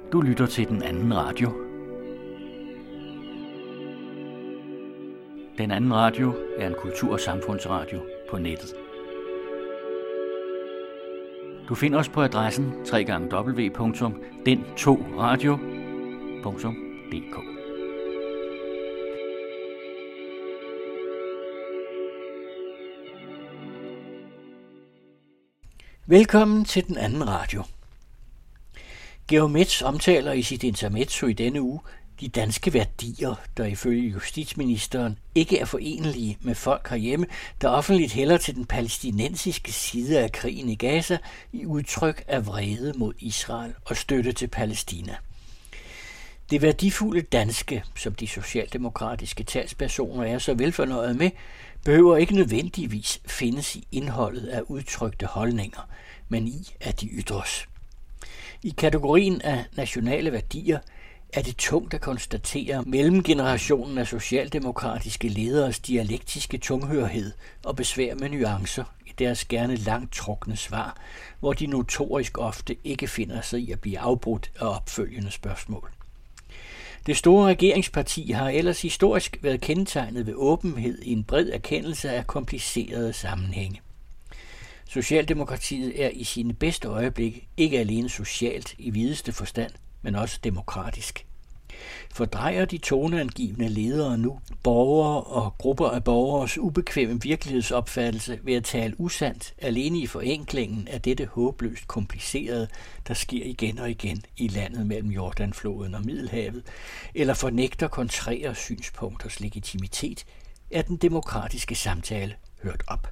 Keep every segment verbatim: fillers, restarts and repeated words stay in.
Du lytter til Den Anden Radio. Den Anden Radio er en kultur- og samfundsradio på nettet. Du finder os på adressen w w w punktum den to radio punktum d k. Velkommen til Den Anden Radio. Georg Metz omtaler i sit intermezzo i denne uge de danske værdier, der ifølge justitsministeren ikke er forenelige med folk herhjemme, der offentligt hælder til den palæstinensiske side af krigen i Gaza i udtryk af vrede mod Israel og støtte til Palæstina. Det værdifulde danske, som de socialdemokratiske talspersoner er så velfornøjet med, behøver ikke nødvendigvis findes i indholdet af udtrykte holdninger, men i, at de ytres. I kategorien af nationale værdier er det tungt at konstatere mellemgenerationen af socialdemokratiske lederes dialektiske tunghørhed og besvær med nuancer i deres gerne langt trukne svar, hvor de notorisk ofte ikke finder sig i at blive afbrudt af opfølgende spørgsmål. Det store regeringsparti har ellers historisk været kendetegnet ved åbenhed i en bred erkendelse af komplicerede sammenhænge. Socialdemokratiet er i sine bedste øjeblikke ikke alene socialt i videste forstand, men også demokratisk. Fordrejer de toneangivende ledere nu borgere og grupper af borgeres ubekvemme virkelighedsopfattelse ved at tale usandt alene i forenklingen af dette håbløst komplicerede, der sker igen og igen i landet mellem Jordanfloden og Middelhavet, eller fornægter kontrære synspunkters legitimitet, er den demokratiske samtale hørt op.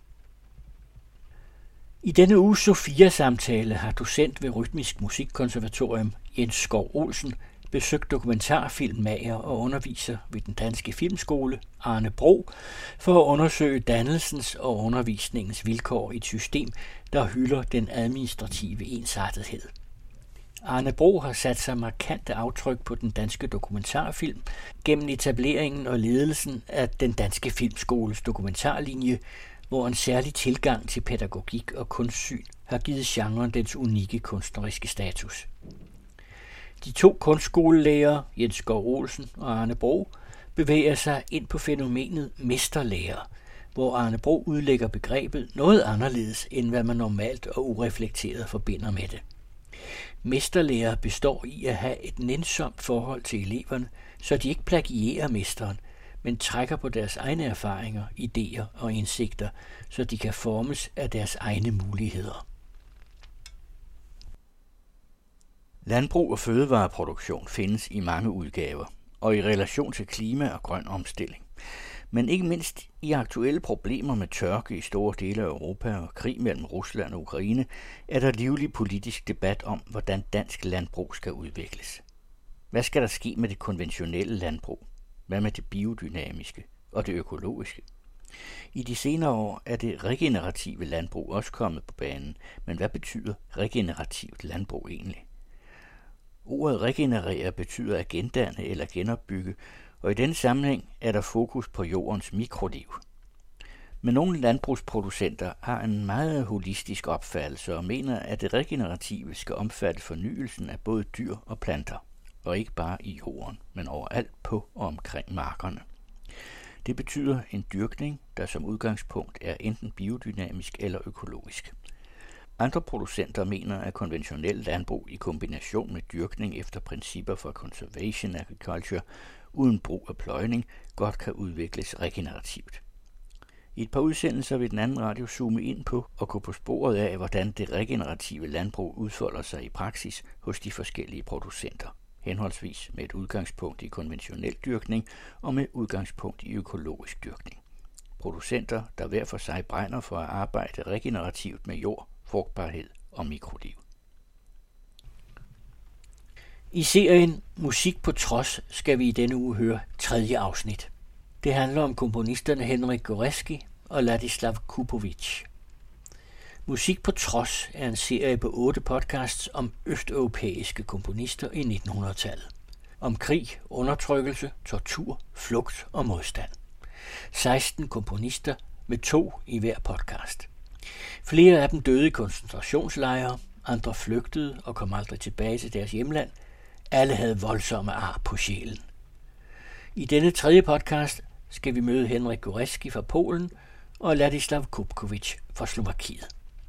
I denne uges Sofia-samtale har docent ved Rytmisk Musikkonservatorium Jens Skov Olsen besøgt dokumentarfilmmager og underviser ved den danske filmskole Arne Bro for at undersøge dannelsens og undervisningens vilkår i et system, der hylder den administrative ensartethed. Arne Bro har sat sig markante aftryk på den danske dokumentarfilm gennem etableringen og ledelsen af den danske filmskoles dokumentarlinje, hvor en særlig tilgang til pædagogik og kunstsyn har givet genren dens unikke kunstneriske status. De to kunstskolelærer, Jens Skov Olsen og Arne Bro, bevæger sig ind på fænomenet mesterlærer, hvor Arne Bro udlægger begrebet noget anderledes, end hvad man normalt og ureflekteret forbinder med det. Mesterlærer består i at have et nænsomt forhold til eleverne, så de ikke plagierer mesteren, men trækker på deres egne erfaringer, idéer og indsigter, så de kan formes af deres egne muligheder. Landbrug og fødevareproduktion findes i mange udgaver, og i relation til klima og grøn omstilling. Men ikke mindst i aktuelle problemer med tørke i store dele af Europa og krig mellem Rusland og Ukraine, er der livlig politisk debat om, hvordan dansk landbrug skal udvikles. Hvad skal der ske med det konventionelle landbrug? Hvad med det biodynamiske og det økologiske? I de senere år er det regenerative landbrug også kommet på banen, men hvad betyder regenerativt landbrug egentlig? Ordet regenerere betyder at gendanne eller genopbygge, og i den sammenhæng er der fokus på jordens mikroliv. Men nogle landbrugsproducenter har en meget holistisk opfattelse og mener, at det regenerative skal omfatte fornyelsen af både dyr og planter, og ikke bare i jorden, men overalt på og omkring markerne. Det betyder en dyrkning, der som udgangspunkt er enten biodynamisk eller økologisk. Andre producenter mener, at konventionel landbrug i kombination med dyrkning efter principper for conservation agriculture uden brug af pløjning godt kan udvikles regenerativt. I et par udsendelser vil Den Anden Radio zoome ind på og gå på sporet af, hvordan det regenerative landbrug udfolder sig i praksis hos de forskellige producenter, henholdsvis med et udgangspunkt i konventionel dyrkning og med udgangspunkt i økologisk dyrkning. Producenter, der hver for sig brænder for at arbejde regenerativt med jord, frugtbarhed og mikroliv. I serien Musik på trods skal vi i denne uge høre tredje afsnit. Det handler om komponisterne Henryk Górecki og Ladislav Kupovic. Musik på trods er en serie på otte podcasts om østeuropæiske komponister i nitten hundrede-tallet. Om krig, undertrykkelse, tortur, flugt og modstand. seksten komponister med to i hver podcast. Flere af dem døde i koncentrationslejre, andre flygtede og kom aldrig tilbage til deres hjemland. Alle havde voldsomme ar på sjælen. I denne tredje podcast skal vi møde Henryk Górecki fra Polen og Ladislav Kupkovic fra Slovakiet.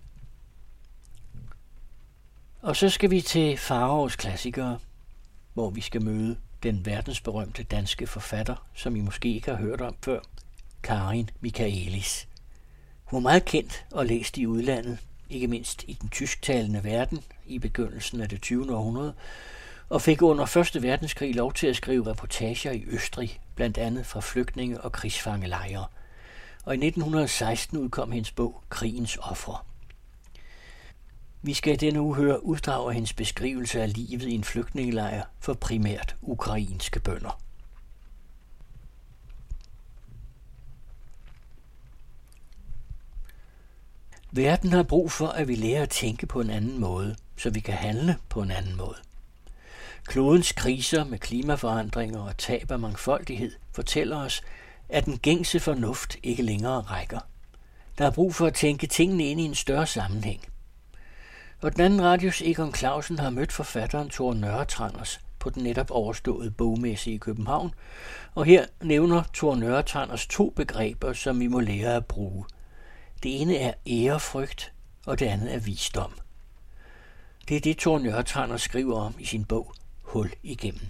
Og så skal vi til Faraos klassikere, hvor vi skal møde den verdensberømte danske forfatter, som I måske ikke har hørt om før, Karin Michaëlis. Hun er meget kendt og læst i udlandet, ikke mindst i den tysktalende verden i begyndelsen af det tyvende århundrede, og fik under første verdenskrig lov til at skrive reportager i Østrig, blandt andet fra flygtninge- og krigsfangelejre. Og i nitten seksten udkom hendes bog Krigens ofre. Vi skal i denne uge høre uddrag af hendes beskrivelse af livet i en flygtningelejr for primært ukrainske bønder. Verden har brug for, at vi lærer at tænke på en anden måde, så vi kan handle på en anden måde. Klodens kriser med klimaforandringer og tab af mangfoldighed fortæller os, at den gængse fornuft ikke længere rækker. Der er brug for at tænke tingene ind i en større sammenhæng. Og den anden radios Egon Clausen har mødt forfatteren Tor Nørretranders på den netop overståede bogmesse i København, og her nævner Tor Nørretranders to begreber, som vi må lære at bruge. Det ene er ærefrygt, og det andet er visdom. Det er det, Tor Nørretranders skriver om i sin bog Hul igennem.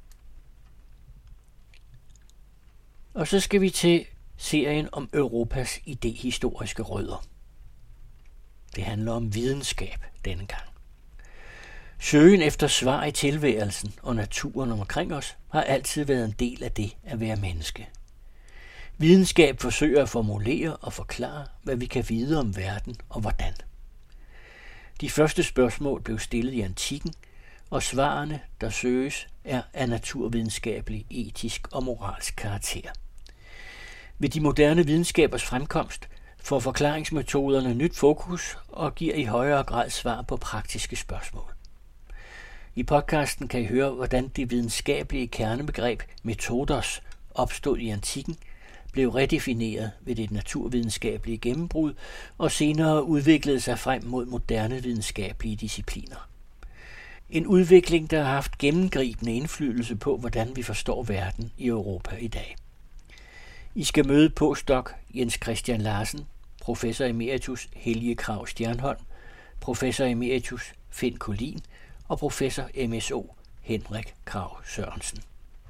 Og så skal vi til serien om Europas idehistoriske rødder. Det handler om videnskab denne gang. Søgen efter svar i tilværelsen og naturen omkring os har altid været en del af det at være menneske. Videnskab forsøger at formulere og forklare, hvad vi kan vide om verden og hvordan. De første spørgsmål blev stillet i antikken, og svarene, der søges, er af naturvidenskabelig, etisk og moralsk karakter. Ved de moderne videnskabers fremkomst får forklaringsmetoderne nyt fokus og giver i højere grad svar på praktiske spørgsmål. I podcasten kan I høre, hvordan det videnskabelige kernebegreb metodos opstod i antikken, blev redefineret ved det naturvidenskabelige gennembrud og senere udviklede sig frem mod moderne videnskabelige discipliner. En udvikling, der har haft gennemgribende indflydelse på, hvordan vi forstår verden i Europa i dag. I skal møde postdoc Jens Christian Larsen, professor emeritus Helge Krag Stjernholm, professor emeritus Finn Collin og professor M S O Henryk Krag Sørensen.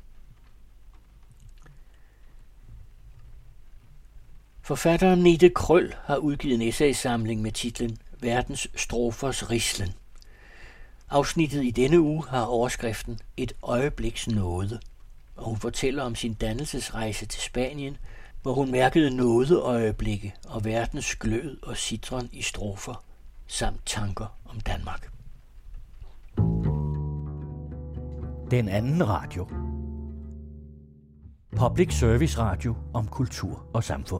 Forfatteren Nete Krøll har udgivet en essaysamling med titlen Verdens strofers rislen. Afsnittet i denne uge har overskriften Et øjebliks nåde, og hun fortæller om sin dannelsesrejse til Spanien, hvor hun mærkede nådeøjeblikke og verdens glød og citron i strofer, samt tanker om Danmark. Den anden radio. Public Service Radio om kultur og samfund.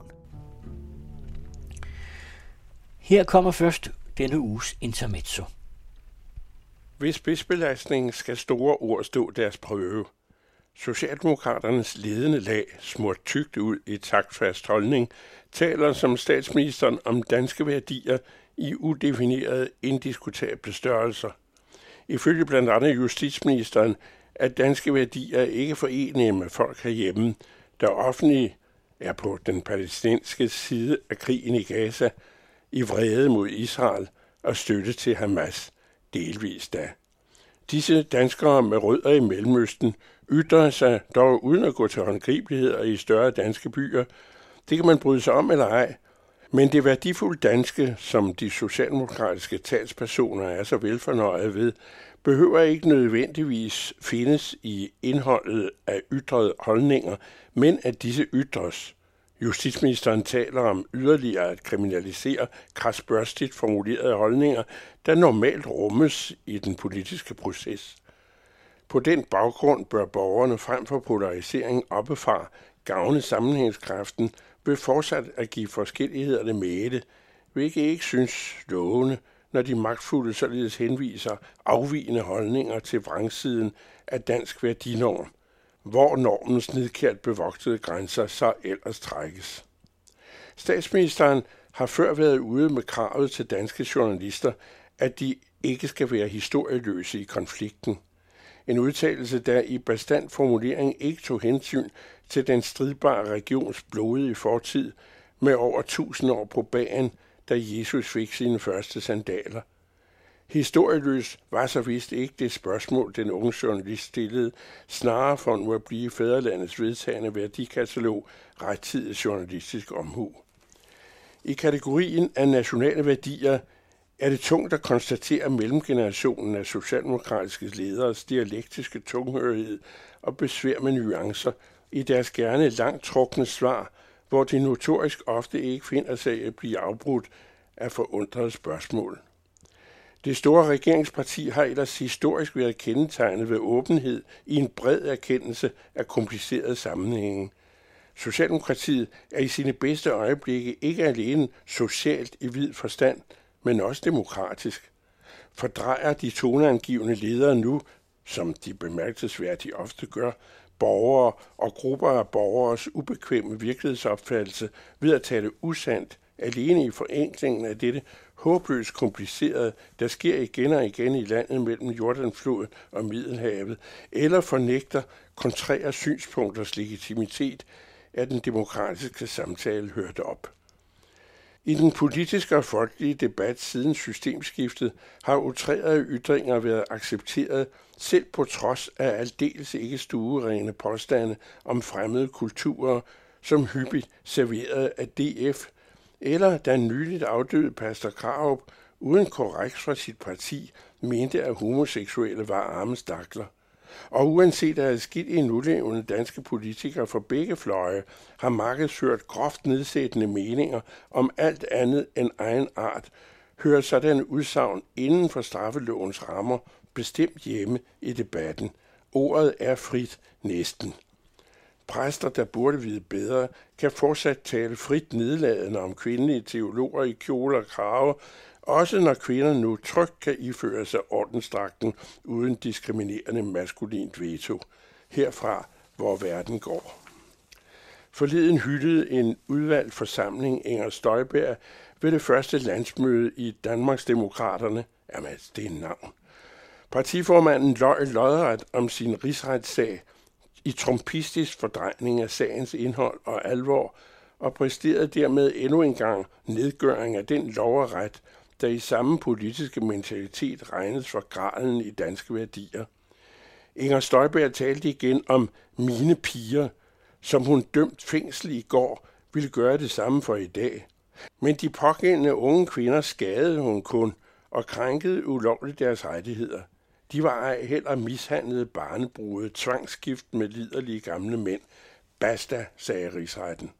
Her kommer først denne uges intermezzo. Ved spidsbelastningen skal store ord stå deres prøve. Socialdemokraternes ledende lag, smurt tykt ud i taktfast holdning, taler som statsministeren om danske værdier i udefinerede, indiskutable størrelser. Ifølge blandt andet justitsministeren er danske værdier ikke forenige med folk herhjemme, der offentligt er på den palæstinensiske side af krigen i Gaza, i vrede mod Israel og støtte til Hamas, delvis da. Disse danskere med rødder i Mellemøsten ytrer sig dog uden at gå til håndgribeligheder i større danske byer. Det kan man bryde sig om eller ej, men det værdifulde danske, som de socialdemokratiske talspersoner er så velfornøjet ved, behøver ikke nødvendigvis findes i indholdet af ytrede holdninger, men at disse ytres. Justitsministeren taler om yderligere at kriminalisere krasbørstigt formulerede holdninger, der normalt rummes i den politiske proces. På den baggrund bør borgerne frem for polarisering oppefra gavne sammenhængskraften ved fortsat at give forskellighederne mæle, hvilket ikke synes lovende, når de magtfulde således henviser afvigende holdninger til vrangsiden af dansk værdinorm, hvor normens nidkært bevogtede grænser så ellers trækkes. Statsministeren har før været ude med kravet til danske journalister, at de ikke skal være historieløse i konflikten. En udtalelse, der i bastant formulering ikke tog hensyn til den stridbare regions blodige fortid med over tusind år på bagen, da Jesus fik sine første sandaler. Historieløs var så vist ikke det spørgsmål, den unge journalist stillede, snarere for nu at blive fædrelandets vedtagende værdikatalog rettidig journalistisk omhu. I kategorien af nationale værdier er det tungt at konstatere mellemgenerationen af socialdemokratiske lederes dialektiske tunghørighed og besvær med nuancer i deres gerne langt trukne svar, hvor de notorisk ofte ikke finder sig at blive afbrudt af forundrede spørgsmål. Det store regeringsparti har ellers historisk været kendetegnet ved åbenhed i en bred erkendelse af komplicerede sammenhænge. Socialdemokratiet er i sine bedste øjeblikke ikke alene socialt i vid forstand, men også demokratisk. Fordrejer de toneangivende ledere nu, som de bemærkelsesværdigt ofte gør, borgere og grupper af borgeres ubekvemme virkelighedsopfattelse ved at tale usandt, alene i forenklingen af dette håbløst komplicerede, der sker igen og igen i landet mellem Jordanfloden og Middelhavet, eller fornægter kontrære synspunkters legitimitet, at den demokratiske samtale hørte op. I den politiske og folkelige debat siden systemskiftet har outrerede ytringer været accepteret, selv på trods af aldeles ikke stuerene påstande om fremmede kulturer, som hyppigt serveret af D F, eller da nyligt afdøde pastor Krarup uden korrekt fra sit parti mente, at homoseksuelle var arme stakler. Og uanset at adskillige nulevende danske politikere fra begge fløje har markedsført groft nedsættende meninger om alt andet end egen art, hører sådan udsagn inden for straffelovens rammer bestemt hjemme i debatten. Ordet er frit næsten. Præster, der burde vide bedre, kan fortsat tale frit nedladende om kvindelige teologer i kjoler og krave, også når kvinder nu trygt kan iføre sig ordensdragten uden diskriminerende maskulint veto. Herfra, hvor verden går. Forleden hyldede en udvalgt forsamling Inger Støjberg ved det første landsmøde i Danmarksdemokraterne. Jamen, det er en navn. Partiformanden løj lodret om sin rigsretssag i trumpistisk fordrejning af sagens indhold og alvor, og præsterede dermed endnu en gang nedgøring af den lov og ret, der i samme politiske mentalitet regnes for gralen i danske værdier. Inger Støjberg talte igen om mine piger, som hun dømt fængsel i går ville gøre det samme for i dag. Men de pågældende unge kvinder skadede hun kun og krænkede ulovligt deres rettigheder. De var ej heller mishandlede barnebrude, tvangsgift med liderlige gamle mænd. Basta, sagde rigsretten.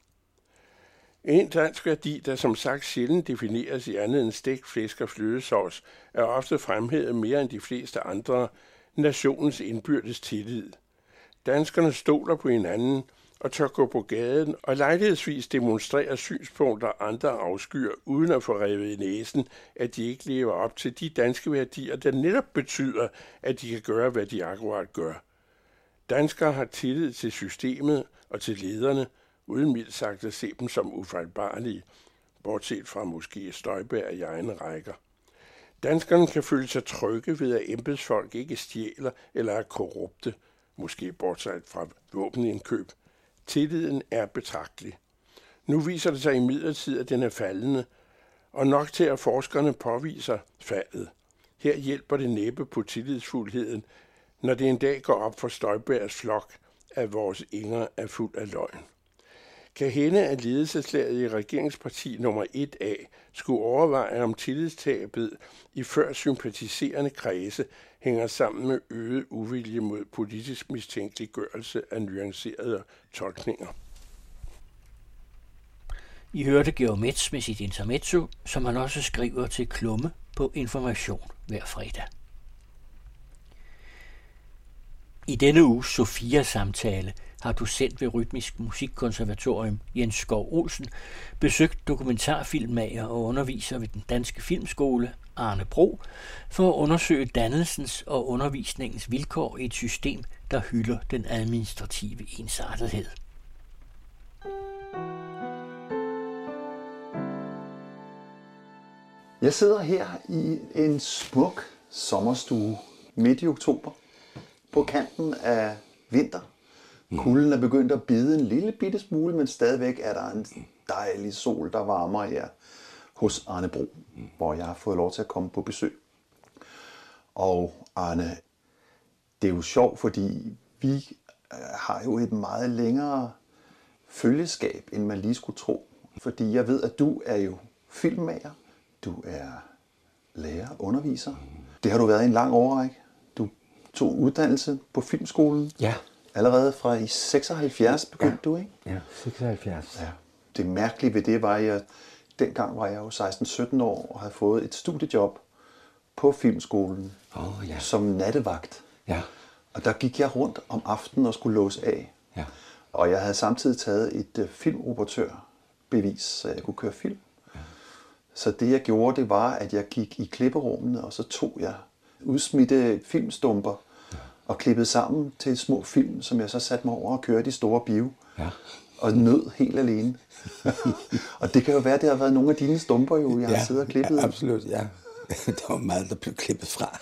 En dansk værdi, der som sagt sjældent defineres i andet end stegt flæsk og flødesovs, er ofte fremhævet mere end de fleste andre, nationens indbyrdes tillid. Danskerne stoler på hinanden og tør gå på gaden og lejlighedsvis demonstrere synspunkter, andre afskyer, uden at få revet i næsen, at de ikke lever op til de danske værdier, der netop betyder, at de kan gøre, hvad de akkurat gør. Danskere har tillid til systemet og til lederne, uden mildt sagt at se dem som ufejlbarlige, bortset fra måske Støjberg i egne rækker. Danskerne kan føle sig trygge ved, at embedsfolk ikke stjæler eller er korrupte, måske bortset fra våbenindkøb. Tilliden er betragtelig. Nu viser det sig imidlertid, at den er faldende, og nok til at forskerne påviser faldet. Her hjælper det næppe på tillidsfuldheden, når det en dag går op for Støjbergs flok, at vores Inger er fuld af løgn. Kan hende, at ledelseslaget i regeringsparti nummer et A skulle overveje, om tillidstabet i før sympatiserende kredse hænger sammen med øget uvilje mod politisk mistænkeliggørelse af nuancerede tolkninger. I hørte Georg Metz med sit intermezzo, som han også skriver til Klumme på Information hver fredag. I denne uges Sofia-samtale har docent ved Rytmisk Musikkonservatorium Jens Skov Olsen besøgt dokumentarfilmmager og underviser ved den danske filmskole Arne Bro for at undersøge dannelsens og undervisningens vilkår i et system, der hylder den administrative ensartethed. Jeg sidder her i en smuk sommerstue midt i oktober på kanten af vinter. Kulden er begyndt at bide en lille bitte smule, men stadigvæk er der en dejlig sol, der varmer her hos Arne Bro, hvor jeg har fået lov til at komme på besøg. Og Arne, det er jo sjovt, fordi vi har jo et meget længere følgeskab, end man lige skulle tro. Fordi jeg ved, at du er jo filmmager, du er lærer, underviser. Det har du været i en lang årrække. Du tog uddannelse på filmskolen. Ja. Allerede fra i seksoghalvfjerds begyndte ja. du, ikke? Ja, seksoghalvfjerds. Ja. Det mærkelige ved det var, at jeg, dengang var jeg jo seksten sytten år og havde fået et studiejob på filmskolen oh, ja. som nattevagt. Ja. Og der gik jeg rundt om aftenen og skulle låse af. Ja. Og jeg havde samtidig taget et uh, filmoperatørbevis, så jeg kunne køre film. Ja. Så det jeg gjorde, det var, at jeg gik i klipperummene, og så tog jeg udsmidte filmstumper ja. og klippede sammen til små film, som jeg så satte mig over og kørte i store bio. Ja. Og nød helt alene. Og det kan jo være, at det har været nogle af dine stumper, jo, jeg ja. har siddet og klippet. Ja, absolut, ja. Der var meget, der blev klippet fra.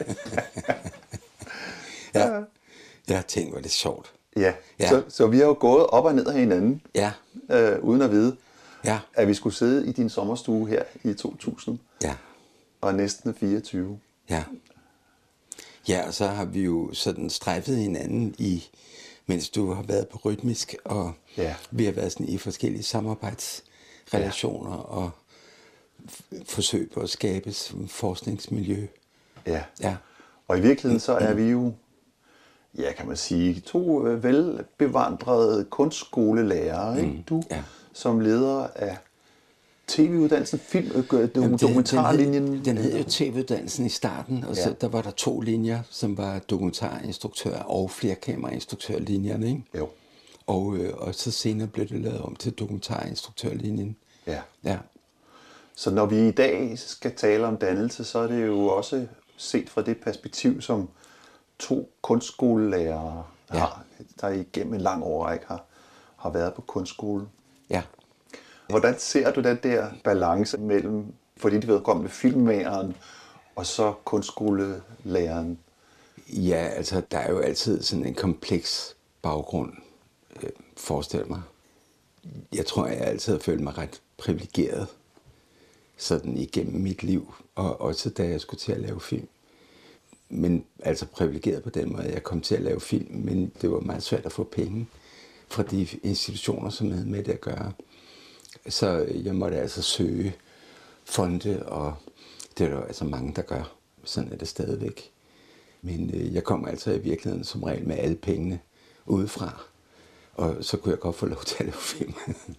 ja. Jeg tænkte, hvor det er sjovt. Ja, ja. Så, så vi har jo gået op og ned af hinanden, ja. øh, uden at vide, ja. at vi skulle sidde i din sommerstue her i to tusind. Ja. Og næsten fireogtyve. Ja. Ja, og så har vi jo sådan strejfet hinanden i, mens du har været på Rytmisk, og ja. vi har været sådan i forskellige samarbejdsrelationer ja. og f- forsøg på at skabe et forskningsmiljø. Ja. ja. Og i virkeligheden så er vi jo, ja, kan man sige, to velbevandrede kunstskolelærere, ikke? Du ja. som leder af tv-uddannelsen, film, dokumentarlinjen. Den hed, den hed jo tv-uddannelsen i starten, og ja. så der var der to linjer, som var dokumentarinstruktør og flerkamerainstruktørlinjerne, ikke? Jo. Og, øh, og så senere blev det lavet om til dokumentarinstruktørlinjen. Ja. ja. Så når vi i dag skal tale om dannelse, så er det jo også set fra det perspektiv, som to kunstskolelærere ja. har, der igennem en lang årrække har, har været på kunstskole. Ja. Hvordan ser du den der balance mellem, fordi de vedkommende filmmageren og så kunstskolelæreren? Ja, altså der er jo altid sådan en kompleks baggrund, øh, forestil mig. Jeg tror, jeg altid har følt mig ret privilegeret sådan igennem mit liv, og også da jeg skulle til at lave film. Men altså privilegeret på den måde, at jeg kom til at lave film, men det var meget svært at få penge fra de institutioner, som havde med det at gøre. Så jeg måtte altså søge fonde, og det er der altså mange, der gør. Sådan er det stadigvæk. Men øh, jeg kom altså i virkeligheden som regel med alle pengene udefra, og så kunne jeg godt få lov til at lave film.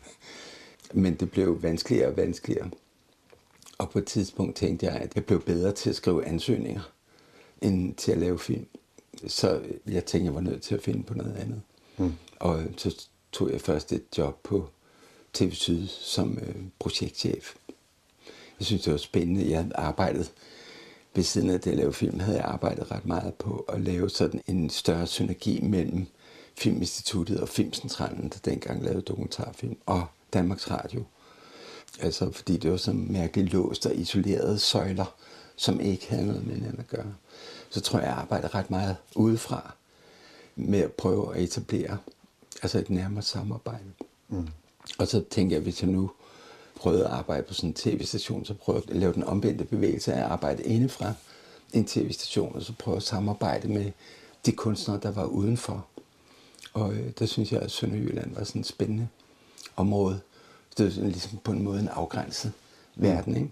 Men det blev vanskeligere og vanskeligere. Og på et tidspunkt tænkte jeg, at jeg blev bedre til at skrive ansøgninger, end til at lave film. Så jeg tænkte, jeg var nødt til at finde på noget andet. Mm. Og så tog jeg først et job på T V Syd som øh, projektchef. Jeg synes, det var spændende. Jeg havde arbejdet ved siden af det at lave film, havde jeg arbejdet ret meget på at lave sådan en større synergi mellem Filminstituttet og Filmcentralen, der dengang lavede dokumentarfilm, og Danmarks Radio. Altså, fordi det var sådan mærkeligt låst og isolerede søjler, som ikke havde noget med hinanden at gøre. Så tror jeg, jeg arbejdede ret meget udefra med at prøve at etablere altså et nærmere samarbejde. Mm. Og så tænkte jeg, hvis jeg nu prøvede at arbejde på sådan en tv-station, så prøvede jeg at lave den omvendte bevægelse af at arbejde indefra en tv-station, og så prøve at samarbejde med de kunstnere, der var udenfor. Og øh, der synes jeg, at Sønderjylland var sådan et spændende område. Det var sådan, ligesom på en måde en afgrænset mm. verden, ikke?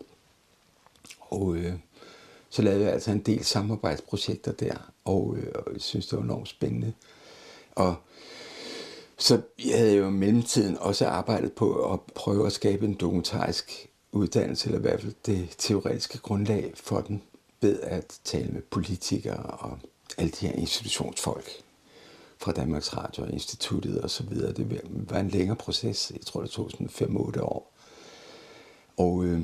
Og øh, så lavede jeg altså en del samarbejdsprojekter der, og, øh, og jeg synes, det var enormt spændende. Og så jeg havde jo i mellemtiden også arbejdet på at prøve at skabe en dokumentarisk uddannelse, eller i hvert fald det teoretiske grundlag for den, ved at tale med politikere og alle de her institutionsfolk fra Danmarks Radio og Instituttet og så videre. Det var en længere proces. Jeg tror, det tog sådan fem otte år. Og øh,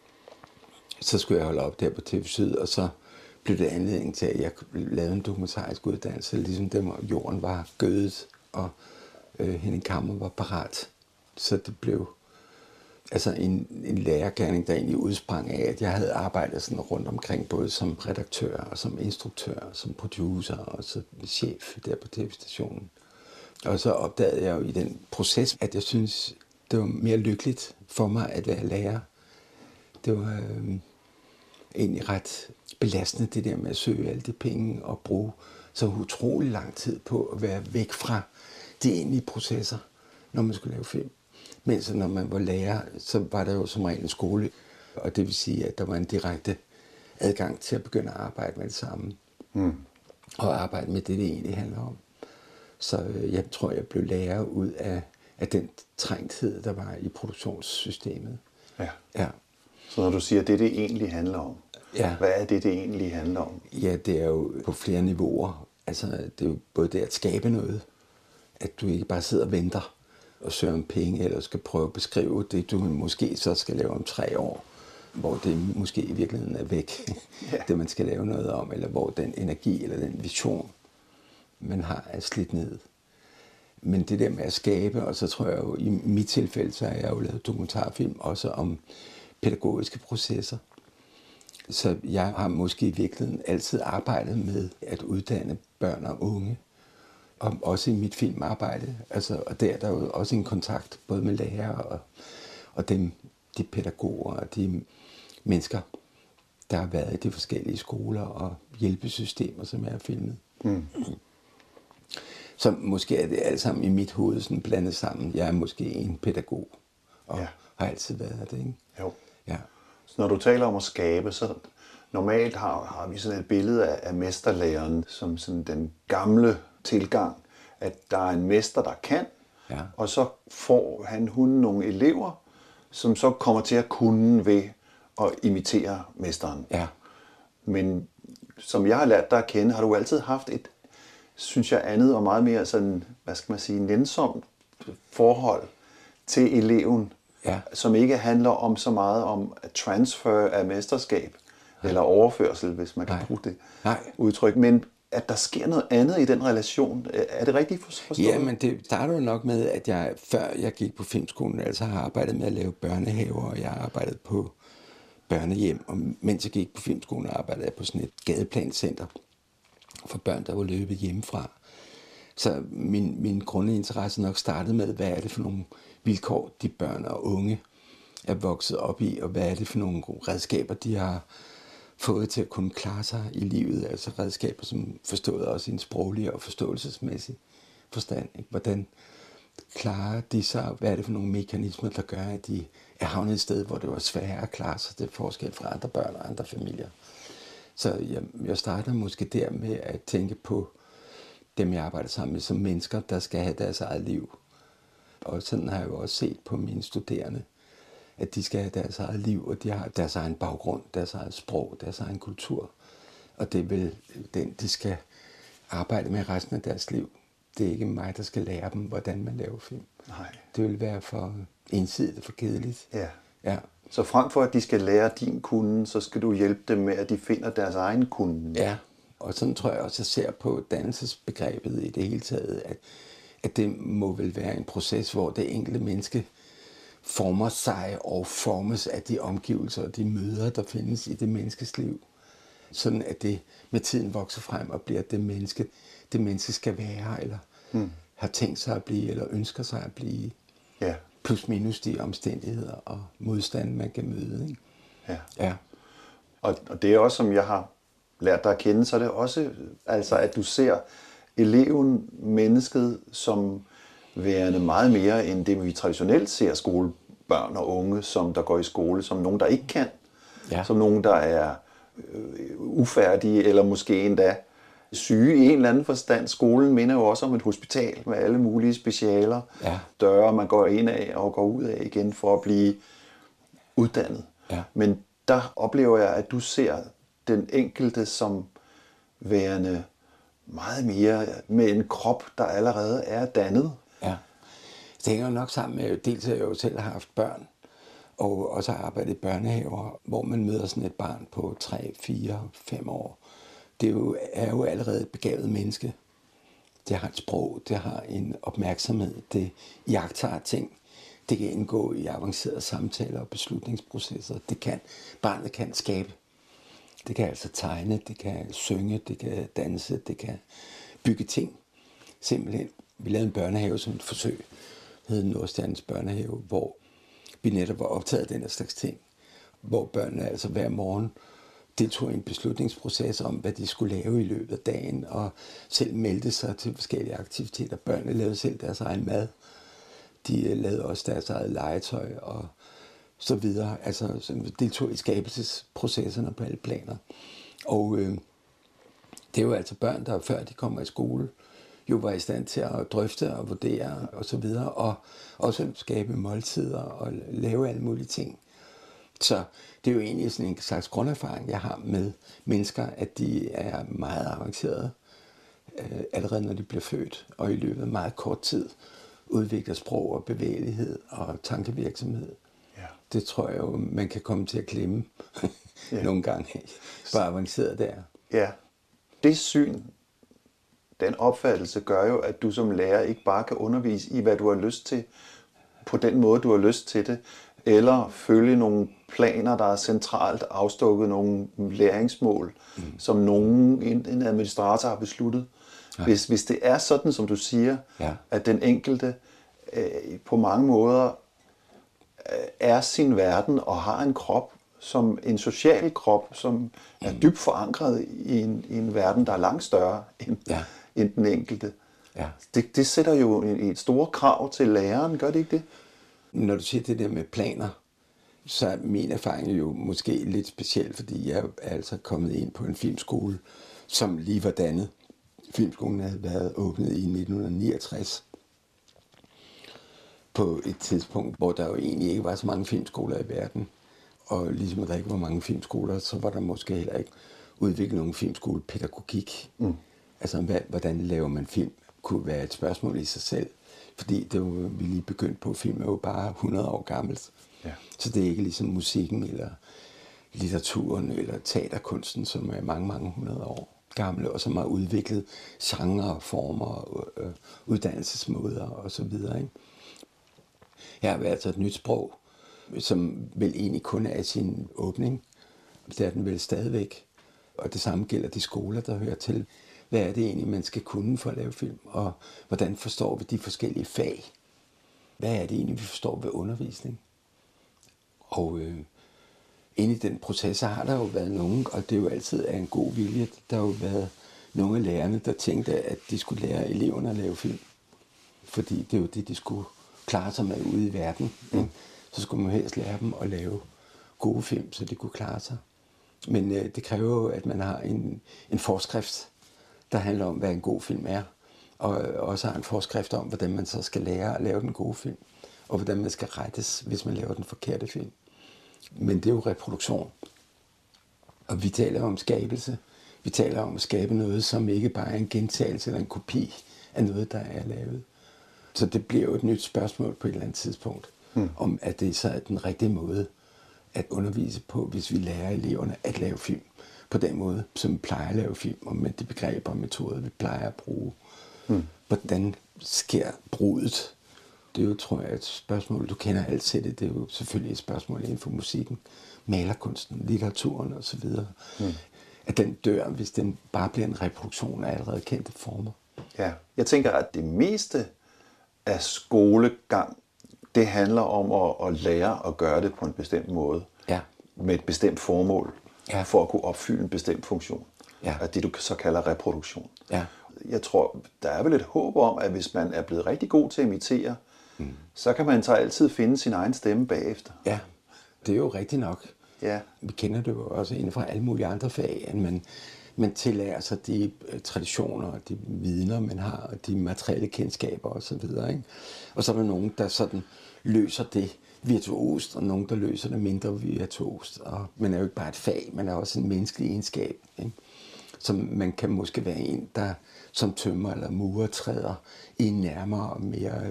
så skulle jeg holde op der på T V Syd, og så blev det anledning til, at jeg lavede en dokumentarisk uddannelse, ligesom dem, jorden var gødet, og øh, Henning Kammer var parat. Så det blev Altså en, en lærergerning, der egentlig udsprang af, at jeg havde arbejdet sådan rundt omkring, både som redaktør og som instruktør, som producer og så chef der på T V-stationen. Og så opdagede jeg jo i den proces, at jeg synes, det var mere lykkeligt for mig at være lærer. Det var øh, egentlig ret belastende, det der med at søge alle de penge og bruge så utrolig lang tid på at være væk fra de egentlige processer, når man skulle lave film. Mens når man var lærer, så var der jo som regel en skole, og det vil sige, at der var en direkte adgang til at begynde at arbejde med det samme. Mm. Og arbejde med det, det egentlig handler om. Så jeg tror, jeg blev lærer ud af, af den trængthed, der var i produktionssystemet. Ja. Ja. Så når du siger, at det, det egentlig handler om, ja. Hvad er det, det egentlig handler om? Ja, det er jo på flere niveauer. Altså, det er jo både det at skabe noget, at du ikke bare sidder og venter og søger om penge, eller skal prøve at beskrive det, du måske så skal lave om tre år, hvor det måske i virkeligheden er væk, ja. Det man skal lave noget om, eller hvor den energi eller den vision, man har, er slidt ned. Men det der med at skabe, og så tror jeg jo, i mit tilfælde, så har jeg jo lavet dokumentarfilm også om pædagogiske processer. Så jeg har måske i virkeligheden altid arbejdet med at uddanne børn og unge, og også i mit filmarbejde. Altså, og der er der jo også en kontakt både med lærere og, og dem, de pædagoger og de mennesker, der har været i de forskellige skoler og hjælpesystemer, som jeg har filmet. Mm. Så måske er det alt sammen i mit hoved sådan blandet sammen. Jeg er måske en pædagog, og ja. Har altid været det, ikke? Jo. Ja. Så når du taler om at skabe, så normalt har, har vi sådan et billede af, af mesterlæreren som sådan den gamle tilgang, at der er en mester, der kan, ja. Og så får han, hun nogle elever, som så kommer til at kunne ved at imitere mesteren. Ja. Men som jeg har lært dig at kende, har du altid haft et, synes jeg, andet og meget mere sådan, hvad skal man sige, nænsomt forhold til eleven, ja. Som ikke handler om så meget om transfer af mesterskab, nej. Eller overførsel, hvis man kan nej. Bruge det nej. Udtryk, men at der sker noget andet i den relation. Er det rigtigt forstået? Ja, men det starter jo nok med, at jeg, før jeg gik på filmskolen, altså har arbejdet med at lave børnehaver, og jeg har arbejdet på børnehjem, og mens jeg gik på filmskolen, arbejdede jeg på sådan et gadeplancenter for børn, der var løbet hjemmefra. Så min, min grundinteresse nok startede med, hvad er det for nogle vilkår, de børn og unge er vokset op i, og hvad er det for nogle redskaber, de har fået til at kunne klare sig i livet, altså redskaber, som forstået også i en sproglig og forståelsesmæssig forstand. Ikke? Hvordan klarer de sig, hvad er det for nogle mekanismer, der gør, at de er havnet et sted, hvor det var sværere at klare sig til forskel fra andre børn og andre familier. Så jeg, jeg starter måske der med at tænke på dem, jeg arbejder sammen med, som mennesker, der skal have deres eget liv. Og sådan har jeg jo også set på mine studerende, at de skal have deres eget liv, og de har deres egen baggrund, deres eget sprog, deres egen kultur. Og det er vel den, de skal arbejde med resten af deres liv. Det er ikke mig, der skal lære dem, hvordan man laver film. Nej. Det vil være for ensidigt og for kedeligt. Ja. Ja. Så frem for, at de skal lære din kunde, så skal du hjælpe dem med, at de finder deres egen kunde. Ja, og sådan tror jeg også, at jeg ser på dannelsesbegrebet i det hele taget, at, at det må vel være en proces, hvor det enkelte menneske former sig og formes af de omgivelser og de møder, der findes i det menneskes liv. Sådan at det med tiden vokser frem og bliver det menneske, det menneske skal være, eller hmm. har tænkt sig at blive, eller ønsker sig at blive. Ja. Plus minus de omstændigheder og modstand, man kan møde. Ikke? Ja. Ja. Og, og det er også, som jeg har lært dig at kende, så er det også, altså, at du ser eleven, mennesket, som værende meget mere end det, vi traditionelt ser skolebørn og unge, som der går i skole, som nogen, der ikke kan, ja. Som nogen, der er øh, ufærdige, eller måske endda syge i en eller anden forstand. Skolen minder jo også om et hospital med alle mulige specialer, ja. Døre, man går ind af og går ud af igen for at blive uddannet. Ja. Men der oplever jeg, at du ser den enkelte som værende meget mere med en krop, der allerede er dannet. Ja, det hænger jo nok sammen med, dels at jeg jo selv har haft børn, og også har arbejdet i børnehaver, hvor man møder sådan et barn på tre, fire, fem år. Det er jo, er jo allerede et begavet menneske. Det har et sprog, det har en opmærksomhed, det iagttager ting, Det kan indgå i avancerede samtaler og beslutningsprocesser. Det kan, barnet kan skabe. Det kan altså tegne, det kan synge, det kan danse, det kan bygge ting. Simpelthen. Vi lavede en børnehave som et forsøg, der hed Nordstjernens Børnehave, hvor vi netop var optaget af den her slags ting. Hvor børnene altså hver morgen deltog i en beslutningsproces om, hvad de skulle lave i løbet af dagen, og selv meldte sig til forskellige aktiviteter. Børnene lavede selv deres egen mad. De lavede også deres eget legetøj og så videre. Altså deltog i skabelsesprocesserne på alle planer. Og øh, det er jo altså børn, der før de kommer i skole, jo var i stand til at drøfte og vurdere og så videre, og også skabe måltider og lave alle mulige ting. Så det er jo egentlig sådan en slags grunderfaring, jeg har med mennesker, at de er meget avancerede øh, allerede når de bliver født, og i løbet af meget kort tid udvikler sprog og bevægelighed og tankevirksomhed. Ja. Det tror jeg jo, man kan komme til at glemme ja. nogle gange, hvor avanceret det er. Ja, det syn, den opfattelse gør jo, at du som lærer ikke bare kan undervise i, hvad du har lyst til, på den måde, du har lyst til det, eller følge nogle planer, der er centralt afstukket, nogle læringsmål, mm. som nogen, en administrator har besluttet. Ja. Hvis, hvis det er sådan, som du siger, ja. at den enkelte øh, på mange måder øh, er sin verden og har en krop, som en social krop, som er dybt forankret i en, i en verden, der er langt større end, ja. end den enkelte. Ja. Det, det sætter jo et, et stort krav til læreren, gør det ikke det? Når du siger det der med planer, så er min erfaring jo måske lidt speciel, fordi jeg er altså kommet ind på en filmskole, som lige var dannet. Filmskolen havde været åbnet i nitten niogtres. På et tidspunkt, hvor der jo egentlig ikke var så mange filmskoler i verden. Og ligesom der ikke var mange filmskoler, så var der måske heller ikke udviklet nogen filmskolepædagogik. Mm. Altså, hvad, hvordan laver man film, kunne være et spørgsmål i sig selv. Fordi det var, vi lige begyndt på, film er jo bare hundrede år gammelt. Ja. Så det er ikke ligesom musikken, eller litteraturen, eller teaterkunsten, som er mange, mange hundrede år gamle, og som har udviklet genre, former, øh, uddannelsesmåder og så videre. Ikke? Her er altså et nyt sprog, som vel egentlig kun er i sin åbning. Det er den vel stadigvæk. Og det samme gælder de skoler, der hører til. Hvad er det egentlig, man skal kunne for at lave film? Og hvordan forstår vi de forskellige fag? Hvad er det egentlig, vi forstår ved undervisning? Og øh, inde i den proces har der jo været nogen, og det er jo altid af en god vilje, der har jo været nogle af lærerne, der tænkte, at de skulle lære eleverne at lave film. Fordi det er jo det, de skulle klare sig med ude i verden. Ikke? Så skulle man helst lære dem at lave gode film, så de kunne klare sig. Men øh, det kræver jo, at man har en, en forskrift, der handler om, hvad en god film er. Og også har en forskrift om, hvordan man så skal lære at lave den gode film. Og hvordan man skal rettes, hvis man laver den forkerte film. Men det er jo reproduktion. Og vi taler om skabelse. Vi taler om at skabe noget, som ikke bare er en gentagelse eller en kopi af noget, der er lavet. Så det bliver jo et nyt spørgsmål på et eller andet tidspunkt. Hmm. Om at det så er den rigtige måde at undervise på, hvis vi lærer eleverne at lave film. På den måde, som vi plejer at lave film, og med de begreber og metoder, vi plejer at bruge. Hmm. Hvordan sker brudet? Det er jo, tror jeg, et spørgsmål, du kender alt til det. Det er jo selvfølgelig et spørgsmål inden for musikken, malerkunsten, litteraturen osv. Hmm. At den dør, hvis den bare bliver en reproduktion af allerede kendte former. Ja, jeg tænker, at det meste af skolegang, det handler om at, at lære at gøre det på en bestemt måde. Ja. Med et bestemt formål, ja. For at kunne opfylde en bestemt funktion. Ja. Af det, du så kalder reproduktion. Ja. Jeg tror, der er vel et håb om, at hvis man er blevet rigtig god til at imitere, mm. så kan man så altid finde sin egen stemme bagefter. Ja, det er jo rigtigt nok. Ja. Vi kender det jo også inden fra alle mulige andre fag, at man, man tillærer sig de traditioner, de vidner, man har, og de materielle kendskaber osv. Ikke? Og så er der nogen, der sådan løser det virtuost, og nogen, der løser det mindre virtuost. Og man er jo ikke bare et fag, man er også en menneskelig egenskab. Ikke? Så man kan måske være en, der som tømrer eller murer træder i en nærmere og mere,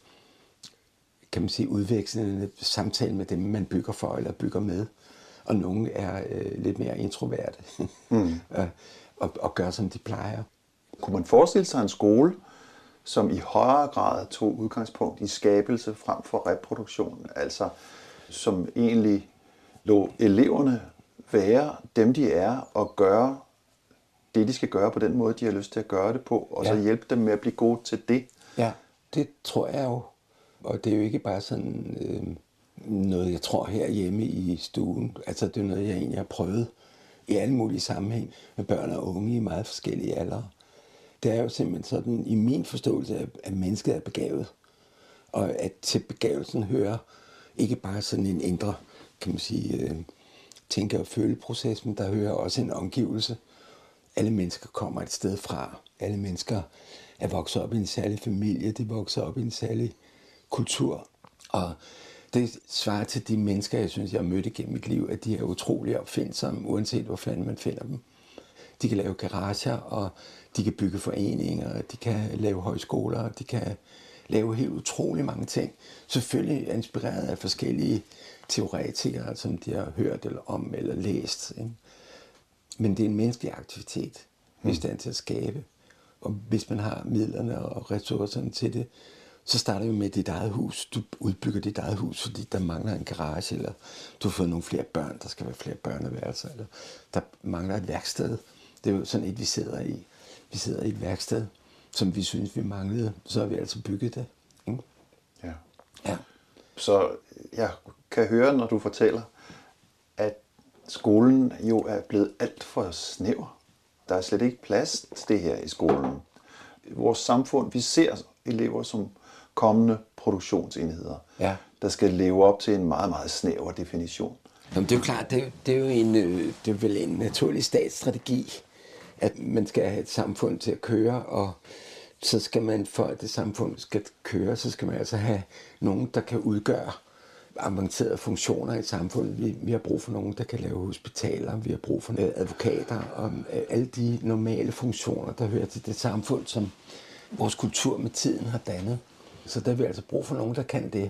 kan man sige, udvekslende samtale med dem, man bygger for eller bygger med. Og nogle er øh, lidt mere introverte mm. og, og gør, som de plejer. Kunne man forestille sig en skole, som i højere grad tog udgangspunkt i skabelse frem for reproduktion, altså som egentlig lå eleverne være dem, de er, og gøre det, de skal gøre på den måde, de har lyst til at gøre det på, og ja. så hjælpe dem med at blive gode til det. Ja, det tror jeg jo. Og det er jo ikke bare sådan øh, noget, jeg tror herhjemme i stuen. Altså, det er noget, jeg egentlig har prøvet i alle mulige sammenhæng med børn og unge i meget forskellige aldre. Det er jo simpelthen sådan, i min forståelse, at mennesket er begavet. Og at til begavelsen hører ikke bare sådan en indre, kan man sige, øh, tænke- og føleproces, men der hører også en omgivelse. Alle mennesker kommer et sted fra. Alle mennesker er vokset op i en særlig familie. De vokser op i en særlig kultur. Og det svarer til de mennesker, jeg synes, jeg har mødt igennem mit liv, at de er utrolig opfindsomme, uanset hvor fanden man finder dem. De kan lave garager, og de kan bygge foreninger, de kan lave højskoler, de kan lave helt utrolig mange ting. Selvfølgelig inspireret af forskellige teoretikere, som de har hørt eller om eller læst. Ikke? Men det er en menneskelig aktivitet, vi er i stand til at skabe. Og hvis man har midlerne og ressourcerne til det, så starter vi med dit eget hus. Du udbygger dit eget hus, fordi der mangler en garage, eller du har fået nogle flere børn, der skal være flere børneværelser, eller der mangler et værksted. Det er jo sådan et, vi sidder i. Vi sidder i et værksted, som vi synes, vi manglede. Så har vi altså bygget det. Mm? Ja. Ja. Så jeg kan høre, når du fortæller, at skolen jo er blevet alt for snæver. Der er slet ikke plads til det her i skolen. I vores samfund, vi ser elever som kommende produktionsenheder, Ja. der skal leve op til en meget, meget snæver definition. Jamen, det er jo klart, det er, det er jo en, øh, det er vel en naturlig statsstrategi, at man skal have et samfund til at køre, og så skal man, for at det samfund skal køre, så skal man altså have nogen, der kan udgøre avancerede funktioner i samfundet. Vi, vi har brug for nogen, der kan lave hospitaler, vi har brug for advokater, og alle de normale funktioner, der hører til det samfund, som vores kultur med tiden har dannet. Så der har vi altså brug for nogen, der kan det.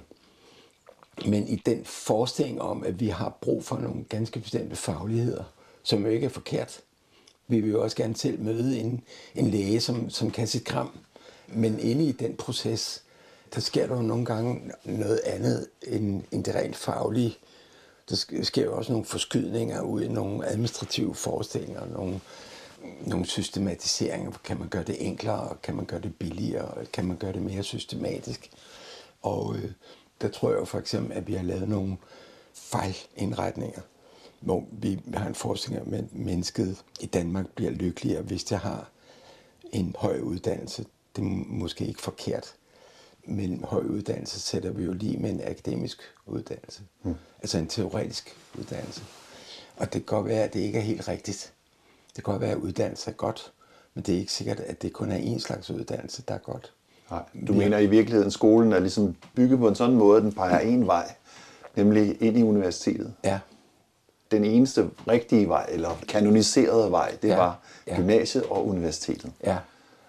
Men i den forestilling om, at vi har brug for nogle ganske bestemte fagligheder, som jo ikke er forkert. Vi vil jo også gerne selv møde en, en læge, som, som kan sit kram. Men inde i den proces, der sker der jo nogle gange noget andet end, end det rent faglige. Der sker jo også nogle forskydninger ud i nogle administrative forestillinger, nogle, nogle systematiseringer. Kan man gøre det enklere? Kan man gøre det billigere? Kan man gøre det mere systematisk? Og øh, der tror jeg jo for eksempel, at vi har lavet nogle fejlindretninger, hvor vi har en forestilling om, at mennesket i Danmark bliver lykkeligere, hvis det har en høj uddannelse. Det er måske ikke forkert, men høj uddannelse sætter vi jo lige med en akademisk uddannelse. Mm. Altså en teoretisk uddannelse. Og det kan godt være, at det ikke er helt rigtigt. Det kan godt være, at uddannelse er godt, men det er ikke sikkert, at det kun er en slags uddannelse, der er godt. Nej, du ja. mener i virkeligheden, at skolen er ligesom bygget på en sådan måde, at den peger en vej, nemlig ind i universitetet. Ja. Den eneste rigtige vej, eller kanoniserede vej, det ja. var ja. gymnasiet og universitetet. Ja.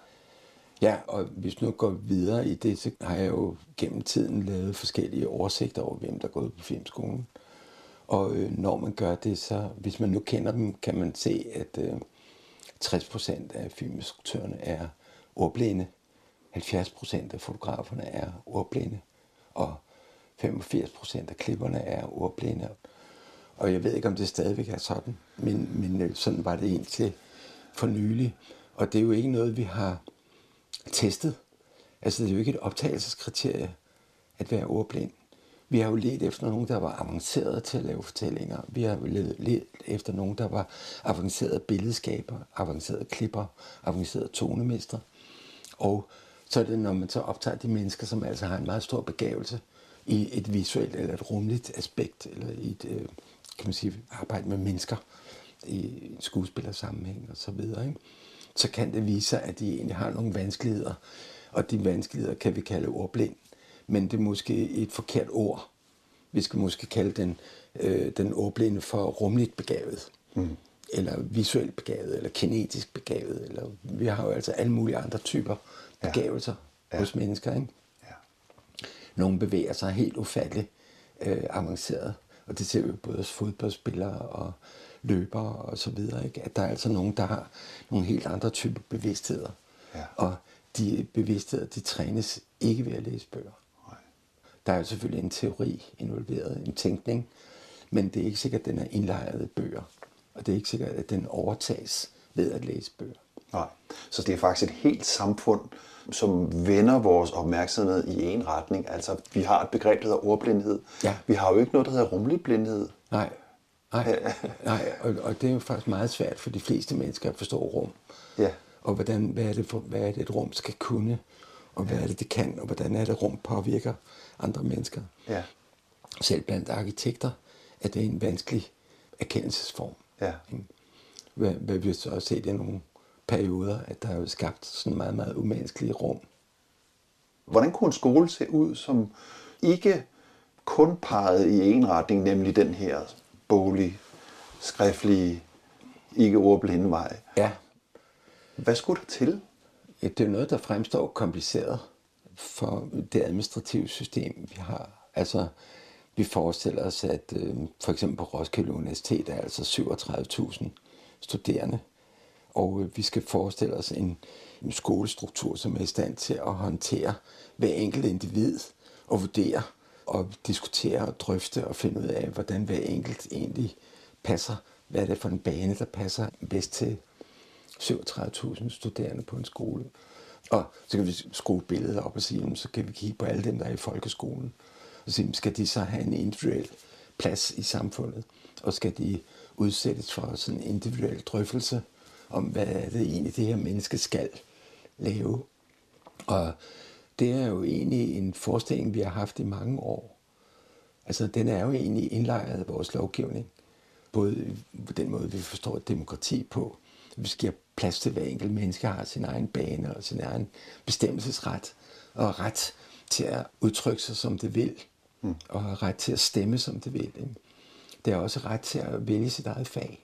Ja, og hvis nu går videre i det, så har jeg jo gennem tiden lavet forskellige oversigter over, hvem der er gået på filmskolen. Og øh, når man gør det, så hvis man nu kender dem, kan man se, at øh, tres procent af filminstruktørerne er ordblinde. halvfjerds procent af fotograferne er ordblinde. Og femogfirs procent af klipperne er ordblinde. Og jeg ved ikke, om det stadigvæk er sådan, men, men sådan var det indtil for nylig. Og det er jo ikke noget, vi har testet. Altså, det er jo ikke et optagelseskriterie at være ordblind. Vi har jo let efter nogen, der var avanceret til at lave fortællinger. Vi har jo let efter nogen, der var avancerede billedskaber, avancerede klipper, avancerede tonemestre. Og så er det, når man så optager de mennesker, som altså har en meget stor begavelse i et visuelt eller et rumligt aspekt, eller i et, kan man sige, arbejde med mennesker i en skuespillersammenhæng og så videre, ikke? Så kan det vise sig, at de egentlig har nogle vanskeligheder, og de vanskeligheder kan vi kalde ordblind, men det er måske et forkert ord. Vi skal måske kalde den, øh, den ordblinde for rumligt begavet, mm. eller visuelt begavet, eller kinetisk begavet, eller vi har jo altså alle mulige andre typer begavelser ja. hos ja. mennesker, ikke? Ja. Nogle bevæger sig helt ufatteligt øh, avanceret, og det ser vi både hos fodboldspillere og løbere og så videre, ikke? At der er altså nogen, der har nogle helt andre typer bevidstheder. Ja. Og de bevidstheder, de trænes ikke ved at læse bøger. Nej. Der er jo selvfølgelig en teori involveret, en tænkning, men det er ikke sikkert, at den er indlejret i bøger. Og det er ikke sikkert, at den overtages ved at læse bøger. Nej. Så det er faktisk et helt samfund, som vender vores opmærksomhed i en retning. Altså, vi har et begreb, der hedder ordblindhed. Ja. Vi har jo ikke noget, der hedder rummelig blindhed. Nej, nej, nej. Og, og det er jo faktisk meget svært for de fleste mennesker at forstå rum. Ja. Og hvordan, hvad, er det for, hvad er det, et rum skal kunne, og hvad er det, det kan, og hvordan er det, rum påvirker andre mennesker. Ja. Selv blandt arkitekter er det en vanskelig erkendelsesform. Ja. Hvad, hvad vi så har set i nogle perioder, at der er jo skabt sådan meget, meget umenneskelige rum. Hvordan kunne en skole se ud, som ikke kun pegede i en retning, nemlig den her boglige, skriftlige, ikke ordblinde vej? Ja. Hvad skulle der til? Ja, det er noget, der fremstår kompliceret for det administrative system, vi har. Altså, vi forestiller os, at øh, for eksempel på Roskilde Universitet er altså syvogtredive tusind studerende, og øh, vi skal forestille os en, en skolestruktur, som er i stand til at håndtere hver enkelt individ og vurdere og diskutere og drøfte og finde ud af, hvordan hver enkelt egentlig passer. Hvad er det for en bane, der passer bedst til syvogtredive tusind studerende på en skole. Og så kan vi skrue billedet op og sige, så kan vi kigge på alle dem, der er i folkeskolen. Og sige, skal de så have en individuel plads i samfundet? Og skal de udsættes for sådan en individuel drøftelse om, hvad er det egentlig, det her menneske skal lave? Og det er jo egentlig en forestilling, vi har haft i mange år. Altså, den er jo egentlig indlejret af vores lovgivning. Både på den måde, vi forstår et demokrati på, vi skal have plads til, at hver enkelt menneske har sin egen bane og sin egen bestemmelsesret, og ret til at udtrykke sig, som det vil, mm. og ret til at stemme, som det vil. Ikke? Det er også ret til at vælge sit eget fag.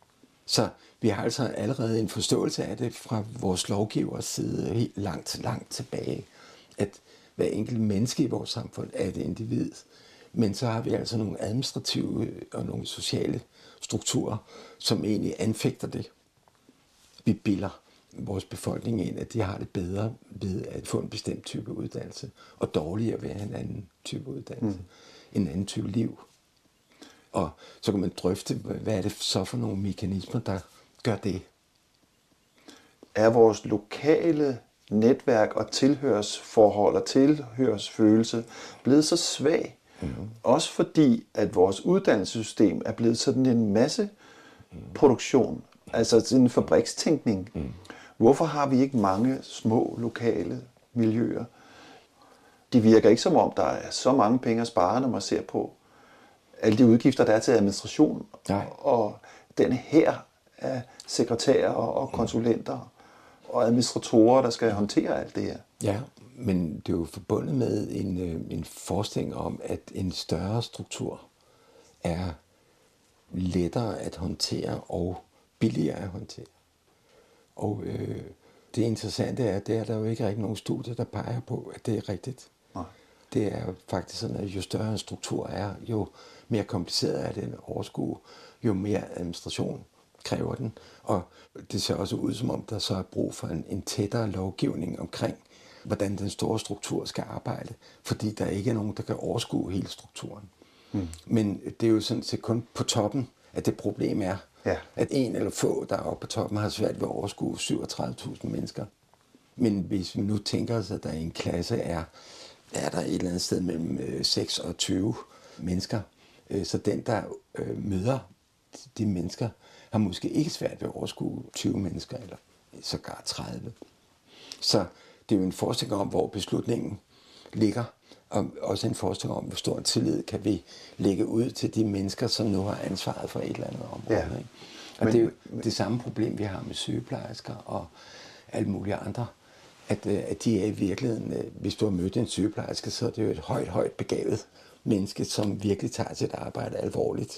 Så vi har altså allerede en forståelse af det fra vores lovgivers side helt langt, langt tilbage, at hver enkelt menneske i vores samfund er et individ. Men så har vi altså nogle administrative og nogle sociale strukturer, som egentlig anfægter det. Vi bilder vores befolkning ind, at de har det bedre ved at få en bestemt type uddannelse, og dårligere ved at have en anden type uddannelse, mm. en anden type liv. Og så kan man drøfte, hvad er det så for nogle mekanismer, der gør det. Er vores lokale netværk og tilhørsforhold og tilhørsfølelse blevet så svag? Mm-hmm. Også fordi, at vores uddannelsessystem er blevet sådan en masse produktion, altså sådan en fabrikstænkning. Mm. Hvorfor har vi ikke mange små lokale miljøer? Det virker ikke som om, der er så mange penge at spare, når man ser på alle de udgifter, der er til administration. Nej. Og den her af sekretærer og konsulenter og administratorer, der skal håndtere alt det her. Ja, men det er jo forbundet med en, en forestilling om, at en større struktur er lettere at håndtere og billigere at håndtere. Og øh, det interessante er, at det er der jo ikke rigtig nogen studier, der peger på, at det er rigtigt. Nej. Det er jo faktisk sådan, at jo større en struktur er, jo mere kompliceret er den at overskue, jo mere administration kræver den. Og det ser også ud, som om der så er brug for en, en tættere lovgivning omkring, hvordan den store struktur skal arbejde, fordi der ikke er nogen, der kan overskue hele strukturen. Mm. Men det er jo sådan set kun på toppen, at det problem er, ja. At en eller få, der er oppe på toppen, har svært ved at overskue syvogtredive tusind mennesker. Men hvis vi nu tænker os, at der i en klasse er, er der et eller andet sted mellem seks og tyve mennesker, så den, der møder de mennesker, har måske ikke svært ved at overskue tyve mennesker, eller sågar tredive. Så det er jo en forestilling om, hvor beslutningen ligger, og også en forestilling om, hvor stor en tillid kan vi lægge ud til de mennesker, som nu har ansvaret for et eller andet område. Ja. Ikke? Og men, det er jo det samme problem, vi har med sygeplejersker og alle mulige andre, at, at de er i virkeligheden, hvis du har mødt en sygeplejerske, så er det jo et højt, højt begavet menneske, som virkelig tager sit arbejde alvorligt.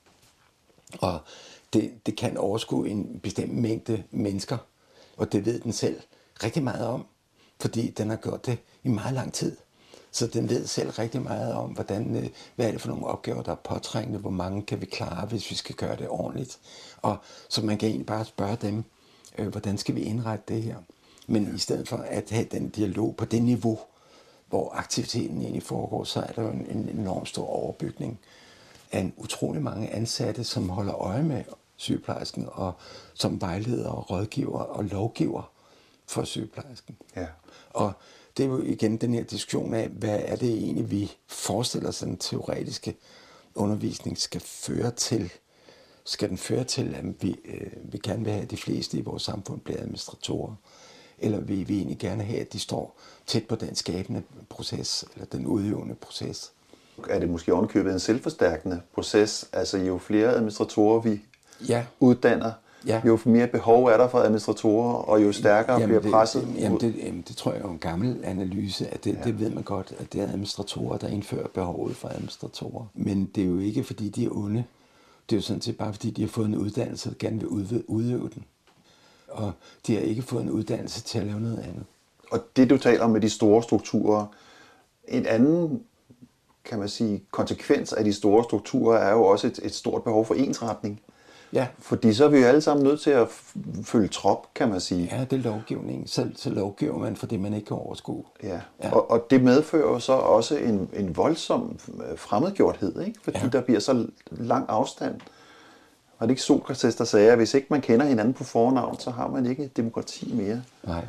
Og det, det kan overskue en bestemt mængde mennesker, og det ved den selv rigtig meget om, fordi den har gjort det i meget lang tid. Så den ved selv rigtig meget om, hvordan, hvad er det for nogle opgaver, der er påtrængende, hvor mange kan vi klare, hvis vi skal gøre det ordentligt. Og så man kan egentlig bare spørge dem, øh, hvordan skal vi indrette det her? Men i stedet for at have den dialog på det niveau, hvor aktiviteten egentlig foregår, så er der jo en, en enorm stor overbygning af en utrolig mange ansatte, som holder øje med sygeplejersken, og som vejleder og rådgiver og lovgiver for sygeplejersken. Ja. Og det er jo igen den her diskussion af, hvad er det egentlig, vi forestiller sig, den teoretiske undervisning skal føre til. Skal den føre til, at vi, øh, vi gerne vil have, at de fleste i vores samfund bliver administratorer? Eller vil vi egentlig gerne have, at de står tæt på den skabende proces, eller den udøvende proces? Er det måske ovenkøbet en selvforstærkende proces? Altså jo flere administratorer vi ja. uddanner, ja. jo mere behov er der for administratorer, og jo stærkere jamen, bliver det, presset. Det, jamen, det, jamen, det tror jeg er en gammel analyse, at det, ja. det ved man godt, at det er administratorer, der indfører behovet for administratorer. Men det er jo ikke, fordi de er onde. Det er jo sådan set bare, fordi de har fået en uddannelse, og gerne vil udøve den. Og de har ikke fået en uddannelse til at lave noget andet. Og det, du taler om med de store strukturer, en anden, kan man sige, konsekvens af de store strukturer er jo også et, et stort behov for ensretning. Ja. Fordi så er vi jo alle sammen nødt til at følge trop, kan man sige. Ja, det er lovgivning. Så, så lovgiver man for det, man ikke kan overskue. Ja, ja. Og, og det medfører jo så også en, en voldsom fremmedgjorthed, ikke? Fordi ja. der bliver så lang afstand. Og det er ikke Sokrates, der sagde, at hvis ikke man kender hinanden på fornavn, så har man ikke demokrati mere. Nej.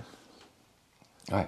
Nej.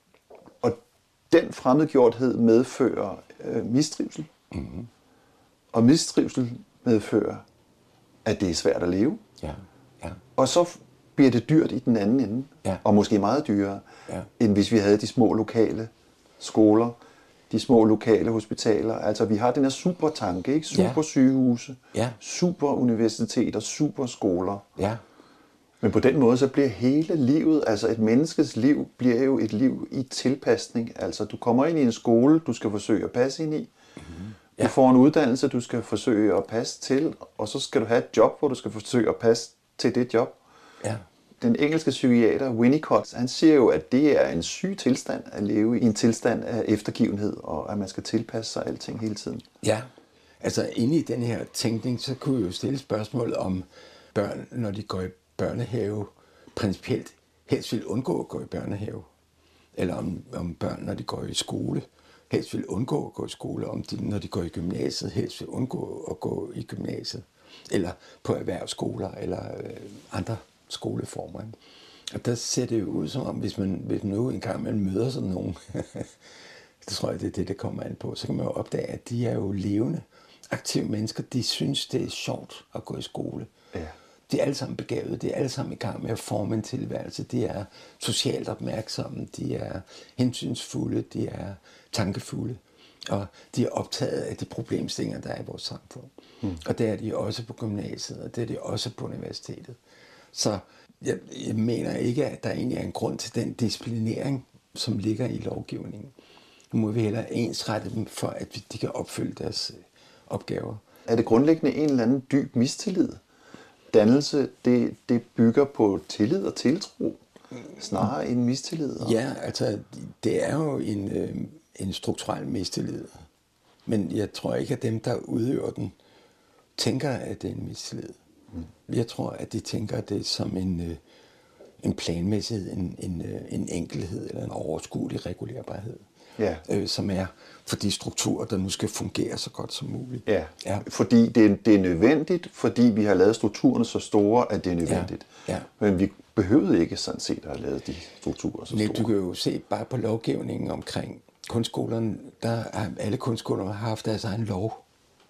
Og den fremmedgjorthed medfører øh, mistrivsel. Mm-hmm. Og mistrivsel medfører, at det er svært at leve. Ja. Ja. Og så bliver det dyrt i den anden ende. Ja. Og måske meget dyrere, ja. end hvis vi havde de små lokale skoler, de små lokale hospitaler. Altså vi har den her supertanke, ikke? Super sygehuse, ja. super universiteter, super skoler. Ja. Men på den måde så bliver hele livet, altså et menneskes liv, bliver jo et liv i tilpasning. Altså du kommer ind i en skole, du skal forsøge at passe ind i. Mm-hmm. Ja. Du får en uddannelse, du skal forsøge at passe til, og så skal du have et job, hvor du skal forsøge at passe til det job. Ja. Den engelske psykiater Winnicott, han siger jo, at det er en syg tilstand at leve i en tilstand af eftergivenhed, og at man skal tilpasse sig alting hele tiden. Ja, altså inde i den her tænkning, så kunne vi jo stille spørgsmål om børn, når de går i børnehave, principielt helst vil undgå at gå i børnehave. Eller om, om børn, når de går i skole, helst vil undgå at gå i skole. Om de, når de går i gymnasiet, helst vil undgå at gå i gymnasiet. Eller på erhvervsskoler, eller øh, andre skoleformer. Og der ser det jo ud som om, hvis man, hvis man nu engang man møder sådan nogen, det tror jeg, det er det, der kommer an på, så kan man jo opdage, at de er jo levende, aktive mennesker. De synes, det er sjovt at gå i skole. Ja. De er alle sammen begavede, de er alle sammen i gang med at forme en tilværelse. De er socialt opmærksomme, de er hensynsfulde, de er tankefulde. Og de er optaget af de problemstillinger, der er i vores samfund. Mm. Og det er de også på gymnasiet, og det er de også på universitetet. Så jeg, jeg mener ikke, at der egentlig er en grund til den disciplinering, som ligger i lovgivningen. Nu må vi hellere ensrette dem, for at de kan opfylde deres opgaver. Er det grundlæggende en eller anden dyb mistillid? Dannelse, det, det bygger på tillid og tiltro, snarere end mistillid? Og... Ja, altså det er jo en, øh, en strukturel mistillid. Men jeg tror ikke, at dem, der udøver den, tænker, at det er en mistillid. Mm. Jeg tror, at de tænker det som en, øh, en planmæssighed, en, en, øh, en enkelhed eller en overskuelig regulerbarhed. Ja. Øh, som er for de strukturer, der nu skal fungere så godt som muligt. Ja, ja. Fordi det er, det er nødvendigt, fordi vi har lavet strukturerne så store, at det er nødvendigt. Ja. Ja. Men vi behøvede ikke sådan set at have lavet de strukturer så Nej, store. du kan jo se bare på lovgivningen omkring kunstskolerne, der har alle kunstskolerne har haft deres egen lov.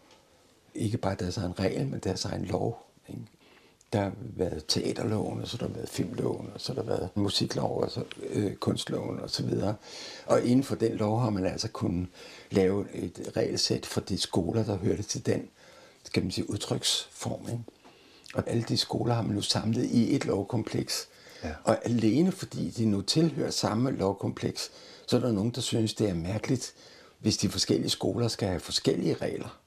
Ikke bare deres egen regel, men deres egen lov. Ikke? Der har været teaterloven, og så har der været filmloven, og så har der været musiklov, og så øh, kunstloven og så videre. Og inden for den lov har man altså kunnet lave et regelsæt for de skoler, der hørte til den, skal man sige, udtryksform. Ikke? Og alle de skoler har man nu samlet i et lovkompleks. Ja. Og alene fordi de nu tilhører samme lovkompleks, så er der nogen, der synes, det er mærkeligt, hvis de forskellige skoler skal have forskellige regler.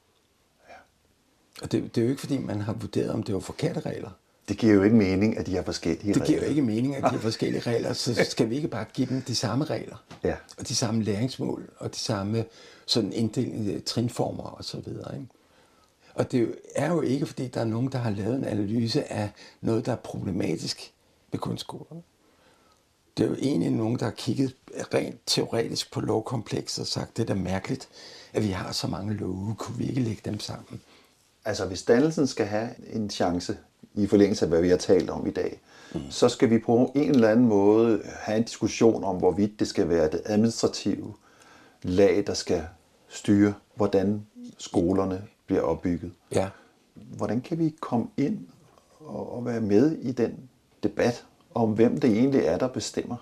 Og det, det er jo ikke, fordi man har vurderet, om det var forkerte regler. Det giver jo ikke mening, at de har forskellige regler. Det giver jo ikke mening, at de har forskellige regler. Så skal vi ikke bare give dem de samme regler. Ja. Og de samme læringsmål, og de samme sådan inddeling, trinformer og så videre. Ikke? Og det er jo ikke, fordi der er nogen, der har lavet en analyse af noget, der er problematisk ved kunstskolerne. Det er jo egentlig nogen, der har kigget rent teoretisk på lovkompleks og sagt, det er da mærkeligt, at vi har så mange love. Kunne vi ikke lægge dem sammen? Altså, hvis dannelsen skal have en chance i forlængelse af, hvad vi har talt om i dag, mm. så skal vi på en eller anden måde have en diskussion om, hvorvidt det skal være det administrative lag, der skal styre, hvordan skolerne bliver opbygget. Ja. Hvordan kan vi komme ind og være med i den debat om, hvem det egentlig er, der bestemmer?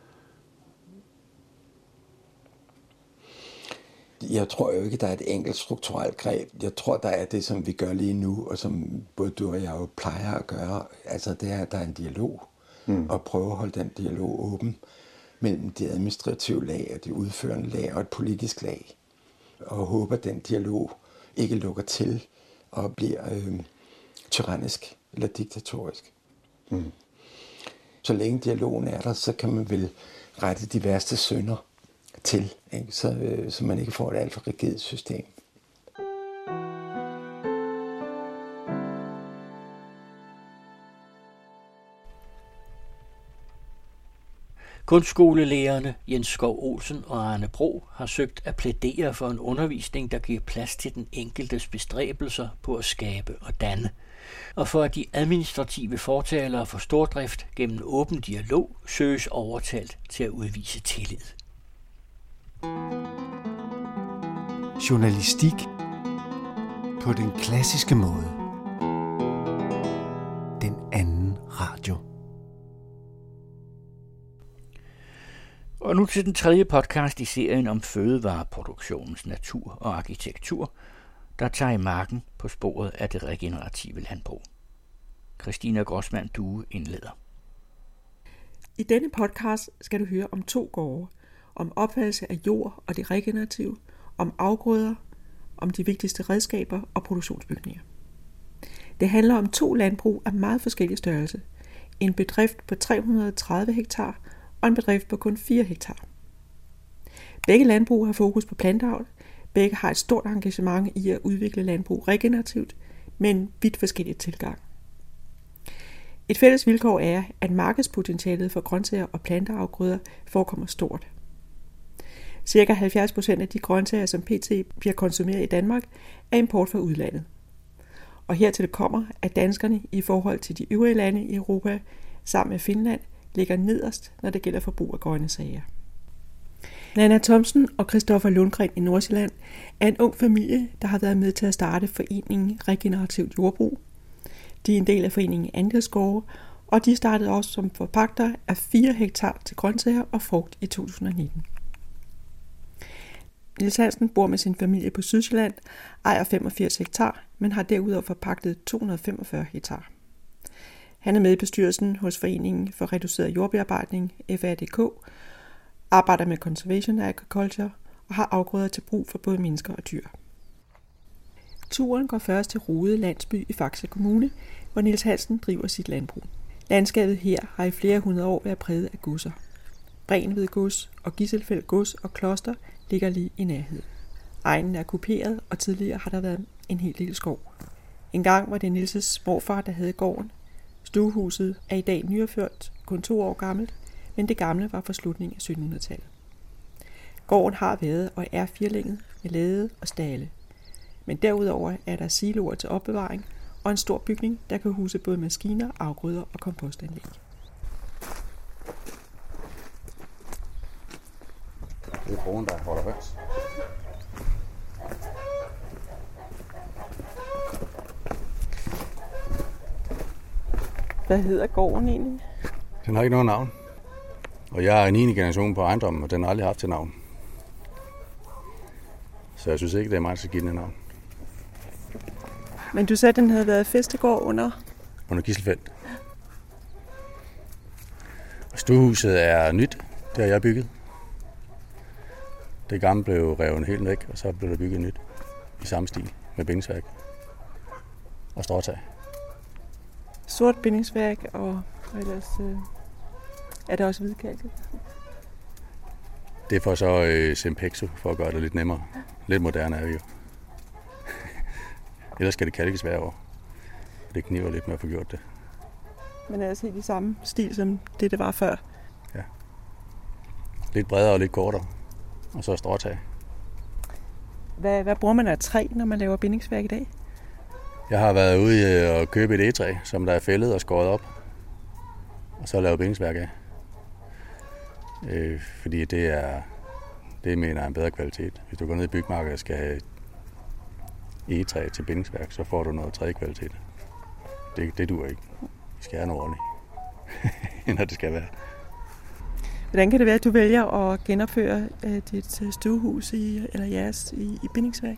Jeg tror jo ikke, der er et enkelt strukturelt greb. Jeg tror, der er det, som vi gør lige nu, og som både du og jeg jo plejer at gøre. Altså, det er, at der er en dialog, mm. og prøve at holde den dialog åben mellem de administrative lag og de udførende lag og et politisk lag. Og håber, at den dialog ikke lukker til og bliver øh, tyrannisk eller diktatorisk. Mm. Så længe dialogen er der, så kan man vel rette de værste synder til, ikke? Så, øh, så man ikke får et alt for rigidt system. Grundskolelærerne Jens Skov Olsen og Arne Bro har søgt at plædere for en undervisning, der giver plads til den enkeltes bestræbelser på at skabe og danne, og for at de administrative fortalere for stordrift gennem åben dialog søges overtalt til at udvise tillid. Journalistik på den klassiske måde. Den anden radio. Og nu til den tredje podcast i serien om fødevareproduktionens natur og arkitektur, der tager i marken på sporet af det regenerative landbrug. Christina Grossmann Due indleder. I denne podcast skal du høre om to gårde, om opfattelse af jord og det regenerative, om afgrøder, om de vigtigste redskaber og produktionsbygninger. Det handler om to landbrug af meget forskellig størrelse. En bedrift på tre hundrede og tredive hektar og en bedrift på kun fire hektar. Begge landbrug har fokus på planteavl. Begge har et stort engagement i at udvikle landbrug regenerativt, med en vidt forskellig tilgang. Et fælles vilkår er, at markedspotentialet for grøntsager og planteafgrøder forekommer stort. Cirka halvfjerds procent af de grøntsager, som pt. Bliver konsumeret i Danmark, er import fra udlandet. Og hertil kommer, at danskerne i forhold til de øvrige lande i Europa, sammen med Finland, ligger nederst, når det gælder forbrug af grønne sager. Nana Thomsen og Christoffer Lundgren i Nordsjælland er en ung familie, der har været med til at starte foreningen Regenerativt Jordbrug. De er en del af foreningen Andelsgårde, og de startede også som forpagter af fire hektar til grøntsager og frugt i to tusind og nitten. Niels Hansen bor med sin familie på Sydsjælland, ejer femogfirs hektar, men har derudover forpagtet to hundrede og femogfyrre hektar. Han er med i bestyrelsen hos Foreningen for Reduceret Jordbearbejdning, F A D K, arbejder med Conservation Agriculture og har afgrøder til brug for både mennesker og dyr. Turen går først til Rude landsby i Faxe Kommune, hvor Niels Hansen driver sit landbrug. Landskabet her har i flere hundrede år været præget af godser. Brenved gods og Gisselfeld gods og kloster ligger lige i nærheden. Egnen er kuperet, og tidligere har der været en hel del skov. En gang var det Nielses morfar, der havde gården. Stuehuset er i dag nyopført, kun to år gammelt, men det gamle var fra slutningen af syttenhundredetallet. Gården har været og er firlænget med lade og stale. Men derudover er der siloer til opbevaring og en stor bygning, der kan huse både maskiner, afgrøder og kompostanlæg. Det er krogen, der holder højs. Hvad hedder gården egentlig? Den har ikke noget navn. Og jeg er niende generation på ejendommen, og den har aldrig haft et navn. Så jeg synes ikke, det er mig, der skal give den et navn. Men du sagde, at den havde været festegård under? Under Gisselfeldt. Stuehuset er nyt. Det har jeg bygget. Det gamle blev revet helt væk, og så blev der bygget nyt i samme stil med bindingsværk og stråtag. Sort bindingsværk, og ellers øh, er der også hvidkalket? Det er for så øh, Sempexo, for at gøre det lidt nemmere. Lidt moderne er vi jo. Ellers skal det kalkes hver år. Det kniver lidt med at få gjort det. Men er altså helt i samme stil som det, det var før? Ja. Lidt bredere og lidt kortere. Og så stråtag. Hvad, hvad bruger man af træ, når man laver bindingsværk i dag? Jeg har været ude og købe et egetræ, som der er fældet og skåret op. Og så lavet bindingsværk af. Øh, fordi det er, det mener jeg er en bedre kvalitet. Hvis du går ned i bygmarkedet og skal have egetræ til bindingsværk, så får du noget tredje kvalitet. Det, det duer ikke. Vi skal have noget ordentligt, når det skal være. Hvordan kan det være, at du vælger at genopføre uh, dit stuehus i, eller jeres i, i bindingsværk?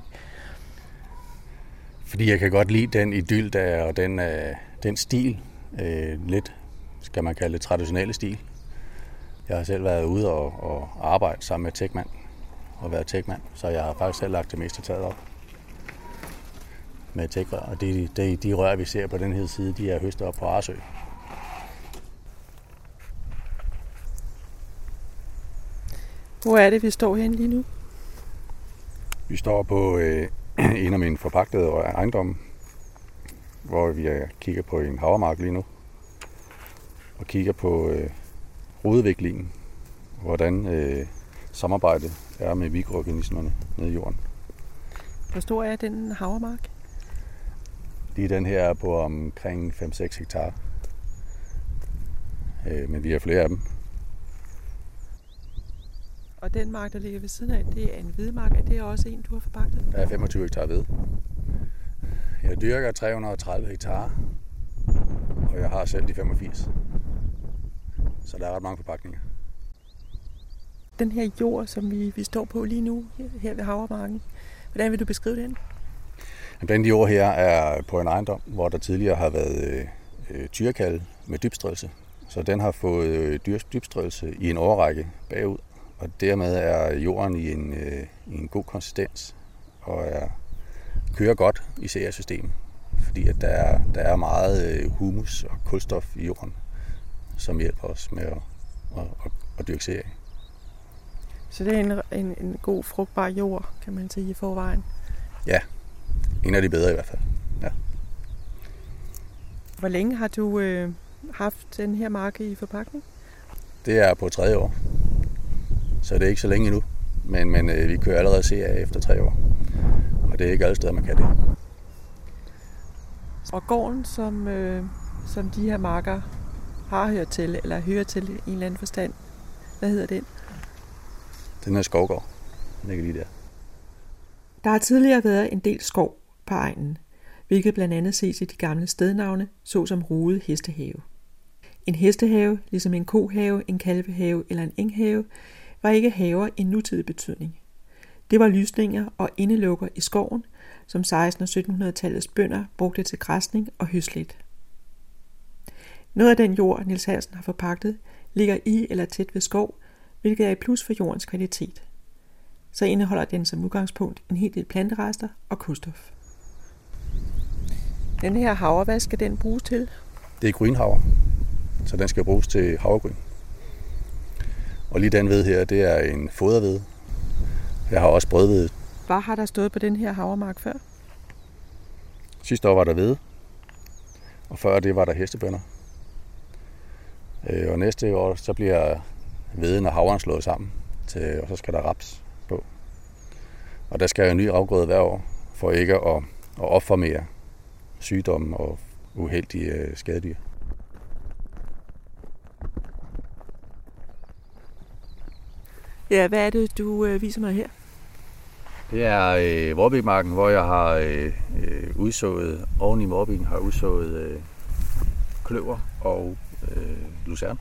Fordi jeg kan godt lide den idyll, der er, og den, uh, den stil, uh, lidt, skal man kalde det, traditionelle stil. Jeg har selv været ude og, og arbejde sammen med Techman, og været Techman, så jeg har faktisk selv lagt det meste taget op med Techrør. Og de, de, de rør, vi ser på den her side, de er høstet op på Arsø. Hvor er det, vi står henne lige nu? Vi står på øh, en af mine forpagtede ejendomme, hvor vi kigger på en havermark lige nu. Og kigger på øh, rodudviklingen, hvordan øh, samarbejdet er med mikroorganismerne nede i jorden. Hvor stor er den havermark? Lige den her er på omkring fem til seks hektar. Øh, men vi har flere af dem. Og den mark, der ligger ved siden af, det er en hvedemark. Er det også en, du har forpagtet? Der er femogtyve hektar ved. Jeg dyrker tre hundrede og tredive hektar, og jeg har selv de femogfirs. Så der er ret mange forpagtninger. Den her jord, som vi, vi står på lige nu, her ved havermarken, hvordan vil du beskrive den? Den jord her er på en ejendom, hvor der tidligere har været øh, tyrekalve med dybstrøelse. Så den har fået øh, dybstrøelse i en årrække bagud. Og dermed er jorden i en, øh, i en god konsistens og er, kører godt i C A-systemet. Fordi at der, er, der er meget øh, humus og kulstof i jorden, som hjælper os med at, at, at, at dyrke C A. Så det er en, en, en god frugtbar jord, kan man sige, i forvejen? Ja, en af de bedre i hvert fald. Ja. Hvor længe har du øh, haft den her marke i forpagtning? Det er på tredje år, så det er ikke så længe endnu. Men, men øh, vi kører allerede C A efter tre år, og det er ikke alle steder, man kan det. Og gården, som, øh, som de her marker har hørt til, eller hører til i en eller anden forstand, hvad hedder den? Den er Skovgård. Den ligger lige der. Der har tidligere været en del skov på egnen, hvilket blandt andet ses i de gamle stednavne, såsom Rude Hestehave. En hestehave, ligesom en kohave, en kalvehave eller en enghave, var ikke haver i nutidig betydning. Det var lysninger og indelukker i skoven, som seksten- og syttenhundredetallets bønder brugte til græsning og høslæt. Noget af den jord, Niels Hansen har forpagtet, ligger i eller tæt ved skov, hvilket er et plus for jordens kvalitet. Så indeholder den som udgangspunkt en hel del planterester og kulstof. Den her havre, hvad skal den bruges til? Det er grynhavre, så den skal bruges til havregryn. Og lige den ved her, det er en foderved. Jeg har også brødved. Hvad har der stået på den her havermark før? Sidste år var der hvede, og før det var der hestebønner. Og næste år, så bliver hveden og havren slået sammen, til, og så skal der raps på. Og der skal jo en ny afgrøde hver år, for ikke at, at opformere sygdomme og uheldige skadedyr. Ja, hvad er det, du øh, viser mig her? Det er øh, Vorbækmarken, hvor jeg har øh, udsået, oven i Vorbækken har udsået øh, kløver og øh, lucerne.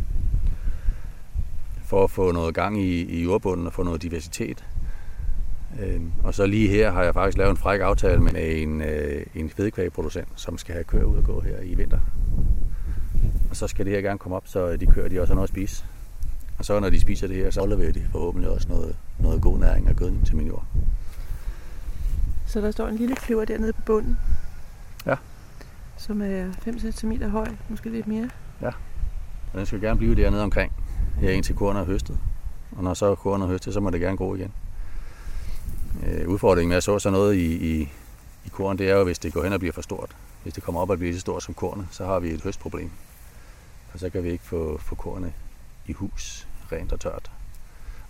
For at få noget gang i, i jordbunden og få noget diversitet. Øh, og så lige her har jeg faktisk lavet en fræk aftale med en, øh, en fedekvægproducent, som skal have køer ud og gå her i vinter. Og så skal det her gerne komme op, så de køer de også har noget at spise. Og så når de spiser det her, så afleverer de forhåbentlig også noget, noget god næring og gødning til min jord. Så der står en lille kløver dernede på bunden? Ja. Som er fem centimeter høj, måske lidt mere? Ja, og den skal gerne blive dernede omkring, her indtil kornet er høstet. Og når så kornet er høstet, så må det gerne gå igen. Øh, udfordringen med at så sådan noget i, i, i korn, det er jo, hvis det går hen og bliver for stort. Hvis det kommer op og bliver så stort som kornet, så har vi et høstproblem. Og så kan vi ikke få, få kornet i hus, rent og tørt.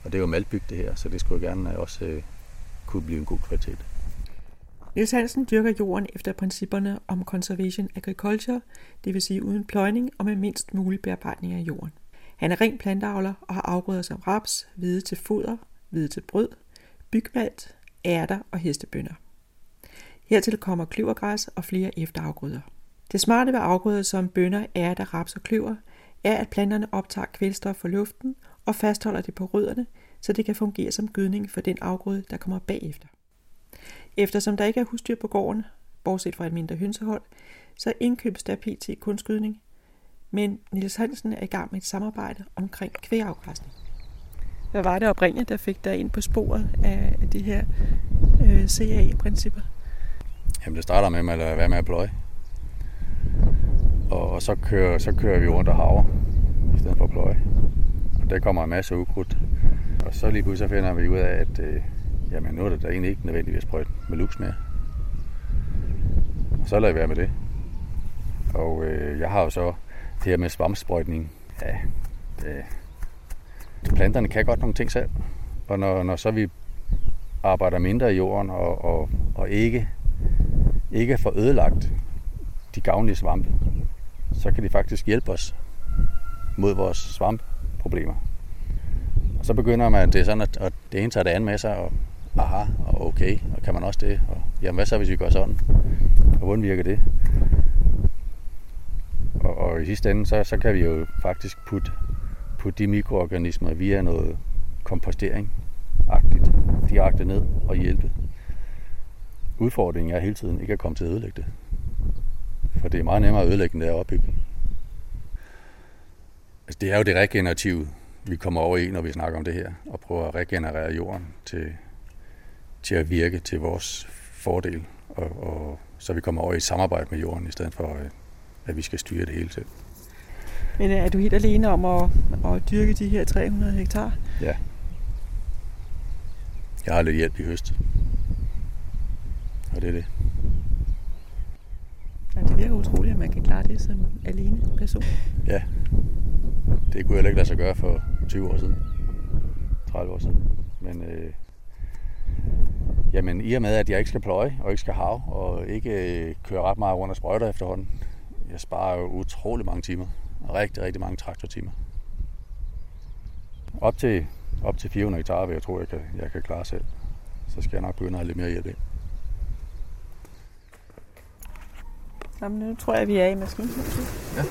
Og det er jo maltbyg det her, så det skulle gerne også øh, kunne blive en god kvalitet. Niels Hansen dyrker jorden efter principperne om conservation agriculture, det vil sige uden pløjning og med mindst mulig bearbejdning af jorden. Han er ren planteavler og har afgrøder som raps, hvede til foder, hvede til brød, bygmalt, ærter og hestebønner. Hertil kommer kløvergræs og flere efterafgrøder. Det smarte ved afgrøder som bønner, ærter, raps og kløver er, at planterne optager kvælstof fra luften og fastholder det på rødderne, så det kan fungere som gødning for den afgrøde, der kommer bagefter. Eftersom der ikke er husdyr på gården, bortset fra et mindre hønsehold, så indkøbes der pt. Kunstgødning, men Niels Hansen er i gang med et samarbejde omkring kvægafgræsning. Hvad var det oprindeligt, der fik dig ind på sporet af de her øh, C A-principper? Jamen det starter med, at være med at pløje. Og, og så, kører, så kører vi rundt og haver, i stedet for at pløje. Og der kommer en masse ukrudt. Og så lige pludselig finder vi ud af, at øh, jamen, nu er det da egentlig ikke nødvendigt at sprøjte med lux mere. Og så lader vi være med det. Og øh, jeg har jo så det her med svampsprøjtning. Ja, det, planterne kan godt nogle ting selv. Og når, når så vi arbejder mindre i jorden og, og, og ikke, ikke får ødelagt de gavnlige svampe, så kan de faktisk hjælpe os mod vores svampproblemer. Og så begynder man, at det er sådan, at, at det ene tager det andet med sig, og aha, og okay, og kan man også det, og jamen hvad så, hvis vi gør sådan? Og hvordan virker det? Og, og i sidste ende, så, så kan vi jo faktisk putte, putte de mikroorganismer via noget kompostering-agtigt direkte ned og hjælpe. Udfordringen er hele tiden ikke at komme til at ødelægge det. For det er meget nemmere at ødelægge, end det er at opbygge. Altså, det er jo det regenerative, vi kommer over i, når vi snakker om det her, og prøver at regenerere jorden til, til at virke til vores fordel, og, og så vi kommer over i et samarbejde med jorden, i stedet for, at vi skal styre det hele selv. Men er du helt alene om at, at dyrke de her tre hundrede hektar? Ja. Jeg har lidt hjælp i høst. Og det er det. Ja, det virker utroligt, at man kan klare det som alene person. Ja. Det kunne jeg ikke lade sig gøre for tyve år siden. tredive år siden. Men øh, jamen, i og med, at jeg ikke skal pløje og ikke skal have og ikke øh, køre ret meget rundt og sprøjter efterhånden, jeg sparer jo utrolig mange timer. Rigtig, rigtig mange traktortimer. Op til, op til fire hundrede hektar vil jeg tro, jeg kan, jeg kan klare selv. Så skal jeg nok begynde at have lidt mere hjælp ind. Jamen, nu tror jeg, at vi er i maskinhallen. Ja.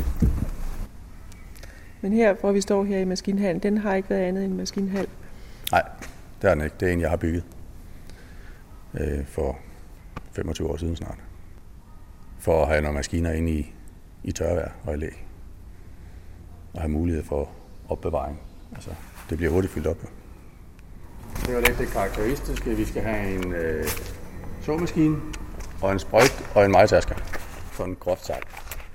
Men her, hvor vi står her i maskinhallen, den har ikke været andet end en maskinhal. Nej, det er den ikke. Det er en, jeg har bygget øh, for femogtyve år siden snart. For at have nogle maskiner inde i, i tørvejr og i læ. Og have mulighed for opbevaring. Altså, det bliver hurtigt fyldt op. Jo. Det var lidt det karakteristiske. Vi skal have en øh, såmaskine og en sprøjt og en majtasker. Sådan groft sagt.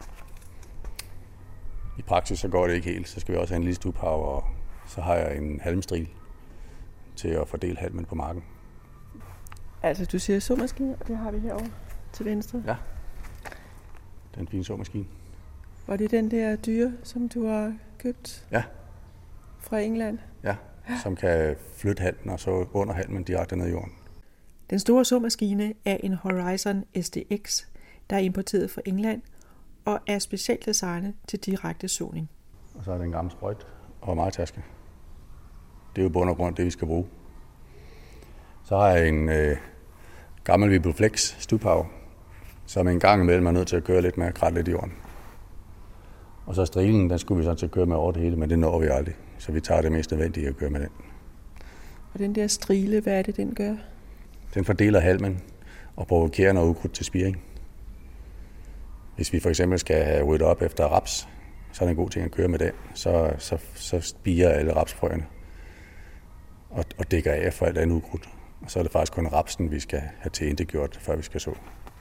I praksis så går det ikke helt. Så skal vi også have en lille stubhav, og så har jeg en halmstril til at fordele halmen på marken. Altså, du siger såmaskine, og det har vi herovre til venstre. Ja, det er en fin såmaskine. Var det den der dyre, som du har købt? Ja. Fra England? Ja, som kan flytte halmen og så under halmen direkte ned i jorden. Den store såmaskine er en Horizon S D X, der er importeret fra England og er specielt designet til direkte såning. Og så er det en gammel sprøjt og majtaske. Det er jo bund og grund det, vi skal bruge. Så har jeg en øh, gammel Viboflex stubhav, som en gang imellem er nødt til at køre lidt med at kratte lidt i jorden. Og så strilen, den skulle vi sådan til at køre med over det hele, men det når vi aldrig. Så vi tager det mest nødvendige at køre med den. Og den der strile, hvad er det, den gør? Den fordeler halmen og provokerer noget ukrudt til spiring. Hvis vi for eksempel skal have ryddet op efter raps, så er det en god ting at køre med den. Så, så, så spirer alle rapsfrøene og, og dækker af for alt andet ukrudt. Og så er det faktisk kun rapsen, vi skal have tilintetgjort, før vi skal så.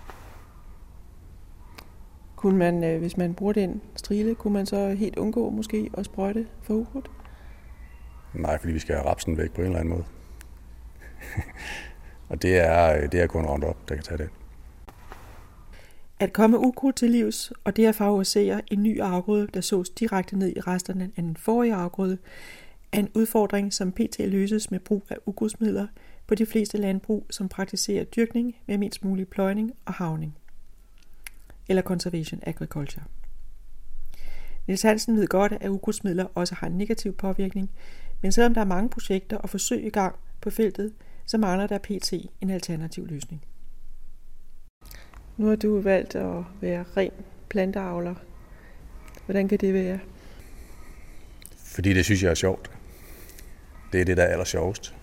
Kunne man, hvis man bruger den strile, kunne man så helt undgå måske at sprøjte for ukrudt? Nej, fordi vi skal have rapsen væk på en eller anden måde. Og det er, det er kun Roundup, der kan tage det. At komme ukrudt til livs, og det at favorisere en ny afgrøde, der sås direkte ned i resterne af den forrige afgrøde, er en udfordring, som pt. Løses med brug af ukrudtsmidler på de fleste landbrug, som praktiserer dyrkning med mindst mulig pløjning og havning, eller conservation agriculture. Niels Hansen ved godt, at ukrudtsmidler også har en negativ påvirkning, men selvom der er mange projekter og forsøg i gang på feltet, så mangler der pt. En alternativ løsning. Nu har du valgt at være ren planteavler. Hvordan kan det være? Fordi det synes jeg er sjovt. Det er det, der er aller sjovest.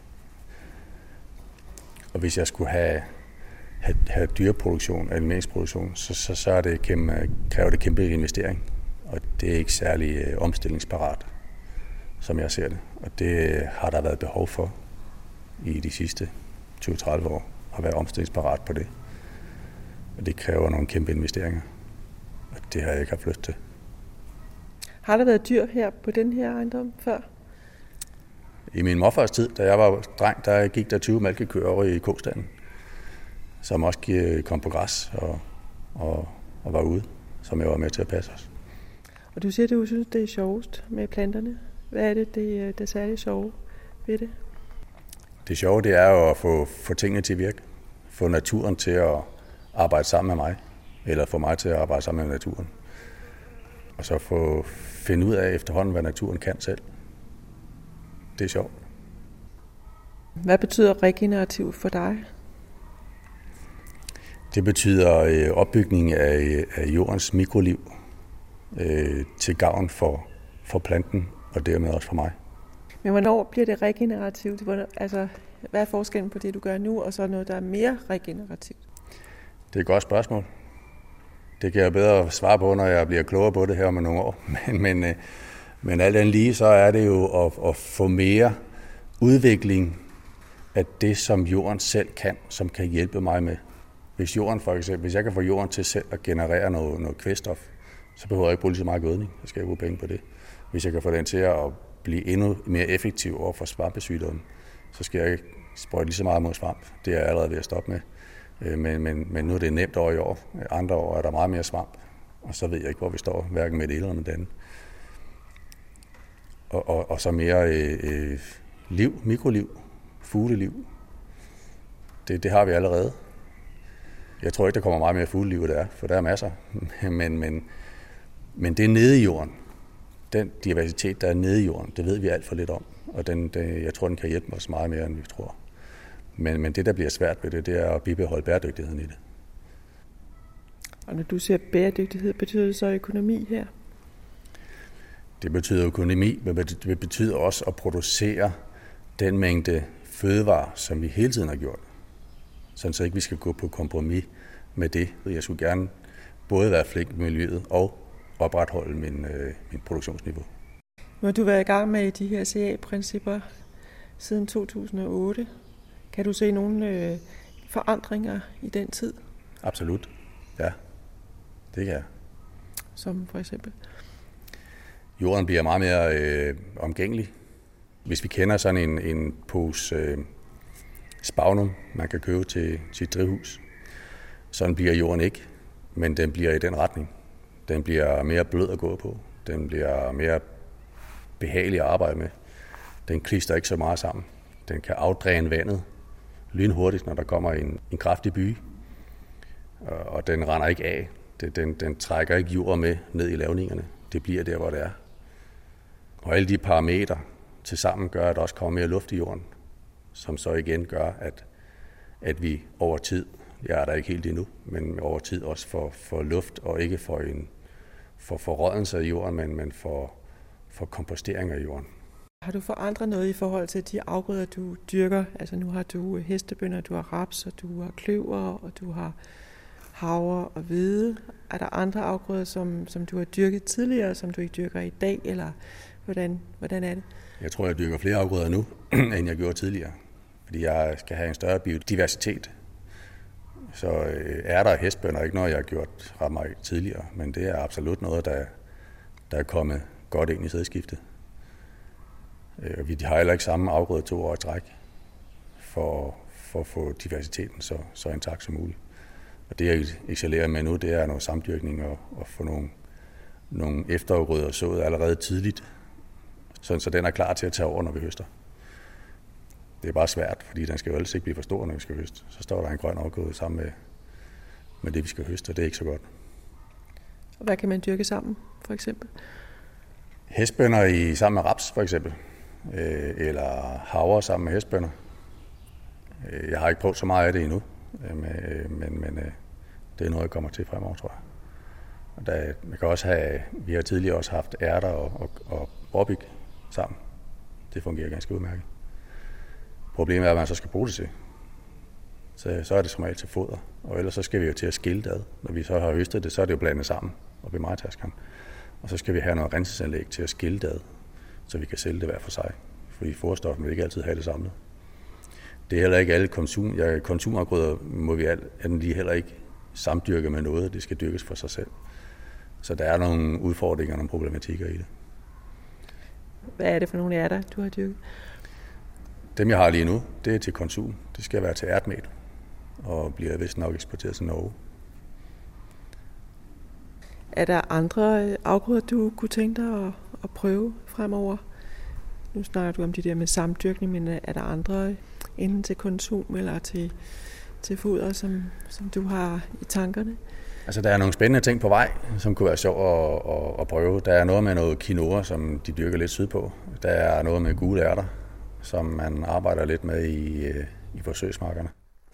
Og hvis jeg skulle have, have, have dyreproduktion, animeringsproduktion, så, så, så er det kæmpe, kræver det kæmpe investering. Og det er ikke særlig øh, omstillingsparat, som jeg ser det. Og det har der været behov for i de sidste tyve til tredive år, at være omstillingsparat på det. Og det kræver nogle kæmpe investeringer. Og det har jeg ikke haft lyst til. Har der været dyr her på den her ejendom før? I min morfars tid, da jeg var dreng, der gik der tyve mælkekøer over i kostanden, som også kom på græs og, og, og var ude, som jeg var med til at passe os. Og du siger, at du synes, det er sjovest med planterne. Hvad er det, det, det er særligt sjove ved det? Det sjove, det er jo at få, få tingene til at virke. Få naturen til at arbejde sammen med mig, eller få mig til at arbejde sammen med naturen. Og så få finde ud af efterhånden, hvad naturen kan selv. Det er sjovt. Hvad betyder regenerativ for dig? Det betyder øh, opbygning af, af jordens mikroliv øh, til gavn for, for planten, og dermed også for mig. Men hvornår bliver det regenerativt? Altså, hvad er forskellen på det, du gør nu, og så noget, der er mere regenerativt? Det er et godt spørgsmål. Det kan jeg bedre svare på, når jeg bliver klogere på det her om nogle år. Men, men, øh, men alt andet lige, så er det jo at, at få mere udvikling af det, som jorden selv kan, som kan hjælpe mig med. Hvis jorden for eksempel, hvis jeg kan få jorden til selv at generere noget, noget kvælstof, så behøver jeg ikke bruge lige så meget gødning. Så skal jeg bruge penge på det. Hvis jeg kan få den til at blive endnu mere effektiv over for svampesygdomme, så skal jeg ikke sprøjte lige så meget mod svamp. Det er jeg allerede ved at stoppe med. Men, men, men nu er det nemt over i år. Andre år er der meget mere svamp, og så ved jeg ikke, hvor vi står, hverken med det ene eller med det andet. Og, og, og så mere øh, liv, mikroliv, fugleliv. Det, det har vi allerede. Jeg tror ikke, der kommer meget mere fugleliv, der er, for der er masser. Men, men, men det er nede i jorden. Den diversitet, der er nede i jorden, det ved vi alt for lidt om. Og den, den, jeg tror, den kan hjælpe os meget mere, end vi tror. Men, men det, der bliver svært ved det, det er at bibeholde bæredygtigheden i det. Og når du siger bæredygtighed, betyder det så økonomi her? Det betyder økonomi, men det betyder også at producere den mængde fødevarer, som vi hele tiden har gjort. Sådan så ikke vi skal gå på kompromis med det. Jeg skulle gerne både være flink med miljøet og opretholde min, øh, min produktionsniveau. Nu har du været i gang med de her C A-principper siden to tusind og otte. Kan du se nogle øh, forandringer i den tid? Absolut, ja. Det kan jeg. Som for eksempel? Jorden bliver meget mere øh, omgængelig. Hvis vi kender sådan en, en pose øh, spagnum, man kan købe til sit drivhus, sådan bliver jorden ikke, men den bliver i den retning. Den bliver mere blød at gå på. Den bliver mere behagelig at arbejde med. Den klister ikke så meget sammen. Den kan afdræne vandet lynhurtigt, når der kommer en, en kraftig byge, og den render ikke af. Den, den trækker ikke jord med ned i lavningerne. Det bliver der, hvor det er. Og alle de parametre til sammen gør, at der også kommer mere luft i jorden, som så igen gør, at, at vi over tid, jeg er der ikke helt endnu, men over tid også får, får luft, og ikke for en for forrådnelse af jorden, men, men for, for kompostering af jorden. Har du forandret noget i forhold til de afgrøder, du dyrker? Altså nu har du hestebønner, du har raps, og du har kløver, og du har havre og hvede. Er der andre afgrøder, som, som du har dyrket tidligere, som du ikke dyrker i dag, eller hvordan, hvordan er det? Jeg tror, jeg dyrker flere afgrøder nu, end jeg gjorde tidligere, fordi jeg skal have en større biodiversitet. Så er der hestebønner ikke noget, jeg har gjort ret meget tidligere, men det er absolut noget, der, der er kommet godt ind i sædskiftet. Vi har heller ikke samme afgrøde to år i træk for, for at få diversiteten så, så intakt som muligt. Og det, jeg excellerer med nu, det er noget samdyrkning og, og få nogle, nogle efterafgrøder sået allerede tidligt, sådan så den er klar til at tage over, når vi høster. Det er bare svært, fordi den skal jo ellers ikke blive for stor, når vi skal høste. Så står der en grøn afgrøde sammen med, med det, vi skal høste, og det er ikke så godt. Og hvad kan man dyrke sammen, for eksempel? Hestbønner i sammen med raps, for eksempel. Øh, eller havre sammen med hestbønner. Øh, jeg har ikke prøvet så meget af det endnu, øh, men, men øh, det er noget, jeg kommer til fremover, tror jeg. Og der, man kan også have, vi har tidligere også haft ærter og, og, og borbik sammen. Det fungerer ganske udmærket. Problemet er, at man så skal bruge det til. Så, så er det som regel til foder. Og ellers så skal vi jo til at skille det ad. Når vi så har høstet det, så er det jo blandet sammen op i majtaskeren. Og så skal vi have noget rensesanlæg til at skille det ad, så vi kan sælge det hver for sig. Fordi forstoffen vil ikke altid have det samlet. Det er heller ikke alle konsum, ja, konsumafgrøder, må vi alt, lige heller ikke samdyrke med noget. Det skal dyrkes for sig selv. Så der er nogle udfordringer og nogle problematikker i det. Hvad er det for nogle ærter, du har dyrket? Dem, jeg har lige nu, det er til konsum. Det skal være til ærtmæt og bliver vist nok eksporteret til Norge. Er der andre afgrøder, du kunne tænke dig at, at prøve fremover? Nu snakker du om de der med samdyrkning, men er der andre enten til konsum eller til, til foder, som, som du har i tankerne? Altså, der er nogle spændende ting på vej, som kunne være sjov at, at, at prøve. Der er noget med noget quinoa, som de dyrker lidt sydpå. Der er noget med gule ærter, som man arbejder lidt med i, i forsøgsmarkerne.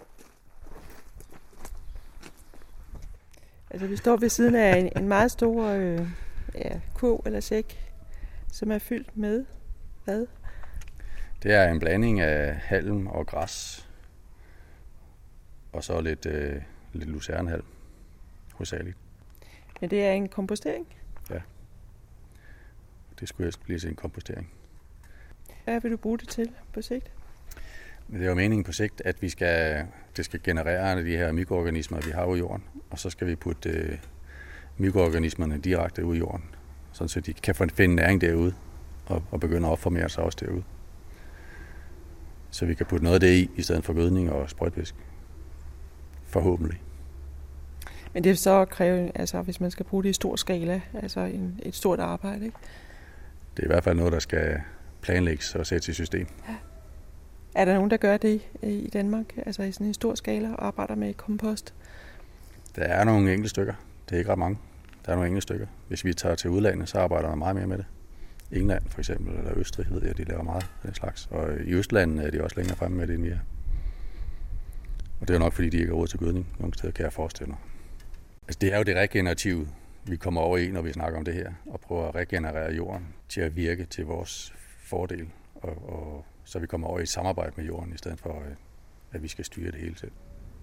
Altså, vi står ved siden af en, en meget stor øh, ja, kurv eller sæk, som er fyldt med hvad? Det er en blanding af halm og græs, og så lidt, øh, lidt lucernhalm, hovedsageligt. Men det er en kompostering? Ja, det skulle helst blive til en kompostering. Hvad vil du bruge det til på sigt? Det er jo meningen på sigt, at vi skal, det skal generere de her mikroorganismer, vi har ude i jorden, og så skal vi putte øh, mikroorganismerne direkte ud i jorden, sådan så de kan finde næring derude og, og begynde at opformere sig også derude. Så vi kan putte noget af det i, i stedet for gødning og sprøjtvæske. Forhåbentlig. Men det vil så kræve, altså hvis man skal bruge det i stor skala, altså en, et stort arbejde, ikke? Det er i hvert fald noget, der skal planlægges og sættes i system. Ja. Er der nogen, der gør det i Danmark, altså i sådan en stor skala og arbejder med kompost? Der er nogle enkelte stykker. Det er ikke ret mange. Der er nogle enkelte stykker. Hvis vi tager til udlandet, så arbejder der meget mere med det. England for eksempel, eller Østrig, ved jeg, de laver meget af den slags. Og i Østlandet er de også længere fremme med det end vi er. Og det er nok, fordi de ikke har råd til gødning. Nogle steder kan jeg forestille mig. Altså, det er jo det regenerative, vi kommer over i, når vi snakker om det her. Og prøver at regenerere jorden til at virke til vores fordel. Og, og så vi kommer over i et samarbejde med jorden, i stedet for, at vi skal styre det hele selv.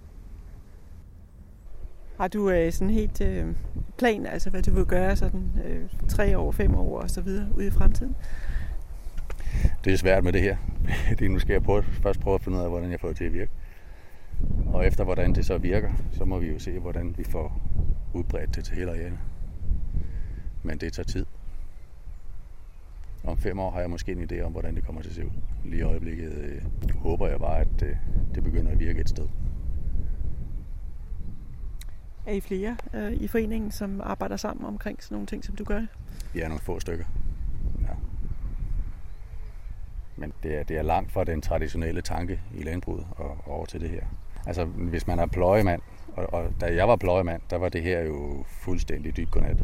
Har du øh, sådan helt øh, plan, altså hvad du vil gøre sådan øh, tre år, fem år og så videre ude i fremtiden? Det er svært med det her. Det nu skal jeg prøve, først prøve at finde ud af, hvordan jeg får det til at virke. Og efter hvordan det så virker, så må vi jo se, hvordan vi får udbredt det til hele arealet. Men det tager tid. Om fem år har jeg måske en idé om, hvordan det kommer til at se ud. Lige i øjeblikket øh, håber jeg bare, at øh, det begynder at virke et sted. Er I flere øh, i foreningen, som arbejder sammen omkring sådan nogle ting, som du gør? Vi er nogle få stykker. Ja. Men det er, det er langt fra den traditionelle tanke i landbruget og over til det her. Altså, hvis man er pløjemand, og, og da jeg var pløjemand, der var det her jo fuldstændig dybt godnat.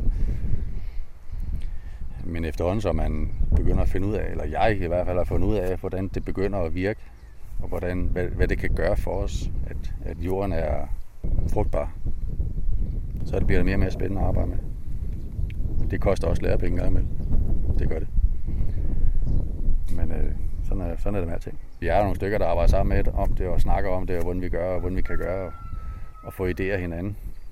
Men efterhånden, så man begynder at finde ud af, eller jeg i hvert fald har fundet ud af, hvordan det begynder at virke, og hvordan, hvad, hvad det kan gøre for os, at, at jorden er frugtbar, så det bliver det mere og mere spændende at arbejde med. Det koster også lærepenge engang imellem. Det gør det. Men øh, sådan, er, sådan er det med ting. Vi er nogle stykker, der arbejder sammen med det, om det og snakker om det, og hvordan vi gør, og hvordan vi kan gøre, og, og få idéer hinanden.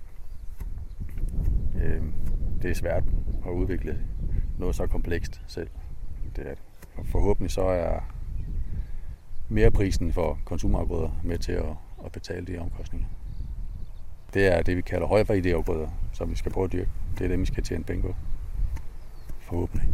Øh, det er svært at udvikle noget så komplekst selv. Det er det. Og forhåbentlig så er mere prisen for konsumafgrøder med til at, at betale de omkostninger. Det er det, vi kalder højværdiafgrøder, som vi skal prøve at dyrke. Det er det, vi skal tjene penge på. Forhåbentlig.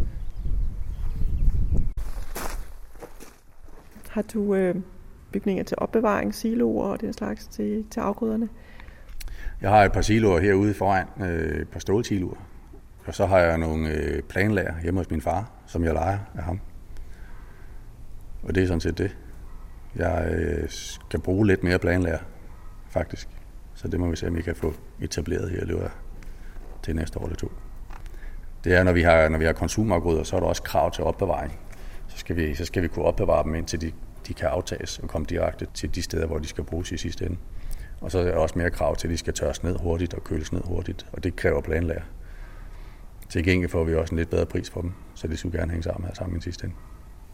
Har du øh, bygninger til opbevaring, siloer og den slags til, til afgrøderne? Jeg har et par siloer herude foran, øh, et par stålsiloer. Og så har jeg nogle øh, planlager hjemme hos min far, som jeg lejer af ham. Og det er sådan set det. Jeg øh, skal bruge lidt mere planlager, faktisk. Så det må vi se, om vi kan få etableret her i løbet til næste år eller to. Det er, når vi har, når vi har konsumafgrøder, så er der også krav til opbevaring. Så skal vi, så skal vi kunne opbevare dem, indtil de, de kan aftages og komme direkte til de steder, hvor de skal bruges i sidste ende. Og så er der også mere krav til, at de skal tørres ned hurtigt og køles ned hurtigt, og det kræver planlager. Til gengæld får vi også en lidt bedre pris på dem, så det skulle gerne hænge sammen her sammen i sidste ende.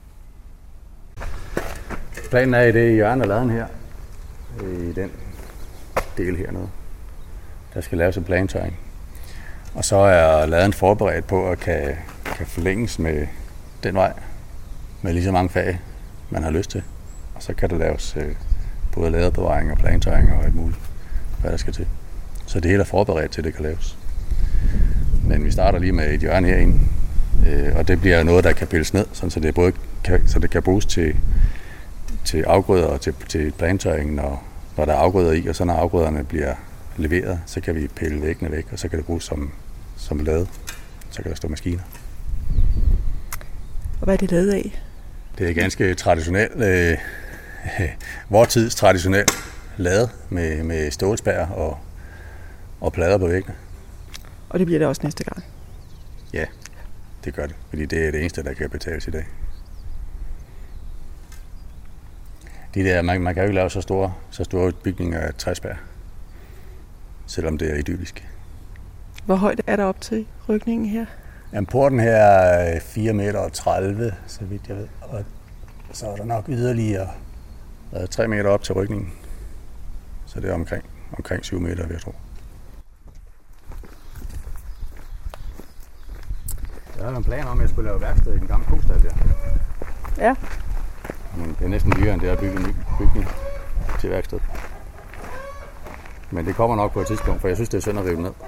Planen er i det hjørne af laden her, i den del hernede. Der skal laves en plantørring. Og så er laden forberedt på at kan, kan forlænges med den vej, med lige så mange fag, man har lyst til. Og så kan der laves øh, både ladebevaring og plantørring og alt muligt, hvad der skal til. Så det hele er forberedt til, at det kan laves. Men vi starter lige med et hjørne herinde, øh, og det bliver noget, der kan pilles ned, sådan, så, det både kan, så det kan bruges til, til afgrøder og til, til plantørringen, når, når der er afgrøder i, og så når afgrøderne bliver leveret, så kan vi pille væggene væk, og så kan det bruges som, som lade. Så kan der stå maskiner. Og hvad er det lavet af? Det er ganske traditionelt, øh, vor tids traditionelt lade med, med stålspær og, og plader på væggene. Og det bliver det også næste gang? Ja, det gør det, fordi det er det eneste, der kan betales i dag. De der, man, man kan jo ikke lave så store, så store bygninger af træspær, selvom det er idyllisk. Hvor højt er der op til rykningen her? Jamen, porten her er fire meter og tredive, så vidt jeg ved. Og så er der nok yderligere tre meter op til rykningen. Så det er omkring, omkring syv meter, vil jeg tro. Jeg havde en plan om, at jeg skulle lave værksted i den gamle kostal der. Ja. Men det er næsten dyrere, end det er at bygge en ny bygning til værksted. Men det kommer nok på et tidspunkt, for jeg synes, det er synd at rive ned.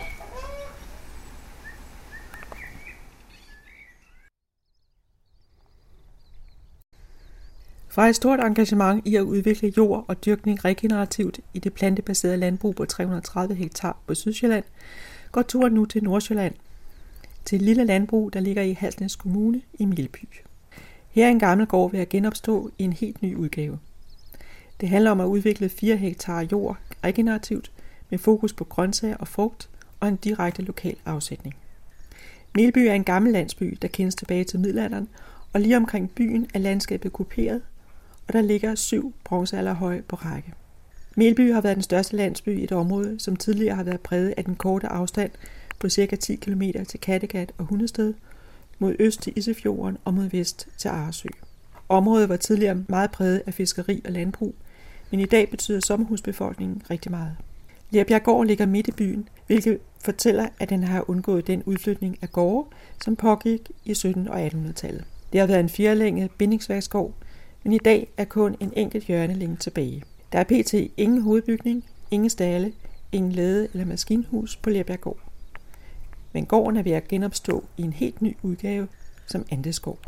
Fra et stort engagement i at udvikle jord og dyrkning regenerativt i det plantebaserede landbrug på tre hundrede og tredive hektar på Sydsjælland, går turen nu til Nordsjælland, til et lille landbrug, der ligger i Halsnæs Kommune i Melby. Her er en gammel gård ved at genopstå i en helt ny udgave. Det handler om at udvikle fire hektar jord regenerativt med fokus på grøntsager og frugt og en direkte lokal afsætning. Melby er en gammel landsby, der kendes tilbage til middelalderen, og lige omkring byen er landskabet kuperet, og der ligger syv bronzealderhøje på række. Melby har været den største landsby i et område, som tidligere har været præget af den korte afstand på ca. ti kilometer til Kattegat og Hundested, mod øst til Isefjorden og mod vest til Arresø. Området var tidligere meget præget af fiskeri og landbrug, men i dag betyder sommerhusbefolkningen rigtig meget. Lerbjerggård ligger midt i byen, hvilket fortæller, at den har undgået den udflytning af gårde, som pågik i sytten- og attenhundredetallet. Det har været en firelænget bindingsværksgård, men i dag er kun en enkelt hjørneling tilbage. Der er pt. Ingen hovedbygning, ingen stalle, ingen lade eller maskinhus på Lerbjerggård. Men gården er ved at genopstå i en helt ny udgave som andelsgård.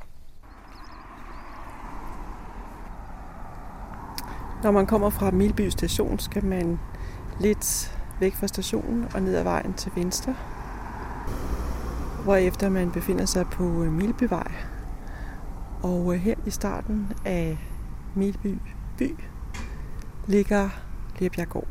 Når man kommer fra Melby station, skal man lidt væk fra stationen og ned ad vejen til venstre, hvorefter man befinder sig på Melbyvej. Og her i starten af Melby by ligger Lerbjerggård.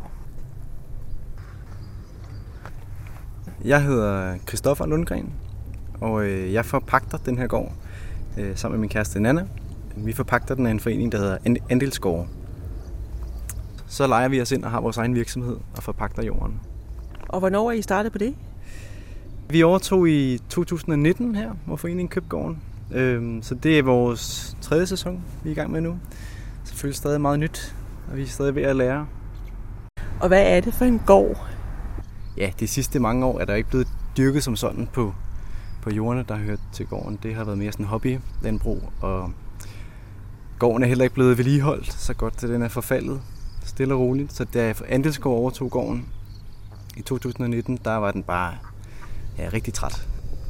Jeg hedder Christoffer Lundgren, og jeg forpagter den her gård sammen med min kæreste Nana. Vi forpagter den af en forening, der hedder Andelsgård. Så lejer vi os ind og har vores egen virksomhed og forpagter jorden. Og hvornår er I startet på det? Vi overtog i to tusind og nitten her, hvor foreningen købte gården. Så det er vores tredje sæson, vi er i gang med nu. Selvfølgelig stadig meget nyt, og vi er stadig ved at lære. Og hvad er det for en gård? Ja, de sidste mange år er der ikke blevet dyrket som sådan på, på jordene, der har hørt til gården. Det har været mere sådan hobby, landbrug, og gården er heller ikke blevet vedligeholdt så godt, så den er forfaldet stille og roligt. Så da Andelsgård overtog gården i to tusind og nitten, der var den bare ja, rigtig træt.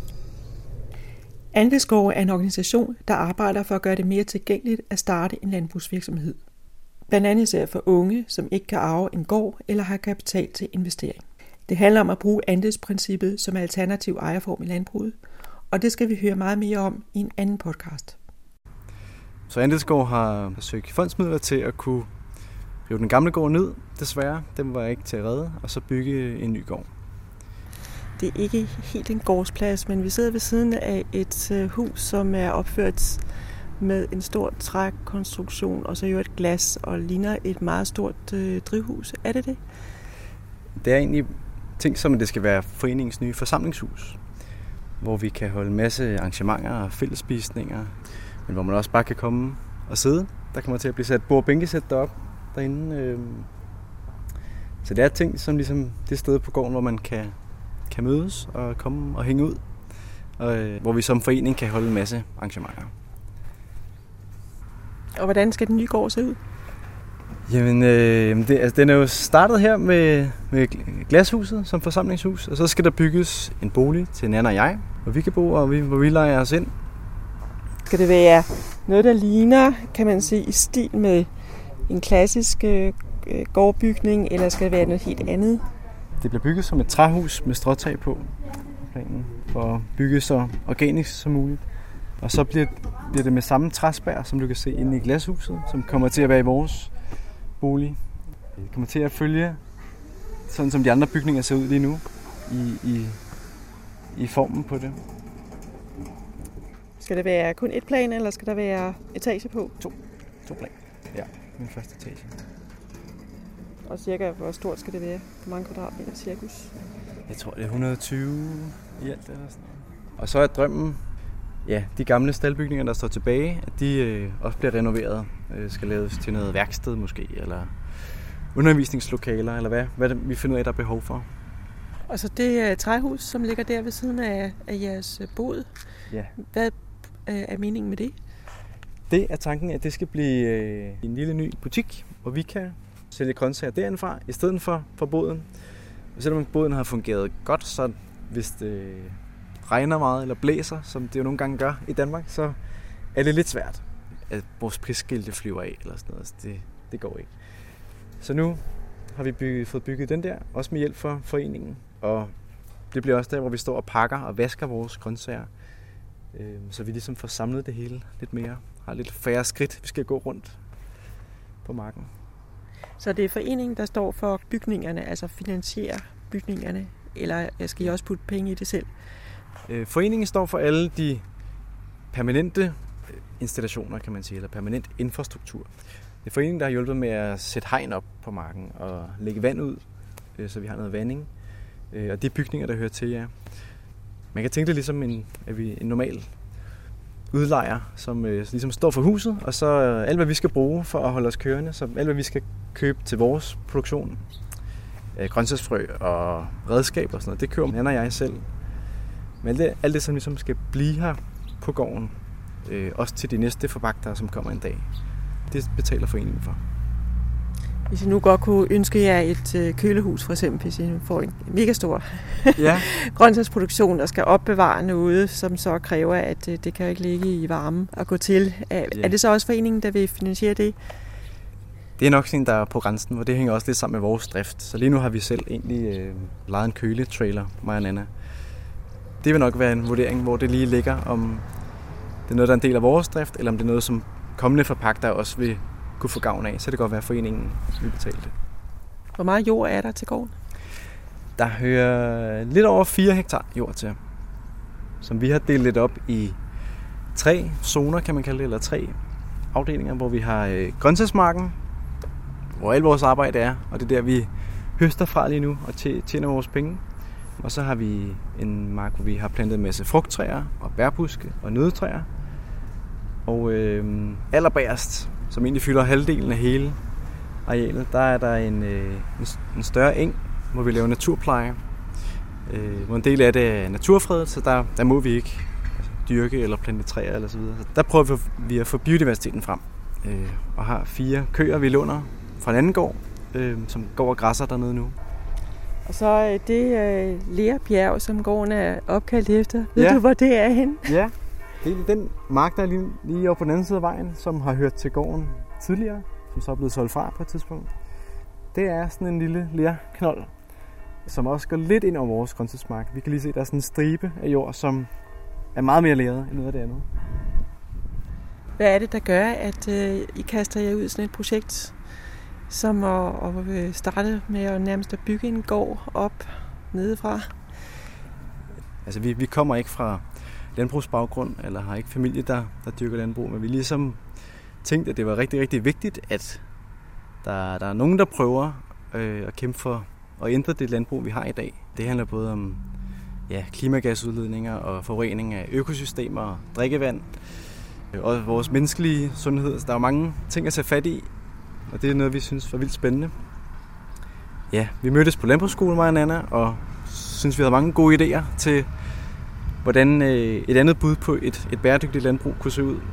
Andelsgård er en organisation, der arbejder for at gøre det mere tilgængeligt at starte en landbrugsvirksomhed. Blandt andet især for unge, som ikke kan arve en gård eller har kapital til investering. Det handler om at bruge andelsprincippet som alternativ ejerform i landbruget, og det skal vi høre meget mere om i en anden podcast. Så Andelsgård har søgt fondsmidler til at kunne rive den gamle gård ned, desværre. Den var ikke til at redde, og så bygge en ny gård. Det er ikke helt en gårdsplads, men vi sidder ved siden af et hus, som er opført med en stor trækonstruktion, og så jo et glas, og ligner et meget stort øh, drivhus. Er det det? Det er egentlig ting, som det skal være foreningens nye forsamlingshus, hvor vi kan holde en masse arrangementer og fællesspisninger, men hvor man også bare kan komme og sidde. Der kommer til at blive sat bord- og bænkesæt derop derinde. Øh. Så det er ting, som ligesom det sted på gården, hvor man kan, kan mødes og komme og hænge ud, og øh, hvor vi som forening kan holde en masse arrangementer. Og hvordan skal den nye gård se ud? Jamen, øh, det, altså, den er jo startet her med, med glashuset som forsamlingshus, og så skal der bygges en bolig til Nanna og jeg, hvor vi kan bo, og vi, hvor vi lejer os ind. Skal det være noget, der ligner, kan man sige, i stil med en klassisk øh, gårdbygning, eller skal det være noget helt andet? Det bliver bygget som et træhus med stråtag på planen, for at bygge så organisk som muligt. Og så bliver, bliver det med samme træspær, som du kan se inde i glashuset, som kommer til at være i vores bolig. Det kommer til at følge, sådan som de andre bygninger ser ud lige nu, i, i, i formen på det. Skal det være kun et plan, eller skal der være etage på? To. To plan. Ja, min første etage. Og cirka, hvor stort skal det være? Hvor mange kvadratmeter cirkus? Jeg tror, det er et hundrede og tyve i alt eller sådan noget. Og så er drømmen, ja, de gamle staldbygninger, der står tilbage, at de øh, også bliver renoveret. Øh, skal laves til noget værksted måske, eller undervisningslokaler, eller hvad, hvad det, vi finder ud af, der er behov for. Og så det uh, træhus, som ligger der ved siden af, af jeres bod. Ja. Hvad øh, er meningen med det? Det er tanken, at det skal blive øh, en lille ny butik, hvor vi kan sælge grøntsager derindfra, i stedet for, for boden. Og selvom boden har fungeret godt, så hvis det regner meget eller blæser, som det jo nogle gange gør i Danmark, så er det lidt svært, at vores prisskilte flyver af eller sådan noget. Så det, det går ikke. Så nu har vi bygget, fået bygget den der, også med hjælp fra foreningen. Og det bliver også der, hvor vi står og pakker og vasker vores grøntsager. Så vi ligesom får samlet det hele lidt mere. Har lidt færre skridt, vi skal gå rundt på marken. Så det er foreningen, der står for bygningerne, altså finansierer bygningerne, eller skal I også putte penge i det selv? Foreningen står for alle de permanente installationer, kan man sige, eller permanent infrastruktur. Det er foreningen, der har hjulpet med at sætte hegn op på marken og lægge vand ud, så vi har noget vanding. Og de bygninger, der hører til, ja. Man kan tænke det ligesom en, at vi en normal udlejer, som øh, ligesom står for huset, og så øh, alt, hvad vi skal bruge for at holde os kørende, så alt, hvad vi skal købe til vores produktion, øh, grøntsagsfrø og redskaber og sådan noget, det køber Nanna og jeg selv. Men alt det, alt det som ligesom skal blive her på gården, øh, også til de næste forpagtere, som kommer en dag, det betaler foreningen for. Hvis I nu godt kunne ønske jer et øh, kølehus, for eksempel, hvis I får en mega stor ja. grøntsagsproduktion, der skal opbevare noget, som så kræver, at øh, det kan jo ikke ligge i varme og gå til. Er, ja. er det så også foreningen, der vil finansiere det? Det er nok sådan, der er på grænsen, og det hænger også lidt sammen med vores drift. Så lige nu har vi selv egentlig øh, lejet en køletrailer, mig og Nanna. Det vil nok være en vurdering, hvor det lige ligger, om det er noget, der er en del af vores drift, eller om det er noget, som kommende forpagtere også vil kunne få gavn af, så det kan godt være, at foreningen vil betale det. Hvor meget jord er der til gården? Der hører lidt over fire hektar jord til, som vi har delt lidt op i tre zoner, kan man kalde det, eller tre afdelinger, hvor vi har øh, grøntsagsmarken, hvor alt vores arbejde er, og det er der, vi høster fra lige nu og tjener vores penge. Og så har vi en mark, hvor vi har plantet en masse frugttræer og bærbuske og nødetræer. Og øh, allerbærst, som egentlig fylder halvdelen af hele arealet, der er der en, øh, en større eng, hvor vi laver naturpleje. Øh, hvor en del af det er naturfredet, så der, der må vi ikke altså, dyrke eller plante træer eller så videre. Så der prøver vi at få biodiversiteten frem. Øh, og har fire køer, vi låner fra en anden gård, øh, som går og græsser dernede nu. Og så det øh, Lerbjerg, som gården er opkaldt efter. Ved ja. du, hvor det er henne? Ja, det er den mark, der er lige, lige oppe på den anden side af vejen, som har hørt til gården tidligere, som så er blevet solgt fra på et tidspunkt. Det er sådan en lille lerknold, som også går lidt ind over vores grøntsagsmark. Vi kan lige se, at der er sådan en stribe af jord, som er meget mere leret end noget af det andet. Hvad er det, der gør, at øh, I kaster jer ud i sådan et projekt, som at, at starte med at nærmest at bygge en gård op nedefra? Altså, vi, vi kommer ikke fra landbrugsbaggrund, eller har ikke familie, der, der dyrker landbrug, men vi ligesom tænkte, at det var rigtig, rigtig vigtigt, at der, der er nogen, der prøver øh, at kæmpe for at ændre det landbrug, vi har i dag. Det handler både om ja, klimagasudledninger og forurening af økosystemer og drikkevand, og vores menneskelige sundhed. Så der er mange ting at tage fat i, og det er noget, vi synes var vildt spændende. Ja, vi mødtes på landbrugsskolen, mig og Nana, og synes, vi havde mange gode idéer til, hvordan et andet bud på et, et bæredygtigt landbrug kunne se ud.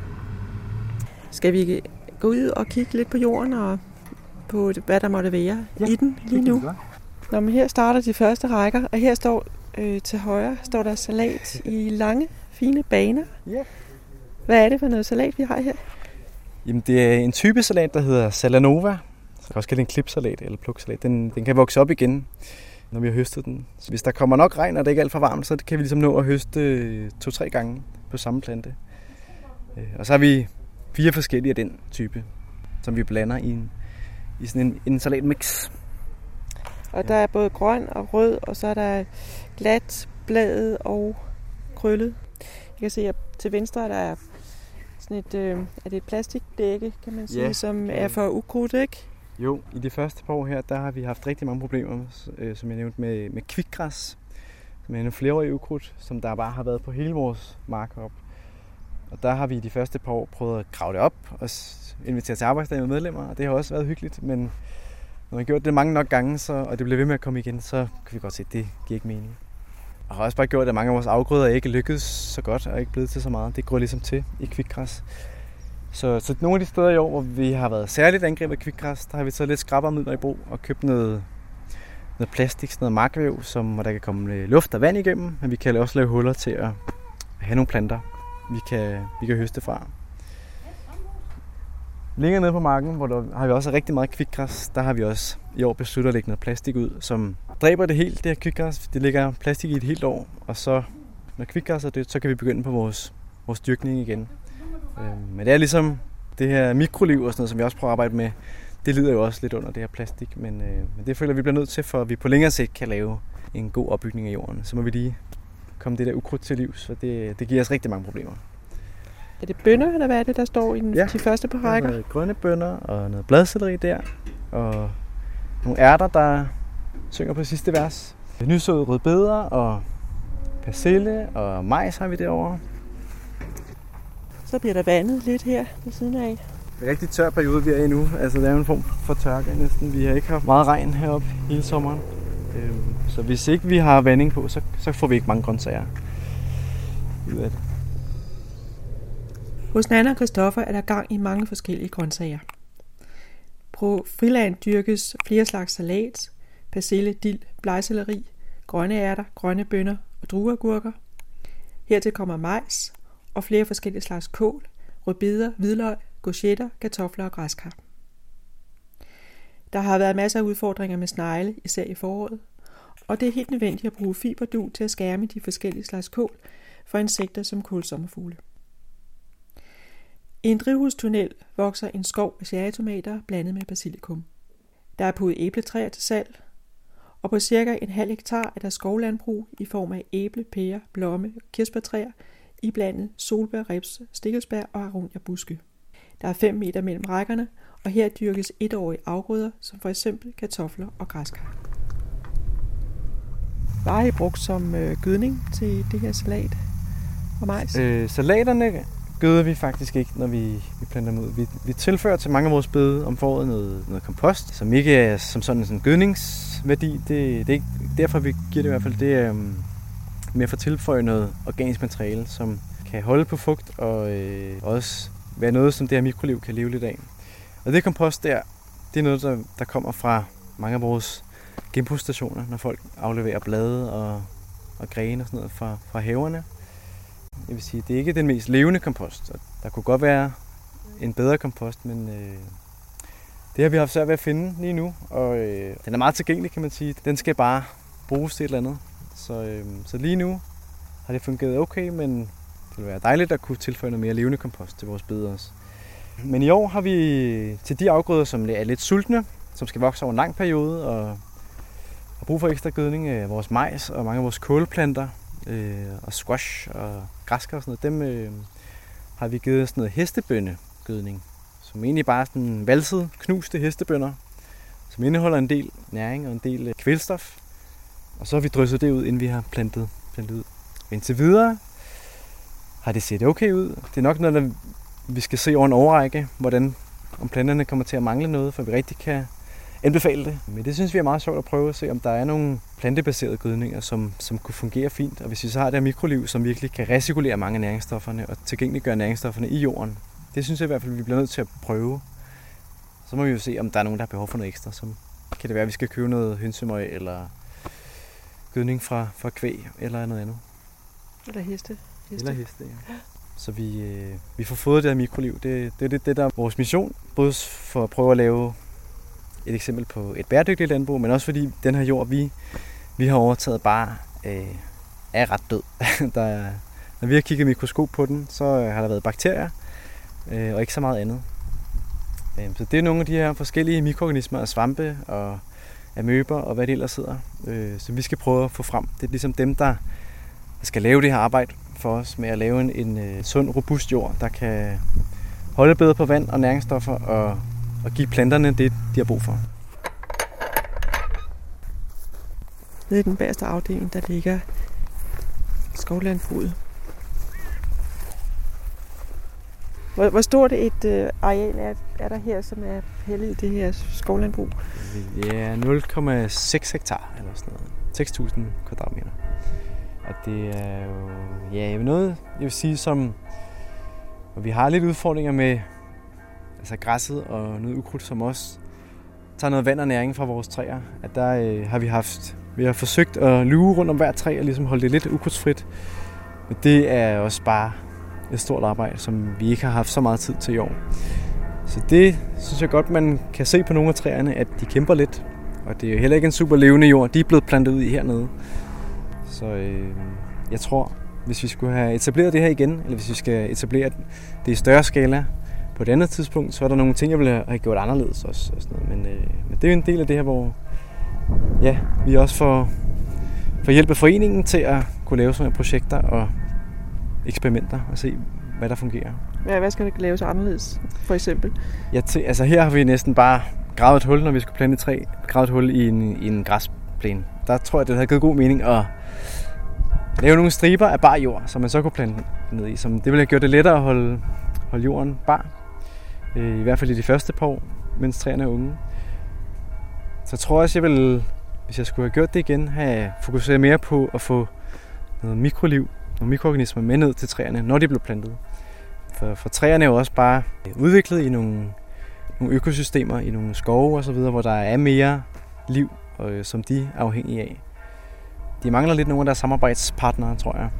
Skal vi gå ud og kigge lidt på jorden og på, hvad der måtte være ja, i den lige nu? Nå, men her starter de første rækker, og her står øh, til højre står der salat i lange, fine baner. Ja. Hvad er det for noget salat, vi har her? Jamen, det er en type salat, der hedder Salanova. Så kan også kalde det en klipsalat eller pluksalat. Den, den kan vokse op igen, når vi har høstet den. Så hvis der kommer nok regn, og det ikke er alt for varmt, så kan vi ligesom nå at høste to-tre gange på samme plante. Og så har vi fire forskellige af den type, som vi blander i, en, i sådan en, en salatmix. Og ja. Der er både grøn og rød, og så er der glat, bladet og krøllet. Jeg kan se, at til venstre der er sådan et, øh, er det et plastikdække, kan man sige, ja. som er for ukrudt, ikke? Jo, i de første par år her, der har vi haft rigtig mange problemer, øh, som jeg nævnte, med, med kvikgræs, som er en flerårig ukrudt, som der bare har været på hele vores mark op. Og der har vi de første par år prøvet at grave det op og invitere til arbejdsdag med medlemmer, og det har også været hyggeligt, men når man har gjort det mange nok gange, så, og det bliver ved med at komme igen, så kan vi godt se, at det giver ikke mening. Og har også bare gjort, at mange af vores afgrøder ikke lykkedes så godt og ikke blevet til så meget. Det går ligesom til i kvikgræs. Så, så nogle af de steder i år, hvor vi har været særligt angrebet af kvikgræs, der har vi så lidt skrabermidler i brug og købt noget, noget plastik, sådan noget markvæv, som, hvor der kan komme luft og vand igennem, men vi kan også lave huller til at have nogle planter, vi kan, vi kan høste fra. Længere nede på marken, hvor der har vi også rigtig meget kvikgræs, der har vi også i år besluttet at lægge noget plastik ud, som dræber det helt, det her kvikgræs. Det ligger plastik i et helt år, og så når kvikgræs er dødt, så kan vi begynde på vores, vores dyrkning igen. Men det er ligesom det her mikroliv og sådan noget, som vi også prøver at arbejde med. Det lider jo også lidt under det her plastik, men, men det føler vi bliver nødt til, for at vi på længere sigt kan lave en god opbygning af jorden. Så må vi lige komme det der ukrudt til livs, og det, det giver os rigtig mange problemer. Er det bønner, eller hvad er det, der står i den, ja, de første par rækker? Der er grønne bønner og noget bladselleri der, og nogle ærter, der synger på sidste vers. Nysåede rødbeder og persille og majs har vi derovre. Så bliver der vandet lidt her ved siden af. Det er en rigtig tør periode, vi er i nu. Altså, det er jo en form for tørke næsten. Vi har ikke haft meget regn heroppe hele sommeren. Så hvis ikke vi har vanding på, så, så får vi ikke mange grøntsager ud af det. Hos Nana og Christoffer er der gang i mange forskellige grøntsager. På friland dyrkes flere slags salat, persille, dild, blegselleri, grønne ærter, grønne bønner og drueagurker. Hertil kommer majs og flere forskellige slags kål, rødbeder, hvidløg, courgetter, kartofler og græskar. Der har været masser af udfordringer med snegle, især i foråret, og det er helt nødvendigt at bruge fiberdug til at skærme de forskellige slags kål for insekter som kålsommerfugle. I en drivhustunnel vokser en skov af cherrytomater blandet med basilikum. Der er podet æbletræer til salg, og på cirka en halv hektar er der skovlandbrug i form af æble, pære, blomme og kirsebærtræer, iblandet solbær, rips, stikkelsbær og aronia-buske. Der er fem meter mellem rækkerne, og her dyrkes etårige afgrøder, som for eksempel kartofler og græskar. Hvad har I brugt som øh, gødning til det her salat og majs? Øh, salaterne gøder vi faktisk ikke, når vi, vi planter dem ud. Vi, vi tilfører til mange af vores bede om foråret noget, noget kompost, som ikke er som sådan en sådan gødningsværdi. Det, det er ikke derfor, vi giver det i hvert fald. Det er um, med at få tilføje noget organisk materiale, som kan holde på fugt og øh, også være noget, som det her mikroliv kan leve lidt af. Og det kompost der, det er noget, der, der kommer fra mange af vores genbrugsstationer, når folk afleverer blade og, og grene og sådan noget fra, fra haverne. Jeg vil sige, det er ikke den mest levende kompost. Der kunne godt være en bedre kompost, men øh, det har vi haft svært ved at finde lige nu. Og øh, den er meget tilgængelig, kan man sige. Den skal bare bruges til et eller andet. Så, øh, så lige nu har det fungeret okay, men det ville være dejligt at kunne tilføje noget mere levende kompost til vores bede også. Men i år har vi til de afgrøder, som er lidt sultne, som skal vokse over en lang periode og har brug for ekstra gødning, øh, vores majs og mange af vores kålplanter øh, og squash og græskar og sådan noget, dem øh, har vi givet sådan noget hestebønnegødning, som egentlig bare er sådan valset, knuste hestebønner, som indeholder en del næring og en del kvælstof. Og så har vi drysset det ud, inden vi har plantet, plantet ud. Indtil videre har det set okay ud. Det er nok noget, der vi skal se over en årrække, hvordan om planterne kommer til at mangle noget, for vi rigtig kan anbefale det. Men det synes vi er meget sjovt at prøve at se, om der er nogle plantebaserede gødninger, som, som kunne fungere fint. Og hvis vi så har det her mikroliv, som virkelig kan recirkulere mange af næringsstofferne og tilgængeliggøre næringsstofferne i jorden, det synes jeg i hvert fald, vi bliver nødt til at prøve. Så må vi jo se, om der er nogen, der har behov for noget ekstra. Så kan det være, at vi skal købe noget hønsemøg eller gødning fra, fra kvæg eller noget andet. Eller heste. heste. Eller heste, ja. Så vi, øh, vi får fået det her mikroliv. Det, det er det, det, der er vores mission. Både for at prøve at lave et eksempel på et bæredygtigt landbrug, men også fordi den her jord, vi, vi har overtaget, bare øh, er ret død. der er, når vi har kigget mikroskop på den, så øh, har der været bakterier øh, og ikke så meget andet. Øh, så det er nogle af de her forskellige mikroorganismer og svampe og amøber og hvad det ellers hedder, øh, som vi skal prøve at få frem. Det er ligesom dem, der skal lave det her arbejde for os med at lave en, en uh, sund, robust jord, der kan holde bedre på vand og næringsstoffer og, og give planterne det, de har brug for. Nede i den bagerste afdeling, der ligger skovlandbruget. Hvor, hvor stort et uh, areal er, er der her, som er heldig i det her skovlandbrug? Ja, nul komma seks hektar eller sådan noget. seks tusind kvadratmeter. Og det er jo ja, noget, jeg vil sige, som og vi har lidt udfordringer med altså græsset og noget ukrudt, som også tager noget vand og næring fra vores træer. At der øh, har vi haft, vi har forsøgt at luge rundt om hver træ og ligesom holde det lidt ukrudtsfrit. Men det er også bare et stort arbejde, som vi ikke har haft så meget tid til i år. Så det synes jeg godt, man kan se på nogle af træerne, at de kæmper lidt. Og det er jo heller ikke en super levende jord, de er blevet plantet ud i hernede. Så øh, jeg tror, hvis vi skulle have etableret det her igen, eller hvis vi skal etablere det i større skala på et andet tidspunkt, så er der nogle ting, jeg ville have gjort anderledes også. Og sådan noget. Men, øh, men det er jo en del af det her, hvor ja, vi også får, får hjælp af foreningen til at kunne lave sådan nogle projekter og eksperimenter og se, hvad der fungerer. Ja, hvad skal der laves anderledes, for eksempel? Ja, til, altså her har vi næsten bare gravet et hul, når vi skulle plante et træ. Gravet et hul i en, i en græsplæne. Der tror jeg, det havde givet god mening at lave nogle striber af bar jord, som man så kunne plante ned i. Som det ville have gjort det lettere at holde, holde jorden bar. I hvert fald i de første par år, mens træerne er unge. Så jeg tror også, jeg ville, hvis jeg skulle have gjort det igen, have fokuseret mere på at få noget mikroliv, nogle mikroorganismer med ned til træerne, når de blev plantet. For, for træerne er jo også bare udviklet i nogle, nogle økosystemer, i nogle skove og så videre, hvor der er mere liv, og, som de er afhængige af. De mangler lidt nogle af deres samarbejdspartnere, tror jeg.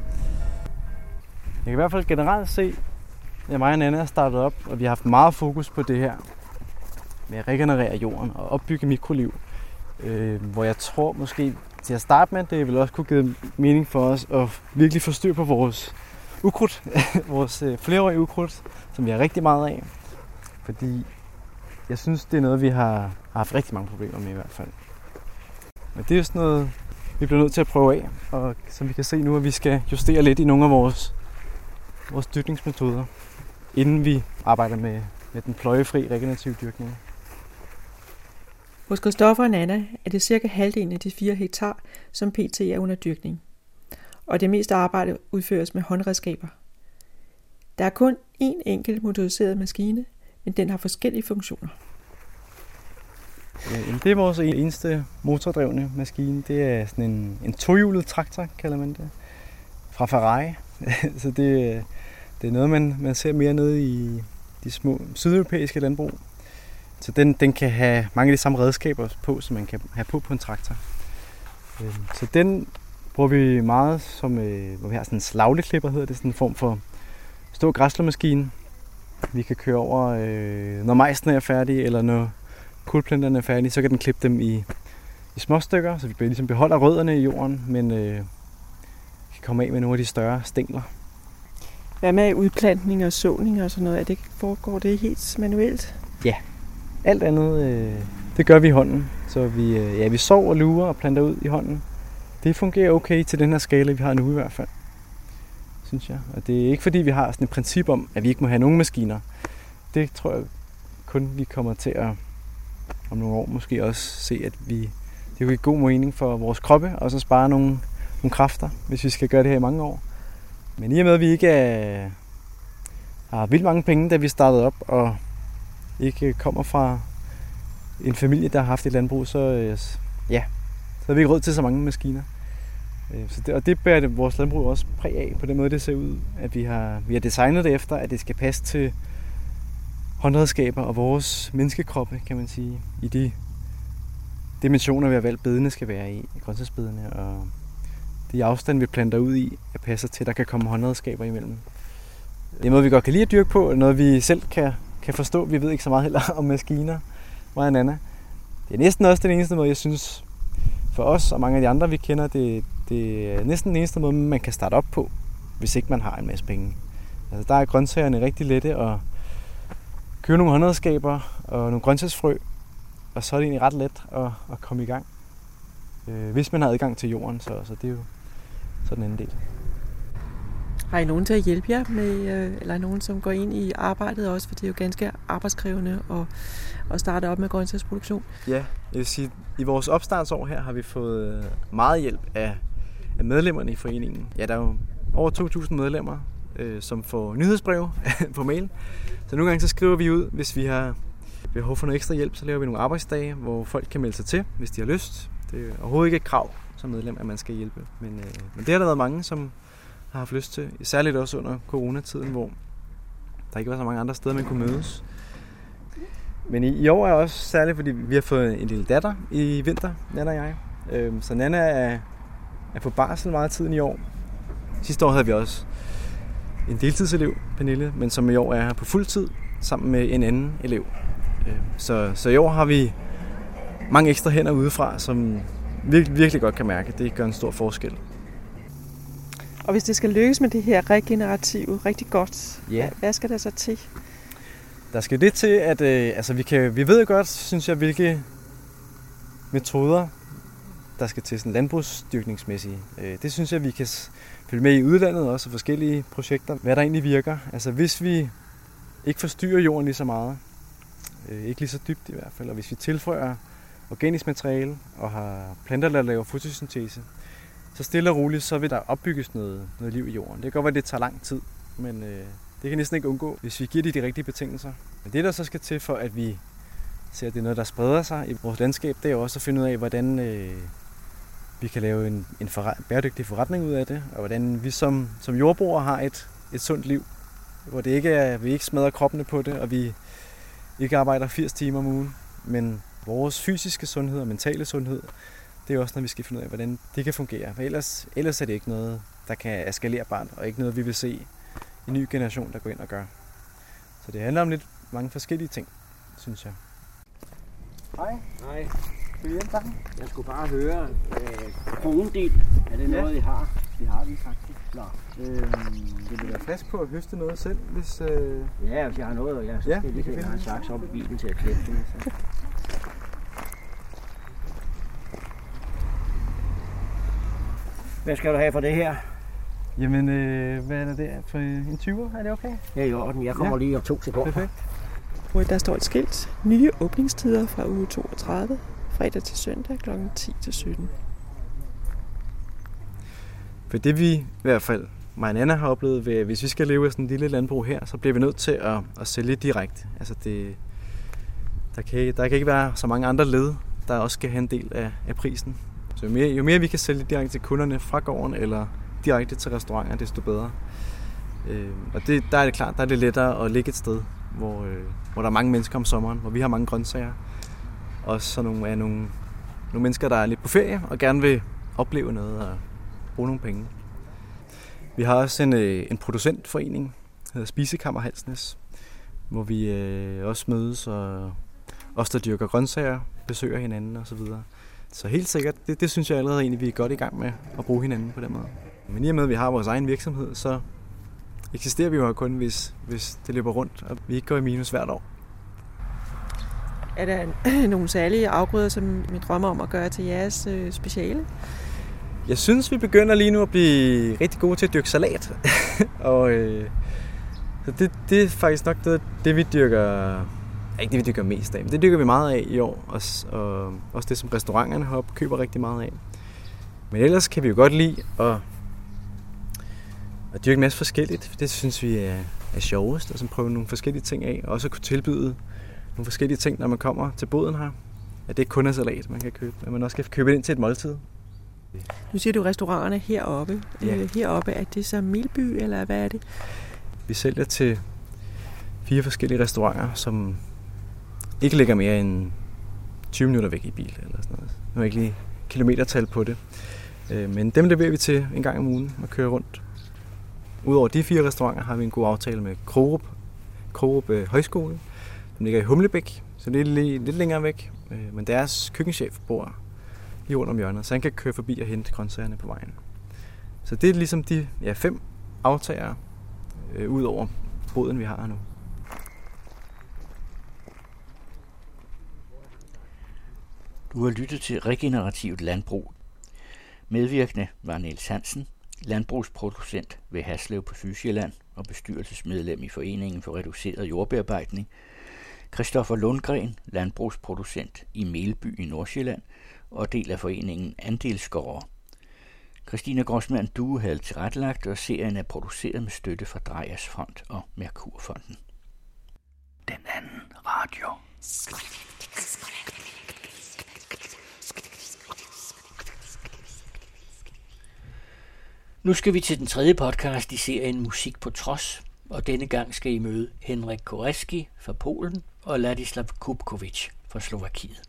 Jeg kan i hvert fald generelt se, at mig og Nanna er startet op, og vi har haft meget fokus på det her med at regenerere jorden og opbygge mikroliv. Øh, hvor jeg tror måske til at starte med, det vil også kunne give mening for os at virkelig få styr på vores ukrudt, vores øh, flereårige ukrudt, som vi har rigtig meget af. Fordi jeg synes, det er noget, vi har, har haft rigtig mange problemer med i hvert fald. Men det er jo sådan noget, vi bliver nødt til at prøve af, og som vi kan se nu, at vi skal justere lidt i nogle af vores, vores dyrkningsmetoder, inden vi arbejder med, med den pløjefri regenerative dyrkning. Hos Christoffer og Nanna er det cirka halvdelen af de fire hektar, som pt. Er under dyrkning. Og det meste arbejde udføres med håndredskaber. Der er kun én enkelt motoriseret maskine, men den har forskellige funktioner. Ja, det er vores eneste motordrevne maskine. Det er sådan en, en tohjulet traktor, kalder man det, fra Ferrari. Så det, det er noget, man, man ser mere nede i de små sydeuropæiske landbrug. Så den, den kan have mange af de samme redskaber på, som man kan have på på en traktor. Så den bruger vi meget som, hvor vi har sådan en slagleklipper, hedder det, sådan en form for stor græsslåmaskine. Vi kan køre over, når majsene er færdige, eller når kålplanterne er færdige, så kan den klippe dem i, i små stykker, så vi ligesom beholder rødderne i jorden, men øh, kan komme af med nogle af de større stængler. Hvad med udplantning og såning og sådan noget? Er det, foregår det helt manuelt? Ja, alt andet, øh, det gør vi i hånden. Så vi, øh, ja, vi sår og lurer og planter ud i hånden. Det fungerer okay til den her skala, vi har nu i hvert fald, synes jeg. Og det er ikke fordi, vi har sådan et princip om, at vi ikke må have nogen maskiner. Det tror jeg kun, vi kommer til at om nogle år måske også se, at vi, det kunne give god mening for vores kroppe, og så spare nogle, nogle kræfter, hvis vi skal gøre det her i mange år. Men i og med, at vi ikke er, har vildt mange penge, da vi startede op, og ikke kommer fra en familie, der har haft et landbrug, så, ja, så har vi ikke råd til så mange maskiner. Så det, og det bærer det, vores landbrug også præg af, på den måde, det ser ud, at vi har, vi har designet det efter, at det skal passe til håndredskaber og vores menneskekroppe, kan man sige, i de dimensioner, vi har valgt, bedene skal være i, grøntsagsbedene, og de afstand, vi planter ud i, er passer til, at der kan komme håndredskaber imellem. Det er noget, vi godt kan lide at dyrke på, og noget, vi selv kan, kan forstå. Vi ved ikke så meget heller om maskiner, mig og Nana. Det er næsten også den eneste måde, jeg synes, for os og mange af de andre, vi kender, det, det er næsten den eneste måde, man kan starte op på, hvis ikke man har en masse penge. Altså, der er grøntsagerne rigtig lette at købe nogle håndredskaber og nogle grøntsagsfrø, og så er det egentlig ret let at, at komme i gang. Øh, hvis man har adgang til jorden, så, så det er jo sådan en anden del. Har I nogen til at hjælpe jer med, eller nogen, som går ind i arbejdet også, for det er jo ganske arbejdskrævende at, at starte op med grøntsagsproduktion? Ja, jeg vil sige, i vores opstartsår her har vi fået meget hjælp af, af medlemmerne i foreningen. Ja, der er jo over to tusind medlemmer, øh, som får nyhedsbreve på mail. Så nogle gange så skriver vi ud, hvis vi har behov for noget ekstra hjælp, så laver vi nogle arbejdsdage, hvor folk kan melde sig til, hvis de har lyst. Det er overhovedet ikke et krav som medlem, at man skal hjælpe. Men, øh, men det har der været mange, som har haft lyst til. Særligt også under coronatiden, hvor der ikke var så mange andre steder, man kunne mødes. Men i, i år er også særligt, fordi vi har fået en lille datter i vinter, Nana og jeg. Øh, så Nana er, er på barsel meget tiden i år. Sidste år havde vi også en deltidselev, Pernille, men som i år er her på fuld tid, sammen med en anden elev. Øh, så, så i år har vi mange ekstra hænder udefra, som virkelig, virkelig godt kan mærke, at det gør en stor forskel. Og hvis det skal lykkes med det her regenerative rigtig godt, ja. Hvad skal der så til? Der skal det til, at øh, altså vi, kan, vi ved godt, synes jeg, hvilke metoder, der skal til sådan landbrugsdyrkningsmæssige. Øh, det synes jeg, vi kan følge med i udlandet også, og forskellige projekter, hvad der egentlig virker. Altså hvis vi ikke forstyrrer jorden lige så meget, øh, ikke lige så dybt i hvert fald, og hvis vi tilføjer organisk materiale og har planter, der laver fotosyntese, så stille og roligt, så vil der opbygges noget, noget liv i jorden. Det kan godt være, at det tager lang tid, men øh, det kan næsten ikke undgå, hvis vi giver de de rigtige betingelser. Men det, der så skal til for, at vi ser, at det er noget, der spreder sig i vores landskab, det er jo også at finde ud af, hvordan øh, vi kan lave en, en forret, bæredygtig forretning ud af det, og hvordan vi som, som jordbrugere har et, et sundt liv, hvor det ikke er, vi ikke smadrer kroppene på det, og vi ikke arbejder firs timer om ugen, men vores fysiske sundhed og mentale sundhed, det er også noget, vi skal finde ud af, hvordan det kan fungere. For ellers, ellers er det ikke noget, der kan eskalerbart, og ikke noget, vi vil se en ny generation, der går ind og gør. Så det handler om lidt mange forskellige ting, synes jeg. Hej. Hej. Skal vi hjælpe sammen? Jeg skulle bare høre, øh, kronedel, er det noget, ja. I har? Det har vi faktisk. Nå. Øhm, vil du være frisk på at høste noget selv, hvis... Øh... Ja, hvis jeg har noget, og jeg så ja, skal lige have en saks op i bilen til at klippe det. Så. Hvad skal du have for det her? Jamen, øh, hvad er det der? For en tyver? Er det okay? Ja, i orden. Jeg kommer ja. lige om to sekunder. Perfekt. Der står et skilt. Nye åbningstider fra uge toogtredive. Fredag til søndag klokken ti til sytten. For det vi i hvert fald, mig og Nana har oplevet, ved, hvis vi skal leve af sådan en lille landbrug her, så bliver vi nødt til at, at sælge direkte. Altså det, der, kan, der kan ikke være så mange andre led, der også skal have en del af, af prisen. Så jo mere, jo mere vi kan sælge direkte til kunderne fra gården, eller direkte til restauranter, desto bedre. Øh, og det, der er det klart, der er det lettere at ligge et sted, hvor, øh, hvor der er mange mennesker om sommeren, hvor vi har mange grøntsager. Også så nogle, er nogle, nogle mennesker, der er lidt på ferie, og gerne vil opleve noget og bruge nogle penge. Vi har også en, øh, en producentforening, der hedder Spisekammer Halsnæs, hvor vi øh, også mødes, og os, der dyrker grøntsager, besøger hinanden osv. Så helt sikkert, det, det synes jeg allerede egentlig, vi er godt i gang med at bruge hinanden på den måde. Men i og med, at vi har vores egen virksomhed, så eksisterer vi jo kun, hvis, hvis det løber rundt, og vi ikke går i minus hvert år. Er der nogle særlige afgrøder, som I drømmer om at gøre til jeres øh, speciale? Jeg synes, vi begynder lige nu at blive rigtig gode til at dyrke salat. og øh, så det, det er faktisk nok det, det, vi dyrker, ikke det, vi dyrker mest af, men det dyrker vi meget af i år. Også, og også det, som restauranterne heroppe køber rigtig meget af. Men ellers kan vi jo godt lide at, at dyrke en masse forskelligt. Det synes vi er, er sjovest, og så prøve nogle forskellige ting af. Og også at kunne tilbyde nogle forskellige ting, når man kommer til boden her. At det ikke kun er salat, man kan købe, men man også kan købe ind til et måltid. Nu siger du restauranterne heroppe. Ja. Øh, heroppe, er det så Melby, eller hvad er det? Vi sælger til fire forskellige restauranter, som ikke ligger mere end tyve minutter væk i bil. Eller sådan noget. Nu er ikke lige kilometertal på det. Øh, men dem leverer vi til en gang om ugen og kører rundt. Udover de fire restauranter har vi en god aftale med Krogerup, Krogerup øh, Højskole. Den ligger i Humlebæk, så det er lidt, lidt længere væk. Øh, men deres køkkenchef bor lige rundt om hjørnet, så han kan køre forbi og hente grøntsagerne på vejen. Så det er ligesom de ja, fem aftagere øh, ud over boden, vi har her nu. Du har lyttet til Regenerativt Landbrug. Medvirkende var Niels Hansen, landbrugsproducent ved Haslev på Sydsjælland og bestyrelsesmedlem i Foreningen for Reduceret Jordbearbejdning. Christoffer Lundgren, landbrugsproducent i Melby i Nordsjælland og del af foreningen Andelsgårde. Christina Grossmann Due havde tilrettelagt, og serien er produceret med støtte fra Dreyers Fond og Merkurfonden. Den anden radio. Nu skal vi til den tredje podcast i serien Musik på Trods, og denne gang skal I møde Henryk Górecki fra Polen og Ladislav Kubkovic fra Slovakiet.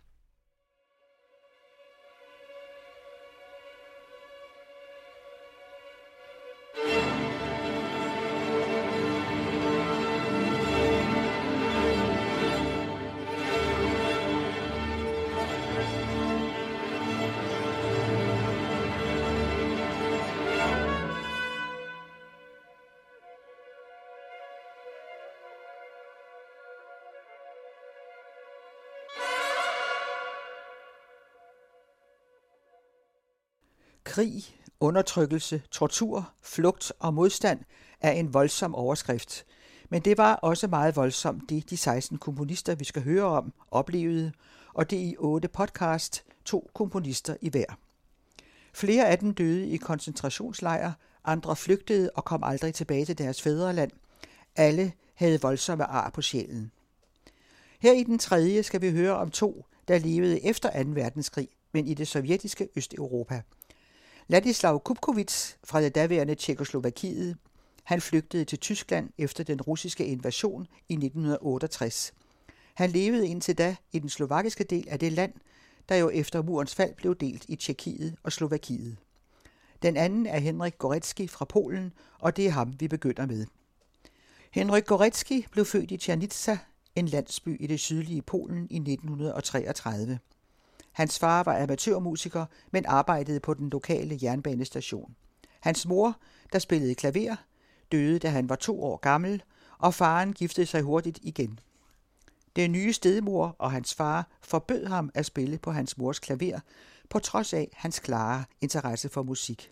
Krig, undertrykkelse, tortur, flugt og modstand er en voldsom overskrift. Men det var også meget voldsomt, det de seksten komponister, vi skal høre om, oplevede, og det i otte podcast, to komponister i hver. Flere af dem døde i koncentrationslejre, andre flygtede og kom aldrig tilbage til deres fædreland. Alle havde voldsomme ar på sjælen. Her i den tredje skal vi høre om to, der levede efter anden verdenskrig, men i det sovjetiske Østeuropa. Ladislav Kubkovic fra det daværende Tjekkoslovakiet. Han flygtede til Tyskland efter den russiske invasion i nitten otteogtres. Han levede indtil da i den slovakiske del af det land, der jo efter murens fald blev delt i Tjekkiet og Slovakiet. Den anden er Henryk Górecki fra Polen, og det er ham, vi begynder med. Henryk Górecki blev født i Czernitza, en landsby i det sydlige Polen, i nitten treogtredive. Hans far var amatørmusiker, men arbejdede på den lokale jernbanestation. Hans mor, der spillede klaver, døde, da han var to år gammel, og faren giftede sig hurtigt igen. Den nye stedmor og hans far forbød ham at spille på hans mors klaver, på trods af hans klare interesse for musik.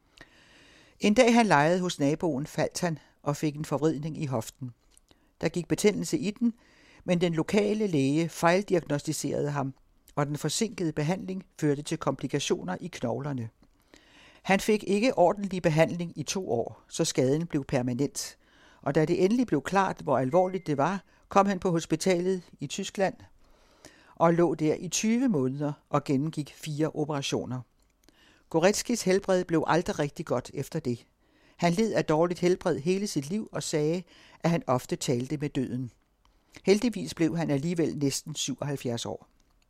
En dag han legede hos naboen, faldt han og fik en forvridning i hoften. Der gik betændelse i den, men den lokale læge fejldiagnostiserede ham, og den forsinkede behandling førte til komplikationer i knoglerne. Han fik ikke ordentlig behandling i to år, så skaden blev permanent, og da det endelig blev klart, hvor alvorligt det var, kom han på hospitalet i Tyskland og lå der i tyve måneder og gennemgik fire operationer. Góreckis helbred blev aldrig rigtig godt efter det. Han led af dårligt helbred hele sit liv og sagde, at han ofte talte med døden. Heldigvis blev han alligevel næsten syvoghalvfjerds år.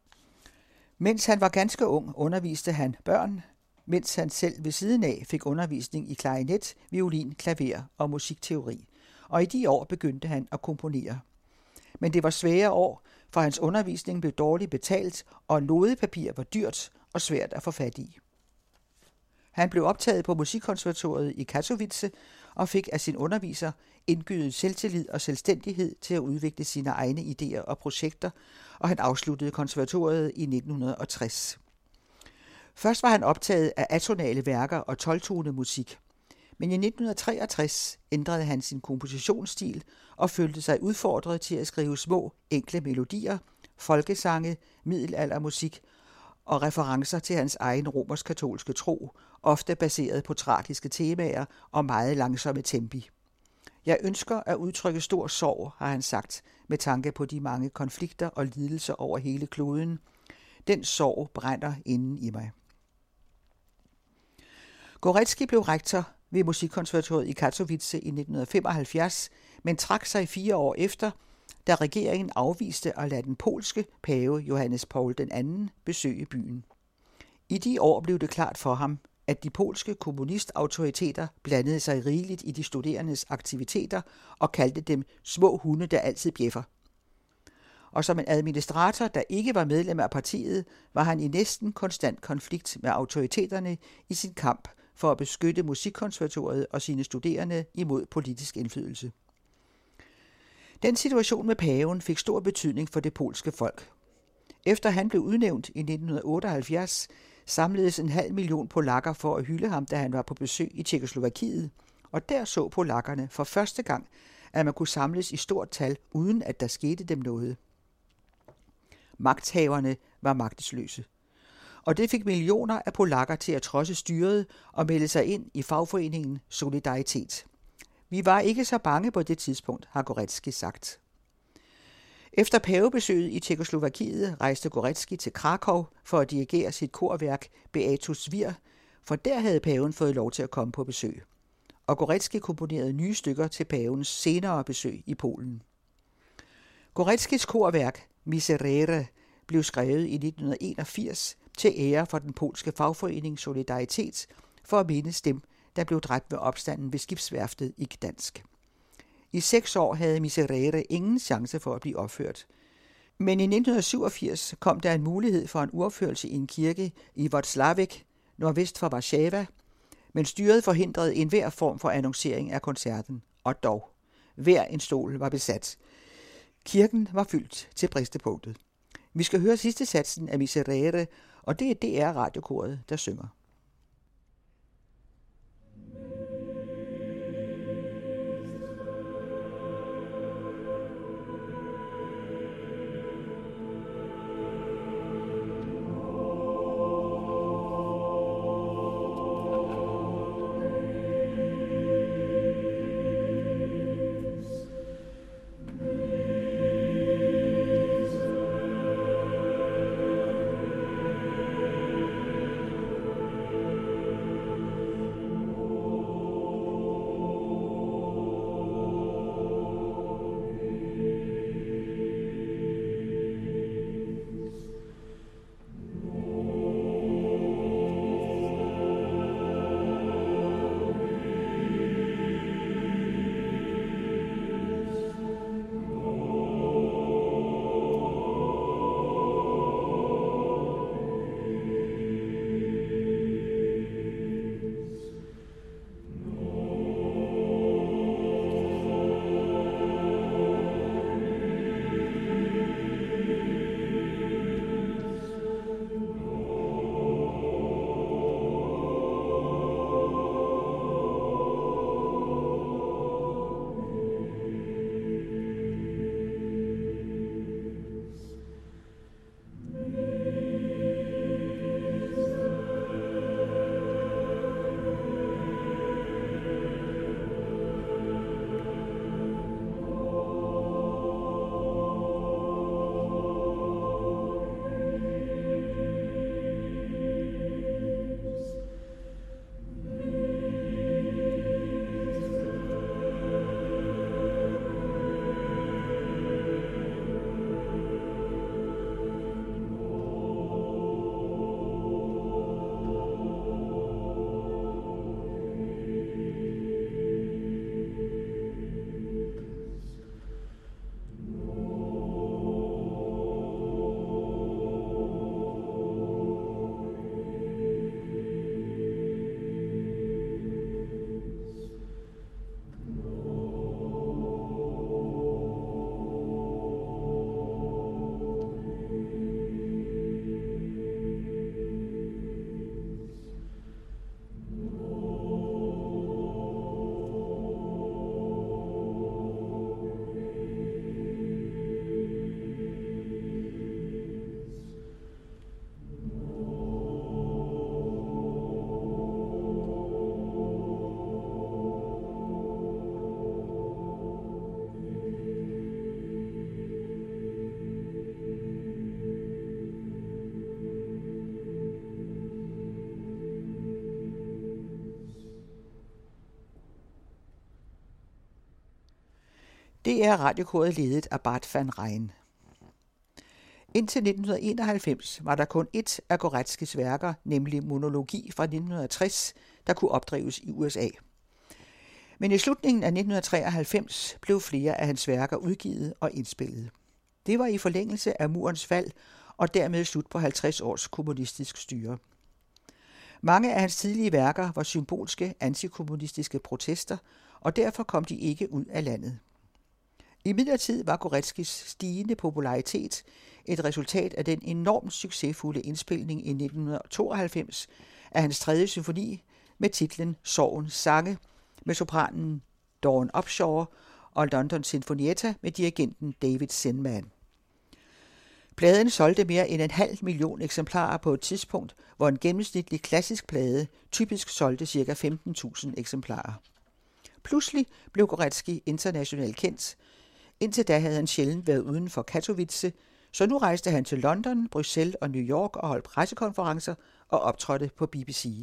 Mens han var ganske ung, underviste han børn, mens han selv ved siden af fik undervisning i klarinet, violin, klaver og musikteori. Og i de år begyndte han at komponere. Men det var svære år, for hans undervisning blev dårligt betalt, og nodepapir var dyrt og svært at få fat i. Han blev optaget på Musikkonservatoriet i Katowice og fik af sin underviser indgydet selvtillid og selvstændighed til at udvikle sine egne idéer og projekter, og han afsluttede konservatoriet i nitten tres. Først var han optaget af atonale værker og tolv-tone musik, men i nitten treogtres ændrede han sin kompositionsstil og følte sig udfordret til at skrive små, enkle melodier, folkesange, middelaldermusik og referencer til hans egen romersk-katolske tro, ofte baseret på tragiske temaer og meget langsomme tempi. Jeg ønsker at udtrykke stor sorg, har han sagt, med tanke på de mange konflikter og lidelser over hele kloden. Den sorg brænder inden i mig. Górecki blev rektor ved Musikkonservatoriet i Katowice i nitten femoghalvfjerds, men trak sig fire år efter, da regeringen afviste at lade den polske pave Johannes Paul den anden besøge byen. I de år blev det klart for ham, at de polske kommunistautoriteter blandede sig rigeligt i de studerendes aktiviteter og kaldte dem små hunde, der altid bjeffer. Og som en administrator, der ikke var medlem af partiet, var han i næsten konstant konflikt med autoriteterne i sin kamp for at beskytte Musikkonservatoriet og sine studerende imod politisk indflydelse. Den situation med paven fik stor betydning for det polske folk. Efter han blev udnævnt i nitten otteoghalvfjerds, samledes en halv million polakker for at hylde ham, da han var på besøg i Tjekkoslovakiet, og der så polakkerne for første gang, at man kunne samles i stort tal, uden at der skete dem noget. Magthaverne var magtesløse, og det fik millioner af polakker til at trodse styret og melde sig ind i fagforeningen Solidaritet. Vi var ikke så bange på det tidspunkt, har Górecki sagt. Efter pavebesøget i Tjekkoslovakiet rejste Górecki til Krakow for at dirigere sit korværk Beatus Vir, for der havde paven fået lov til at komme på besøg. Og Górecki komponerede nye stykker til pavens senere besøg i Polen. Góreckis korværk Miserere blev skrevet i nitten enogfirs til ære for den polske fagforening Solidaritet for at mindes dem, der blev dræbt ved opstanden ved skibsværftet i Gdansk. I seks år havde Miserere ingen chance for at blive opført. Men i nitten syvogfirs kom der en mulighed for en uropførelse i en kirke i Włocławek, nordvest for Warszawa, men styret forhindrede enhver form for annoncering af koncerten, og dog. Hver en stol var besat. Kirken var fyldt til bristepunktet. Vi skal høre sidste satsen af Miserere, og det er D R-radiokoret, der synger. Det er radiokoret ledet af Bart van Rijn. Indtil nitten enoghalvfems var der kun ét af Goretzkys værker, nemlig Monologi fra nitten tres, der kunne opdrives i U S A. Men i slutningen af nitten treoghalvfems blev flere af hans værker udgivet og indspillet. Det var i forlængelse af murens fald og dermed slut på halvtreds års kommunistisk styre. Mange af hans tidlige værker var symbolske antikommunistiske protester, og derfor kom de ikke ud af landet. Imidlertid var Goretzkys stigende popularitet et resultat af den enormt succesfulde indspilning i nitten tooghalvfems af hans tredje symfoni med titlen Sorgens sange, med sopranen Dawn Upshaw og London Sinfonietta med dirigenten David Zinman. Pladen solgte mere end en halv million eksemplarer på et tidspunkt, hvor en gennemsnitlig klassisk plade typisk solgte ca. femten tusind eksemplarer. Pludselig blev Goretzky internationalt kendt. Indtil da havde han sjældent været uden for Katowice, så nu rejste han til London, Bruxelles og New York og holdt pressekonferencer og optrådte på B B C.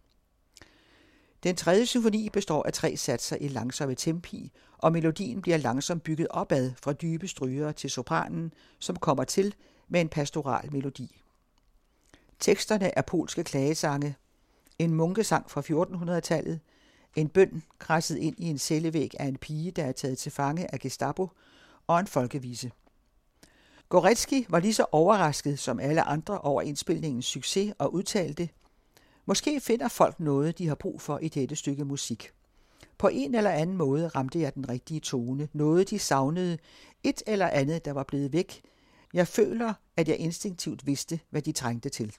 Den tredje symfoni består af tre satser i langsomme tempi, og melodien bliver langsomt bygget opad fra dybe strygere til sopranen, som kommer til med en pastoral melodi. Teksterne er polske klagesange, en munkesang fra fjortenhundredetallet, en bøn kradset ind i en cellevæg af en pige, der er taget til fange af Gestapo, og en folkevise. Goretzky var lige så overrasket som alle andre over indspilningens succes og udtalte: Måske finder folk noget, de har brug for i dette stykke musik. På en eller anden måde ramte jeg den rigtige tone, noget de savnede, et eller andet, der var blevet væk. Jeg føler, at jeg instinktivt vidste, hvad de trængte til.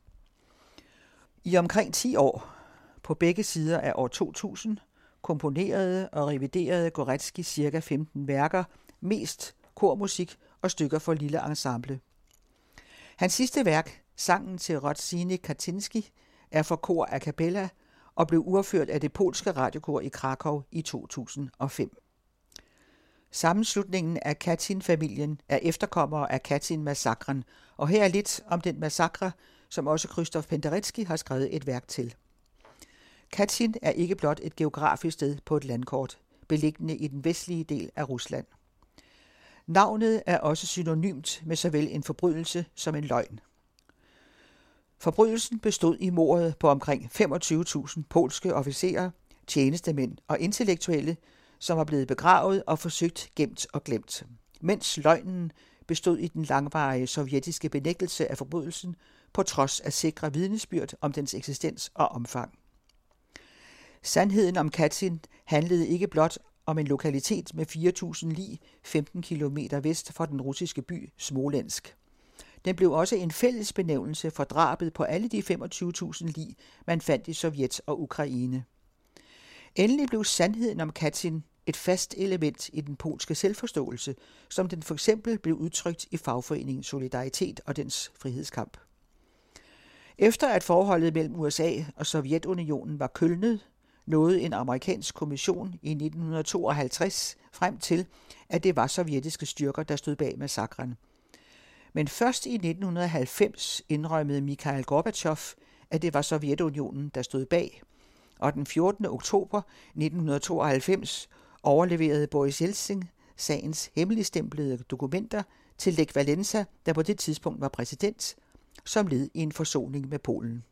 I omkring ti år, på begge sider af år to tusind, komponerede og reviderede Goretzky cirka femten værker, mest kormusik og stykker for lille ensemble. Hans sidste værk, sangen til Rodziny Kaczynski, er for kor a cappella og blev udført af det polske radiokor i Krakow i to tusind og fem. Sammenslutningen af Katyn-familien er efterkommere af Katyn-massakren, og her er lidt om den massakre, som også Krzysztof Penderecki har skrevet et værk til. Katyn er ikke blot et geografisk sted på et landkort, beliggende i den vestlige del af Rusland. Navnet er også synonymt med såvel en forbrydelse som en løgn. Forbrydelsen bestod i mordet på omkring femogtyve tusind polske officerer, tjenestemænd og intellektuelle, som var blevet begravet og forsøgt gemt og glemt, mens løgnen bestod i den langvarige sovjetiske benægtelse af forbrydelsen på trods af sikre vidnesbyrd om dens eksistens og omfang. Sandheden om Katyn handlede ikke blot om en lokalitet med fire tusind lig femten kilometer vest for den russiske by Smolensk. Den blev også en fælles benævnelse for drabet på alle de femogtyve tusind lig, man fandt i Sovjet og Ukraine. Endelig blev sandheden om Katyn et fast element i den polske selvforståelse, som den for eksempel blev udtrykt i fagforeningen Solidaritet og dens frihedskamp. Efter at forholdet mellem U S A og Sovjetunionen var kølnet, nåede en amerikansk kommission i nitten tooghalvtreds frem til, at det var sovjetiske styrker, der stod bag massakren. Men først i nitten halvfems indrømmede Mikhail Gorbachev, at det var Sovjetunionen, der stod bag, og den fjortende oktober nitten tooghalvfems overleverede Boris Jeltsin sagens hemmeligstemplede dokumenter til Lech Walesa, der på det tidspunkt var præsident, som led i en forsoning med Polen.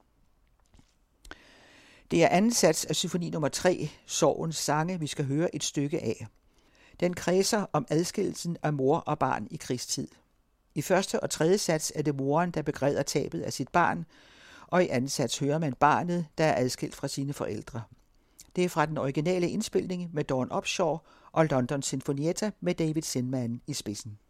Det er anden sats af symfoni nummer tre, Sorgens sange, vi skal høre et stykke af. Den kredser om adskillelsen af mor og barn i krigstid. I første og tredje sats er det moren, der begræder tabet af sit barn, og i anden sats hører man barnet, der er adskilt fra sine forældre. Det er fra den originale indspilning med Dawn Upshaw og London Sinfonietta med David Zinman i spidsen.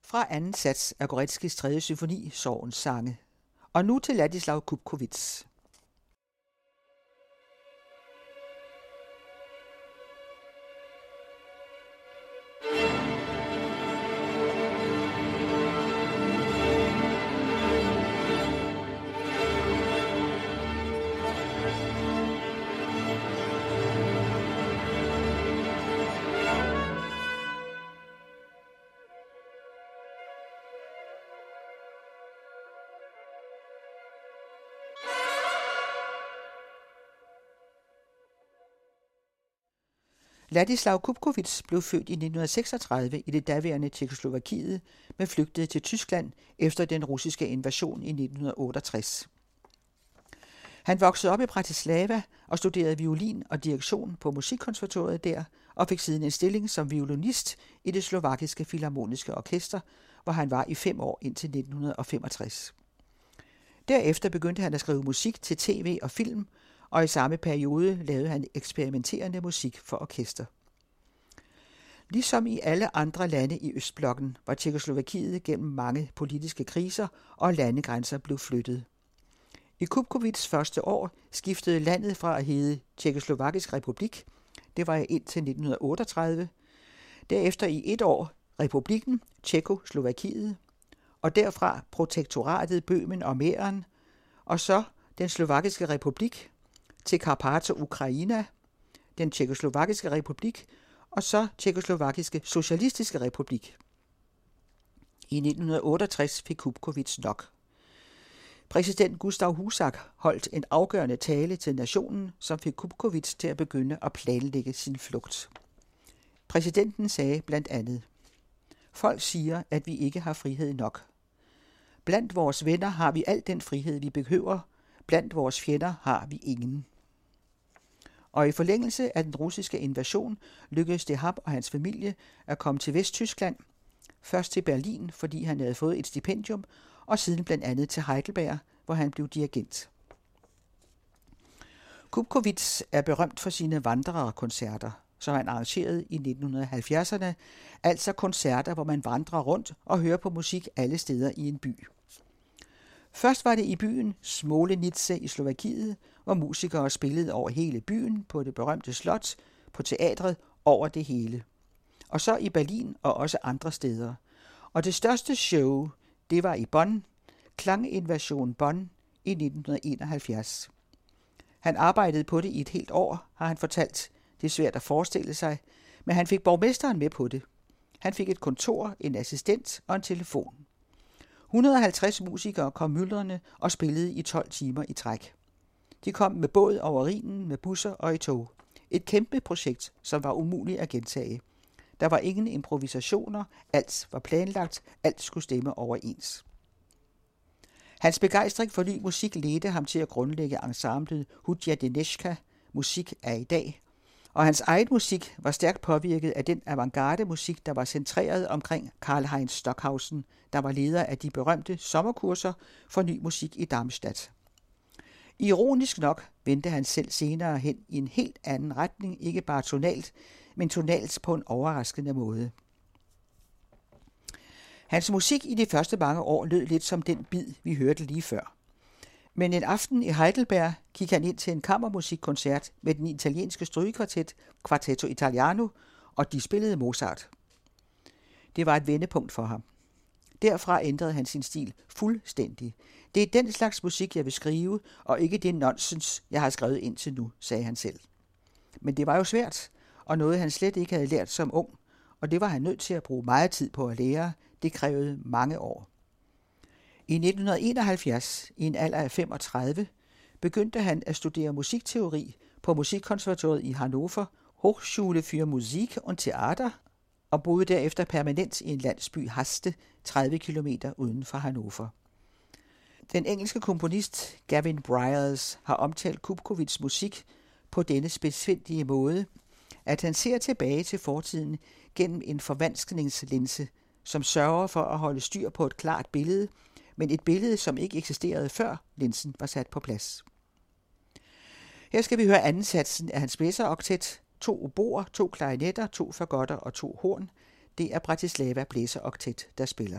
fra anden sats af Goretzkys tredje symfoni, Sorgens sange. Og nu til Ladislav Kupkovits. Ladislav Kupkovits blev født i nitten seksogtredive i det daværende Tjekkoslovakiet, men flygtede til Tyskland efter den russiske invasion i nitten otteogtres. Han voksede op i Bratislava og studerede violin og direktion på Musikkonservatoriet der, og fik siden en stilling som violinist i det slovakiske filharmoniske orkester, hvor han var i fem år indtil nitten femogtres. Derefter begyndte han at skrive musik til tv og film, og i samme periode lavede han eksperimenterende musik for orkester. Ligesom i alle andre lande i Østblokken var Tjekkoslovakiet gennem mange politiske kriser, og landegrænser blev flyttet. I Kupkovits første år skiftede landet fra at hedde Tjekkoslovakisk Republik, det var indtil nitten otteogtredive, derefter i et år Republikken Tjekkoslovakiet, og derfra protektoratet Bøhmen og Mähren, og så den Slovakiske Republik, til Karpato-Ukraina, den Tjekkoslovakiske Republik, og så Tjekkoslovakiske Socialistiske Republik. I nitten otteogtres fik Kupkovits nok. Præsident Gustav Husak holdt en afgørende tale til nationen, som fik Kupkovits til at begynde at planlægge sin flugt. Præsidenten sagde blandt andet: "Folk siger, at vi ikke har frihed nok. Blandt vores venner har vi al den frihed, vi behøver. Blandt vores fjender har vi ingen." Og i forlængelse af den russiske invasion lykkedes det ham og hans familie at komme til Vesttyskland, først til Berlin, fordi han havde fået et stipendium, og siden blandt andet til Heidelberg, hvor han blev dirigent. Kupkovits er berømt for sine vandrerkoncerter, som han arrangerede i nitten halvfjerdserne, altså koncerter, hvor man vandrer rundt og hører på musik alle steder i en by. Først var det i byen Smolenice i Slovakiet, hvor musikere spillede over hele byen, på det berømte slot, på teatret, over det hele. Og så i Berlin og også andre steder. Og det største show, det var i Bonn, Klanginvasion Bonn i nitten enoghalvfjerds. Han arbejdede på det i et helt år, har han fortalt. Det er svært at forestille sig, men han fik borgmesteren med på det. Han fik et kontor, en assistent og en telefon. et hundrede og halvtreds musikere kom myldrende og spillede i tolv timer i træk. De kom med båd over Rhinen, med busser og i tog. Et kæmpe projekt, som var umuligt at gentage. Der var ingen improvisationer, alt var planlagt, alt skulle stemme overens. Hans begejstring for ny musik ledte ham til at grundlægge ensemblet Hudja Deneshka, Musik er i dag, og hans egen musik var stærkt påvirket af den avantgarde musik, der var centreret omkring Karl-Heinz Stockhausen, der var leder af de berømte sommerkurser for ny musik i Darmstadt. Ironisk nok vendte han selv senere hen i en helt anden retning, ikke bare tonalt, men tonalt på en overraskende måde. Hans musik i de første mange år lød lidt som den bid, vi hørte lige før. Men en aften i Heidelberg gik han ind til en kammermusikkoncert med den italienske strygekvartet Quartetto Italiano, og de spillede Mozart. Det var et vendepunkt for ham. Derfra ændrede han sin stil fuldstændig. Det er den slags musik, jeg vil skrive, og ikke det nonsens, jeg har skrevet indtil nu, sagde han selv. Men det var jo svært, og noget han slet ikke havde lært som ung, og det var han nødt til at bruge meget tid på at lære. Det krævede mange år. I nitten enoghalvfjerds, i en alder af femogtredive, begyndte han at studere musikteori på Musikkonservatoriet i Hannover, Hochschule für Musik und Theater, og boede derefter permanent i en landsby Haste, tredive kilometer uden for Hannover. Den engelske komponist Gavin Bryars har omtalt Kupkovits musik på denne spidsfindige måde, at han ser tilbage til fortiden gennem en forvanskningslinse, som sørger for at holde styr på et klart billede, men et billede, som ikke eksisterede før linsen var sat på plads. Her skal vi høre anden satsen af hans blæseroktet, to oboer, to klarinetter, to fagotter og to horn. Det er Bratislava Blæseroktet, der spiller.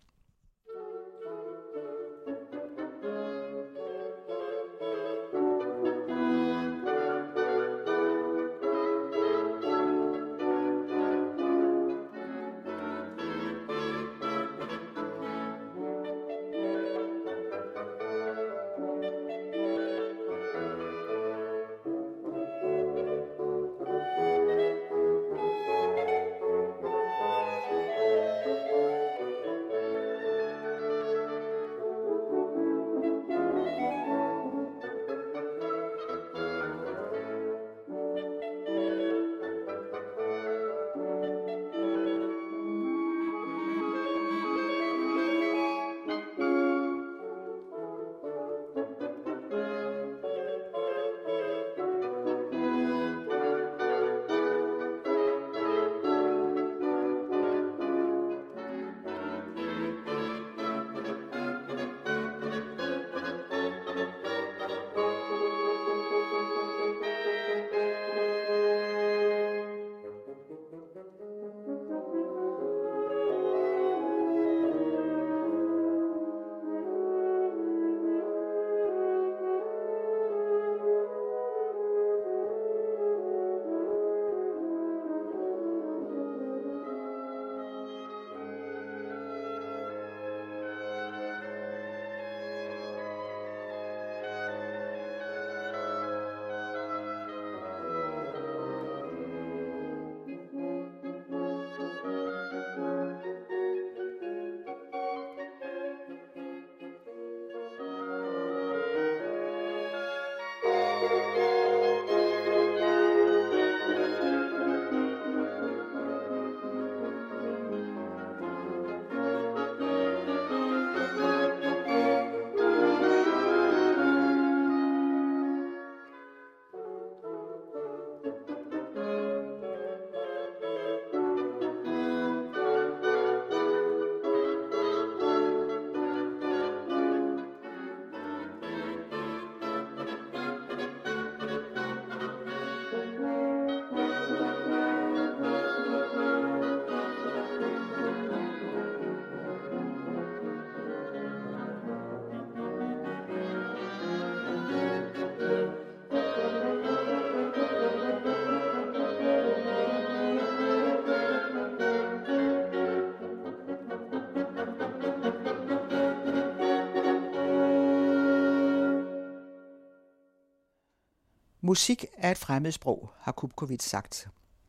Musik er et fremmedsprog, har Kupkovits sagt.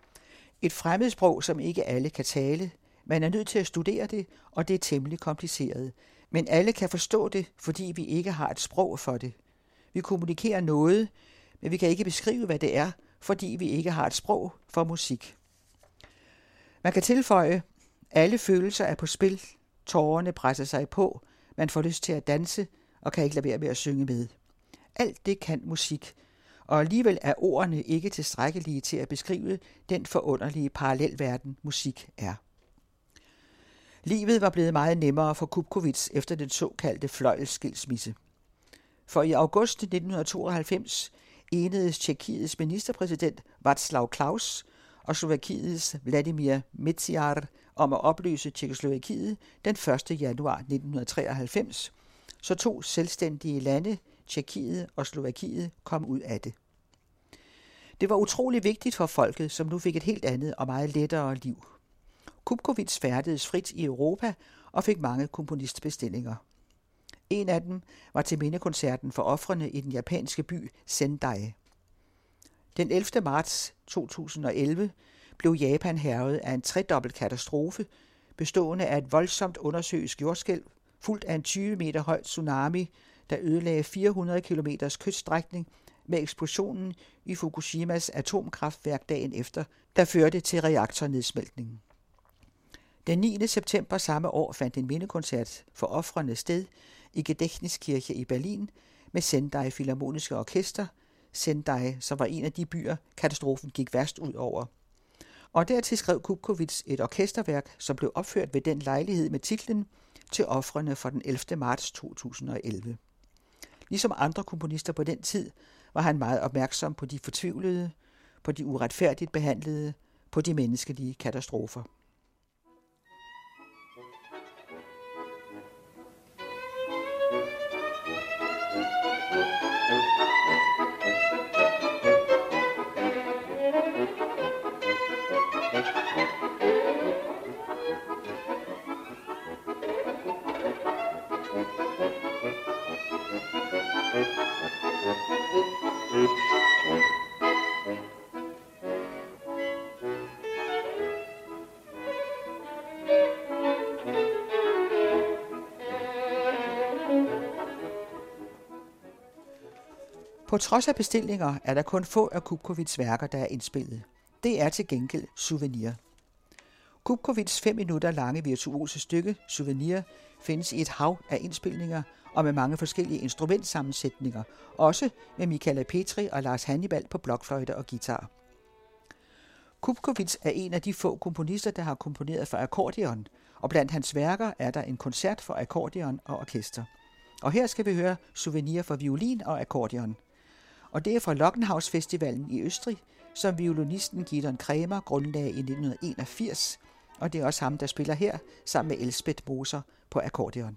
Et fremmedsprog, som ikke alle kan tale. Man er nødt til at studere det, og det er temmelig kompliceret. Men alle kan forstå det, fordi vi ikke har et sprog for det. Vi kommunikerer noget, men vi kan ikke beskrive, hvad det er, fordi vi ikke har et sprog for musik. Man kan tilføje, alle følelser er på spil, tårerne presser sig på, man får lyst til at danse og kan ikke lade være med at synge med. Alt det kan musik, og alligevel er ordene ikke tilstrækkelige til at beskrive den forunderlige parallelverden, musik er. Livet var blevet meget nemmere for Kupkovits efter den såkaldte fløjelsskilsmisse. For i august nitten tooghalvfems enedes Tjekkiets ministerpræsident Václav Klaus og Slovakiets Vladimir Mečiar om at opløse Tjekkoslovakiet den første januar nitten treoghalvfems, så to selvstændige lande, Tjekkiet og Slovakiet, kom ud af det. Det var utrolig vigtigt for folket, som nu fik et helt andet og meget lettere liv. Kupkovits færdedes frit i Europa og fik mange komponistbestillinger. En af dem var til mindekoncerten for ofrene i den japanske by Sendai. Den ellevte marts to tusind og elleve blev Japan hærget af en tredobbelt katastrofe, bestående af et voldsomt undersøisk jordskælv, fulgt af en tyve meter høj tsunami, der ødelagde fire hundrede kilometers kyststrækning med eksplosionen i Fukushimas atomkraftværk dagen efter, der førte til reaktornedsmeltningen. Den niende september samme år fandt en mindekoncert for ofrene sted i Gedächtniskirche i Berlin med Sendai Filharmoniske Orkester, Sendai, som var en af de byer, katastrofen gik værst ud over. Og dertil skrev Kupkovits et orkesterværk, som blev opført ved den lejlighed med titlen Til ofrene for den ellevte marts to tusind og elleve. Ligesom andre komponister på den tid, var han meget opmærksom på de fortvivlede, på de uretfærdigt behandlede, på de menneskelige katastrofer. På trods af bestillinger er der kun få af Kupkovits værker, der er indspillet. Det er til gengæld Souvenir. Kupkovits fem minutter lange virtuose stykke Souvenir findes i et hav af indspilninger og med mange forskellige instrumentsammensætninger, også med Michala Petri og Lars Hannibal på blokfløjte og guitar. Kupkovits er en af de få komponister, der har komponeret for akkordeon, og blandt hans værker er der en koncert for akkordeon og orkester. Og her skal vi høre Souvenir for violin og akkordeon. Og det er fra Lockenhaus-festivalen i Østrig, som violinisten Gidon Kremer grundlagde i nitten enogfirs, og det er også ham, der spiller her sammen med Elsbeth Moser på akkordeon.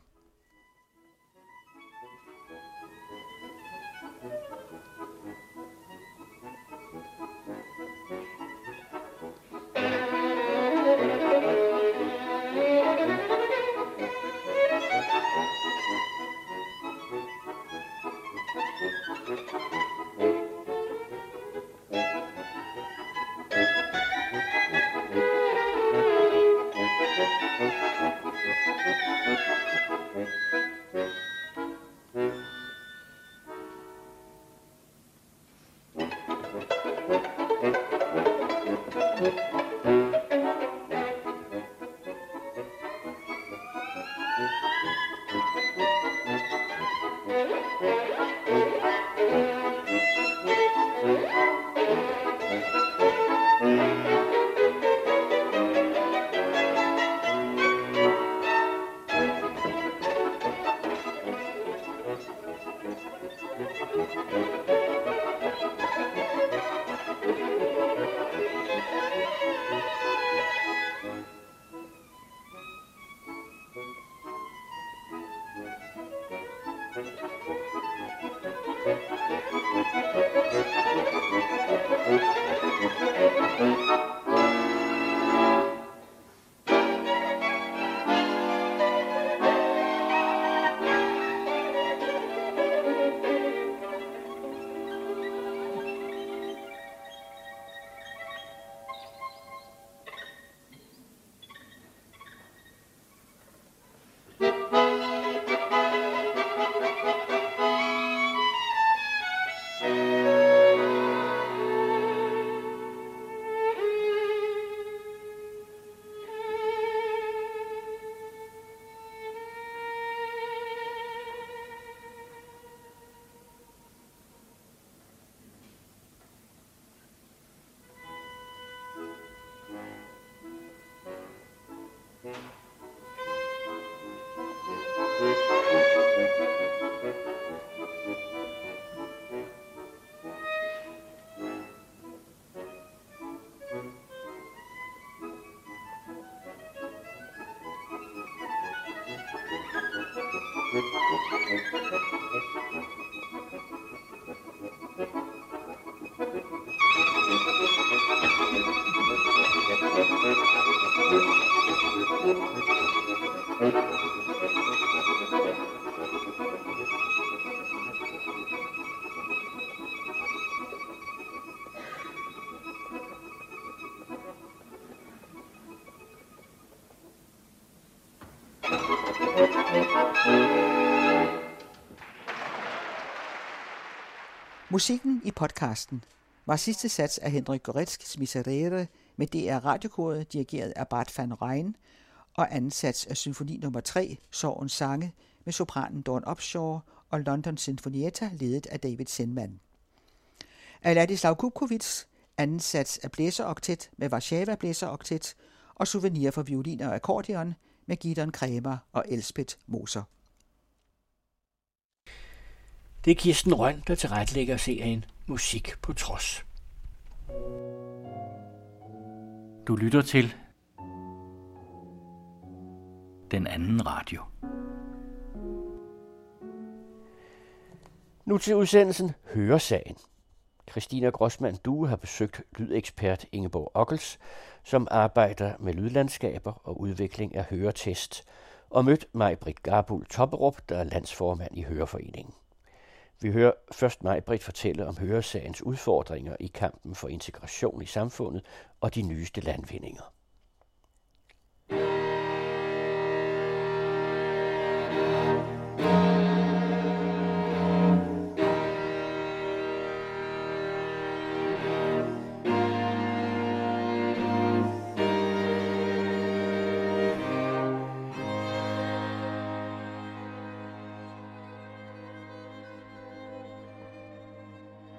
Musikken i podcasten var sidste sats af Henryk Górecki's Miserere med D R Radiokoret dirigeret af Bart van Rijn, og anden sats af symfoni nummer tre, Sorgens Sange, med sopranen Dawn Upshaw og London Sinfonietta ledet af David Zenman. Af Ladislav Kupkovits anden sats af blæseroktet med Warszawa Blæseroktet og Souvenir for violin og akkordeon med Gidon Kremer og Elsbeth Moser. Det er Kirsten Rønn, der tilrettelægger serien Musik på trods. Du lytter til Den Anden Radio. Nu til udsendelsen Høresagen. Christina Grossmann Due har besøgt lydekspert Ingeborg Ockels, som arbejder med lydlandskaber og udvikling af høretest, og mødt Maj-Britt Garbul Topperup, der er landsformand i Høreforeningen. Vi hører først Maj-Britt fortælle om høresagens udfordringer i kampen for integration i samfundet og de nyeste landvindinger.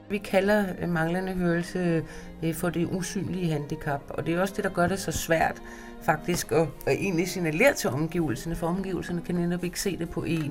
Vi kalder manglende hørelse for det usynlige handicap, og det er også det, der gør det så svært faktisk at, at egentlig signalere til omgivelserne, for omgivelserne kan netop ikke se det på en.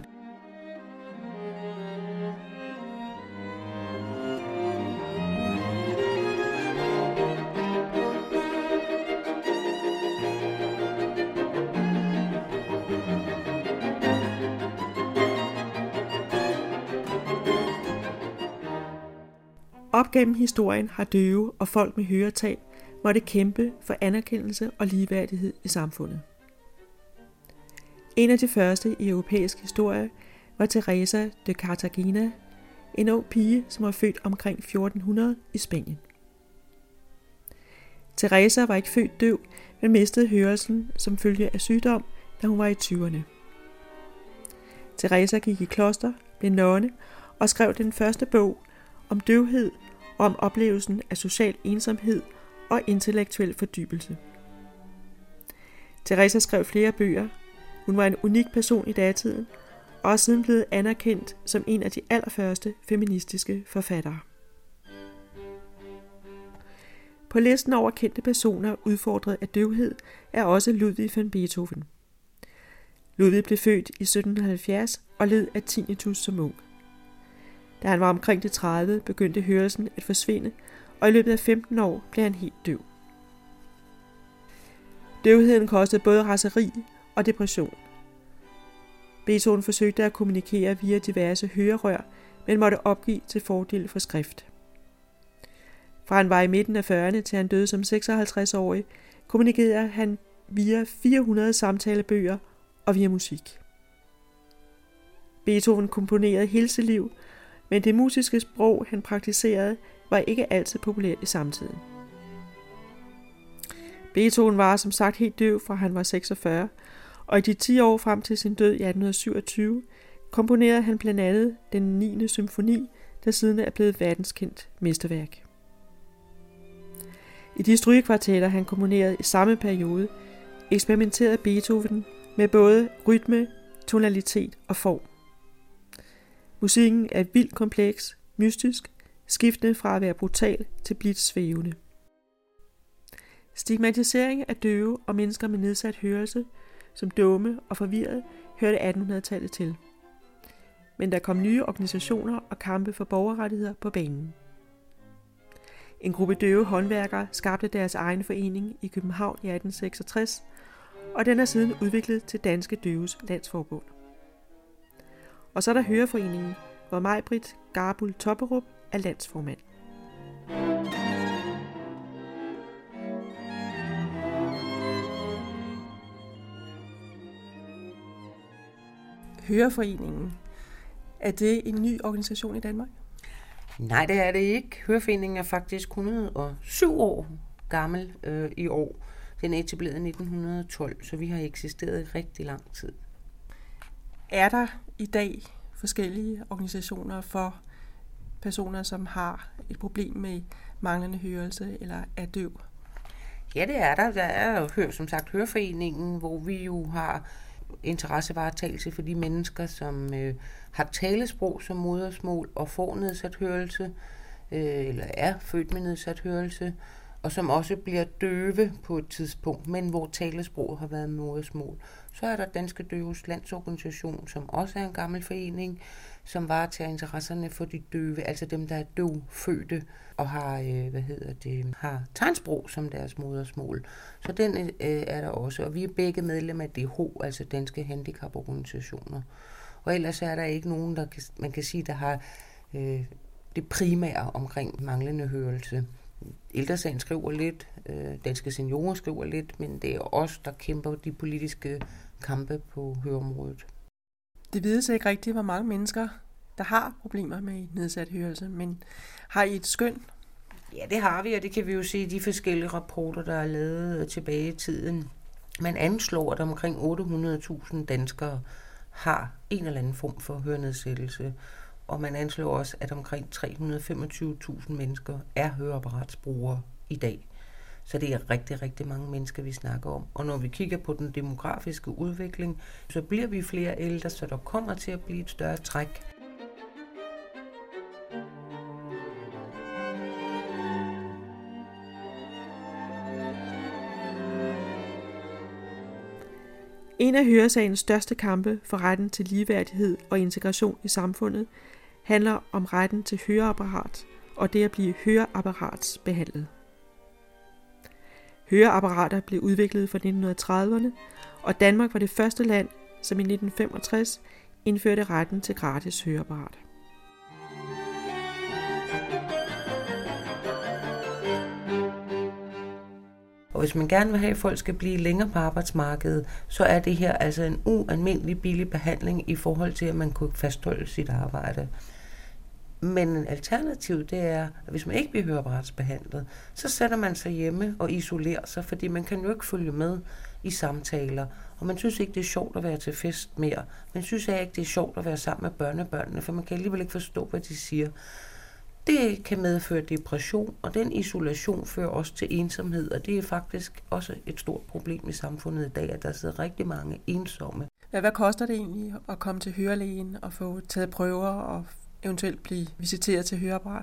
Op gennem historien har døve og folk med høretab måtte kæmpe for anerkendelse og ligeværdighed i samfundet. En af de første i europæisk historie var Teresa de Cartagena, en ung pige, som var født omkring fjorten hundrede i Spanien. Teresa var ikke født døv, men mistede hørelsen som følge af sygdom, da hun var i tyverne. Teresa gik i kloster, blev nonne og skrev den første bog om døvhed og om oplevelsen af social ensomhed og intellektuel fordybelse. Teresa skrev flere bøger. Hun var en unik person i datiden, og er siden blevet anerkendt som en af de allerførste feministiske forfattere. På listen over kendte personer udfordret af døvhed er også Ludwig van Beethoven. Ludwig blev født i sytten halvfjerds og led af tinnitus som ung. Da han var omkring de tredive, begyndte hørelsen at forsvinde, og i løbet af femten år blev han helt døv. Døvheden kostede både raseri og depression. Beethoven forsøgte at kommunikere via diverse hørerør, men måtte opgive til fordel for skrift. Fra han var i midten af fyrrerne til han døde som seksoghalvtreds-årig, kommunikerede han via fire hundrede samtalebøger og via musik. Beethoven komponerede hele sit liv, men det musiske sprog, han praktiserede, var ikke altid populært i samtiden. Beethoven var som sagt helt døv, fra han var seksogfyrre, og i de ti år frem til sin død i atten syvogtyve komponerede han blandt andet den niende symfoni, der siden er blevet verdenskendt mesterværk. I de strygekvartetter, han komponerede i samme periode, eksperimenterede Beethoven med både rytme, tonalitet og form. Musikken er vildt kompleks, mystisk, skiftende fra at være brutal til blidt svævende. Stigmatisering af døve og mennesker med nedsat hørelse, som dumme og forvirrede, hørte attenhundredetallet til. Men der kom nye organisationer og kampe for borgerrettigheder på banen. En gruppe døve håndværkere skabte deres egen forening i København i atten seksogtres, og den er siden udviklet til Danske Døves Landsforbund. Og så er der Høreforeningen, hvor Maj-Britt Garbul Topperup er landsformand. Høreforeningen, er det en ny organisation i Danmark? Nej, det er det ikke. Høreforeningen er faktisk hundrede og syv år gammel øh, i år. Den er etableret i nitten tolv, så vi har eksisteret i rigtig lang tid. Er der i dag forskellige organisationer for personer, som har et problem med manglende hørelse eller er døv? Ja, det er der. Der er jo som sagt Høreforeningen, hvor vi jo har interessevaretagelse for de mennesker, som øh, har talesprog som modersmål og får nedsat hørelse, øh, eller er født med nedsat hørelse, og som også bliver døve på et tidspunkt, men hvor talesproget har været modersmål. Så er der Danske Døves Landsorganisation, som også er en gammel forening, som varetager interesserne for de døve, altså dem, der er døvfødte og har, øh, hvad hedder det, har tegnsprog som deres modersmål. Så den øh, er der også, og vi er begge medlemmer af D H, altså Danske Handicaporganisationer. Og ellers er der ikke nogen, der kan, man kan sige, der har øh, det primære omkring manglende hørelse. Ældre Sagen skriver lidt, øh, Danske Seniorer skriver lidt, men det er os, der kæmper de politiske kampe på høreområdet. Det vides ikke rigtigt, hvor mange mennesker, der har problemer med nedsat hørelse, men har I et skøn? Ja, det har vi, og det kan vi jo se i de forskellige rapporter, der er lavet tilbage i tiden. Man anslår, at omkring otte hundrede tusind danskere har en eller anden form for hørenedsættelse, og man anslår også, at omkring tre hundrede og femogtyve tusind mennesker er høreapparatsbrugere i dag. Så det er rigtig, rigtig mange mennesker, vi snakker om. Og når vi kigger på den demografiske udvikling, så bliver vi flere ældre, så der kommer til at blive et større træk. En af høresagens største kampe for retten til ligeværdighed og integration i samfundet handler om retten til høreapparat og det at blive høreapparatsbehandlet. Høreapparater blev udviklet fra nitten trediverne, og Danmark var det første land, som i nitten femogtres indførte retten til gratis høreapparat. Og hvis man gerne vil have, at folk skal blive længere på arbejdsmarkedet, så er det her altså en ualmindelig billig behandling i forhold til, at man kunne fastholde sit arbejde. Men alternativet det er, at hvis man ikke bliver høreapparatsbehandlet, så sætter man sig hjemme og isolerer sig, fordi man kan jo ikke følge med i samtaler. Og man synes ikke, det er sjovt at være til fest mere. Man synes ikke, det er sjovt at være sammen med børnebørnene, for man kan alligevel ikke forstå, hvad de siger. Det kan medføre depression, og den isolation fører også til ensomhed, og det er faktisk også et stort problem i samfundet i dag, at der sidder rigtig mange ensomme. Ja, hvad koster det egentlig at komme til hørelægen og få taget prøver og eventuelt blive visiteret til høreapparat?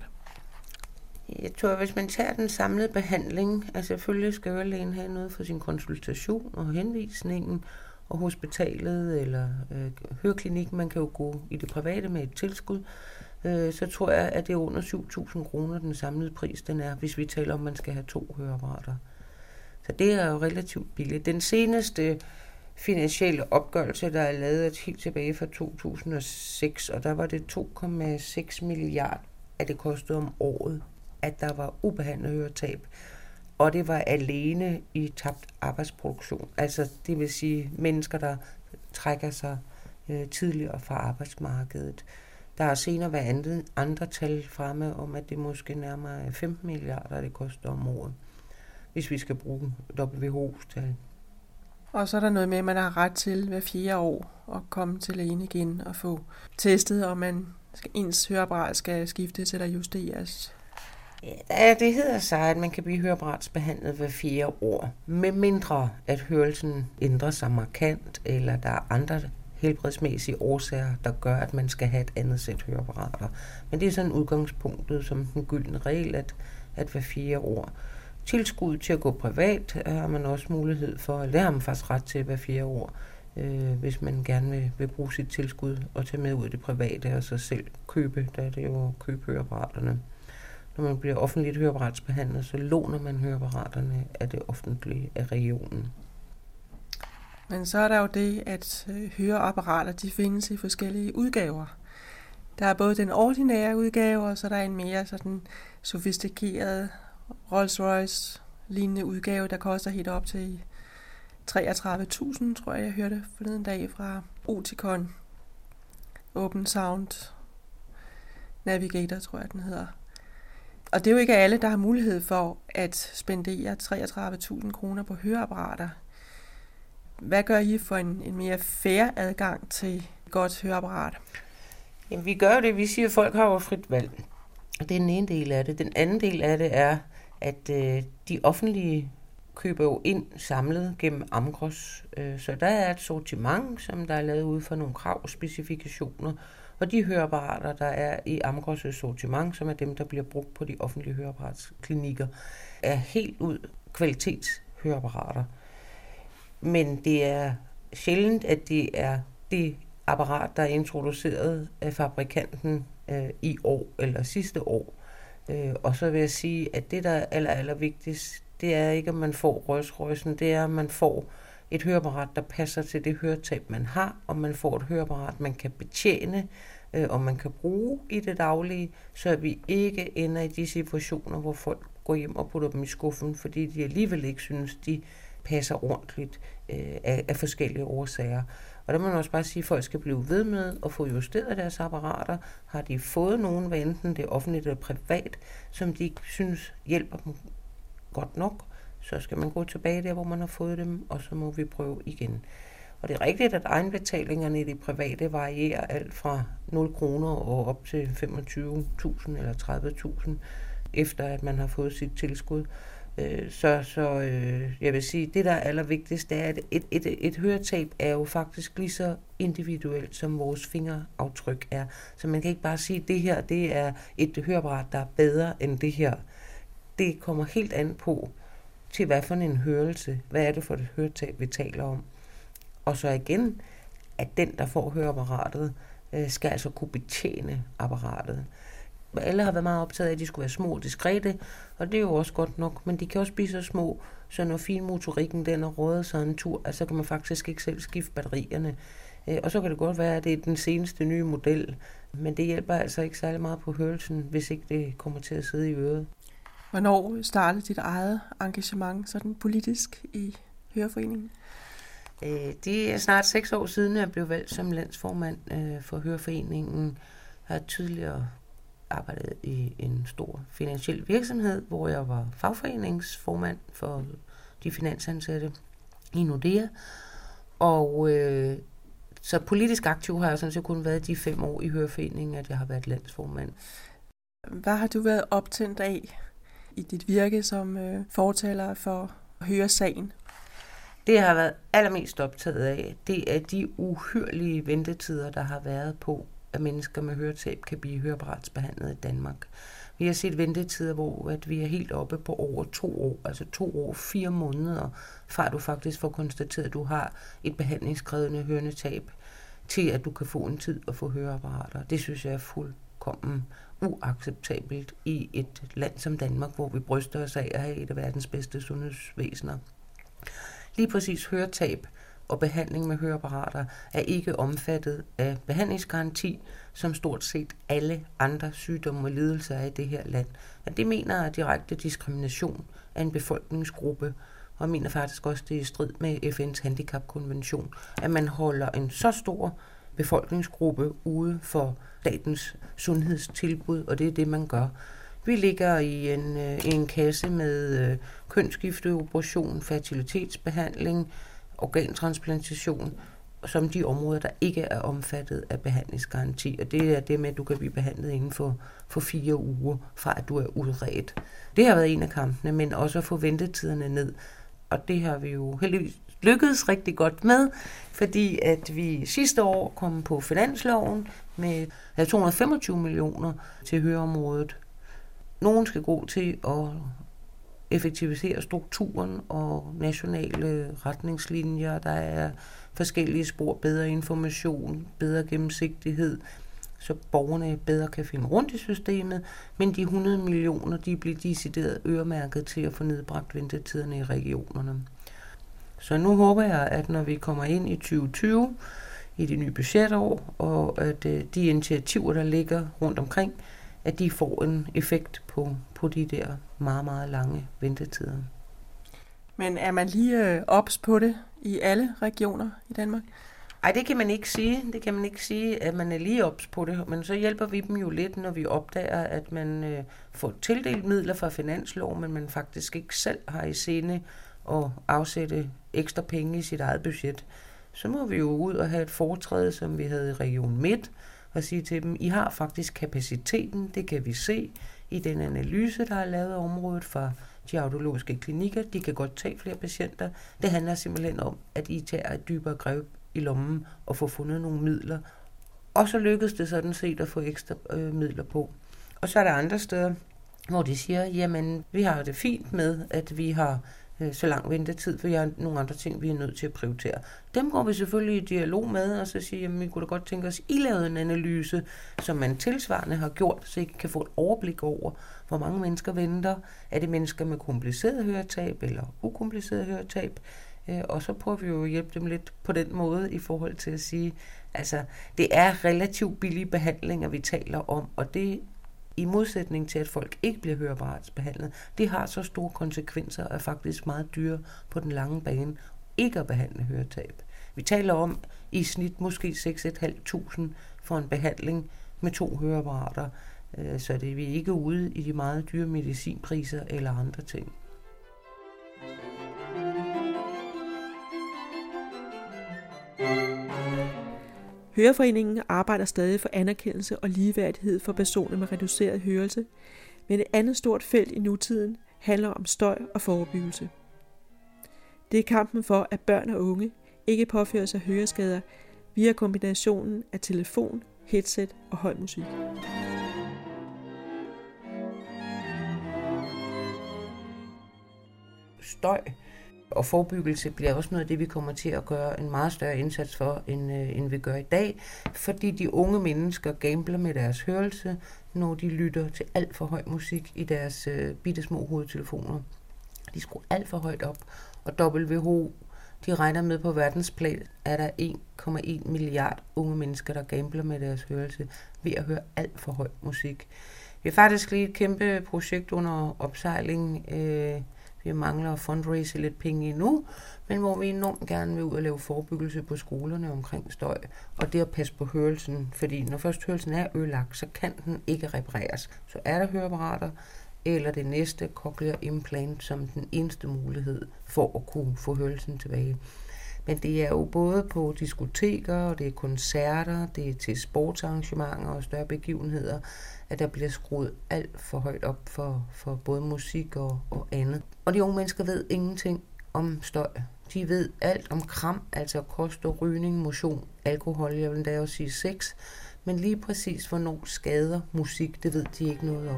Jeg tror, at hvis man tager den samlede behandling, altså selvfølgelig skal hørelægen have noget for sin konsultation og henvisningen, og hospitalet eller øh, høreklinikken, man kan jo gå i det private med et tilskud, øh, så tror jeg, at det er under syv tusind kroner, den samlede pris, den er, hvis vi taler om, at man skal have to høreapparater. Så det er jo relativt billigt. Den seneste finansielle opgørelse, der er lavet helt tilbage fra to tusind og seks, og der var det to komma seks milliarder, at det kostede om året, at der var ubehandlet høretab. Og det var alene i tabt arbejdsproduktion. Altså det vil sige mennesker, der trækker sig øh, tidligere fra arbejdsmarkedet. Der er senere været andre, andre tal fremme om, at det måske nærmere femten milliarder, det koster om året, hvis vi skal bruge W H O's tal. Og så er der noget med, at man har ret til hver fjerde år at komme til lægen igen og få testet, om man skal, ens høreapparat skal skiftes eller justeres. Ja, det hedder sig, at man kan blive høreapparatsbehandlet hver fjerde år, med mindre at hørelsen ændrer sig markant, eller der er andre helbredsmæssige årsager, der gør, at man skal have et andet sæt høreapparater. Men det er sådan udgangspunktet som den gyldne regel, at, at hver fjerde år. Tilskud til at gå privat har man også mulighed for, eller det har man faktisk ret til hver fjerde år, øh, hvis man gerne vil, vil bruge sit tilskud og tage med ud i det private og så selv købe, der er det jo købe høreapparaterne. Når man bliver offentligt høreapparatsbehandlet, så låner man høreapparaterne af det offentlige af regionen. Men så er der jo det, at høreapparater de findes i forskellige udgaver. Der er både den ordinære udgave, og så er der en mere sådan sofistikeret Rolls-Royce lignende udgave, der koster helt op til treogtredive tusind, tror jeg, jeg hørte forleden dag fra Oticon. Open Sound Navigator, tror jeg, den hedder. Og det er jo ikke alle, der har mulighed for at spendere treogtredive tusind kroner på høreapparater. Hvad gør I for en, en mere fair adgang til et godt høreapparat? Jamen, vi gør det, vi siger, at folk har jo frit valg. Og det er den ene del af det. Den anden del af det er, at øh, de offentlige køber jo ind samlet gennem Amgros. Øh, så der er et sortiment, som der er lavet ud for nogle krav og specifikationer. Og de høreapparater, der er i Amgros' sortiment, som er dem, der bliver brugt på de offentlige høreapparatsklinikker, er helt ud kvalitetshøreapparater. Men det er sjældent, at det er det apparat, der er introduceret af fabrikanten øh, i år eller sidste år. Øh, og så vil jeg sige, at det, der er aller, aller vigtigst, det er ikke, at man får Rolls-Roycen, det er, at man får et høreapparat, der passer til det høretab, man har, og man får et høreapparat, man kan betjene, øh, og man kan bruge i det daglige, så vi ikke ender i de situationer, hvor folk går hjem og putter dem i skuffen, fordi de alligevel ikke synes, de passer ordentligt øh, af, af forskellige årsager. Og der må man også bare sige, at folk skal blive ved med at få justeret deres apparater. Har de fået nogen, hvad enten det er offentligt eller privat, som de ikke synes hjælper dem godt nok, så skal man gå tilbage der, hvor man har fået dem, og så må vi prøve igen. Og det er rigtigt, at egenbetalingerne i det private varierer alt fra nul kroner og op til femogtyve tusind eller tredive tusind, efter at man har fået sit tilskud. Så, så øh, jeg vil sige, det der er allervigtigst, det er, at et, et, et høretab er jo faktisk lige så individuelt, som vores fingeraftryk er. Så man kan ikke bare sige, at det her det er et høreapparat, der er bedre end det her. Det kommer helt an på, til hvad for en hørelse. Hvad er det for et høretab, vi taler om? Og så igen, at den, der får høreapparatet, øh, skal altså kunne betjene apparatet. Alle har været meget optaget af, at de skulle være små og diskrete, og det er jo også godt nok, men de kan også blive så små, så når finmotorikken den er rådet sig en tur, altså, så kan man faktisk ikke selv skifte batterierne. Og så kan det godt være, at det er den seneste nye model, men det hjælper altså ikke særlig meget på hørelsen, hvis ikke det kommer til at sidde i øret. Hvornår startede dit eget engagement sådan politisk i Høreforeningen? Det er snart seks år siden, jeg blev valgt som landsformand for Høreforeningen. Jeg har tidligere arbejdet i en stor finansiel virksomhed, hvor jeg var fagforeningsformand for de finansansatte i Nordea. Og øh, så politisk aktiv har jeg sådan set kun været de fem år i Høreforeningen, at jeg har været landsformand. Hvad har du været optændt af i dit virke som øh, fortaler for Høresagen? Det, jeg har været allermest optaget af, det er de uhyrlige ventetider, der har været på, at mennesker med høretab kan blive høreapparatsbehandlet i Danmark. Vi har set ventetider, hvor at vi er helt oppe på over to år, altså to år, fire måneder, fra du faktisk får konstateret, at du har et behandlingskrævende høretab, til at du kan få en tid at få høreapparater. Det synes jeg er fuldkommen uacceptabelt i et land som Danmark, hvor vi bryster os af at have et af verdens bedste sundhedsvæsener. Lige præcis høretab og behandling med høreapparater er ikke omfattet af behandlingsgaranti, som stort set alle andre sygdomme og lidelser er i det her land. Og det mener jeg er direkte diskrimination af en befolkningsgruppe, og mener faktisk også, det er i strid med F N's handicapkonvention, at man holder en så stor befolkningsgruppe ude for statens sundhedstilbud, og det er det, man gør. Vi ligger i en, i en kasse med kønsskifteoperation, fertilitetsbehandling, organtransplantation, som de områder, der ikke er omfattet af behandlingsgaranti. Og det er det med, at du kan blive behandlet inden for, for fire uger, fra at du er udredt. Det har været en af kampene, men også at få ventetiderne ned. Og det har vi jo heldigvis lykkedes rigtig godt med, fordi at vi sidste år kom på finansloven med to hundrede og femogtyve millioner til høreområdet. Nogen skal gå til at effektivisere strukturen og nationale retningslinjer. Der er forskellige spor, bedre information, bedre gennemsigtighed, så borgerne bedre kan finde rundt i systemet. Men de hundrede millioner, de bliver decideret øremærket til at få nedbragt ventetiderne i regionerne. Så nu håber jeg, at når vi kommer ind i tyve tyve, i det nye budgetår, og at de initiativer, der ligger rundt omkring, at de får en effekt på, på de der meget, meget lange ventetider. Men er man lige øh, ops på det i alle regioner i Danmark? Ej, det kan man ikke sige. Det kan man ikke sige, at man er lige ops på det. Men så hjælper vi dem jo lidt, når vi opdager, at man øh, får tildelt midler fra finanslov, men man faktisk ikke selv har i sinde at afsætte ekstra penge i sit eget budget. Så må vi jo ud og have et foretræde, som vi havde i Region Midt, og sige til dem, I har faktisk kapaciteten, det kan vi se i den analyse, der er lavet af området fra de audiologiske klinikker. De kan godt tage flere patienter. Det handler simpelthen om, at I tager et dybere greb i lommen og får fundet nogle midler. Og så lykkedes det sådan set at få ekstra øh, midler på. Og så er der andre steder, hvor de siger, jamen vi har det fint med, at vi har så lang ventetid, for jeg har nogle andre ting, vi er nødt til at prioritere. Dem går vi selvfølgelig i dialog med, og så siger, at vi kunne da godt tænke os, I lavede en analyse, som man tilsvarende har gjort, så I kan få et overblik over, hvor mange mennesker venter. Er det mennesker med kompliceret høretab eller ukompliceret høretab? Og så prøver vi jo at hjælpe dem lidt på den måde i forhold til at sige, altså det er relativt billige behandlinger, vi taler om, og det i modsætning til, at folk ikke bliver høreapparatsbehandlet, det har så store konsekvenser og er faktisk meget dyre på den lange bane ikke at behandle høretab. Vi taler om i snit måske seks tusind fem hundrede for en behandling med to høreapparater, så det er vi ikke ude i de meget dyre medicinpriser eller andre ting. Høreforeningen arbejder stadig for anerkendelse og ligeværdighed for personer med reduceret hørelse, men et andet stort felt i nutiden handler om støj og forebyggelse. Det er kampen for, at børn og unge ikke påfører sig høreskader via kombinationen af telefon, headset og høj musik. Støj Og forebyggelse bliver også noget af det, vi kommer til at gøre en meget større indsats for, end, øh, end vi gør i dag. Fordi de unge mennesker gambler med deres hørelse, når de lytter til alt for høj musik i deres øh, bittesmå hovedtelefoner. De skruer alt for højt op, og W H O, de regner med på verdensplan, er der en komma en milliard unge mennesker, der gambler med deres hørelse ved at høre alt for høj musik. Vi har faktisk lige et kæmpe projekt under opsejling. Øh, vi mangler at fundraise lidt penge endnu, men hvor vi enormt gerne vil ud og lave forebyggelse på skolerne omkring støj, og det at passe på hørelsen, fordi når først hørelsen er ødelagt, så kan den ikke repareres. Så er der høreapparater, eller det næste cochlear implant som den eneste mulighed for at kunne få hørelsen tilbage. Men det er jo både på diskoteker, og det er koncerter, det er til sportsarrangementer og større begivenheder, at der bliver skruet alt for højt op for, for både musik og, og andet. Og de unge mennesker ved ingenting om støj. De ved alt om kram, altså kost og rygning, motion, alkohol, jeg vil endda også sige sex, men lige præcis hvornår skader musik, det ved de ikke noget om.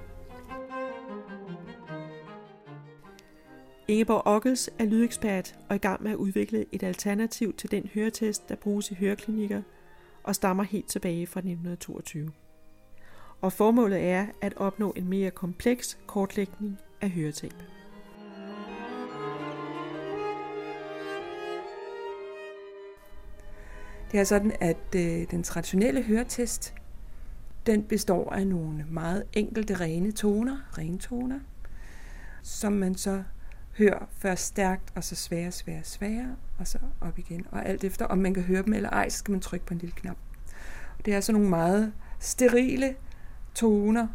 Ingeborg Ockels er lydekspert og i gang med at udvikle et alternativ til den høretest, der bruges i høreklinikker og stammer helt tilbage fra nitten toogtyve. Og formålet er at opnå en mere kompleks kortlægning af høretab. Det er sådan, at øh, den traditionelle høretest, den består af nogle meget enkelte rene toner, rentoner, som man så hører først stærkt, og så sværere, sværere, sværere, og så op igen. Og alt efter, om man kan høre dem eller ej, så skal man trykke på en lille knap. Det er så nogle meget sterile toner,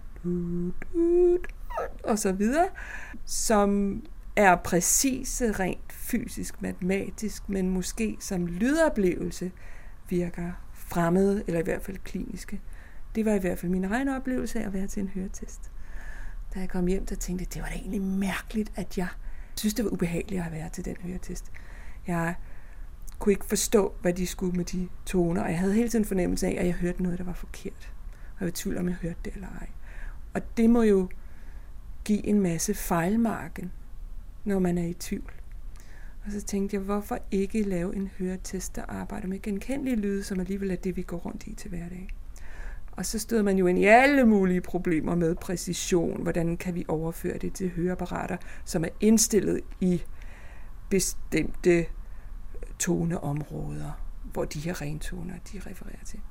og så videre, som er præcise rent fysisk, matematisk, men måske som lydoplevelse virker fremmede, eller i hvert fald kliniske. Det var i hvert fald min egen oplevelse af at være til en høretest. Da jeg kom hjem, der tænkte jeg, det var da egentlig mærkeligt, at jeg synes, det var ubehageligt at være til den høretest. Jeg kunne ikke forstå, hvad de skulle med de toner, og jeg havde hele tiden fornemmelse af, at jeg hørte noget, der var forkert. Og jeg var i tvivl om, jeg hørte det eller ej. Og det må jo give en masse fejlmarken, når man er i tvivl. Og så tænkte jeg, hvorfor ikke lave en høretest, der arbejder med genkendelige lyde, som alligevel er det, vi går rundt i til hverdag. Og så støder man jo ind i alle mulige problemer med præcision. Hvordan kan vi overføre det til høreapparater, som er indstillet i bestemte toneområder, hvor de her rentoner, de refererer til.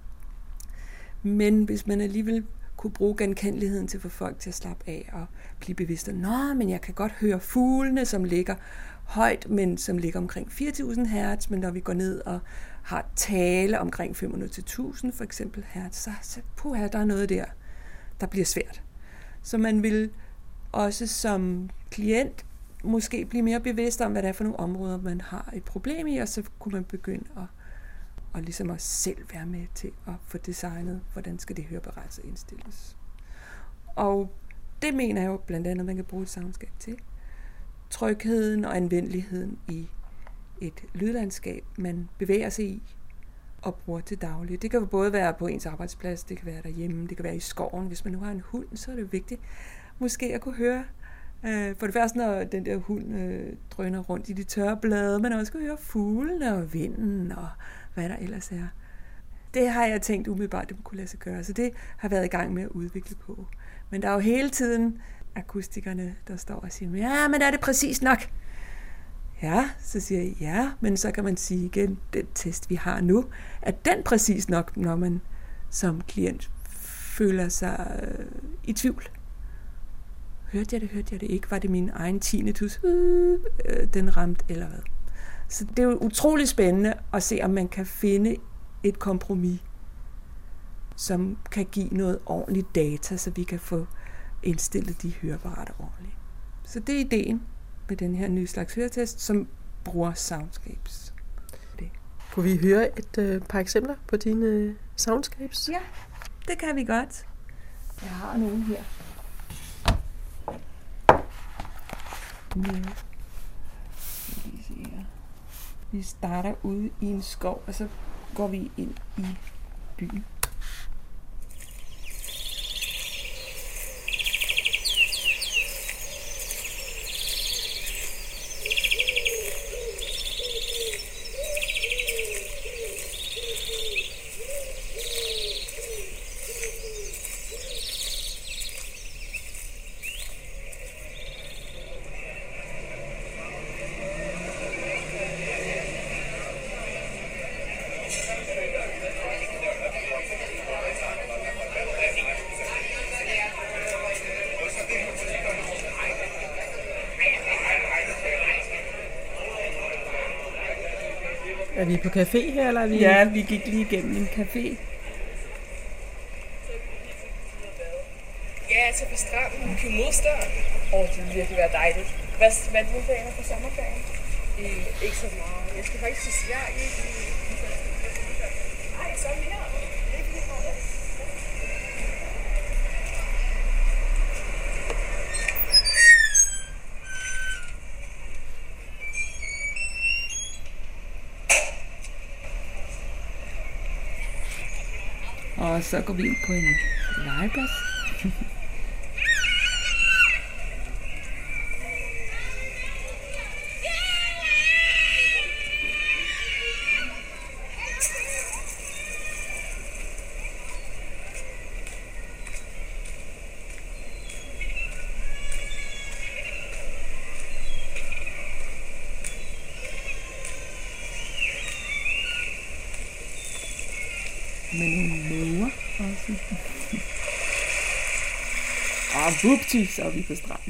Men hvis man alligevel kunne bruge genkendeligheden til at få folk til at slappe af og blive bevidste, nå, men jeg kan godt høre fuglene, som ligger højt, men som ligger omkring fire tusind hertz, men når vi går ned og har tale omkring fem hundrede til tusind for eksempel hertz, så, så puha, der er noget der, der bliver svært. Så man vil også som klient måske blive mere bevidst om, hvad det er for nogle områder, man har et problem i, og så kunne man begynde at, og ligesom at selv være med til at få designet, hvordan skal det høreapparat så indstilles. Og det mener jeg jo blandt andet, at man kan bruge et soundskab til. Trygheden og anvendeligheden i et lydlandskab, man bevæger sig i og bruger til dagligt. Det kan jo både være på ens arbejdsplads, det kan være derhjemme, det kan være i skoven. Hvis man nu har en hund, så er det vigtigt måske at kunne høre, øh, for det første, når den der hund øh, drøner rundt i de tørre blade, men også kunne høre fuglene og vinden og hvad der ellers er. Det har jeg tænkt umiddelbart, det kunne lade sig gøre, så det har jeg været i gang med at udvikle på. Men der er jo hele tiden akustikerne, der står og siger, ja, men er det præcis nok? Ja, så siger jeg, ja, men så kan man sige igen, den test, vi har nu, er den præcis nok, når man som klient føler sig øh, i tvivl. Hørte jeg det, hørte jeg det ikke? Var det min egen tinnitus, øh, øh, den ramte, eller hvad? Så det er jo utrolig spændende at se, om man kan finde et kompromis, som kan give noget ordentligt data, så vi kan få indstillet de høreapparater ordentligt. Så det er ideen med den her nye slags høretest, som bruger soundscapes. Det. Kunne vi høre et øh, par eksempler på dine øh, soundscapes? Ja, det kan vi godt. Jeg har nogle her. Ja. Vi starter ude i en skov, og så går vi ind i byen. vi på café her, eller er vi... Ja, vi gik lige igennem en café. Ja, altså på stranden, på modstøren. Åh, det vil virkelig være dejligt. Hvad, hvad er dine planer for sommerferien? Øh, ikke så meget. Jeg skal faktisk til Sverige. Nej, så mere. Og så går vi ind på en legeplads. Med nogle måger også. Og vupti, så er vi på stranden.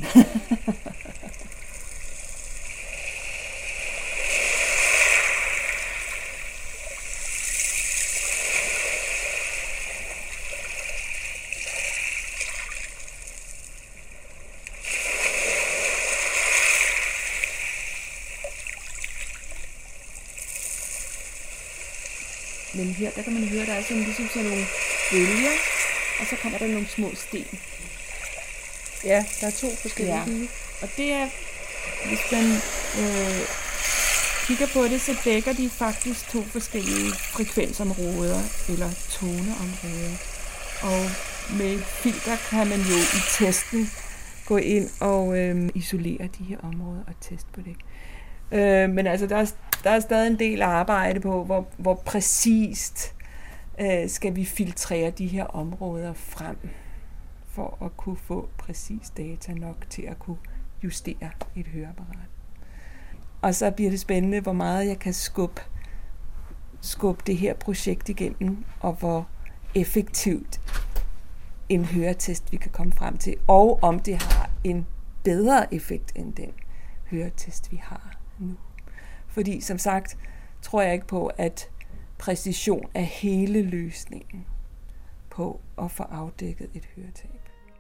Men her, der kan man høre, der er sådan, ligesom sådan nogle bølger, og så kommer der nogle små sten. Ja, der er to forskellige. Ja. Og det er, hvis man øh, kigger på det, så dækker de faktisk to forskellige frekvensområder, eller toneområder. Og med et filter kan man jo i testen gå ind og øh, isolere de her områder og teste på det. Øh, men altså, der er, der er stadig en del arbejde på, hvor, hvor præcist øh, skal vi filtrere de her områder frem, for at kunne få præcis data nok til at kunne justere et høreapparat. Og så bliver det spændende, hvor meget jeg kan skubbe, skubbe det her projekt igennem, og hvor effektivt en høretest vi kan komme frem til, og om det har en bedre effekt end den høretest vi har nu. Fordi som sagt tror jeg ikke på, at præcision er hele løsningen på at få afdækket et høretab.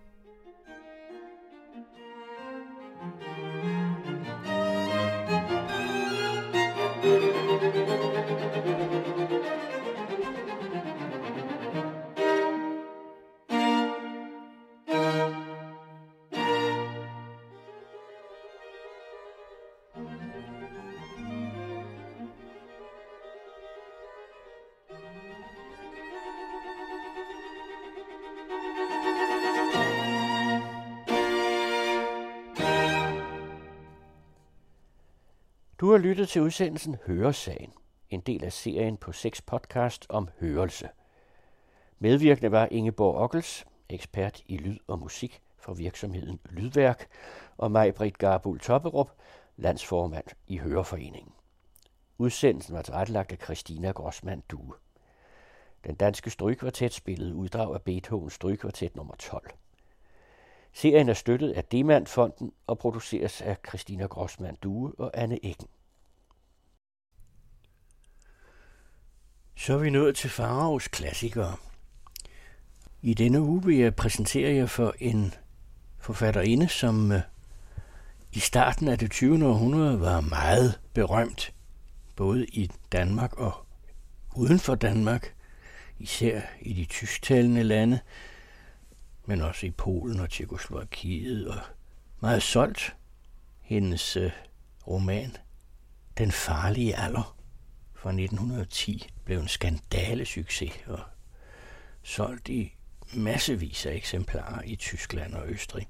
Du har lyttet til udsendelsen Høresagen, en del af serien på seks podcast om hørelse. Medvirkende var Ingeborg Ockels, ekspert i lyd og musik for virksomheden Lydværk, og Maj-Britt Garbul Topperup, landsformand i Høreforeningen. Udsendelsen var tilrettelagt af Christina Grossmann Due. Den danske strygekvartet spillede uddrag af Beethovens strygekvartet nummer tolv. Serien er støttet af Demand-fonden og produceres af Christina Grossmann Due og Anne Eggen. Så er vi nået til Faraos klassikere. I denne uge vil jeg præsentere jer for en forfatterinde, som i starten af det tyvende århundrede var meget berømt, både i Danmark og uden for Danmark, især i de tysktalende lande, men også i Polen og Tjekkoslovakiet, og meget solgt. Hendes øh, roman, Den farlige alder, fra nitten ti, blev en skandalesucces og solgt i massevis af eksemplarer i Tyskland og Østrig.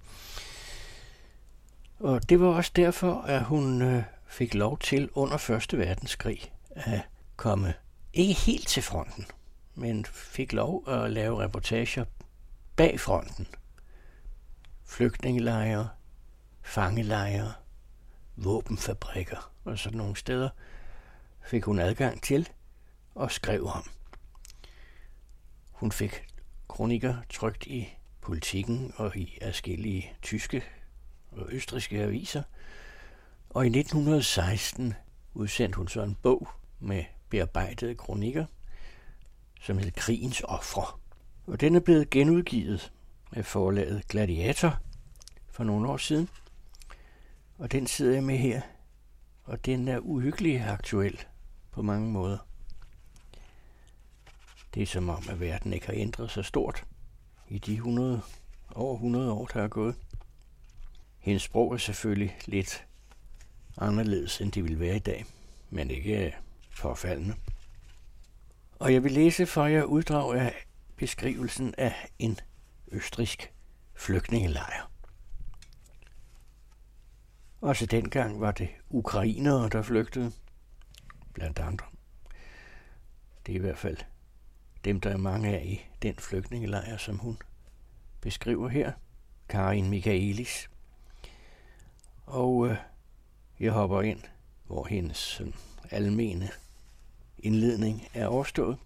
Og det var også derfor, at hun øh, fik lov til under første verdenskrig at komme ikke helt til fronten, men fik lov at lave reportager bag fronten. Flygtningelejre, fangelejre, våbenfabrikker og sådan nogle steder fik hun adgang til og skrev om. Hun fik kronikker trykt i Politiken og i adskillige tyske og østrigske aviser, og i nitten seksten udsendte hun så en bog med bearbejdede kronikker, som hed Krigens Ofre. Og den er blevet genudgivet af forlaget Gladiator for nogle år siden. Og den sidder jeg med her, og den er uhyggelig aktuel på mange måder. Det er som om, at verden ikke har ændret sig stort i de hundrede, over hundrede år, der er gået. Hendes sprog er selvfølgelig lidt anderledes, end det ville være i dag, men ikke forfaldende. Og jeg vil læse for jer uddrag af beskrivelsen af en østrigsk flygtningelejr. Også dengang var det ukrainere, der flygtede, blandt andre. Det er i hvert fald dem, der er mange af i den flygtningelejr, som hun beskriver her, Karin Michaelis. Og øh, jeg hopper ind, hvor hendes øh, almene indledning er overstået.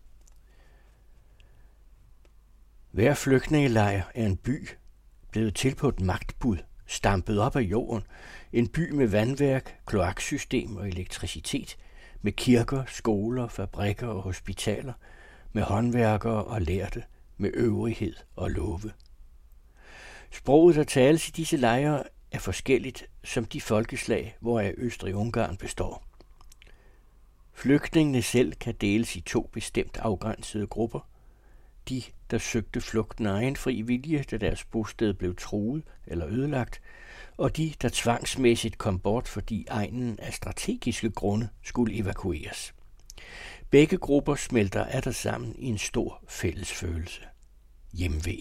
Hver flygtningelejr er en by, blevet til på et magtbud, stampet op af jorden. En by med vandværk, kloaksystem og elektricitet, med kirker, skoler, fabrikker og hospitaler, med håndværkere og lærte, med øvrighed og love. Sproget, der tales i disse lejre, er forskelligt som de folkeslag, hvoraf Østrig-Ungarn består. Flygtningene selv kan deles i to bestemt afgrænsede grupper. De, der søgte flugten af egen fri vilje, da deres bosted blev truet eller ødelagt, og de, der tvangsmæssigt kom bort, fordi egnen af strategiske grunde skulle evakueres. Begge grupper smelter atter sammen i en stor fælles følelse. Hjemvej.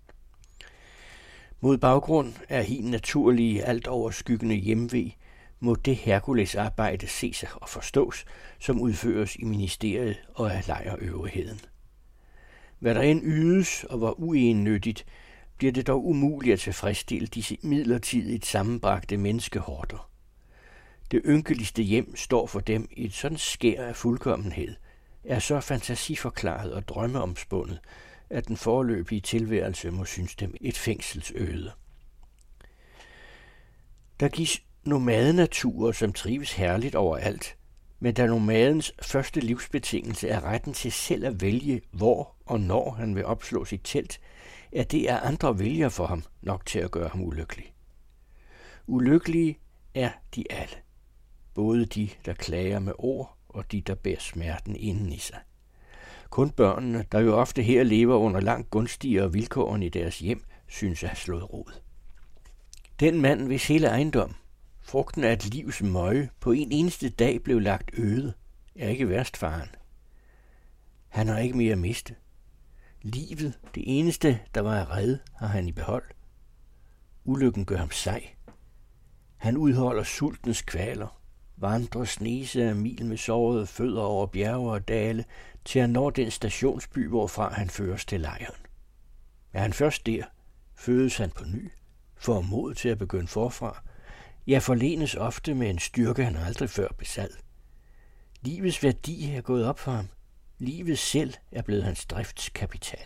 Mod baggrund af hin naturlige, alt overskyggende hjemvej, må det Herkulesarbejde ses og forstås, som udføres i ministeriet og af lejrøvrigheden. Hvad der end ydes og var uennyttigt, bliver det dog umuligt at tilfredsstille disse midlertidigt sammenbragte menneskehorder. Det ynkeligste hjem står for dem i et sådan skær af fuldkommenhed, er så fantasiforklaret og drømmeomspundet, at den foreløbige tilværelse må synes dem et fængselsøde. Der gives nomadenaturer, som trives herligt overalt, men da nomadens første livsbetingelse er retten til selv at vælge, hvor og når han vil opslå sit telt, er det af andre vælger for ham nok til at gøre ham ulykkelig. Ulykkelige er de alle, både de, der klager med ord, og de, der bærer smerten inden i sig. Kun børnene, der jo ofte her lever under langt gunstigere vilkår end i deres hjem, synes at have slået rod. Den mand, hvis hele ejendom, frugten af et livs møje, på en eneste dag blev lagt øde, er ikke værst faren. Han har ikke mere at miste. Livet, det eneste, der var at redde, har han i behold. Ulykken gør ham sej. Han udholder sultens kvaler, vandrer snese af mil med sårede fødder over bjerge og dale, til han når den stationsby, hvorfra han føres til lejren. Er han først der, fødes han på ny, får mod til at begynde forfra, ja, forlenes ofte med en styrke, han aldrig før besad. Livets værdi er gået op for ham. Livet selv er blevet hans driftskapital.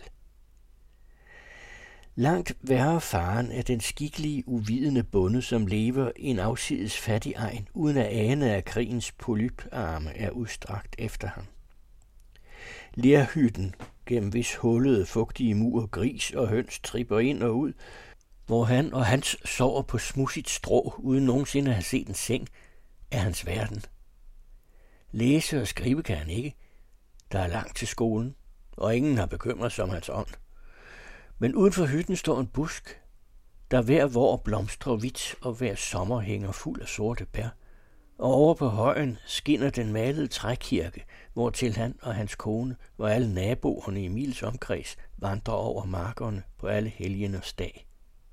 Langt værre faren er den skikkelige, uvidende bonde, som lever i en afsides fattig egen, uden at ane, at krigens polyparme er udstrakt efter ham. Lerhytten, gennem hvis hullede, fugtige mur, gris og høns tripper ind og ud, hvor han og hans sover på smudsigt strå, uden nogensinde at have set en seng, er hans verden. Læse og skrive kan han ikke. Der er langt til skolen, og ingen har bekymret sig om hans ånd. Men uden for hytten står en busk, der hver vår blomstrer hvidt, og hver sommer hænger fuld af sorte bær. Og over på højen skinner den malede trækirke, hvortil han og hans kone og alle naboerne i mils omkreds vandrer over markerne på alle helgeners dag.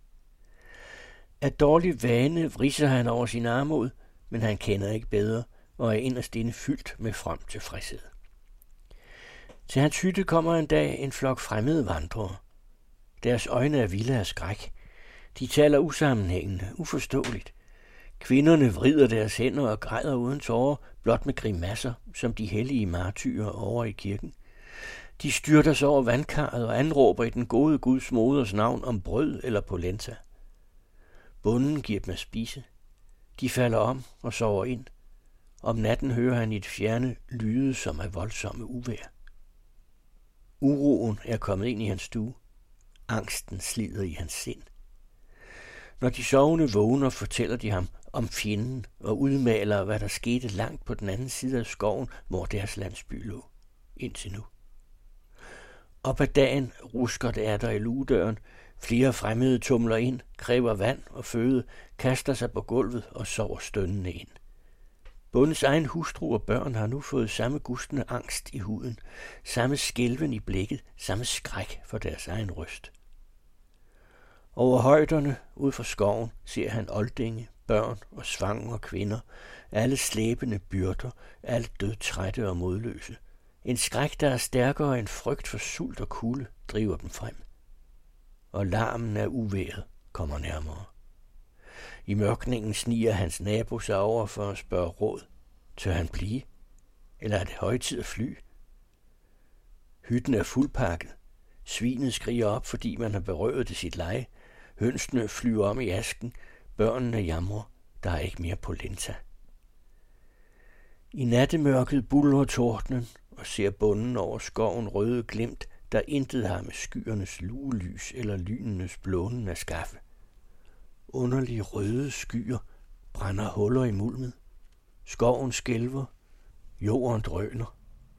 Af dårlig vane vridser han over sin armod, men han kender ikke bedre og er inderst inde fyldt med from tilfredshed. Til hans hytte kommer en dag en flok fremmede vandrere. Deres øjne er vilde af skræk. De taler usammenhængende, uforståeligt. Kvinderne vrider deres hænder og græder uden tårer, blot med grimasser, som de hellige martyrer over i kirken. De styrter sig over vandkarret og anråber i den gode Guds moders navn om brød eller polenta. Bonden giver dem at spise. De falder om og sover ind, Om natten hører han i et fjerne lyde, som er voldsomme uvejr. Uroen er kommet ind i hans stue. Angsten slider i hans sind. Når de sovende vågner, fortæller de ham om fjenden og udmaler, hvad der skete langt på den anden side af skoven, hvor deres landsby lå, indtil nu. Op ad dagen rusker det er der i lugedøren. Flere fremmede tumler ind, kræver vand og føde, kaster sig på gulvet og sover stønnende ind. Bondens egen hustru og børn har nu fået samme gustende angst i huden, samme skælven i blikket, samme skræk for deres egen røst. Over højderne ud fra skoven ser han oldinge, børn og svangre kvinder, alle slæbende byrder, alle dødtrætte og modløse. En skræk, der er stærkere end frygt for sult og kulde, driver dem frem. Og larmen af uvejret kommer nærmere. I mørkningen sniger hans nabo sig over for at spørge råd. Tør han blive? Eller er det højtid at fly? Hytten er fuldpakket. Svinet skriger op, fordi man har berøvet det sit leje. Hønsene flyver om i asken. Børnene jamrer. Der er ikke mere polenta. I nattemørket buldrer tordnen og ser bonden over skoven røde glimt, der intet har med skyernes lugelys eller lynenes blånen at skaffe. Underlige røde skyer brænder huller i mulmet. Skoven skælver. Jorden drøner.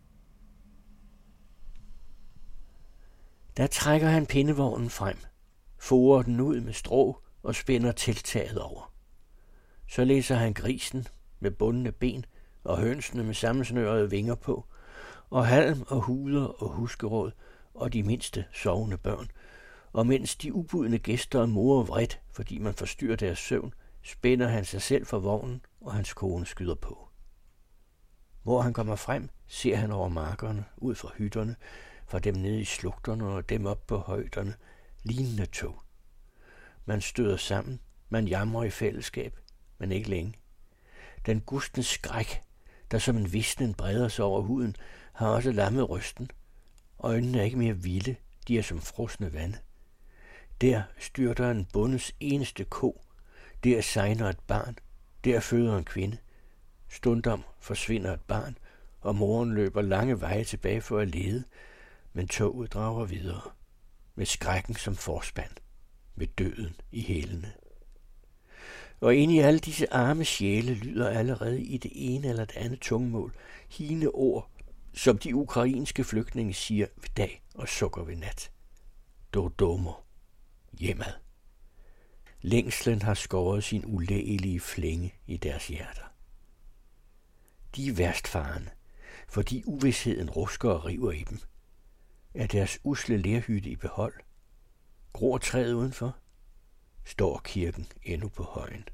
Der trækker han pindevognen frem, forer den ud med strå og spænder telttaget over. Så læser han grisen med bundne ben og hønsene med sammensnørede vinger på, og halm og huder og huskeråd og de mindste sovende børn, og mens de ubudne gæster morer vredt, fordi man forstyrrer deres søvn, spænder han sig selv for vognen, og hans kone skyder på. Hvor han kommer frem, ser han over markerne, ud fra hytterne, fra dem nede i slugterne og dem op på højderne, lignende tog. Man støder sammen, man jamrer i fællesskab, men ikke længe. Den gustne skræk, der som en visnen breder sig over huden, har også lammet rysten. Øjnene er ikke mere vilde, de er som frosne vande. Der styrter en bondes eneste ko, der sejner et barn, der føder en kvinde. Stundom forsvinder et barn, og moren løber lange veje tilbage for at lede, men toget drager videre, med skrækken som forspand, med døden i hælene. Og ind i alle disse arme sjæle lyder allerede i det ene eller det andet tungemål hine ord, som de ukrainske flygtninge siger ved dag og sukker ved nat. Dodomo. Hjemad. Længslen har skåret sin ulægelige flænge i deres hjerter. De er værstfarende, fordi uvidsheden rusker og river i dem. Er deres usle lerhytte i behold? Gror træet udenfor? Står kirken endnu på højen?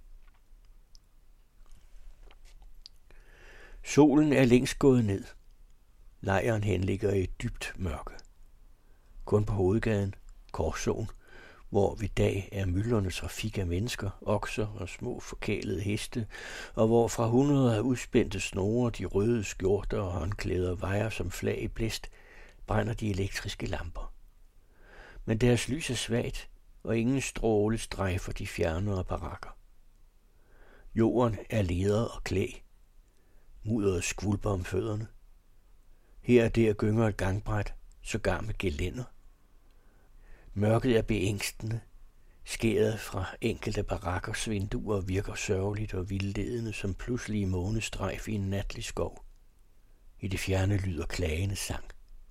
Solen er længst gået ned. Lejren henligger i et dybt mørke. Kun på hovedgaden, Korsåen, hvor ved dag er myldrende trafik af mennesker, okser og små forkælede heste, og hvor fra hundreder af udspændte snore de røde skjorter og håndklæder vejer som flag i blæst, brænder de elektriske lamper. Men deres lys er svagt, og ingen stråle strejfer de fjernere barakker. Jorden er ledret og klæ. Mudderet skvulper om fødderne. Her og der gynger et gangbræt, sågar med gelænder. Mørket er beængstende. Skæret fra enkelte barakkers vinduer virker sørgeligt og vildledende som pludselige månestrejf i en natlig skov. I det fjerne lyder klagende sang.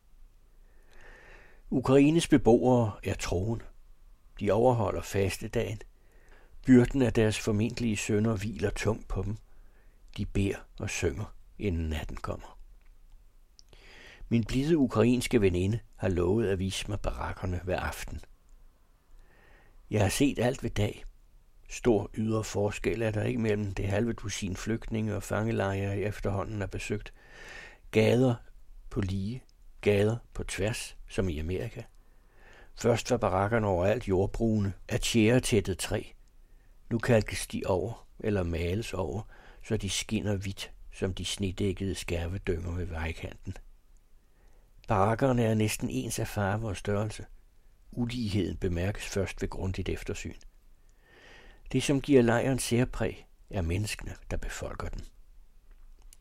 Ukraines beboere er troende. De overholder fastedagen. Byrden af deres formentlige synder hviler tungt på dem. De beder og synger, inden natten kommer. Min blide ukrainske veninde har lovet at vise mig barakkerne hver aften. Jeg har set alt ved dag. Stor ydre forskel er der ikke mellem det halve dusin flygtninge og fangelejre, jeg efterhånden er besøgt. Gader på lige, gader på tværs, som i Amerika. Først var barakkerne overalt jordbrune af tjæretættet træ. Nu kalkes de over eller males over, så de skinner hvidt, som de snedækkede skærvedynger ved vejkanten. Barakkerne er næsten ens af farve og størrelse. Uligheden bemærkes først ved grundigt eftersyn. Det, som giver lejren særpræg, er menneskene, der befolker den.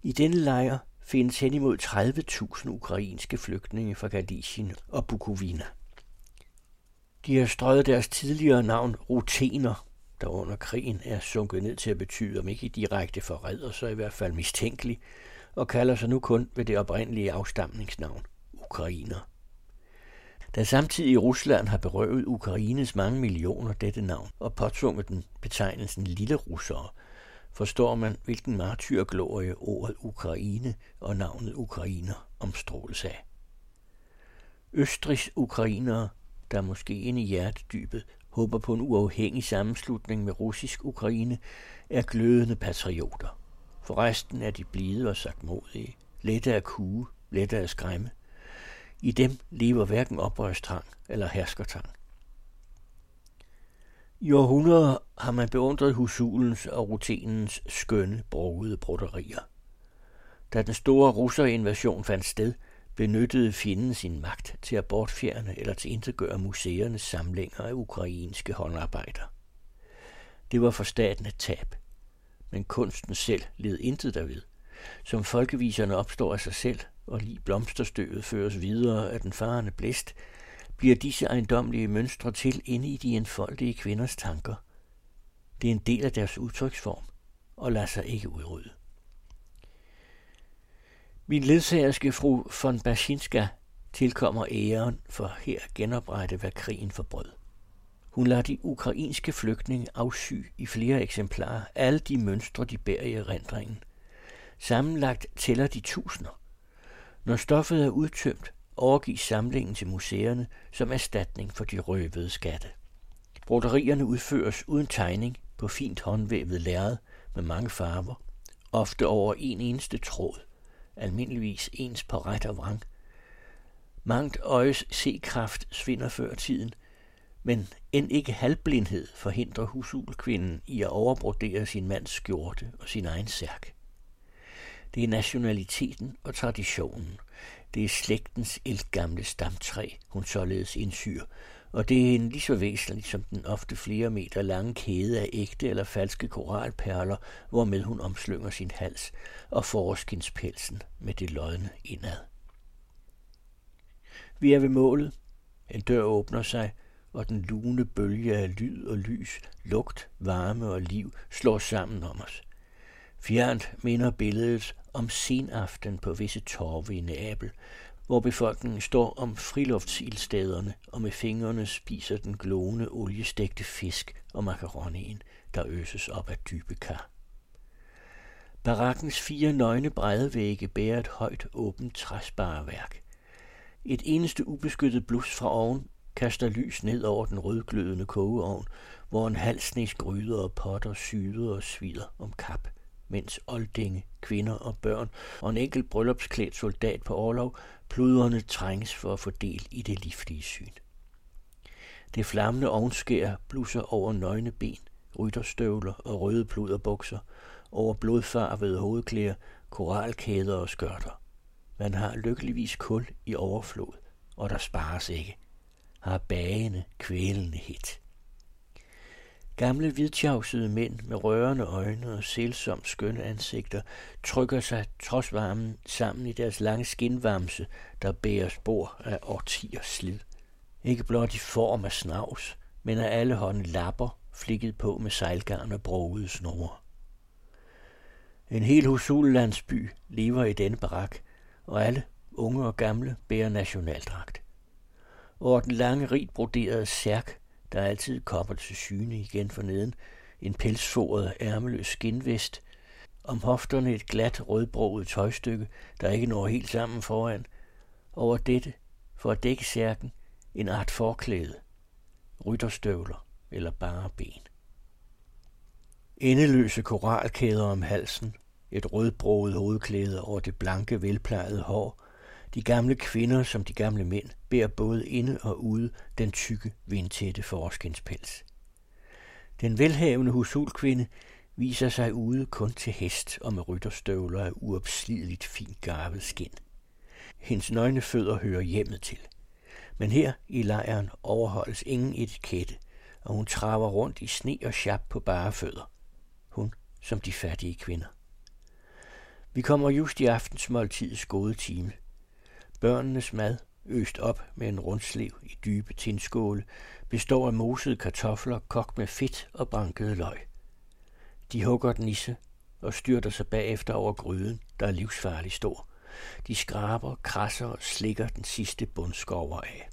I denne lejr findes hen imod tredive tusind ukrainske flygtninge fra Galicien og Bukovina. De har strøget deres tidligere navn rutener, der under krigen er sunket ned til at betyde, om ikke direkte forræder, så i hvert fald mistænkelig, og kalder sig nu kun ved det oprindelige afstamningsnavn, ukrainer. Da samtidig Rusland har berøvet Ukraines mange millioner dette navn og påtvunget den betegnelsen lille russere, forstår man, hvilken martyrglorie ordet Ukraine og navnet ukrainer omstråles af. Østrigs ukrainere, der måske inde i hjertedybet håber på en uafhængig sammenslutning med russisk Ukraine, er glødende patrioter. For resten er de blide og sagtmodige, lette at kue, lette at skræmme. I dem lever hverken oprørstrang eller herskertang. I århundreder har man beundret husulens og rutenens skønne, brogede broderier. Da den store russerinvasion fandt sted, benyttede fjenden sin magt til at bortfjerne eller til intetgøre museernes samlinger af ukrainske håndarbejder. Det var for staten et tab, men kunsten selv led intet derved. Som folkeviserne opstår af sig selv, og lige blomsterstøvet føres videre af den farende blæst, bliver disse ejendomlige mønstre til inde i de enfoldige kvinders tanker. Det er en del af deres udtryksform, og lader sig ikke udrydde. Min ledsagerske fru von Baschinska tilkommer æren for her at genoprette, hvad krigen forbrød. Hun lader de ukrainske flygtninge afsy i flere eksemplarer alle de mønstre, de bærer i erindringen. Sammenlagt tæller de tusinder. Når stoffet er udtømt, overgives samlingen til museerne som erstatning for de røvede skatte. Broderierne udføres uden tegning på fint håndvævet lærred med mange farver, ofte over en eneste tråd, almindeligvis ens på ret og vrang. Mangt øjes sekraft svinder før tiden, men end ikke halvblindhed forhindrer husulkvinden i at overbrodere sin mands skjorte og sin egen særk. Det er nationaliteten og traditionen. Det er slægtens ældgamle stamtræ, hun således indsyr, og det er en lige så væsentlig som den ofte flere meter lange kæde af ægte eller falske koralperler, hvormed hun omslynger sin hals og forårskindspelsen med det lodne indad. Vi er ved målet. En dør åbner sig, og den lune bølge af lyd og lys, lugt, varme og liv slår sammen om os. Fjernt minder billedet om senaften på visse torve i Neapel, hvor befolkningen står om friluftsildstederne og med fingrene spiser den glående oliestegte fisk og makaronien, der øses op af dybe kar. Barakkens fire nøgne bræddevægge bærer et højt, åbent træspareværk. Et eneste ubeskyttet blus fra oven kaster lys ned over den rødglødende kogeovn, hvor en halv snes gryder og potter syder og svider om kap, mens oldinge, kvinder og børn og en enkelt bryllupsklædt soldat på orlov pludrende trænges for at få del i det livlige syn. Det flammende ovnskær blusser over nøgne ben, rytterstøvler og røde pluderbukser, over blodfarvede hovedklæder, koralkæder og skørter. Man har lykkeligvis kul i overflod, og der spares ikke. Har bagende, kvælende hit. Gamle hvidtjavsede mænd med rørende øjne og sælsomt skønne ansigter trykker sig trods varmen sammen i deres lange skinvamse, der bærer spor af årtiers slid. Ikke blot i form af snavs, men af alle hånde lapper, flikket på med sejlgarn og brogede snore. En hel husullandsby lever i denne barak, og alle, unge og gamle, bærer nationaldragt. Over den lange, rigt broderede særk, der altid kommer til syne igen forneden, en pelsforet, ærmeløs skinvest, om hofterne et glat, rødbroget tøjstykke, der ikke når helt sammen foran. Over dette, for at dække særken, en art forklæde, rytterstøvler eller bare ben. Endeløse koralkæder om halsen, et rødbroget hovedklæde over det blanke, velplejede hår, de gamle kvinder som de gamle mænd bærer både inde og ude den tykke, vindtætte forårskindspels. Den velhavende husulkvinde viser sig ude kun til hest og med rytterstøvler af uopslideligt fint garvet skind. Hendes nøgne fødder hører hjemmet til. Men her i lejren overholdes ingen etikette, og hun traver rundt i sne og sjap på bare fødder. Hun som de fattige kvinder. Vi kommer just i aftensmåltidets gode time. Børnenes mad, øst op med en rundslev i dybe tindskåle, består af mosede kartofler kogt med fedt og brankede løg. De hugger den i sig og styrter sig bagefter over gryden, der er livsfarlig stor. De skraber, krasser og slikker den sidste bundskover af.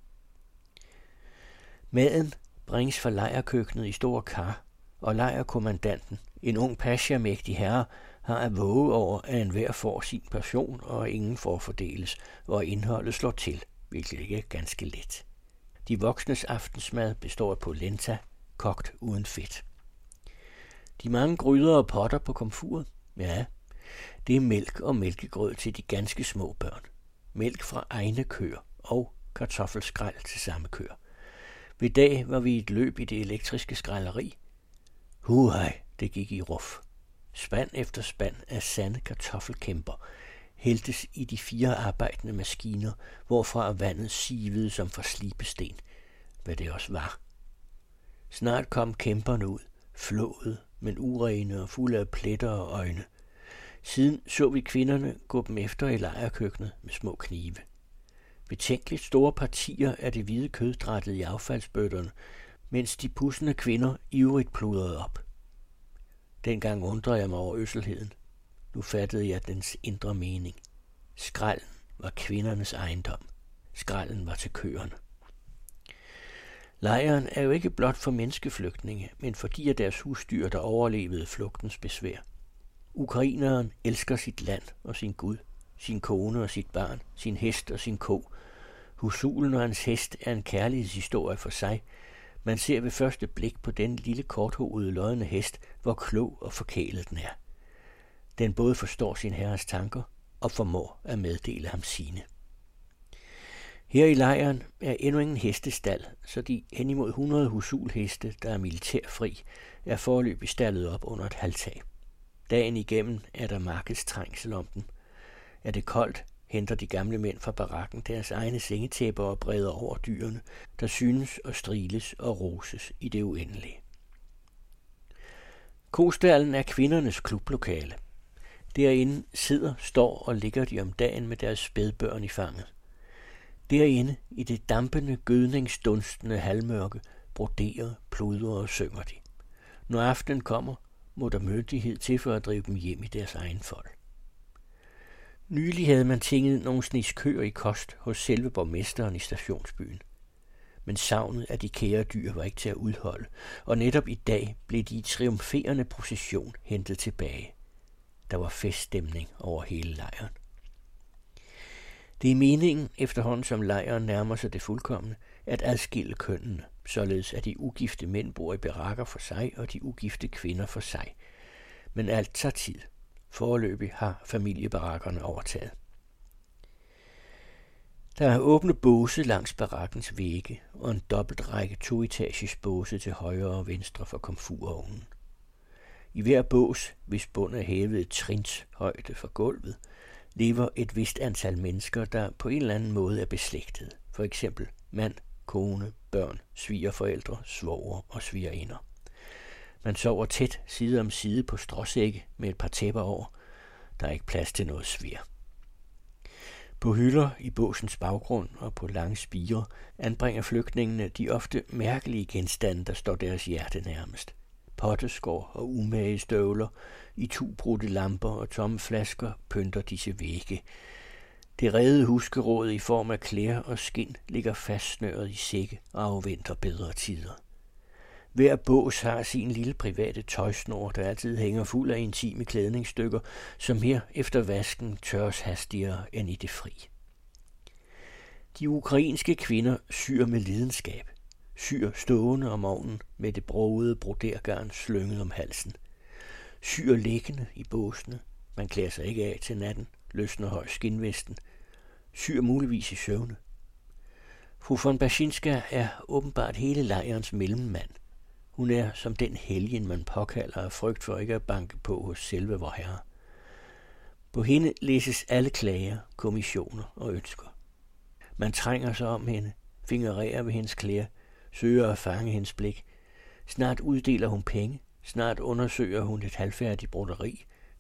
Maden bringes fra lejrkøkkenet i store kar, og lejrkommandanten, en ung pascha-mægtig herre, har at våge over, at enhver får sin portion, og ingen får fordeles, og indholdet slår til, hvilket ikke er ganske let. De voksnes aftensmad består af polenta, kogt uden fedt. De mange gryder og potter på komfuret, ja, det er mælk og mælkegrød til de ganske små børn. Mælk fra egne køer og kartoffelskrald til samme køer. Ved dag var vi i et løb i det elektriske skralderi. Huhej, det gik i ruf. Spand efter spand af sande kartoffelkæmper hældtes i de fire arbejdende maskiner, hvorfra vandet sivede som fra slibesten, hvad det også var. Snart kom kæmperne ud, flåede, men urene og fulde af pletter og øjne. Siden så vi kvinderne gå dem efter i lejrkøkkenet med små knive. Betænkeligt store partier af det hvide kød drættede i affaldsbøtterne, mens de pudsende kvinder ivrigt pludrede op. Dengang undrede jeg mig over øsselheden. Nu fattede jeg dens indre mening. Skralden var kvindernes ejendom. Skralden var til køerne. Lejren er jo ikke blot for menneskeflygtninge, men for de af deres husdyr, der overlevede flugtens besvær. Ukraineren elsker sit land og sin Gud, sin kone og sit barn, sin hest og sin ko. Husulen og hans hest er en kærlighedshistorie for sig. Man ser ved første blik på den lille korthovede lodne hest, hvor klog og forkælet den er. Den både forstår sin herres tanker og formår at meddele ham sine. Her i lejren er endnu ingen hestestald, så de henimod hundrede husulheste, der er militærfri, er foreløbig stallet op under et halvtag. Dagen igennem er der markedstrængsel om dem. Er det koldt, henter de gamle mænd fra barakken deres egne sengetæpper og breder over dyrene, der synes og striles og roses i det uendelige. Kostallen er kvindernes klublokale. Derinde sidder, står og ligger de om dagen med deres spædbørn i fanget. Derinde, i det dampende, gødningsdunstende halvmørke, broderer, pludrer og synger de. Når aftenen kommer, må der myndighed til for at drive dem hjem i deres egen fold. Nylig havde man tinget nogle snes køer i kost hos selve borgmesteren i stationsbyen. Men savnet af de kære dyr var ikke til at udholde, og netop i dag blev de i triumferende procession hentet tilbage. Der var feststemning over hele lejren. Det er meningen, efterhånden som lejren nærmer sig det fuldkomne, at adskille kønnene, således at de ugifte mænd bor i barakker for sig og de ugifte kvinder for sig. Men alt tager tid. Foreløbig har familiebarakkerne overtaget. Der er åbne båse langs barakkens vægge og en dobbelt række toetages båse til højre og venstre for komfurovnen. I hver bås, hvis bund er hævet et trins højde fra gulvet, lever et vist antal mennesker, der på en eller anden måde er beslægtet. For eksempel mand, kone, børn, svigerforældre, svoger og svigerinder. Man sover tæt side om side på stråsække med et par tæpper over. Der er ikke plads til noget svir. På hylder i båsens baggrund og på lange spirer anbringer flygtningene de ofte mærkelige genstande, der står deres hjerte nærmest. Potteskår og umage støvler, i tubrudte lamper og tomme flasker pynter disse vægge. Det rede huskeråd i form af klæder og skind ligger fastsnøret i sække og afventer bedre tider. Hver bås har sin lille private tøjsnor, der altid hænger fuld af intime klædningsstykker, som her efter vasken tørres hastigere end i det fri. De ukrainske kvinder syr med lidenskab. Syr stående om ovnen med det brogede brodergarn slynget om halsen. Syr liggende i båsene. Man klæder sig ikke af til natten, løsner høj skinvesten. Syr muligvis i søvne. Fru von Baczynska er åbenbart hele lejrens mellemmand. Hun er som den helgen, man påkalder af frygt for ikke at banke på hos selve vor herre. På hende læses alle klager, kommissioner og ønsker. Man trænger sig om hende, fingererer ved hendes klæder, søger at fange hendes blik. Snart uddeler hun penge, snart undersøger hun et halvfærdigt broderi,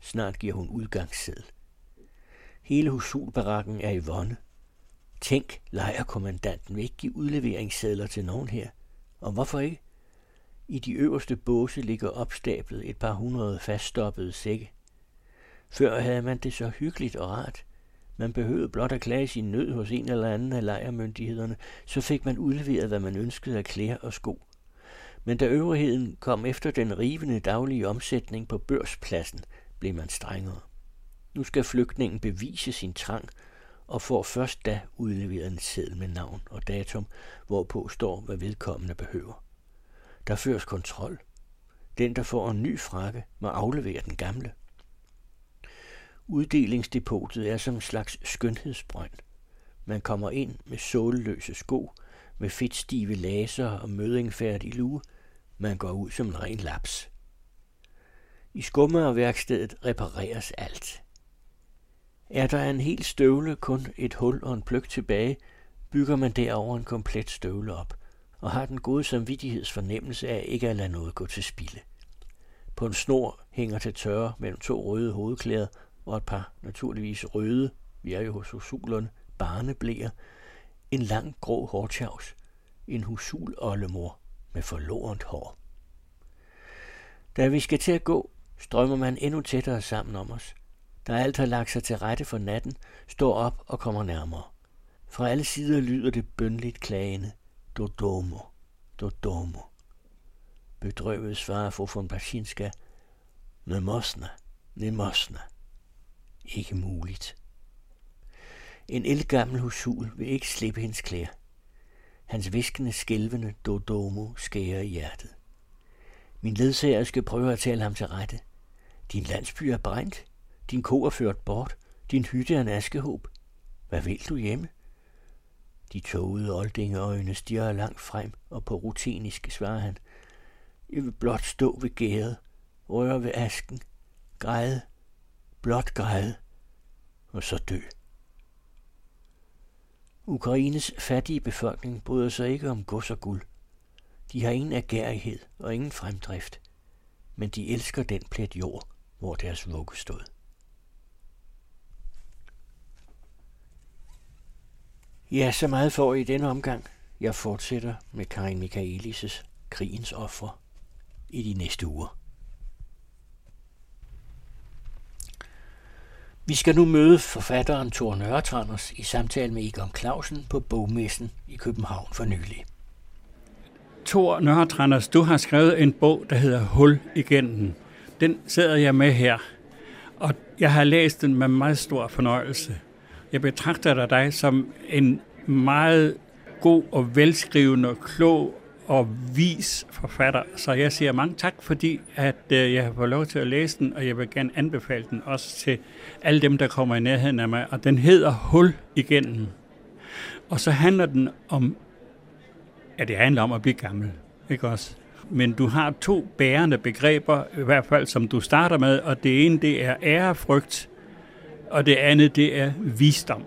Snart giver hun udgangsseddel. Hele Husulbarakken er i vonde. Tænk, lejrkommandanten vil ikke give udleveringssedler til nogen her. Og hvorfor ikke? I de øverste båse ligger opstablet et par hundrede faststoppede sække. Før havde man det så hyggeligt og rart. Man behøvede blot at klage sin nød hos en eller anden af lejrmyndighederne, så fik man udleveret, hvad man ønskede af klæder og sko. Men da øvrigheden kom efter den rivende daglige omsætning på børspladsen, blev man strengere. Nu skal flygtningen bevise sin trang, og får først da udleveret en seddel med navn og datum, hvorpå står, hvad vedkommende behøver. Der føres kontrol. Den, der får en ny frakke, må aflevere den gamle. Uddelingsdepotet er som en slags skønhedsbrønd. Man kommer ind med såleløse sko, med fedtstive laser og mødingfærdig lue. Man går ud som en ren laps. I skummerværkstedet repareres alt. Er der en hel støvle kun et hul og en pløk tilbage, bygger man derover en komplet støvle op, og har den gode samvittighedsfornemmelse af ikke at lade noget gå til spilde. På en snor hænger til tørre mellem to røde hovedklæder og et par naturligvis røde, vi er jo hos husulerne, barneblæer, en lang grå hårtjavs, en husul-oldemor med forlorent hår. Da vi skal til at gå, strømmer man endnu tættere sammen om os. Der alt har lagt sig til rette for natten, står op og kommer nærmere. Fra alle sider lyder det bønligt klagende. Dodomo, Dodomo. Bedrøvet svarer fru von Baczynska. Nemosna, Nemosna. Ikke muligt. En ældgammel husul vil ikke slippe hendes klæder. Hans viskende, skælvende Dodomo skærer i hjertet. Min ledsager skal prøve at tale ham til rette. Din landsby er brændt. Din ko er ført bort. Din hytte er en askehåb. Hvad vil du hjemme? De tågede oldingeøjne stirrer langt frem, og på rutinisk svarer han. Jeg vil blot stå ved gæret, røre ved asken, græde, blot græde, og så dø. Ukraines fattige befolkning bryder sig ikke om gods og guld. De har ingen agerighed og ingen fremdrift, men de elsker den plet jord, hvor deres vugge stod. Ja, så meget får I i denne omgang. Jeg fortsætter med Karin Michaelis' Krigens ofre i de næste uger. Vi skal nu møde forfatteren Tor Nørretranders i samtale med Egon Clausen på Bogmessen i København for nylig. Tor Nørretranders, du har skrevet en bog, der hedder Hul igennem. Den sidder jeg med her, og jeg har læst den med meget stor fornøjelse. Jeg betragter dig som en meget god og velskrivende, klog og vis forfatter. Så jeg siger mange tak, fordi at jeg har fået lov til at læse den, og jeg vil gerne anbefale den også til alle dem, der kommer i nærheden af mig. Og den hedder Hul igennem. Og så handler den om, ja, det handler om at blive gammel, ikke også? Men du har to bærende begreber, i hvert fald som du starter med, og det ene, det er ærefrygt, og det andet, det er visdom.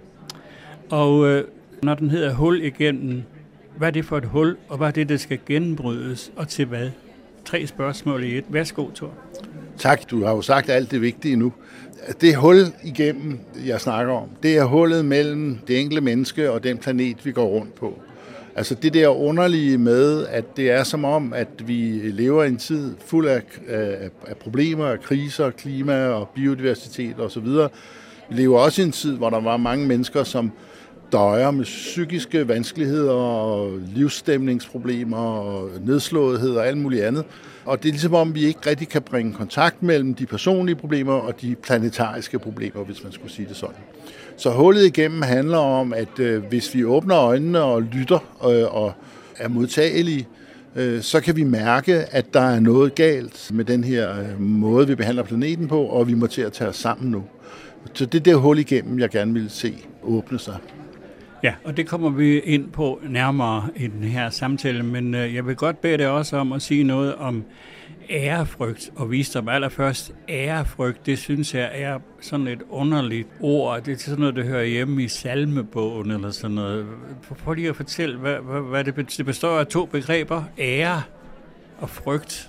Og øh, når den hedder Hul igennem, hvad er det for et hul, og hvad er det, der skal gennembrydes, og til hvad? Tre spørgsmål i et. Værsgo, Tor. Tak, du har jo sagt alt det vigtige nu. Det hul igennem, jeg snakker om, det er hullet mellem det enkelte menneske og den planet, vi går rundt på. Altså det der underlige med, at det er som om, at vi lever i en tid fuld af, af, af problemer, af kriser, klima og biodiversitet osv. Vi lever også i en tid, hvor der var mange mennesker, som døjer med psykiske vanskeligheder og livsstemningsproblemer og nedslåethed og alt muligt andet. Og det er ligesom om, vi ikke rigtig kan bringe kontakt mellem de personlige problemer og de planetariske problemer, hvis man skulle sige det sådan. Så hullet igennem handler om, at øh, hvis vi åbner øjnene og lytter øh, og er modtagelige, øh, så kan vi mærke, at der er noget galt med den her øh, måde, vi behandler planeten på, og vi må til at tage os sammen nu. Så det er det hul igennem, jeg gerne vil se åbne sig. Ja, og det kommer vi ind på nærmere i den her samtale, men øh, jeg vil godt bede dig også om at sige noget om ærefrygt og visdom. Allerførst ærefrygt, det synes jeg er sådan et underligt ord. Det er sådan noget, der hører hjemme i salmebogen eller sådan noget. Prøv lige at fortælle, hvad, hvad, hvad det betyder. Det består af to begreber, ære og frygt.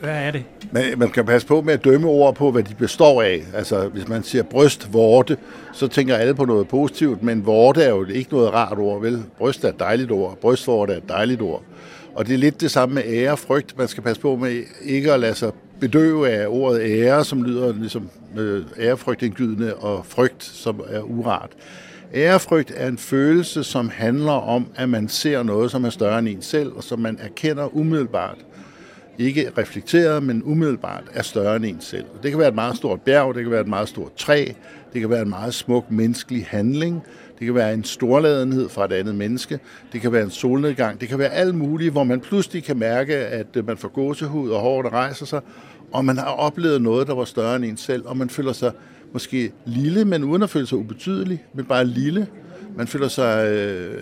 hvad er det? Men man kan passe på med at dømme ord på, hvad de består af. Altså, hvis man siger brystvorte, så tænker alle på noget positivt, men vorte er jo ikke noget rart ord, vel? Bryst er et dejligt ord, brystvorte er et dejligt ord. Og det er lidt det samme med ære og frygt. Man skal passe på med ikke at lade sig bedøve af ordet ære, som lyder ligesom øh, ærefrygtindgydende, og frygt, som er urart. Ærefrygt er en følelse, som handler om, at man ser noget, som er større end en selv, og som man erkender umiddelbart. Ikke reflekteret, men umiddelbart er større end en selv. Det kan være et meget stort bjerg, det kan være et meget stort træ, det kan være en meget smuk menneskelig handling, det kan være en storladenhed fra et andet menneske, det kan være en solnedgang, det kan være alt muligt, hvor man pludselig kan mærke, at man får gåsehud og håret rejser sig, og man har oplevet noget, der var større end en selv, og man føler sig måske lille, men uden at føle sig ubetydelig, men bare lille. Man føler sig øh,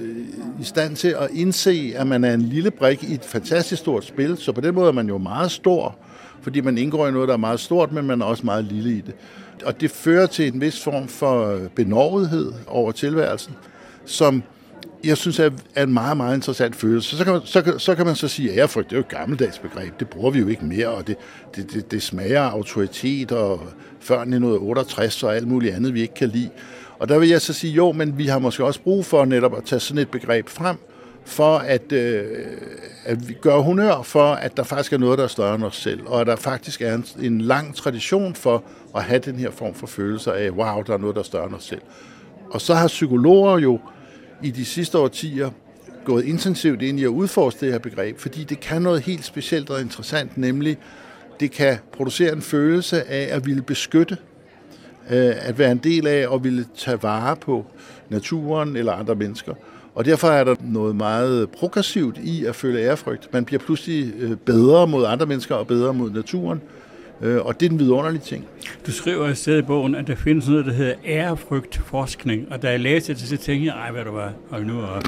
i stand til at indse, at man er en lille brik i et fantastisk stort spil, så på den måde er man jo meget stor, fordi man indgår i noget, der er meget stort, men man er også meget lille i det. Og det fører til en vis form for benovethed over tilværelsen, som jeg synes er en meget, meget interessant følelse. Så kan man så, så, kan man så sige, at ærefrygt, det er jo et gammeldags begreb, det bruger vi jo ikke mere, og det, det, det, det smager af autoritet, og før nitten otteogtres og alt muligt andet, vi ikke kan lide. Og der vil jeg så sige, jo, men vi har måske også brug for netop at tage sådan et begreb frem, for at, øh, at vi gør honør for, at der faktisk er noget, der er større end os selv, og at der faktisk er en, en lang tradition for at have den her form for følelser af, wow, der er noget, der er større end os selv. Og så har psykologer jo i de sidste årtier gået intensivt ind i at udforske det her begreb, fordi det kan noget helt specielt og interessant, nemlig det kan producere en følelse af at ville beskytte, at være en del af at ville tage vare på naturen eller andre mennesker. Og derfor er der noget meget progressivt i at føle ærefrygt. Man bliver pludselig bedre mod andre mennesker og bedre mod naturen, og det er en vidunderlig ting. Du skriver i stedet i bogen, at der findes noget, der hedder ærefrygtforskning, og da jeg læste det, så tænkte jeg, ej, hvad du var, hold nu op.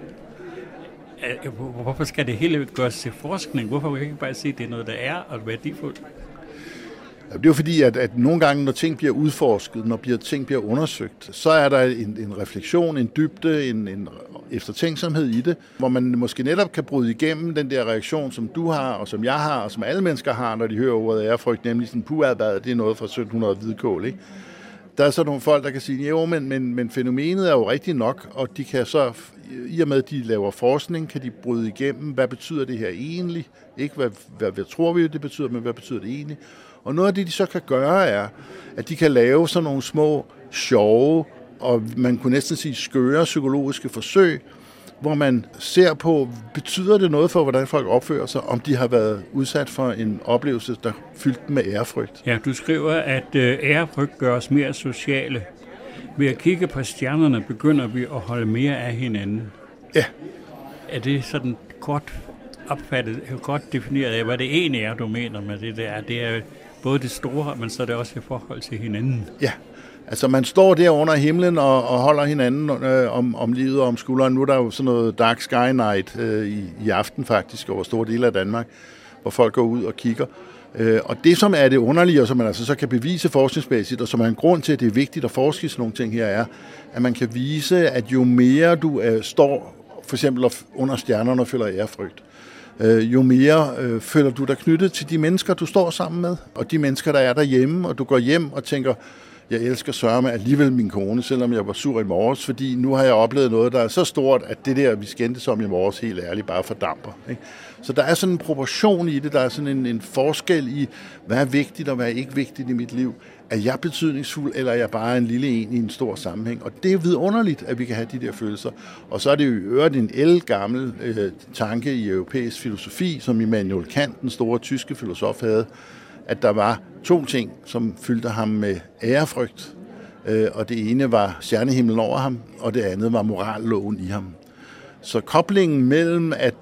Hvorfor skal det hele gøres til forskning? Hvorfor kan jeg ikke bare sige, at det er noget, der er og værdifuldt? Det er jo fordi, at, at nogle gange, når ting bliver udforsket, når bliver, ting bliver undersøgt, så er der en, en refleksion, en dybde, en, en eftertænksomhed i det, hvor man måske netop kan bryde igennem den der reaktion, som du har, og som jeg har, og som alle mennesker har, når de hører ordet ærefrygt, nemlig sådan, puh-adbad, det er noget fra sytten hundrede hvidkål, ikke? Der er så nogle folk, der kan sige, jo, men, men, men fænomenet er jo rigtigt nok, og de kan så, i og med at de laver forskning, kan de bryde igennem, hvad betyder det her egentlig? Ikke hvad, hvad, hvad tror vi det betyder, men hvad betyder det egentlig? Og noget af det, de så kan gøre, er, at de kan lave sådan nogle små, sjove, og man kunne næsten sige skøre psykologiske forsøg, hvor man ser på, betyder det noget for, hvordan folk opfører sig, om de har været udsat for en oplevelse, der fyldte dem med ærefrygt. Ja, du skriver, at ærefrygt gør os mere sociale. Ved at kigge på stjernerne, begynder vi at holde mere af hinanden. Ja. Er det sådan kort opfattet, godt defineret af, hvad det egentlig er, du mener med det der? Det er både det store, men så er det også i forhold til hinanden. Ja, altså man står der under himlen og, og holder hinanden øh, om, om livet og om skulderen. Nu er der jo sådan noget Dark Sky Night øh, i, i aften faktisk over store dele af Danmark, hvor folk går ud og kigger. Øh, og det, som er det underlige, og som man altså så kan bevise forskningsmæssigt, og som er en grund til, at det er vigtigt at forske i sådan nogle ting her, er, at man kan vise, at jo mere du øh, står for eksempel under stjernerne og føler ærefrygt, jo mere øh, føler du dig knyttet til de mennesker, du står sammen med, og de mennesker, der er derhjemme, og du går hjem og tænker, jeg elsker sørme alligevel min kone, selvom jeg var sur i morges, fordi nu har jeg oplevet noget, der er så stort, at det der, vi skændtes om i morges, helt ærligt, bare fordamper. Ikke? Så der er sådan en proportion i det, der er sådan en, en forskel i, hvad er vigtigt og hvad er ikke vigtigt i mit liv. Er jeg betydningsfuld, eller er jeg bare en lille en i en stor sammenhæng? Og det er jo vidunderligt, at vi kan have de der følelser. Og så er det jo i øvrigt en ældgammel øh, tanke i europæisk filosofi, som Immanuel Kant, den store tyske filosof, havde, at der var to ting, som fyldte ham med ærefrygt. Øh, og det ene var stjernehimlen over ham, og det andet var moralloven i ham. Så koblingen mellem at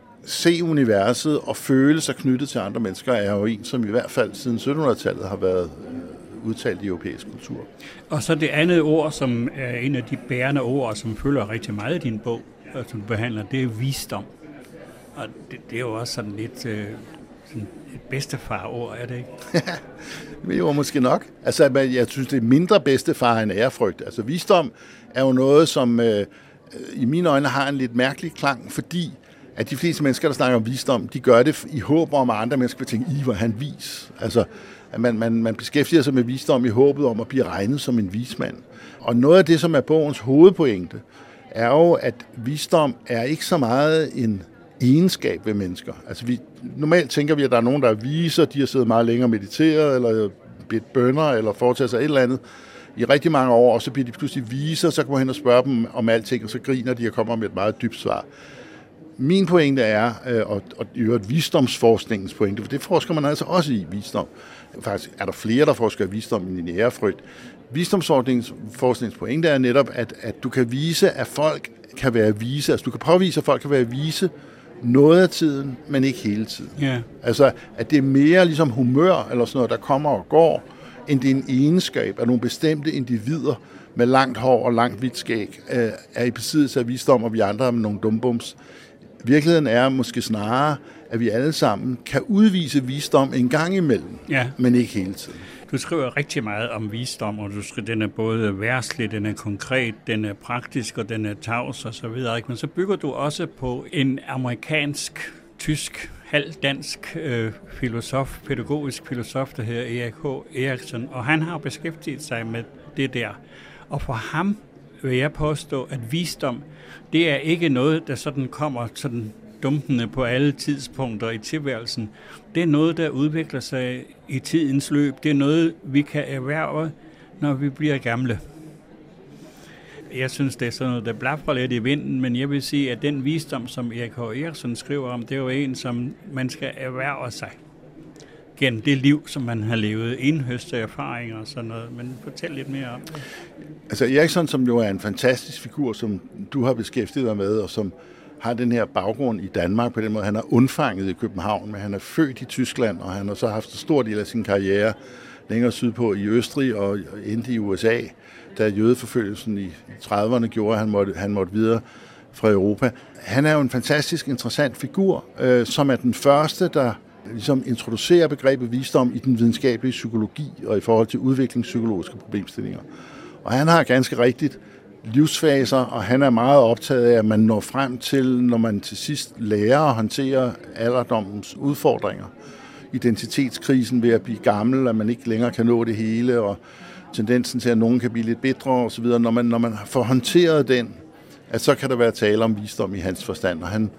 se universet og føle sig knyttet til andre mennesker, er jo en, som i hvert fald siden syttenhundredetallet har været udtalt i europæisk kultur. Og så det andet ord, som er en af de bærende ord, som fylder rigtig meget i din bog, som du behandler, det er visdom. Og det, det er jo også sådan lidt øh, sådan et bedstefar-ord, er det ikke? Det er jo måske nok. Altså, jeg synes, det er mindre bedstefar end ærefrygt. Altså, visdom er jo noget, som øh, i mine øjne har en lidt mærkelig klang, fordi at de fleste mennesker, der snakker om visdom, de gør det i håb om, at andre mennesker vil tænke, i hvor han vis. Altså, at man, man, man beskæftiger sig med visdom i håbet om at blive regnet som en vismand. Og noget af det, som er bogens hovedpointe, er jo, at visdom er ikke så meget en egenskab ved mennesker. Altså, vi, normalt tænker vi, at der er nogen, der er viser, de har siddet meget længere mediteret, eller bedt bønner, eller foretaget sig et eller andet i rigtig mange år, og så bliver de pludselig viser, så kan man hen og spørge dem om alting, og så griner de og kommer med et meget dybt svar. Min pointe er, og, og i øvrigt visdomsforskningens pointe, for det forsker man altså også i visdom. Faktisk er der flere, der forsker i visdom i lineære frygt. Visdomsforskningens pointe er netop, at, at du kan vise, at folk kan være vise. Altså du kan påvise, at folk kan være vise noget af tiden, men ikke hele tiden. Yeah. Altså at det er mere ligesom humør eller sådan noget, der kommer og går, end det er en egenskab af nogle bestemte individer med langt hår og langt hvidt skæg, øh, er i besiddelse af visdom, og vi andre med nogle dumbums. Virkeligheden er måske snarere, at vi alle sammen kan udvise visdom en gang imellem, ja. Men ikke hele tiden. Du skriver rigtig meget om visdom, og du skriver, den er både værslig, den er konkret, den er praktisk, og den er tavs og så videre. Men så bygger du også på en amerikansk, tysk, halvdansk øh, filosof, pædagogisk filosof, der hedder Erik H. Erikson, og han har beskæftiget sig med det der. Og for ham vil jeg påstå, at visdom, det er ikke noget, der sådan kommer sådan dumpende på alle tidspunkter i tilværelsen. Det er noget, der udvikler sig i tidens løb. Det er noget, vi kan erhverve, når vi bliver gamle. Jeg synes, det er sådan noget, der blafrer lidt i vinden, men jeg vil sige, at den visdom, som Erik H. Erikson skriver om, det er jo en, som man skal erhverve sig gennem det liv, som man har levet, indhøste erfaringer og sådan noget. Men fortæl lidt mere om det. Altså Erikson, som jo er en fantastisk figur, som du har beskæftiget dig med, og som har den her baggrund i Danmark på den måde. Han er undfanget i København, men han er født i Tyskland, og han har så haft en stor del af sin karriere længere sydpå i Østrig og endte i U S A, da jødeforfølgelsen i trediverne gjorde, at han måtte, han måtte videre fra Europa. Han er jo en fantastisk interessant figur, øh, som er den første, der ligesom introducerer begrebet visdom i den videnskabelige psykologi og i forhold til udviklingspsykologiske problemstillinger. Og han har ganske rigtigt livsfaser, og han er meget optaget af, at man når frem til, når man til sidst lærer at håndtere alderdommens udfordringer. Identitetskrisen ved at blive gammel, at man ikke længere kan nå det hele, og tendensen til, at nogen kan blive lidt bedre osv. Når man, når man får håndteret den, at så kan der være tale om visdom i hans forstand, og han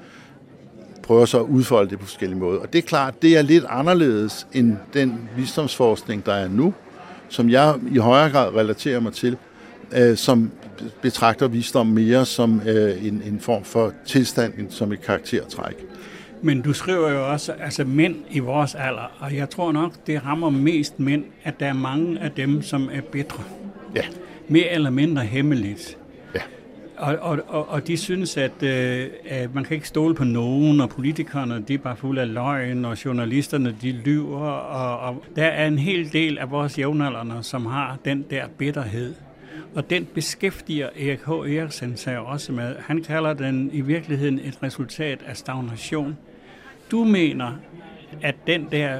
prøver så at udfolde det på forskellige måder. Og det er klart, det er lidt anderledes end den visdomsforskning, der er nu, som jeg i højere grad relaterer mig til, øh, som betragter visdom mere som øh, en, en form for tilstand, som et karaktertræk. Men du skriver jo også, altså mænd i vores alder, og jeg tror nok, det rammer mest mænd, at der er mange af dem, som er bedre. Ja. Mere eller mindre hemmeligt. Ja. Og, og, og, og de synes, at, øh, at man kan ikke stole på nogen, og politikerne, de er bare fulde af løgn, og journalisterne, de lyver, og, og der er en hel del af vores jævnaldrende, som har den der bitterhed. Og den beskæftiger Erik H. Erikson sig også med. Han kalder den i virkeligheden et resultat af stagnation. Du mener, at den der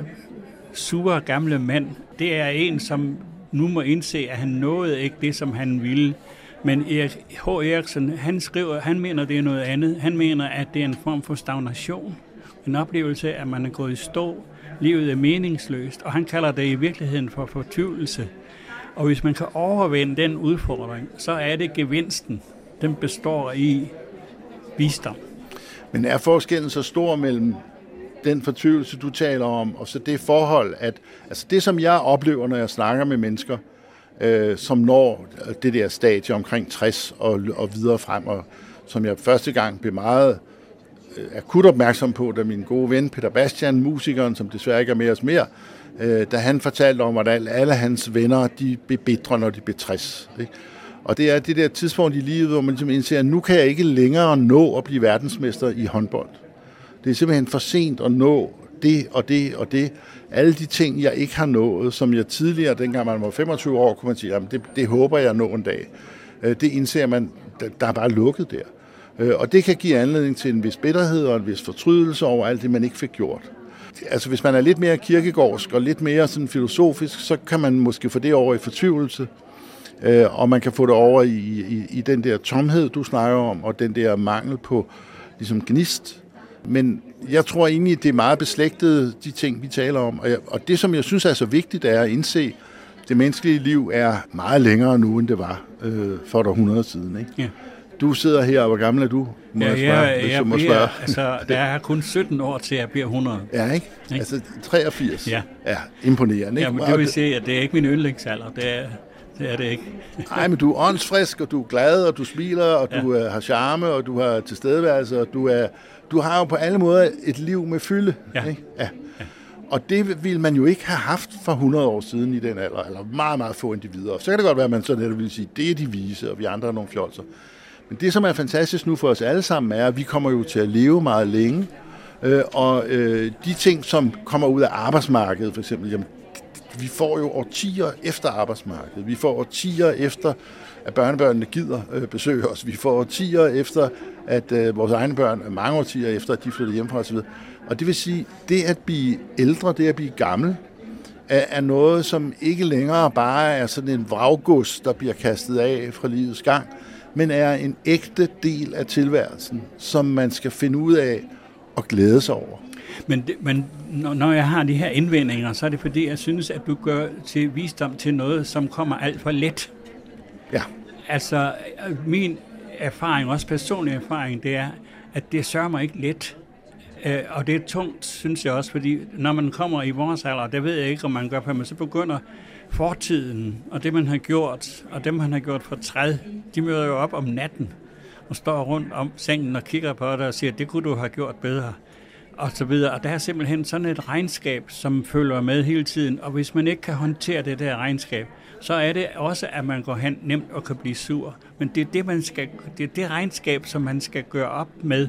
sure gamle mand, det er en, som nu må indse, at han nåede ikke det, som han ville. Men Erik H. Erikson, han skriver, han mener, det er noget andet. Han mener, at det er en form for stagnation. En oplevelse af, at man er gået i stå. Livet er meningsløst. Og han kalder det i virkeligheden for fortvivlelse. Og hvis man kan overvinde den udfordring, så er det gevinsten. Den består i visdom. Men er forskellen så stor mellem den fortvivlelse, du taler om, og så det forhold, at altså det, som jeg oplever, når jeg snakker med mennesker, øh, som når det der stadie omkring tres og, og videre frem, og som jeg første gang blev meget øh, akut opmærksom på, da min gode ven Peter Bastian, musikeren, som desværre ikke er med os mere, øh, da han fortalte om, at alle hans venner, de blev bitre, når de blev tres. Ikke? Og det er det der tidspunkt i livet, hvor man ligesom indser, at nu kan jeg ikke længere nå at blive verdensmester i håndbold. Det er simpelthen for sent at nå det og det og det. Alle de ting, jeg ikke har nået, som jeg tidligere, dengang man var femogtyve år, kunne man sige, jamen det, det håber jeg nå en dag. Det indser man, der er bare lukket der. Og det kan give anledning til en vis bitterhed og en vis fortrydelse over alt det, man ikke fik gjort. Altså hvis man er lidt mere kirkegårdsk og lidt mere sådan filosofisk, så kan man måske få det over i fortvivlelse. Og man kan få det over i, i, i den der tomhed, du snakker om, og den der mangel på ligesom gnist. Men jeg tror egentlig, det er meget beslægtet, de ting, vi taler om. Og, jeg, og det, som jeg synes er så vigtigt, er at indse, at det menneskelige liv er meget længere nu, end det var øh, for et århundrede siden. Ikke? Ja. Du sidder her, og hvor gammel er du? Må ja, jeg spørge, jeg, hvis jeg du må bliver, spørge. altså, der er kun sytten år til, jeg bliver hundrede. Ja, ikke? ikke? Altså treogfirs. Ja. Ja, imponerende. Ikke? Ja, men det vil sige, at det er ikke min yndlingsalder. Det er det, er det ikke. Nej, men du er åndsfrisk, og du er glad, og du smiler, og ja. du uh, har charme, og du har tilstedeværelse, og du, er, du har jo på alle måder et liv med fylde. Ja. Ikke? Ja. Ja. Og det ville man jo ikke have haft for hundrede år siden i den alder, eller meget, meget få individer. Så kan det godt være, at man så netop vil sige, det er de vise, og vi andre er nogle fjolser. Men det, som er fantastisk nu for os alle sammen, er, at vi kommer jo til at leve meget længe, øh, og øh, de ting, som kommer ud af arbejdsmarkedet, for eksempel, jamen, vi får jo årtier efter arbejdsmarkedet. Vi får årtier efter, at børnebørnene gider øh, besøge os. Vi får årtier efter, at øh, vores egne børn, mange årtier efter, at de flytter hjemmefra osv. Og det vil sige, det at blive ældre, det at blive gammel, er, er noget, som ikke længere bare er sådan en vraggods, der bliver kastet af fra livets gang, men er en ægte del af tilværelsen, som man skal finde ud af og glæde sig over. Men, det, men når jeg har de her indvendinger, så er det fordi, jeg synes, at du gør til visdom til noget, som kommer alt for let. Ja. Altså, min erfaring, også personlig erfaring, det er, at det sørger mig ikke let. Og det er tungt, synes jeg også, fordi når man kommer i vores alder, der ved jeg ikke, om man gør på, men så begynder fortiden, og det man har gjort, og dem man har gjort for træd, de møder jo op om natten, og står rundt om sengen og kigger på dig og siger, det kunne du have gjort bedre, og så videre. Og der er simpelthen sådan et regnskab, som følger med hele tiden, og hvis man ikke kan håndtere det der regnskab, så er det også, at man går hen nemt og kan blive sur. Men det er det, man skal, det er det regnskab, som man skal gøre op med,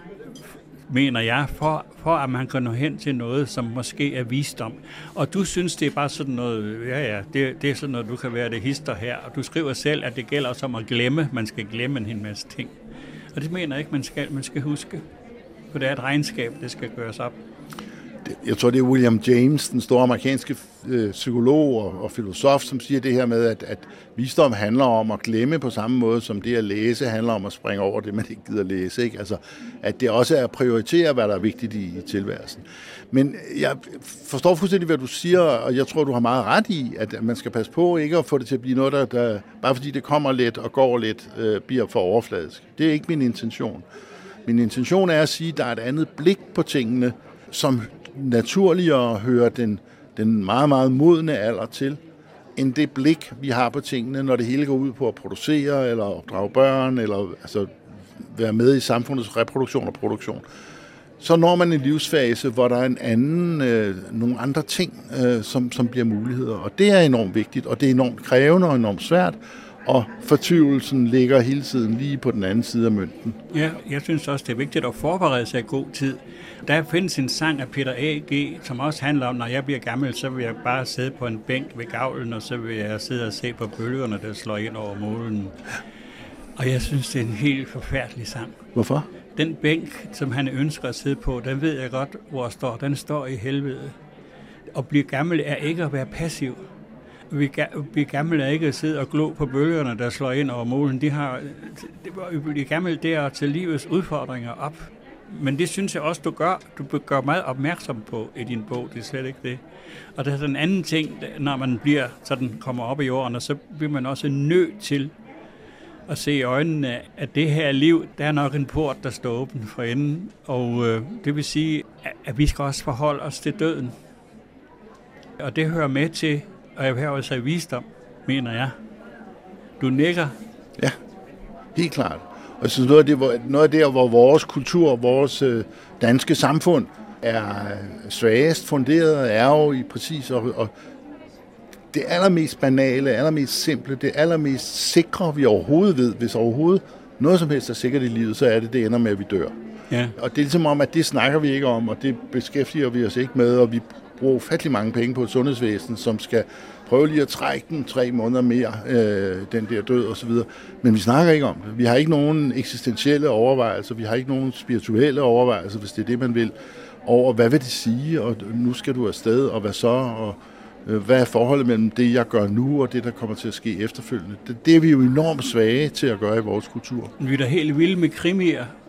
mener jeg, for, for at man kan nå hen til noget, som måske er visdom. Og du synes, det er bare sådan noget, ja ja, det, det er sådan noget, du kan være det hister her, og du skriver selv, at det gælder som at glemme, man skal glemme en hel masse ting. Og det mener jeg ikke, man skal, man skal huske, for det er et regnskab, det skal gøres op. Jeg tror, det er William James, den store amerikanske øh, psykolog og, og filosof, som siger det her med, at, at visdom handler om at glemme på samme måde, som det at læse handler om at springe over det, man ikke gider læse. Ikke? Altså, at det også er at prioritere, hvad der er vigtigt i, i tilværelsen. Men jeg forstår fuldstændig, hvad du siger, og jeg tror, du har meget ret i, at man skal passe på ikke at få det til at blive noget, der, der bare fordi det kommer lidt og går lidt, øh, bliver for overfladisk. Det er ikke min intention. Min intention er at sige, at der er et andet blik på tingene, som naturligere hører den, den meget, meget modne alder til, end det blik, vi har på tingene, når det hele går ud på at producere, eller opdrage børn, eller altså, være med i samfundets reproduktion og produktion. Så når man en livsfase, hvor der er en anden, øh, nogle andre ting, øh, som, som bliver muligheder. Og det er enormt vigtigt, og det er enormt krævende og enormt svært, og fortvivlelsen ligger hele tiden lige på den anden side af mønten. Ja, jeg synes også, det er vigtigt at forberede sig i god tid. Der findes en sang af Peter A G, som også handler om, når jeg bliver gammel, så vil jeg bare sidde på en bænk ved gavlen, og så vil jeg sidde og se på bølgerne, der slår ind over målen. Og jeg synes, det er en helt forfærdelig sang. Hvorfor? Den bænk, som han ønsker at sidde på, den ved jeg godt, hvor står. Den står i helvede. At blive gammel er ikke at være passiv. Vi blive gammel er ikke at sidde og glo på bølgerne, der slår ind over målen. De har, det, blive gammel, det er at tage livets udfordringer op. Men det synes jeg også, du gør. Du gør meget opmærksom på i din bog. Det er slet ikke det. Og der er den anden ting, når man bliver sådan kommer op i jorden, så bliver man også nødt til at se i øjnene, at det her liv, der er nok en port, der står åben for enden. Og øh, det vil sige, at vi skal også forholde os til døden. Og det hører med til, og jeg hører også i visdom, mener jeg. Du nikker. Ja, helt klart. Og jeg synes, noget af det, noget af det hvor vores kultur, vores øh, danske samfund er svagest funderet, er jo i præcis, og, og det allermest banale, allermest simple, det allermest sikre, vi overhovedet ved, hvis overhovedet noget som helst er sikkert i livet, så er det, det ender med, at vi dør. Ja. Og det er ligesom om, at det snakker vi ikke om, og det beskæftiger vi os ikke med, og vi bruger ufattelig mange penge på et sundhedsvæsen, som skal prøve lige at trække den tre måneder mere, øh, den der død og så videre. Men vi snakker ikke om det. Vi har ikke nogen eksistentielle overvejelser, vi har ikke nogen spirituelle overvejelser, hvis det er det, man vil, over hvad vil det sige, og nu skal du afsted, og hvad så, og øh, hvad er forholdet mellem det, jeg gør nu, og det, der kommer til at ske efterfølgende. Det, det er vi jo enormt svage til at gøre i vores kultur. Vi er da helt vilde med krimier,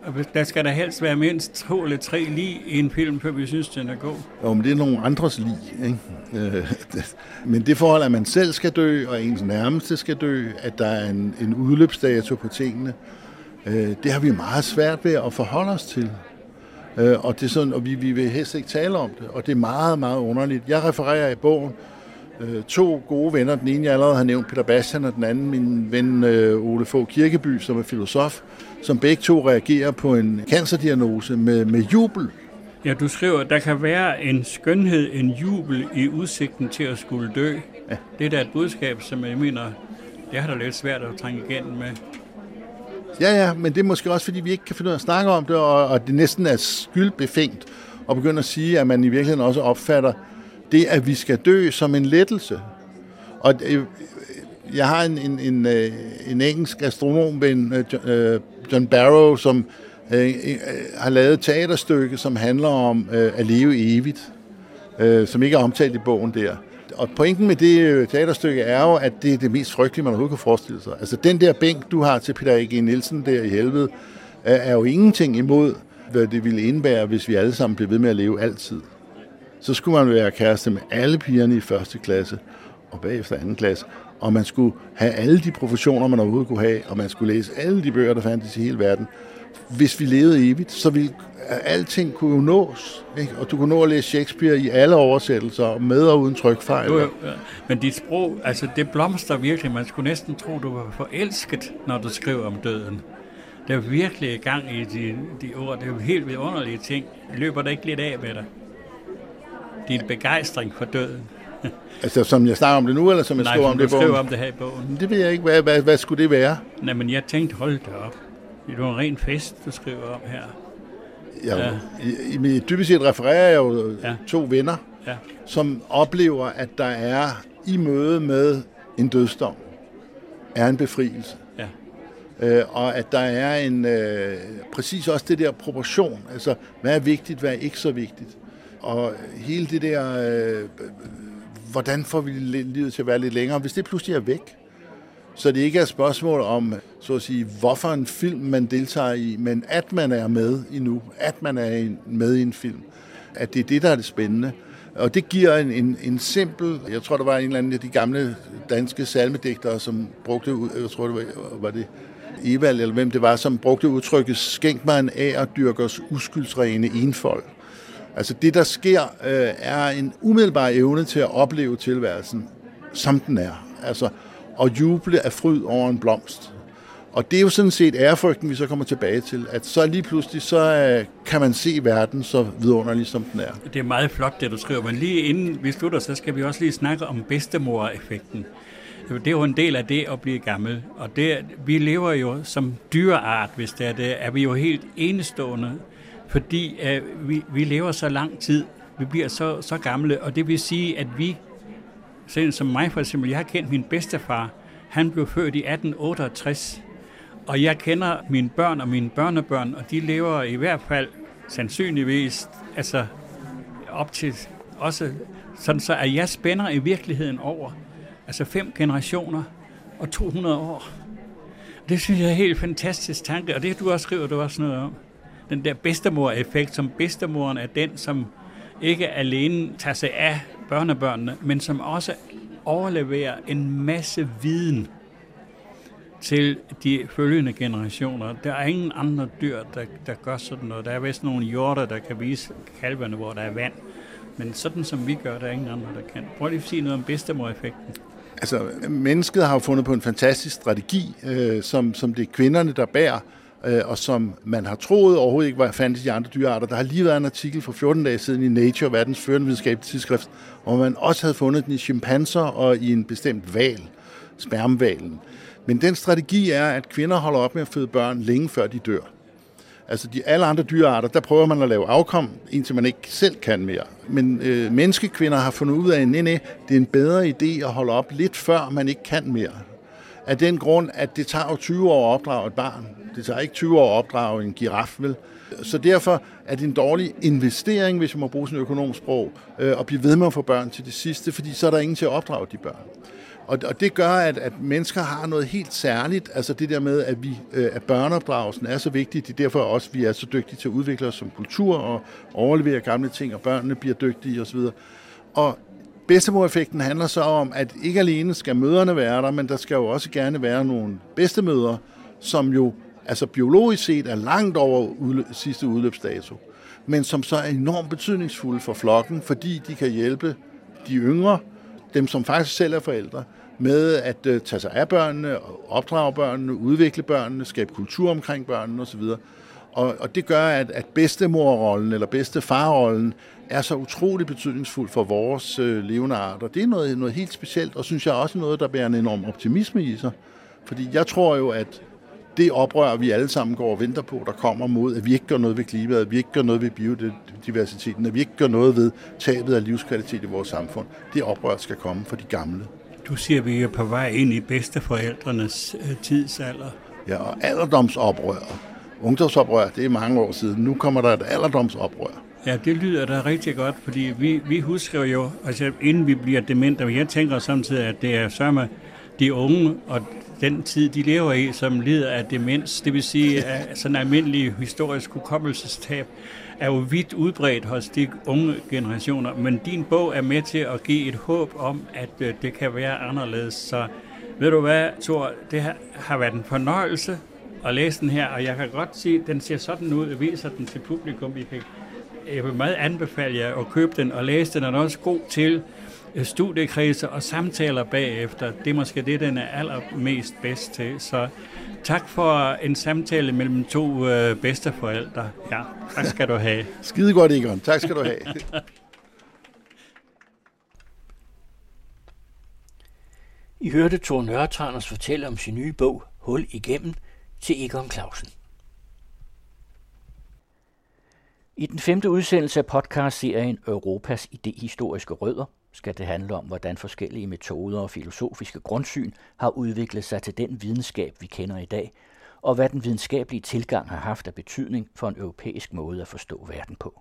Der skal der helst være mindst to eller tre lig i en film, før vi synes, den er god. Jo, men det er nogle andres lig, ikke? Men det forhold, at man selv skal dø, og ens nærmeste skal dø, at der er en, en udløbsdato på tingene, det har vi meget svært ved at forholde os til. Og, det er sådan, og vi, vi vil helst ikke tale om det, og det er meget, meget underligt. Jeg refererer i bogen to gode venner. Den ene, jeg allerede har nævnt, Peter Bastian, og den anden, min ven Ole Fogh Kirkeby, som er filosof, som begge to reagerer på en cancerdiagnose med, med jubel. Ja, du skriver, at der kan være en skønhed, en jubel i udsigten til at skulle dø. Ja. Det er da et budskab, som jeg mener, det har da lidt svært at trænge igennem med. Ja, ja, men det er måske også, fordi vi ikke kan finde ud af at snakke om det, og, og det næsten er skyldbefængt at begynde at sige, at man i virkeligheden også opfatter det, at vi skal dø, som en lettelse. Og jeg har en, en, en, en engelsk astronomven, John Barrow, som øh, har lavet et teaterstykke, som handler om øh, at leve evigt, øh, som ikke er omtalt i bogen der. Og pointen med det teaterstykke er jo, at det er det mest frygtelige, man overhovedet kan forestille sig. Altså den der bænk, du har til Peter A G Nielsen der i helvede, er jo ingenting imod, hvad det ville indebære, hvis vi alle sammen blev ved med at leve altid. Så skulle man være kæreste med alle pigerne i første klasse, og bagefter anden klasse, og man skulle have alle de professioner, man overhovedet kunne have, og man skulle læse alle de bøger, der fandtes i hele verden. Hvis vi levede evigt, så ville alting kunne jo nås, ikke? Og du kunne nå at læse Shakespeare i alle oversættelser, med og uden trykfejl. Jo, jo, ja. Men dit sprog, altså det blomster virkelig. Man skulle næsten tro, du var forelsket, når du skriver om døden. Der er virkelig i gang i de, de ord. Det er jo helt vidunderlige ting. Løber der ikke lidt af med dig? Din begejstring for døden. Altså som jeg snakker om det nu, eller som jeg Nej, skriver om det i bogen? Nej, skriver om det her i bogen. Det ved jeg ikke. Hvad, hvad, hvad skulle det være? Nej, men jeg tænkte, hold da op. Det var en ren fest, du skriver om her. Ja, ja. I, i dybest set refererer jeg jo ja. to venner, ja. som oplever, at der er i møde med en dødsdom, er en befrielse. Ja. Øh, og at der er en øh, præcis også det der proportion. Altså, hvad er vigtigt, hvad er ikke så vigtigt. Og hele det der, øh, hvordan får vi livet til at være lidt længere, hvis det pludselig er væk. Så det ikke er et spørgsmål om, så at sige, hvorfor en film man deltager i, men at man er med endnu, at man er med i en film. At det er det, der er det spændende. Og det giver en, en, en simpel, jeg tror, der var en eller anden af de gamle danske salmedigtere, som brugte, jeg tror, det var, var det Evald, eller hvem det var, som brugte udtrykket, skænk mig en agerdyrkers uskyldsrene enfold. Altså det, der sker, øh, er en umiddelbar evne til at opleve tilværelsen, som den er. Altså, og juble af fryd over en blomst. Og det er jo sådan set ærefrygten, vi så kommer tilbage til, at så lige pludselig, så øh, kan man se verden så vidunderlig, som den er. Det er meget flot, det du skriver, men lige inden vi slutter, så skal vi også lige snakke om bedstemor-effekten. Det er jo en del af det at blive gammel, og det, vi lever jo som dyreart, hvis det er det, er vi jo helt enestående, fordi øh, vi, vi lever så lang tid, vi bliver så, så gamle, og det vil sige, at vi, sådan som mig for eksempel, jeg har kendt min bedstefar, han blev født i atten otteogtres, og jeg kender mine børn og mine børnebørn, og de lever i hvert fald sandsynligvis, altså op til også, sådan så at jeg spænder i virkeligheden over, altså fem generationer og to hundrede år. Det synes jeg er helt fantastisk tanke, og det du også skriver, du også noget om. Den der bedstemor-effekt, som bedstemoren er den, som ikke alene tager sig af børnebørnene, men som også overleverer en masse viden til de følgende generationer. Der er ingen andre dyr, der, der gør sådan noget. Der er vist nogle hjorter, der kan vise kalvene, hvor der er vand. Men sådan som vi gør, der er ingen andre, der kan. Prøv lige at sige noget om bedstemor-effekten. Altså, mennesket har jo fundet på en fantastisk strategi, øh, som, som det er kvinderne, der bærer, øh, og som man har troet overhovedet ikke var fandtes i andre dyrearter. Der har lige været en artikel for fjorten dage siden i Nature, verdens førende videnskabelige tidsskrift, hvor man også havde fundet den i chimpanser og i en bestemt hval, spermhvalen. Men den strategi er, at kvinder holder op med at føde børn længe før de dør. Altså de alle andre dyrearter, der prøver man at lave afkom, indtil man ikke selv kan mere. Men øh, menneskekvinder har fundet ud af, at nej, nej, det er en bedre idé at holde op lidt før man ikke kan mere. Af den grund, at det tager jo tyve år at opdrage et barn. Det tager ikke tyve år at opdrage en giraf, vel? Så derfor er det en dårlig investering, hvis man må bruge sin økonomisk sprog, øh, at blive ved med at få børn til det sidste, fordi så er der ingen til at opdrage de børn. Og, og det gør, at, at mennesker har noget helt særligt, altså det der med, at, vi, øh, at børneopdragelsen er så vigtig, det er derfor også, at vi er så dygtige til at udvikle os som kultur og overlevere gamle ting, og børnene bliver dygtige osv. Og bedstemoreffekten handler så om, at ikke alene skal mødrene være der, men der skal jo også gerne være nogle bedstemødre, som jo altså biologisk set er langt over udløb, sidste udløbsdato, men som så er enormt betydningsfulde for flokken, fordi de kan hjælpe de yngre, dem som faktisk selv er forældre, med at uh, tage sig af børnene, opdrage børnene, udvikle børnene, skabe kultur omkring børnene osv. Og, og det gør, at, at bedstemorrollen eller bedstefarrollen er så utrolig betydningsfuld for vores øh, levende arter. Det er noget, noget helt specielt, og synes jeg også noget, der bærer en enorm optimisme i sig. Fordi jeg tror jo, at det oprør, vi alle sammen går og venter på, der kommer mod, at vi ikke gør noget ved klimaet, at vi ikke gør noget ved biodiversiteten, at vi ikke gør noget ved tabet af livskvalitet i vores samfund, det oprør skal komme for de gamle. Du siger, vi er på vej ind i bedsteforældrenes øh, tidsalder. Ja, og alderdomsoprør. Ungdomsoprør, det er mange år siden. Nu kommer der et alderdomsoprør. Ja, det lyder da rigtig godt, fordi vi, vi husker jo, altså inden vi bliver demente, og jeg tænker samtidig, at det er sørme de unge og den tid, de lever i, som lider af demens, det vil sige, at sådan almindelig historisk hukommelsestab er jo vidt udbredt hos de unge generationer, men din bog er med til at give et håb om, at det kan være anderledes. Så ved du hvad, Thor, det har været en fornøjelse at læse den her, og jeg kan godt sige, at den ser sådan ud, og viser den til publikum. Jeg vil meget anbefale jer at købe den og læse den, og den er også god til studiekredser og samtaler bagefter. Det er måske det, den er allermest bedst til. Så tak for en samtale mellem to øh, bedsteforældre. Ja, tak skal du have. Skide godt, Egon. Tak skal du have. I hørte Thor Nørretranders fortælle om sin nye bog, Hul igennem, til Egon Clausen. I den femte udsendelse af podcastserien Europas idehistoriske rødder skal det handle om, hvordan forskellige metoder og filosofiske grundsyn har udviklet sig til den videnskab, vi kender i dag, og hvad den videnskabelige tilgang har haft af betydning for en europæisk måde at forstå verden på.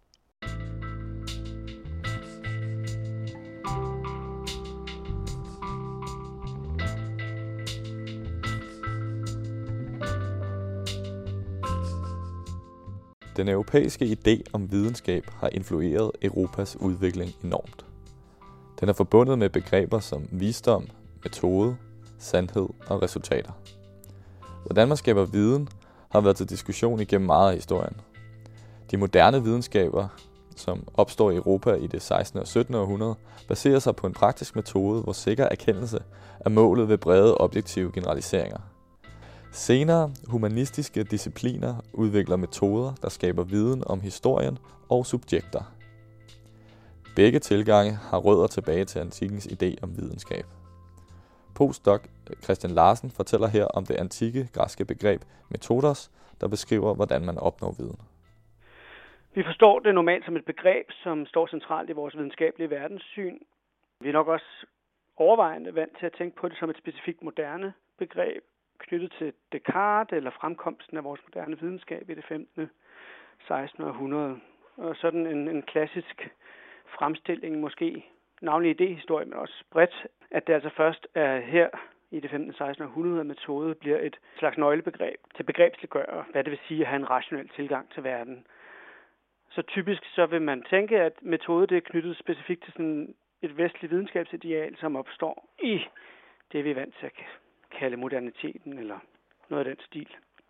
Den europæiske idé om videnskab har influeret Europas udvikling enormt. Den er forbundet med begreber som visdom, metode, sandhed og resultater. Hvordan man skaber viden har været til diskussion igennem meget af historien. De moderne videnskaber, som opstår i Europa i det sekstende og syttende århundrede, baserer sig på en praktisk metode, hvor sikker erkendelse er målet ved brede objektive generaliseringer. Senere humanistiske discipliner udvikler metoder, der skaber viden om historien og subjekter. Begge tilgange har rødder tilbage til antikkens idé om videnskab. Postdoc Christian Larsen fortæller her om det antikke græske begreb metodos, der beskriver, hvordan man opnår viden. Vi forstår det normalt som et begreb, som står centralt i vores videnskabelige verdenssyn. Vi er nok også overvejende vant til at tænke på det som et specifikt moderne begreb, knyttet til Descartes eller fremkomsten af vores moderne videnskab i det femtende og sekstende århundrede. Og sådan en, en klassisk fremstilling, måske navnlig idéhistorie, men også bredt, at det altså først er her i det femtende og sekstende århundrede, at metode bliver et slags nøglebegreb til begrebsliggøre, hvad det vil sige at have en rationel tilgang til verden. Så typisk så vil man tænke, at metode det er knyttet specifikt til sådan et vestligt videnskabsideal, som opstår i det, vi er vant til at kalde moderniteten eller noget af den stil.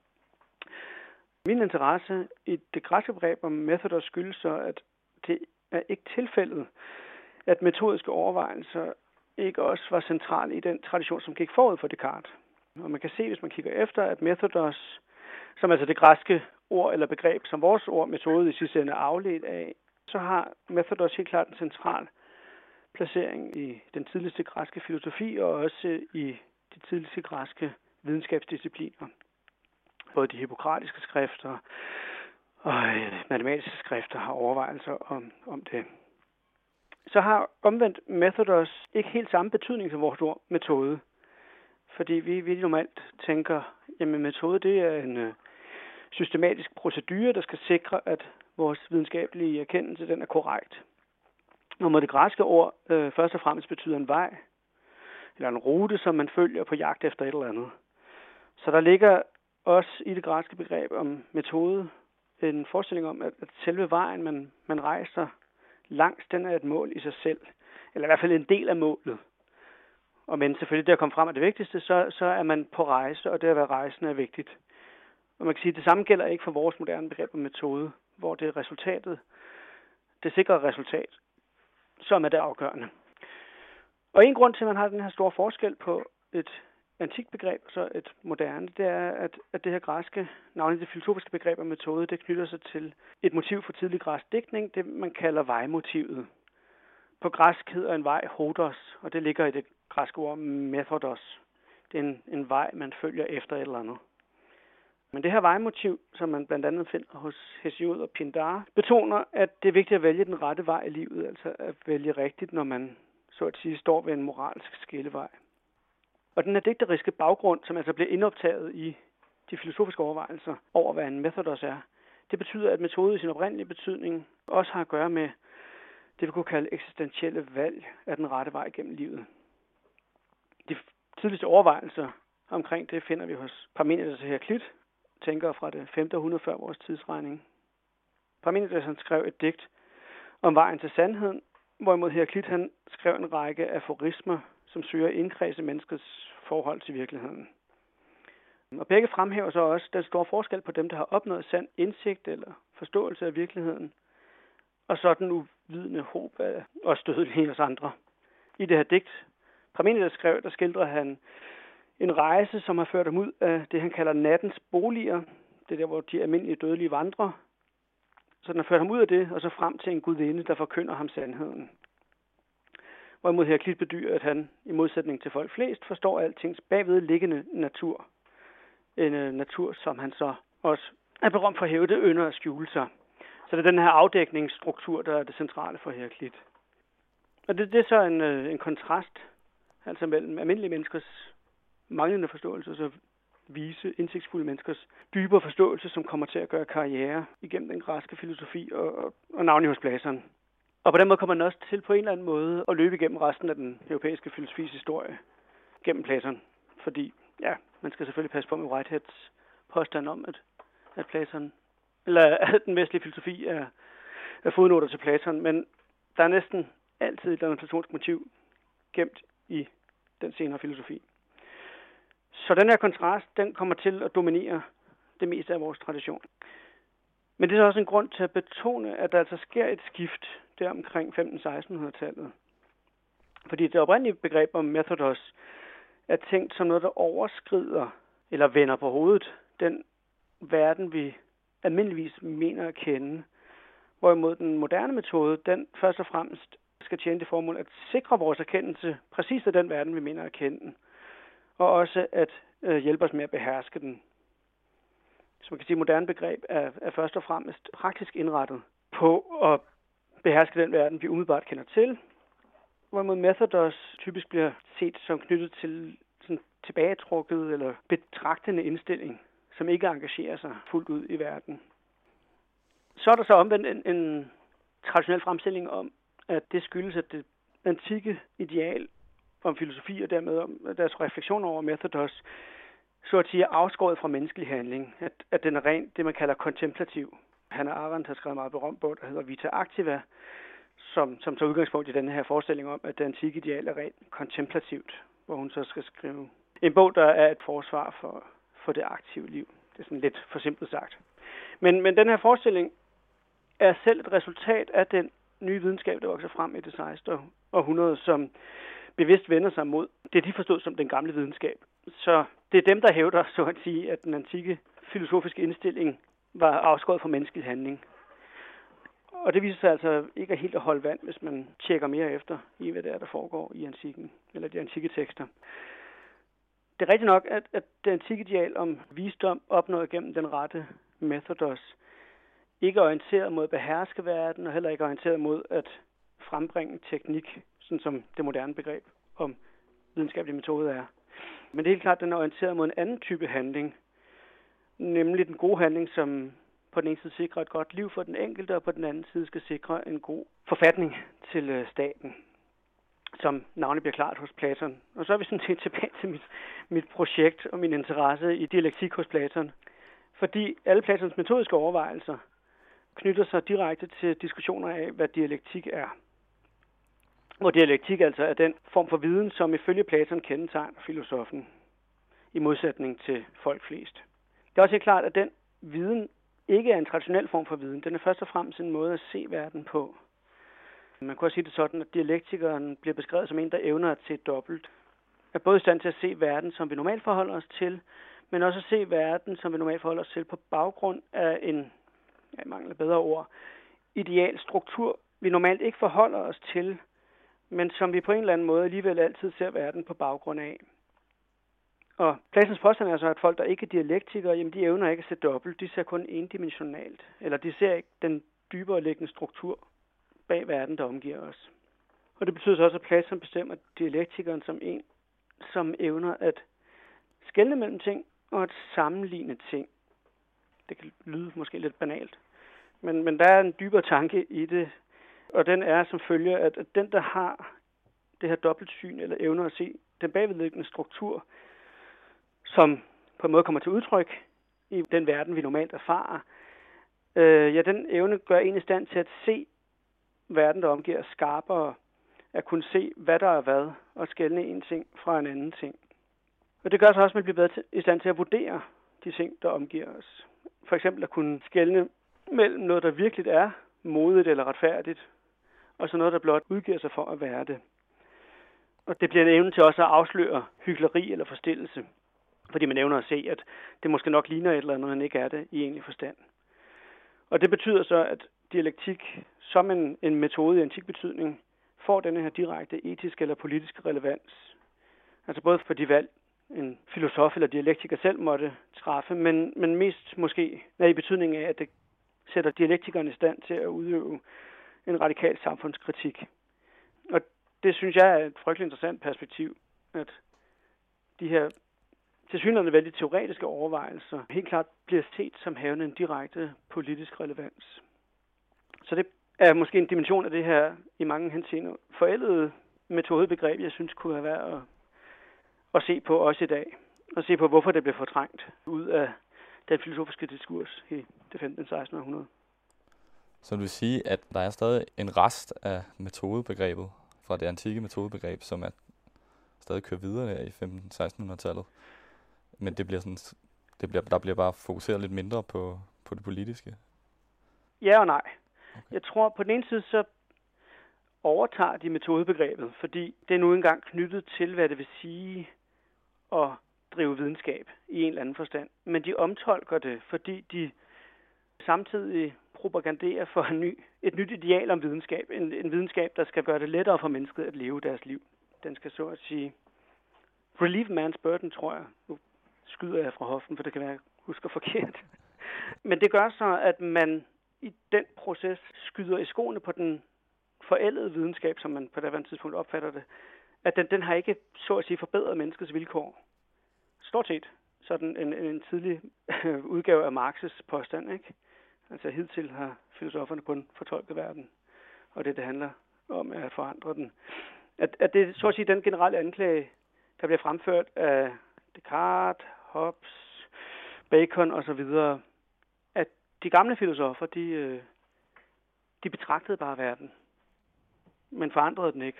Min interesse i det græske begreb om methodos skyldes så, at det er ikke tilfældet, at metodiske overvejelser ikke også var centrale i den tradition, som gik forud for Descartes. Og man kan se, hvis man kigger efter, at methodos, som altså det græske ord eller begreb, som vores ord metode i sidste ende er afledt af, så har methodos helt klart en central placering i den tidligste græske filosofi og også i de tidligste græske videnskabsdiscipliner. Både de hippokratiske skrifter og matematiske skrifter har overvejelser om, om det. Så har omvendt methodos ikke helt samme betydning som vores ord metode. Fordi vi, vi normalt tænker, jamen metode det er en øh, systematisk procedure, der skal sikre, at vores videnskabelige erkendelse den er korrekt. Og med det græske ord øh, først og fremmest betyder en vej, eller en rute, som man følger på jagt efter et eller andet. Så der ligger også i det græske begreb om metode en forestilling om, at, at selve vejen, man, man rejser langs, den er et mål i sig selv. Eller i hvert fald en del af målet. Og men selvfølgelig det at komme frem er det vigtigste, så, så er man på rejse, og det at være rejsende er vigtigt. Og man kan sige, at det samme gælder ikke for vores moderne begreb om metode, hvor det er resultatet, det sikre resultat, som er det afgørende. Og en grund til, at man har den her store forskel på et antikt begreb og så et moderne, det er, at, at det her græske, navnlig det filosofiske begreb om metode, det knytter sig til et motiv for tidlig græsk digtning, det man kalder vejmotivet. På græsk hedder en vej hodos, og det ligger i det græske ord methodos. Det er en, en vej, man følger efter et eller andet. Men det her vejmotiv, som man blandt andet finder hos Hesiod og Pindar, betoner, at det er vigtigt at vælge den rette vej i livet, altså at vælge rigtigt, når man så at sige står ved en moralsk skillevej. Og den her digteriske baggrund, som altså bliver indoptaget i de filosofiske overvejelser over, hvad en methodos er, det betyder, at metode i sin oprindelige betydning også har at gøre med det, vi kunne kalde eksistentielle valg af den rette vej gennem livet. De tidligste overvejelser omkring det finder vi hos Parmenides og Heraklit, tænkere fra det femte århundrede før vores tidsregning. Parmenides han skrev et digt om vejen til sandheden, hvorimod Heraklit han skrev en række aforismer, som søger at indkredse menneskets forhold til virkeligheden. Og begge fremhæver så også den store forskel på dem, der har opnået sand indsigt eller forståelse af virkeligheden, og så den uvidende håb af og stødelige hos andre. I det her digt, Parmenides skrev, der skildrer han en rejse, som har ført ham ud af det, han kalder nattens boliger. Det er der, hvor de almindelige dødelige vandrer. Så den har ført ham ud af det, og så frem til en gudinde, der forkynder ham sandheden. Hvorimod Heraklit bedyrer, at han, i modsætning til folk flest, forstår altings bagvedliggende natur. En uh, natur, som han så også er berømt for at hæve det ynder at skjule sig. Så det er den her afdækningsstruktur, der er det centrale for Heraklit. Og det, det er så en, uh, en kontrast, altså mellem almindelige menneskers manglende forståelse, så vise, indsigtsfulde menneskers dybere forståelse, som kommer til at gøre karriere igennem den græske filosofi og, og, og navnlig hos Platon. Og på den måde kommer man også til på en eller anden måde at løbe igennem resten af den europæiske filosofis historie gennem Platon. Fordi, ja, man skal selvfølgelig passe på med Whiteheads påstand om, at, at Platon, eller at den vestlige filosofi er, er fodnoter til Platon, men der er næsten altid et platonsk motiv gemt i den senere filosofi. Så den her kontrast, den kommer til at dominere det meste af vores tradition. Men det er også en grund til at betone, at der altså sker et skift der omkring femten-sekstenhundredetallet. Fordi det oprindelige begreb om methodos er tænkt som noget, der overskrider eller vender på hovedet den verden, vi almindeligvis mener at kende. Hvorimod den moderne metode, den først og fremmest skal tjene det formål at sikre vores erkendelse præcis af den verden, vi mener at kende. Og også at øh, hjælpe os med at beherske den. Så man kan sige, at moderne begreb er, er først og fremmest praktisk indrettet på at beherske den verden, vi umiddelbart kender til. Hvorimod methodos typisk bliver set som knyttet til sådan tilbagetrukket eller betragtende indstilling, som ikke engagerer sig fuldt ud i verden. Så er der så omvendt en, en traditionel fremstilling om, at det skyldes, at det antikke ideal om filosofi og dermed om deres refleksion over methodos, så at sige er afskåret fra menneskelig handling, at, at den er rent det, man kalder kontemplativ. Hannah Arendt har skrevet meget berømt bog, der hedder Vita Activa, som, som tager udgangspunkt i denne her forestilling om, at det antikke ideal er rent kontemplativt, hvor hun så skal skrive en bog, der er et forsvar for, for det aktive liv. Det er sådan lidt forsimplet sagt. Men, men den her forestilling er selv et resultat af den nye videnskab, der vokser frem i det sekstende århundrede, som bevidst vender sig mod det, de forstod som den gamle videnskab. Så det er dem, der hævder, så at sige, at den antikke filosofiske indstilling var afskåret fra menneskelig handling. Og det viser sig altså ikke helt at holde vand, hvis man tjekker mere efter i, hvad det er, der foregår i antikken, eller de antikke tekster. Det er rigtigt nok, at, at det antikke ideal om visdom opnået gennem den rette methodos ikke er orienteret mod at beherske verden, og heller ikke orienteret mod at frembringe teknik, sådan som det moderne begreb om videnskabelig metode er. Men det er helt klart, at den er orienteret mod en anden type handling, nemlig den gode handling, som på den ene side sikrer et godt liv for den enkelte, og på den anden side skal sikre en god forfatning til staten. som navnet bliver klart hos Platon. Og så er vi sådan set tilbage til mit, mit projekt og min interesse i dialektik hos Platon. Fordi alle Platons metodiske overvejelser knytter sig direkte til diskussioner af, hvad dialektik er. Hvor dialektik altså er den form for viden, som ifølge Platon kendetegner filosofen, i modsætning til folk flest. Det er også helt klart, at den viden ikke er en traditionel form for viden. Den er først og fremmest en måde at se verden på. Man kan også sige det sådan, at dialektikeren bliver beskrevet som en, der evner at se dobbelt. Er både i stand til at se verden, som vi normalt forholder os til, men også at se verden, som vi normalt forholder os til, på baggrund af en, jeg mangler bedre ord, ideal struktur, vi normalt ikke forholder os til, men som vi på en eller anden måde alligevel altid ser verden på baggrund af. Og Platons påstand er så, at folk, der ikke er dialektikere, jamen de evner ikke at se dobbelt, de ser kun endimensionalt, eller de ser ikke den dybere liggende struktur bag verden, der omgiver os. Og det betyder så også, at Platon bestemmer dialektikeren som en, som evner at skelne mellem ting og at sammenligne ting. Det kan lyde måske lidt banalt, men, men der er en dybere tanke i det, og den er som følger, at, at den, der har det her dobbeltsyn eller evner at se den bagvedliggende struktur, som på en måde kommer til udtryk i den verden, vi normalt erfarer, øh, ja, den evne gør en i stand til at se verden, der omgiver skarpere, at kunne se, hvad der er hvad, og skelne en ting fra en anden ting. Og det gør så også, at man bliver bedre til, i stand til at vurdere de ting, der omgiver os. For eksempel at kunne skelne mellem noget, der virkelig er modigt eller retfærdigt, og så noget, der blot udgiver sig for at være det. Og det bliver en evne til også at afsløre hykleri eller forstillelse, fordi man evner at se, at det måske nok ligner et eller andet, men ikke er det i egentlig forstand. Og det betyder så, at dialektik som en, en metode i antik betydning får denne her direkte etisk eller politisk relevans. Altså både for de valg, en filosof eller dialektiker selv måtte træffe, men, men mest måske er i betydning af, at det sætter dialektikeren i stand til at udøve en radikal samfundskritik. Og det synes jeg er et frygtelig interessant perspektiv, at de her tilsyneladende vældig teoretiske overvejelser helt klart bliver set som havende en direkte politisk relevans. Så det er måske en dimension af det her i mange henseender forældede metodebegreb, jeg synes kunne have været at, at se på også i dag. Og se på, hvorfor det blev fortrængt ud af den filosofiske diskurs i det femtende til sekstende århundrede. Så du vil sige, at der er stadig en rest af metodebegrebet fra det antikke metodebegreb, som er stadig kører videre der i femten til sekstenhundredetallet. Men det bliver sådan, det bliver, der bliver bare fokuseret lidt mindre på, på det politiske. Ja og nej. Okay. Jeg tror, på den ene side, så overtager de metodebegrebet, fordi det er nu engang knyttet til, hvad det vil sige at drive videnskab i en eller anden forstand. Men de omtolker det, fordi de samtidig propaganderer for en ny, et nyt ideal om videnskab. En, en videnskab, der skal gøre det lettere for mennesket at leve deres liv. Den skal så at sige relieve man's burden, tror jeg. Nu skyder jeg fra hoften, for det kan være, jeg husker forkert. Men det gør så, at man i den proces skyder i skoene på den forældede videnskab, som man på det tidspunkt opfatter det, at den, den har ikke, så at sige, forbedret menneskets vilkår. Stort set sådan en, en tidlig udgave af Marx's påstand, ikke? Altså hidtil har filosoferne kun fortolket verden, og det, det handler om, er at forandre den. At, at det så at sige den generelle anklage, der bliver fremført af Descartes, Hobbes, Bacon osv., at de gamle filosofer, de, de betragtede bare verden, men forandrede den ikke.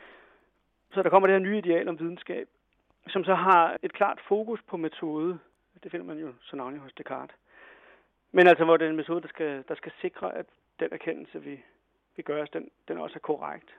Så der kommer det her nye ideal om videnskab, som så har et klart fokus på metode. Det finder man jo så navnlig hos Descartes. Men altså, hvor det er en metode, der skal, der skal sikre, at den erkendelse, vi, vi gør os, den, den også er korrekt.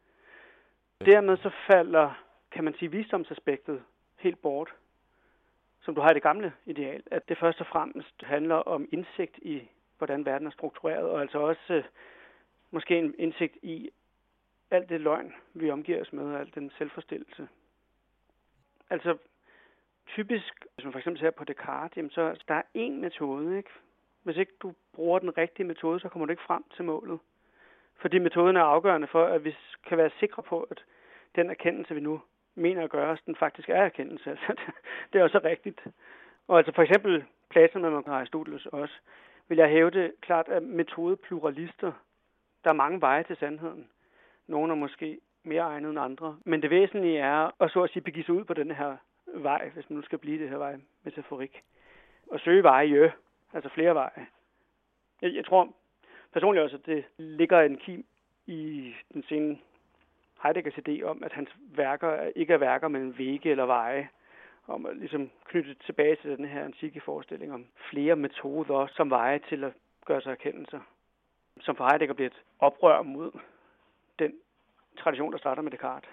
Dermed så falder, kan man sige, visdomsaspektet helt bort, som du har i det gamle ideal, at det først og fremmest handler om indsigt i, hvordan verden er struktureret, og altså også øh, måske en indsigt i alt det løgn, vi omgiver os med, og alt den selvforstillelse. Altså, typisk, hvis man for eksempel ser på Descartes, jamen så der er én metode, ikke? Hvis ikke du bruger den rigtige metode, så kommer du ikke frem til målet. Fordi metoden er afgørende for, at vi kan være sikre på, at den erkendelse, vi nu mener at gøre os, den faktisk er erkendelse. Altså, det er også rigtigt. Og altså for eksempel Platon og Aristoteles også, vil jeg hæve det klart, at metodepluralister, der er mange veje til sandheden. Nogle er måske mere egnet end andre. Men det væsentlige er at så at sige begive sig ud på den her vej, hvis man nu skal blive det her vej metaforik. Og søge veje, altså flere veje. Jeg, jeg tror personligt også, at det ligger en kim i den sene Heideggers idé om, at hans værker ikke er værker, men vægge eller veje. Om at ligesom knytte tilbage til den her antikke forestilling om flere metoder som veje til at gøre sig erkendelser. Som for Heidegger bliver et oprør mod den tradition, der starter med Descartes.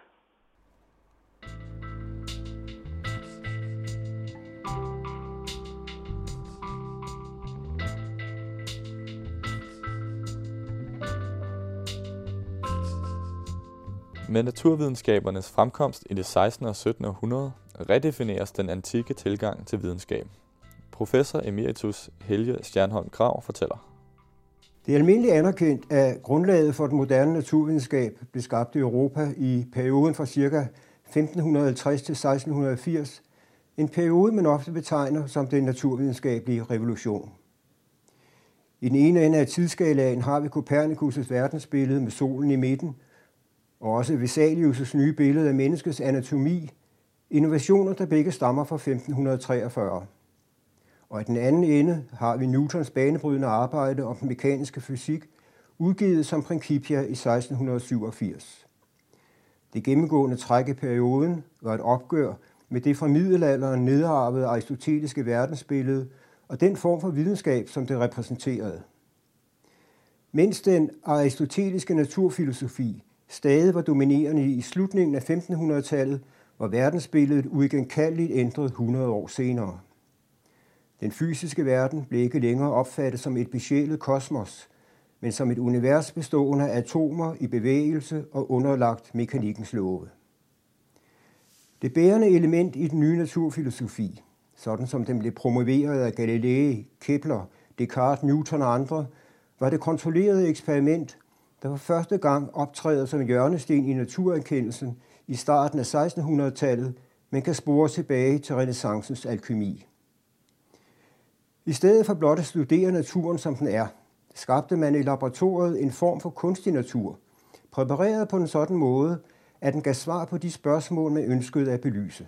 Med naturvidenskabernes fremkomst i det sekstende og syttende århundrede redefineres den antikke tilgang til videnskab. Professor emeritus Helge Stjernholm Krag fortæller. Det er almindeligt anerkendt, at grundlaget for den moderne naturvidenskab blev skabt i Europa i perioden fra ca. femten halvtreds til seksten firs, en periode man ofte betegner som den naturvidenskabelige revolution. I den ene ende af tidsskalaen har vi Copernicus' verdensbillede med solen i midten, og også Vesalius' nye billede af menneskets anatomi, innovationer, der begge stammer fra femten treogfyrre. Og i den anden ende har vi Newtons banebrydende arbejde om den mekaniske fysik, udgivet som Principia i seksten syvogfirs. Det gennemgående træk i perioden var et opgør med det fra middelalderen nedarvede aristoteliske verdensbillede og den form for videnskab, som det repræsenterede. Mens den aristoteliske naturfilosofi stadig var dominerende i slutningen af femtenhundredetallet, var verdensbilledet uigenkaldeligt ændret hundrede år senere. Den fysiske verden blev ikke længere opfattet som et besjælet kosmos, men som et univers bestående af atomer i bevægelse og underlagt mekanikkens love. Det bærende element i den nye naturfilosofi, sådan som den blev promoveret af Galilei, Kepler, Descartes, Newton og andre, var det kontrollerede eksperiment, der for første gang optræder som hjørnesten i naturerkendelsen i starten af sekstenhundredetallet, men kan spore tilbage til renæssancens alkymi. I stedet for blot at studere naturen, som den er, skabte man i laboratoriet en form for kunstig natur, præpareret på en sådan måde, at den gav svar på de spørgsmål, man ønskede at belyse.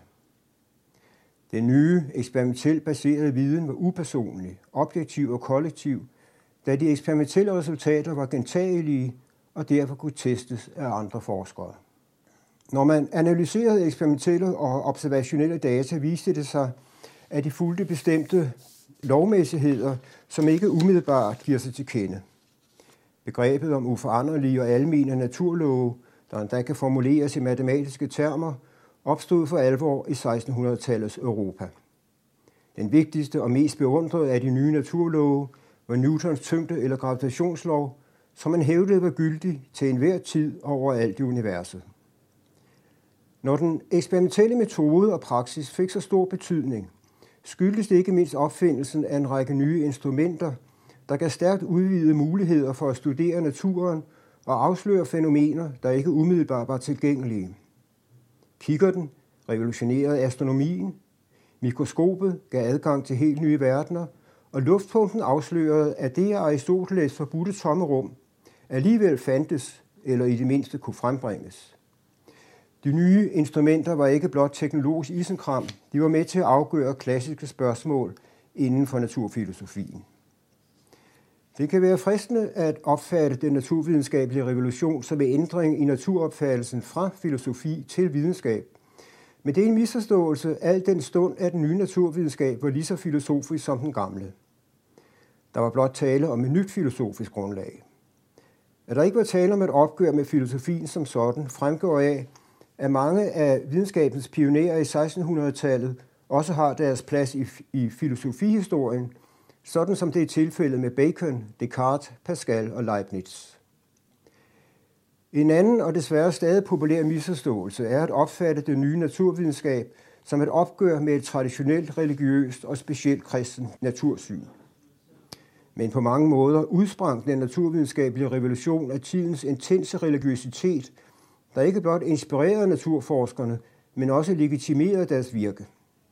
Den nye, eksperimentelt baserede viden var upersonlig, objektiv og kollektiv, da de eksperimentelle resultater var gentagelige og derfor kunne testes af andre forskere. Når man analyserede eksperimentelle og observationelle data, viste det sig, at de fulgte bestemte lovmæssigheder, som ikke umiddelbart giver sig til kende. Begrebet om uforanderlige og almene naturlove, der endda kan formuleres i matematiske termer, opstod for alvor i sekstenhundredetallets Europa. Den vigtigste og mest beundrede af de nye naturlove var Newtons tyngde- eller gravitationslov, som man hævdede var gyldig til enhver tid overalt i universet. Når den eksperimentelle metode og praksis fik så stor betydning, skyldtes det ikke mindst opfindelsen af en række nye instrumenter, der gav stærkt udvidede muligheder for at studere naturen og afsløre fænomener, der ikke umiddelbart var tilgængelige. Kikkerten revolutionerede astronomien, mikroskopet gav adgang til helt nye verdener, og luftpumpen afslørede, at det af Aristoteles forbudte tomme rum alligevel fandtes, eller i det mindste kunne frembringes. De nye instrumenter var ikke blot teknologisk isenkram, de var med til at afgøre klassiske spørgsmål inden for naturfilosofien. Det kan være fristende at opfatte den naturvidenskabelige revolution som en ændring i naturopfattelsen fra filosofi til videnskab. Men det er en misforståelse, al den stund, at den nye naturvidenskab var lige så filosofisk som den gamle. Der var blot tale om et nyt filosofisk grundlag. At der ikke var tale om et opgør med filosofien som sådan, fremgår af, at mange af videnskabens pionerer i sekstenhundredetallet også har deres plads i, i filosofihistorien, sådan som det er tilfældet med Bacon, Descartes, Pascal og Leibniz. En anden og desværre stadig populær misforståelse er at opfatte det nye naturvidenskab som et opgør med et traditionelt religiøst og specielt kristent natursyn. Men på mange måder udsprang den naturvidenskabelige revolution af tidens intense religiøsitet, der ikke blot inspirerede naturforskerne, men også legitimerede deres virke.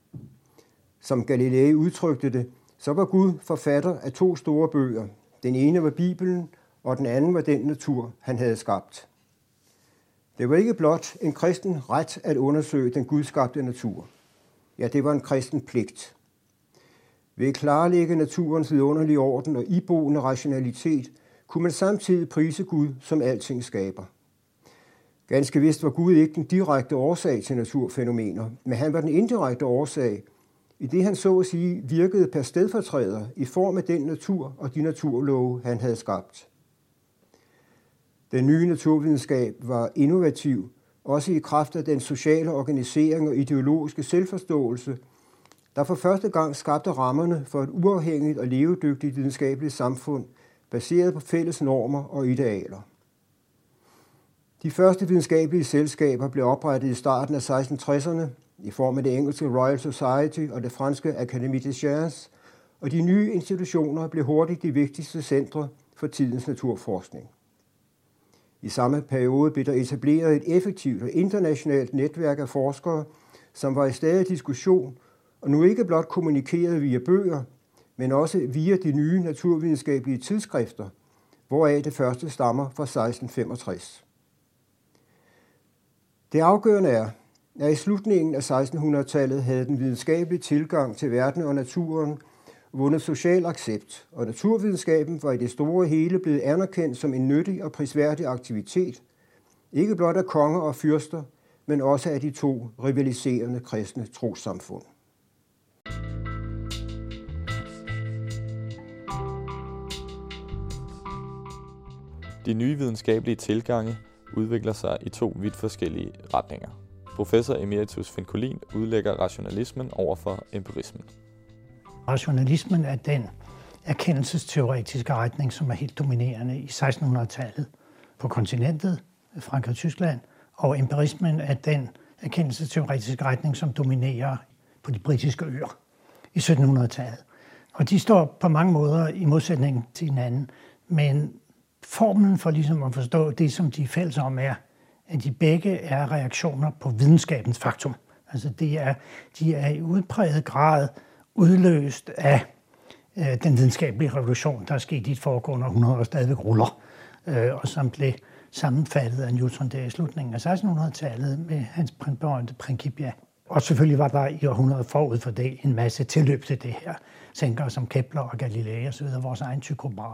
Som Galilei udtrykte det, så var Gud forfatter af to store bøger. Den ene var Bibelen, og den anden var den natur, han havde skabt. Det var ikke blot en kristen ret at undersøge den gudskabte natur. Ja, det var en kristen pligt. Ved at klarlægge naturens vidunderlige orden og iboende rationalitet, kunne man samtidig prise Gud som alting skaber. Ganske vist var Gud ikke den direkte årsag til naturfænomener, men han var den indirekte årsag, i det han så at sige virkede per stedfortræder i form af den natur og de naturlove, han havde skabt. Den nye naturvidenskab var innovativ, også i kraft af den sociale organisering og ideologiske selvforståelse, der for første gang skabte rammerne for et uafhængigt og levedygtigt videnskabeligt samfund, baseret på fælles normer og idealer. De første videnskabelige selskaber blev oprettet i starten af seksten tresserne i form af det engelske Royal Society og det franske Académie des Sciences, og de nye institutioner blev hurtigt de vigtigste centre for tidens naturforskning. I samme periode blev der etableret et effektivt og internationalt netværk af forskere, som var i stadig diskussion og nu ikke blot kommunikerede via bøger, men også via de nye naturvidenskabelige tidsskrifter, hvoraf det første stammer fra seksten femogtres. Det afgørende er, at i slutningen af sekstenhundredetallet havde den videnskabelige tilgang til verden og naturen vundet social accept, og naturvidenskaben var i det store hele blevet anerkendt som en nyttig og prisværdig aktivitet, ikke blot af konger og fyrster, men også af de to rivaliserende kristne trossamfund. De nye videnskabelige tilgange udvikler sig i to vidt forskellige retninger. Professor Emeritus Finn Collin udlægger rationalismen over for empirismen. Rationalismen er den erkendelsesteoretiske retning, som er helt dominerende i sekstenhundredetallet på kontinentet, Frankrig og Tyskland, og empirismen er den erkendelsesteoretiske retning, som dominerer på de britiske øer i syttenhundredetallet. Og de står på mange måder i modsætning til hinanden, men formlen for ligesom at forstå det, som de er fælles om, er, at de begge er reaktioner på videnskabens faktum. Altså det er, de er i udpræget grad udløst af øh, den videnskabelige revolution, der er sket i et foregående århundrede og stadigvæk ruller, øh, og som blev sammenfattet af Newton der i slutningen af sekstenhundredetallet med hans berømte Principia. Og selvfølgelig var der i århundredet forud for det en masse tilløb til det her. Tænkere som Kepler og Galilei og så videre, vores egen Tycho Brahe.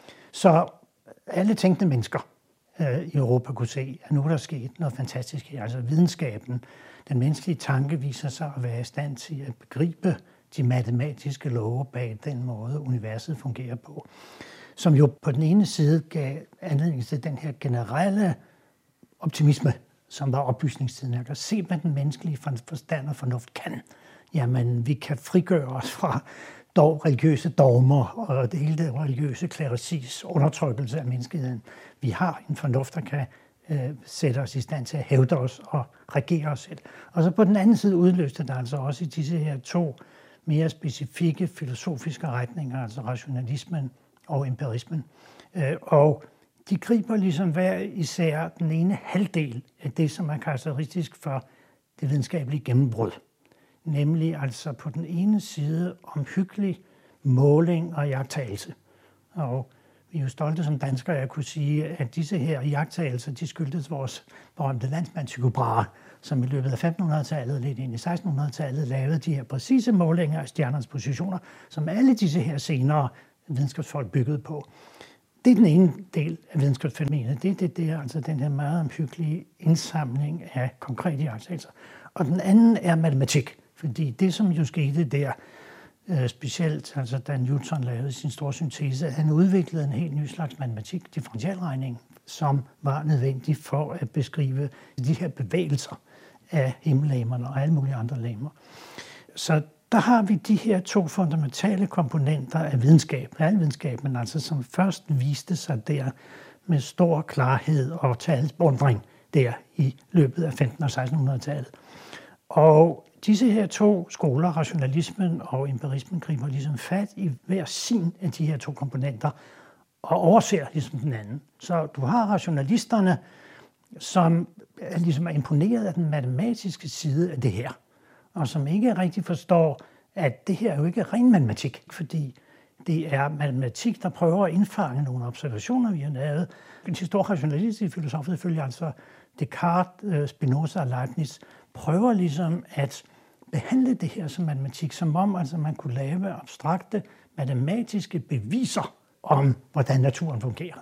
Så alle tænkende mennesker øh, i Europa kunne se, at nu er der sket noget fantastisk her. Altså videnskaben, den menneskelige tanke viser sig at være i stand til at begribe de matematiske love bag den måde, universet fungerer på. Som jo på den ene side gav anledning til den her generelle optimisme, som var oplysningstiden. Jeg kan se, hvad den menneskelige forstand og fornuft kan. Jamen, vi kan frigøre os fra dog religiøse dogmer og det hele det religiøse klerikis undertrykkelse af menneskeheden. Vi har en fornuft, der kan øh, sætte os i stand til at hævde os og regere os selv. Og så på den anden side udløste der altså også i disse her to mere specifikke filosofiske retninger, altså rationalismen og empirismen. Øh, og de griber ligesom hver især den ene halvdel af det, som er karakteristisk for det videnskabelige gennembrud. Nemlig altså på den ene side omhyggelig måling og iagttagelse. Og vi er jo stolte som danskere at kunne sige, at disse her iagttagelser, de skyldtes vores berømte landsmand Tycho Brahe, som i løbet af femtenhundredetallet, lidt ind i sekstenhundredetallet, lavede de her præcise målinger af stjernernes positioner, som alle disse her senere videnskabsfolk byggede på. Det er den ene del af videnskabsfænomenet. Det er det, det er altså den her meget omhyggelige indsamling af konkrete iagttagelser. Og den anden er matematik. Fordi det, som jo skete der, øh, specielt altså da Newton lavede sin store syntese, han udviklede en helt ny slags matematik, differentialregning, som var nødvendig for at beskrive de her bevægelser af himmellegemerne og alle mulige andre legemer. Så der har vi de her to fundamentale komponenter af videnskab, af al videnskab, men altså som først viste sig der med stor klarhed og talsbeundring der i løbet af femten- og sekstenhundredetallet. Og disse her to skoler, rationalismen og empirismen, griber ligesom fat i hver sin af de her to komponenter og overser ligesom den anden. Så du har rationalisterne, som er ligesom er imponeret af den matematiske side af det her, og som ikke rigtig forstår, at det her er jo ikke ren matematik, fordi Det er matematik, der prøver at indfange nogle observationer, vi har lavet. De store rationalistiske filosofer, selvfølgelig altså Descartes, Spinoza og Leibniz, prøver ligesom at behandle det her som matematik, som om altså man kunne lave abstrakte matematiske beviser om, hvordan naturen fungerer.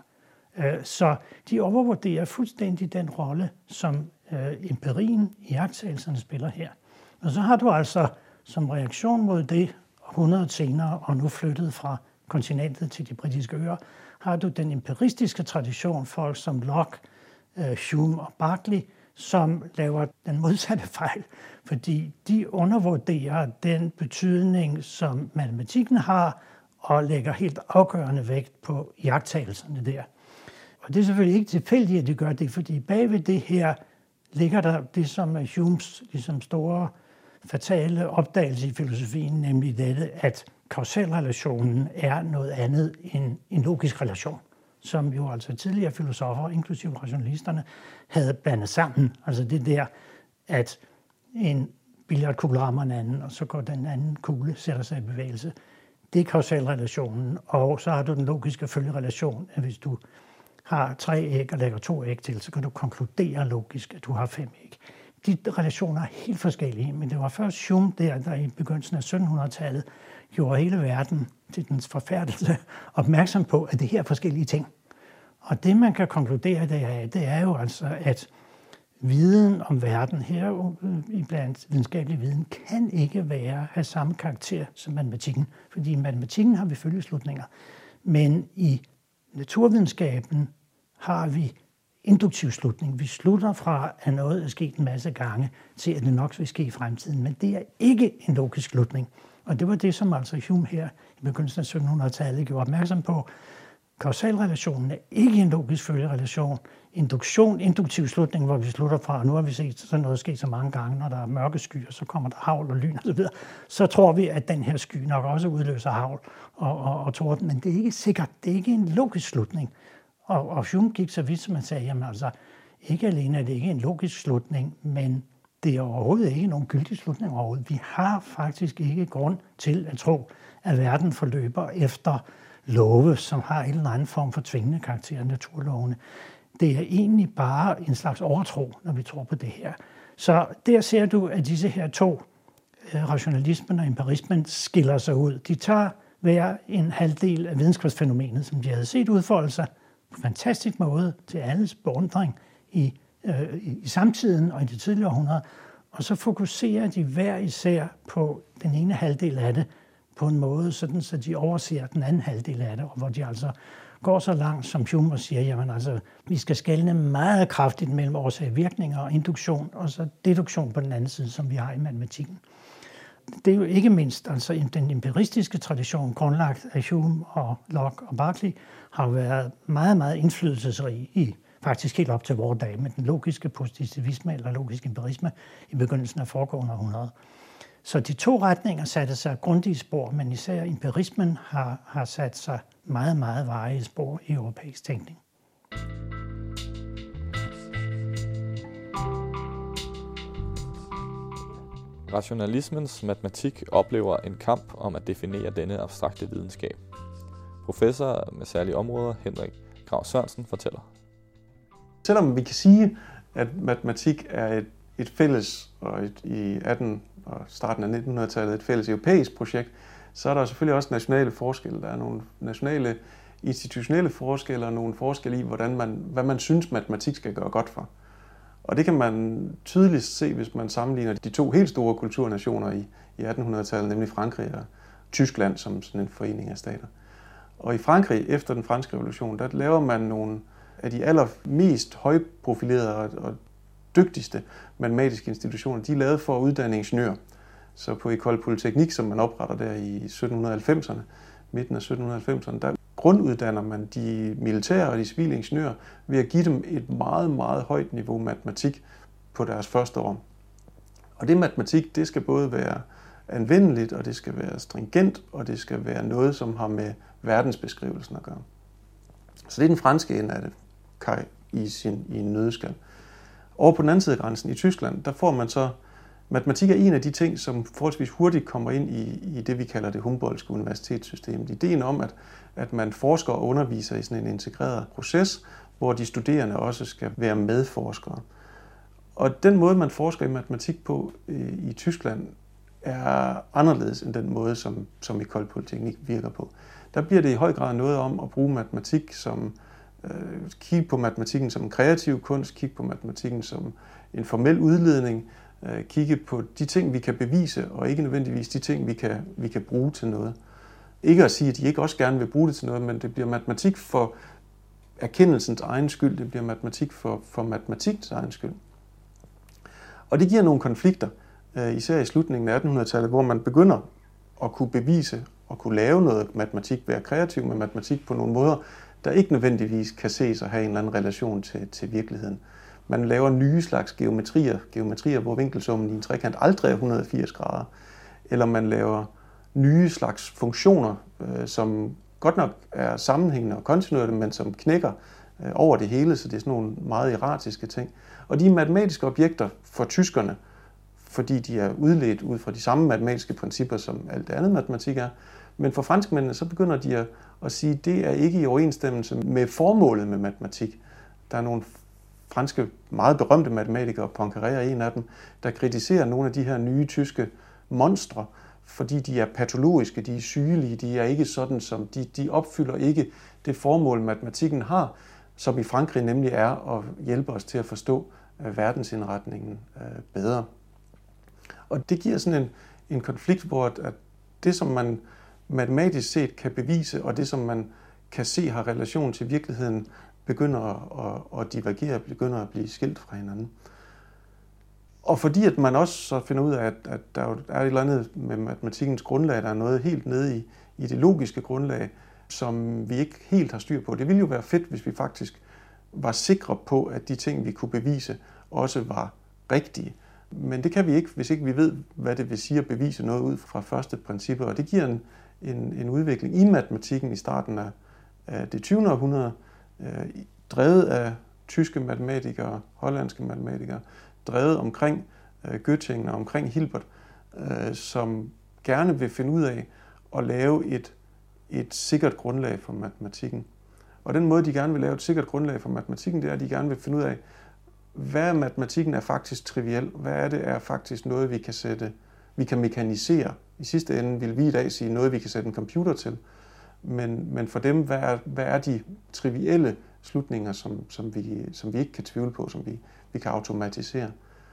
Så de overvurderer fuldstændig den rolle, som empirien, iagttagelserne spiller her. Og så har du altså som reaktion mod det, hundrede senere og nu flyttet fra kontinentet til de britiske øer, har du den empiristiske tradition, folk som Locke, Hume og Berkeley, som laver den modsatte fejl, fordi de undervurderer den betydning, som matematikken har, og lægger helt afgørende vægt på iagttagelserne der. Og det er selvfølgelig ikke tilfældigt, at de gør det, fordi bagved det her ligger der det, som er Humes ligesom store fatale opdagelse i filosofien, nemlig dette, at kausalrelationen er noget andet end en logisk relation, som jo altså tidligere filosofer, inklusive rationalisterne, havde blandet sammen. Altså det der, at en billardkugle rammer en anden, og så går den anden kugle, sætter sig i bevægelse. Det er kausalrelationen, og så har du den logiske følgerelation, at hvis du har tre æg og lægger to æg til, så kan du konkludere logisk, at du har fem æg. De relationer er helt forskellige, men det var først Hume der, der i begyndelsen af syttenhundredetallet gjorde hele verden til dens forfærdelse opmærksom på, at det her er forskellige ting. Og det, man kan konkludere deraf, det er jo altså, at viden om verden her, iblandt videnskabelig viden, kan ikke være af samme karakter som matematikken. Fordi i matematikken har vi følgeslutninger, men i naturvidenskaben har vi induktiv slutning. Vi slutter fra, at noget er sket en masse gange, til at det nok vil ske i fremtiden. Men det er ikke en logisk slutning. Og det var det, som altså Hume her i begyndelsen af syttenhundredetallet gjorde opmærksom på. Kausalrelationen er ikke en logisk følgerelation. Induktion, induktiv slutning, hvor vi slutter fra, og nu har vi set sådan noget ske så mange gange, når der er mørke skyer, så kommer der havl og lyn osv., så tror vi, at den her sky nok også udløser havl og, og, og torden. Men det er ikke sikkert. Det er ikke en logisk slutning. Og, og Hume gik så vidt, som man sagde, jamen altså, ikke alene er det ikke en logisk slutning, men det er overhovedet ikke nogen gyldig slutning overhovedet. Vi har faktisk ikke grund til at tro, at verden forløber efter love, som har en eller anden form for tvingende karakter af naturlovene. Det er egentlig bare en slags overtro, når vi tror på det her. Så der ser du, at disse her to, rationalismen og empirismen, skiller sig ud. De tager hver en halvdel af videnskabsfænomenet, som de havde set udfolde sig på en fantastisk måde til alles beundring i, øh, i samtiden og i de tidligere århundreder, og så fokuserer de hver især på den ene halvdel af det, på en måde, sådan, så de overser den anden halvdel af det, og hvor de altså går så langt, som Hume siger, jamen altså, vi skal skelne meget kraftigt mellem årsag, virkninger og induktion, og så deduktion på den anden side, som vi har i matematikken. Det er jo ikke mindst, altså den empiristiske tradition, grundlagt af Hume og Locke og Berkeley, har været meget, meget indflydelsesrig i faktisk helt op til vores dag, med den logiske positivisme eller logiske empirisme i begyndelsen af foregående århundrede. Så de to retninger satte sig grundige spor, men især empirismen har, har sat sig meget, meget varige spor i europæisk tænkning. Rationalismens matematik oplever en kamp om at definere denne abstrakte videnskab. Professor med særlige områder, Henrik Grav Sørensen, fortæller. Selvom vi kan sige, at matematik er et, et fælles, og et, i atten og starten af nittenhundredetallet et fælles europæisk projekt, så er der selvfølgelig også nationale forskelle. Der er nogle nationale institutionelle forskelle og nogle forskelle i, hvordan man, hvad man synes, matematik skal gøre godt for. Og det kan man tydeligt se, hvis man sammenligner de to helt store kulturnationer i, i attenhundredetallet, nemlig Frankrig og Tyskland som sådan en forening af stater. Og i Frankrig, efter den franske revolution, der laver man nogle af de allermest højprofilerede og, og dygtigste matematiske institutioner, de er lavet for at uddanne ingeniører. Så på École Polytechnique, som man opretter der i sytten halvfemserne, midten af sytten halvfemserne, der grunduddanner man de militære og de civile ingeniører ved at give dem et meget, meget højt niveau matematik på deres første år. Og det matematik, det skal både være anvendeligt, og det skal være stringent, og det skal være noget, som har med verdensbeskrivelsen at gøre. Så det er den franske ende af det, Kai, i, sin, i en nødskal. Over på den anden side af grænsen, i Tyskland, der får man så Matematik er en af de ting, som forholdsvis hurtigt kommer ind i, i det, vi kalder det Humboldtske universitetssystem. Ideen om, at, at man forsker og underviser i sådan en integreret proces, hvor de studerende også skal være medforskere. Og den måde, man forsker i matematik på øh, i Tyskland, er anderledes end den måde, som, som École Polytechnique virker på. Der bliver det i høj grad noget om at bruge matematik som, øh, kigge på matematikken som en kreativ kunst, kigge på matematikken som en formel udledning, øh, kigge på de ting, vi kan bevise, og ikke nødvendigvis de ting, vi kan, vi kan bruge til noget. Ikke at sige, at de ikke også gerne vil bruge det til noget, men det bliver matematik for erkendelsens egen skyld, det bliver matematik for, for matematikkens egen skyld. Og det giver nogle konflikter, især i slutningen af attenhundredetallet, hvor man begynder at kunne bevise og kunne lave noget matematik, være kreativ med matematik på nogle måder, der ikke nødvendigvis kan ses og have en eller anden relation til, til virkeligheden. Man laver nye slags geometrier, geometrier, hvor vinkelsummen i en trekant aldrig er et hundrede og firs grader. Eller man laver nye slags funktioner, øh, som godt nok er sammenhængende og kontinuerlige, men som knækker øh, over det hele, så det er sådan nogle meget erratiske ting. Og de matematiske objekter for tyskerne, fordi de er udledt ud fra de samme matematiske principper, som alt andet matematik er. Men for franskmændene, så begynder de at, at sige, at det er ikke i overensstemmelse med formålet med matematik. Der er nogle franske, meget berømte matematikere, Poincaré er en af dem, der kritiserer nogle af de her nye tyske monstre, fordi de er patologiske, de er sygelige, de er ikke sådan, som de, de opfylder ikke det formål, matematikken har, som i Frankrig nemlig er at hjælpe os til at forstå uh, verdensindretningen uh, bedre. Og det giver sådan en, en konflikt, hvor at, at det, som man matematisk set kan bevise, og det, som man kan se har relation til virkeligheden, begynder at, at divergere, begynder at blive skilt fra hinanden. Og fordi at man også så finder ud af, at, at der er et eller andet med matematikkens grundlag, der er noget helt nede i, i det logiske grundlag, som vi ikke helt har styr på. Det ville jo være fedt, hvis vi faktisk var sikre på, at de ting, vi kunne bevise, også var rigtige. Men det kan vi ikke, hvis ikke vi ved, hvad det vil sige at bevise noget ud fra første principper. Og det giver en, en, en udvikling i matematikken i starten af, af det tyvende århundrede, øh, drevet af tyske matematikere, hollandske matematikere, drevet omkring øh, Göttingen og omkring Hilbert, øh, som gerne vil finde ud af at lave et, et sikkert grundlag for matematikken. Og den måde, de gerne vil lave et sikkert grundlag for matematikken, det er, at de gerne vil finde ud af, hvad er matematikken er faktisk triviel? Hvad er det er faktisk noget, vi kan sætte, vi kan mekanisere? I sidste ende vil vi i dag sige noget, vi kan sætte en computer til. Men, men for dem, hvad er, hvad er de trivielle slutninger, som, som, vi, som vi ikke kan tvivle på, som vi, vi kan automatisere?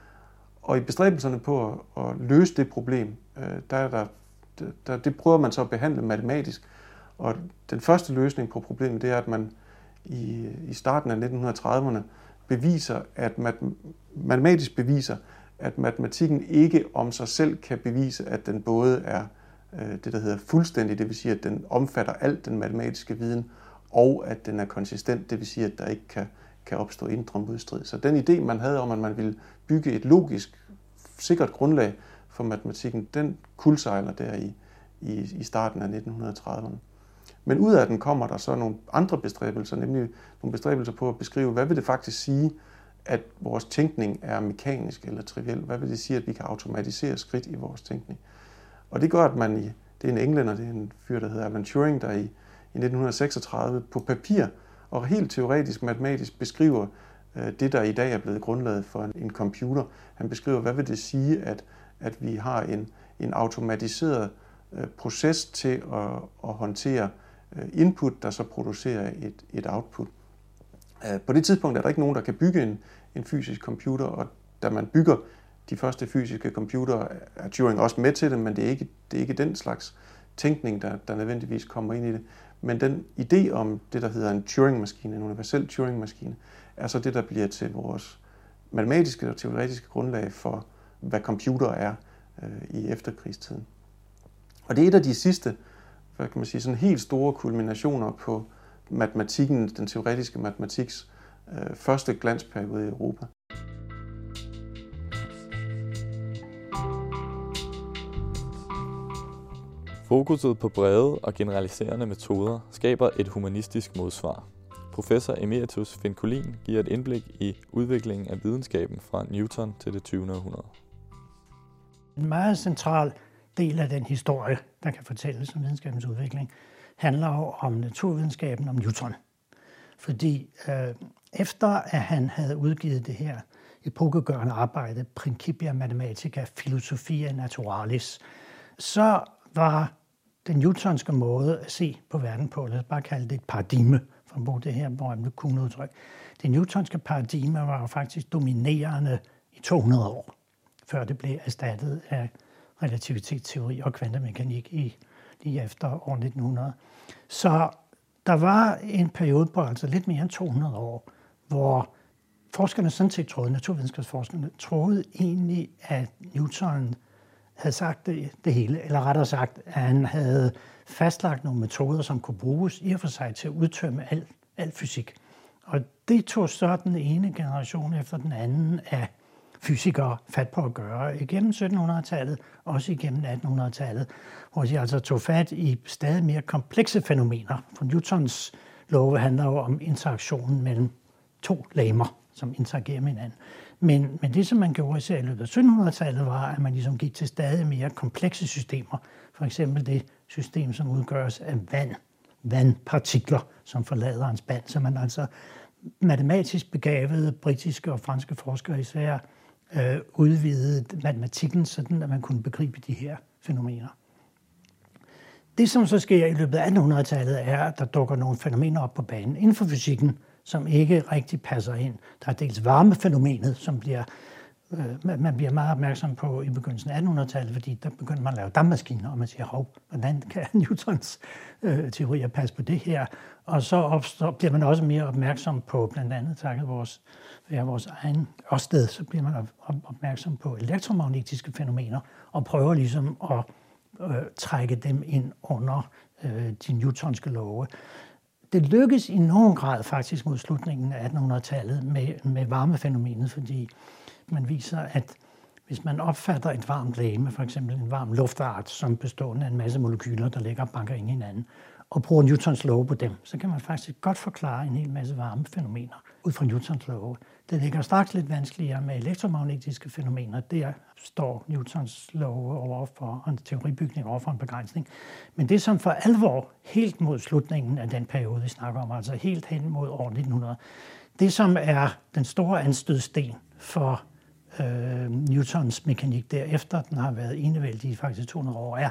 Og i bestræbelserne på at, at løse det problem, der er der, der, det prøver man så at behandle matematisk. Og den første løsning på problemet, det er, at man i, i starten af nitten trediverne beviser, at mat- matematisk beviser, at matematikken ikke om sig selv kan bevise, at den både er øh, det, der hedder fuldstændig, det vil sige, at den omfatter alt den matematiske viden, og at den er konsistent, det vil sige, at der ikke kan, kan opstå indre modstrid. Så den idé, man havde om, at man ville bygge et logisk, sikkert grundlag for matematikken, den kuldsejler der i, i, i starten af nitten trediverne. Men ud af den kommer der så nogle andre bestræbelser, nemlig nogle bestræbelser på at beskrive, hvad vil det faktisk sige, at vores tænkning er mekanisk eller triviel? Hvad vil det sige, at vi kan automatisere skridt i vores tænkning? Og det gør, at man i, det er en englænder, det er en fyr, der hedder Alan Turing, der i, i nitten seksogtredive på papir og helt teoretisk matematisk beskriver øh, det, der i dag er blevet grundlaget for en, en computer. Han beskriver, hvad vil det sige, at, at vi har en, en automatiseret øh, proces til at, at håndtere input, der så producerer et, et output. På det tidspunkt er der ikke nogen, der kan bygge en, en fysisk computer, og da man bygger de første fysiske computere, er Turing også med til det, men det er ikke, det er ikke den slags tænkning, der, der nødvendigvis kommer ind i det. Men den idé om det, der hedder en Turing-maskine, en universel Turing-maskine, er så det, der bliver til vores matematiske og teoretiske grundlag for, hvad computer er øh, i efterkrigstiden. Og det er et af de sidste, hvad kan man sige, sådan helt store kulminationer på matematikken, den teoretiske matematiks øh, første glansperiode i Europa. Fokuset på brede og generaliserende metoder skaber et humanistisk modsvar. Professor emeritus Finn Collin giver et indblik i udviklingen af videnskaben fra Newton til det tyvende århundrede. En meget central del af den historie, der kan fortælles om videnskabens udvikling, handler jo om naturvidenskaben, om Newton. Fordi øh, efter at han havde udgivet det her epokegørende arbejde, Principia Mathematica Philosophia Naturalis, så var den newtonske måde at se på verden på, lad os bare kalde det et paradigme, for at bruge det her berømte kugle-udtryk. Det newtonske paradigme var jo faktisk dominerende i to hundrede år, før det blev erstattet af relativitetsteori og kvantemekanik i, lige efter år nitten hundrede. Så der var en periode på altså lidt mere end to hundrede år, hvor forskerne sådan set troede, naturvidenskabsforskerne troede egentlig, at Newton havde sagt det, det hele, eller rettere sagt, at han havde fastlagt nogle metoder, som kunne bruges i og for sig til at udtømme al, al fysik. Og det tog så den ene generation efter den anden af fysikere fat på at gøre igennem sytten hundrede-tallet, også igennem atten hundrede-tallet, hvor de altså tog fat i stadig mere komplekse fænomener. For Newtons love handler jo om interaktionen mellem to legemer, som interagerer med hinanden. Men, men det, som man gjorde især i løbet af sytten hundrede-tallet, var, at man ligesom gik til stadig mere komplekse systemer. For eksempel det system, som udgøres af vand, vandpartikler, som forlader en spand. Så man altså matematisk begavede britiske og franske forskere især øh, udvidede matematikken, sådan at man kunne begribe de her fænomener. Det, som så sker i løbet af atten hundrede-tallet, er, at der dukker nogle fænomener op på banen inden for fysikken, som ikke rigtig passer ind. Der er dels varmefænomenet, som bliver, øh, man bliver meget opmærksom på i begyndelsen af atten hundrede-tallet, fordi der begynder man at lave dampmaskiner, og man siger, hov, hvordan kan Newtons øh, teorier passe på det her? Og så opstår, bliver man også mere opmærksom på, blandt andet takket vores, ja, vores egen Ørsted, så bliver man op, opmærksom på elektromagnetiske fænomener, og prøver ligesom at øh, trække dem ind under øh, de newtonske love. Det lykkes i nogen grad faktisk mod slutningen af atten hundrede-tallet med, med varmefænomenet, fordi man viser, at hvis man opfatter et varmt legeme, for eksempel en varm luftart, som bestående af en masse molekyler, der ligger og banker ind i hinanden, og bruger Newtons love på dem, så kan man faktisk godt forklare en hel masse varmefænomener ud fra Newtons love. Det ligger straks lidt vanskeligere med elektromagnetiske fænomener. Der står Newtons love over for en teoribygning over for en begrænsning. Men det, som for alvor helt mod slutningen af den periode, vi snakker om, altså helt hen mod år nitten hundrede, det, som er den store anstødsten for øh, Newtons mekanik derefter, den har været enevældig i faktisk to hundrede år, er,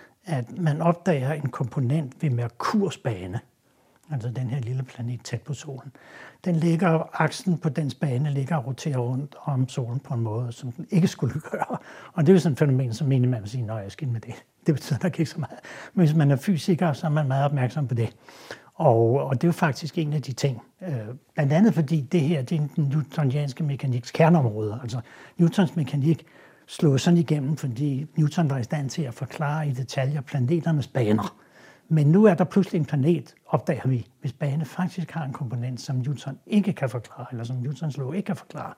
at man opdager en komponent ved Merkurs bane, altså den her lille planet tæt på solen. Den ligger, aksen på dens bane ligger og roterer rundt om solen på en måde, som den ikke skulle gøre. Og det er jo sådan et fænomen, som egentlig man vil sige, nej, jeg skal med det. Det betyder nok ikke så meget. Men hvis man er fysiker, så er man meget opmærksom på det. Og, og det er jo faktisk en af de ting. Øh, blandt andet fordi det her, det er den newtonianske mekaniks kerneområde. Altså Newtons mekanik slog sådan igennem, fordi Newton var i stand til at forklare i detaljer planeternes baner. Men nu er der pludselig en planet, opdager vi, hvis bane faktisk har en komponent, som Newton ikke kan forklare, eller som Newtons lov ikke kan forklare.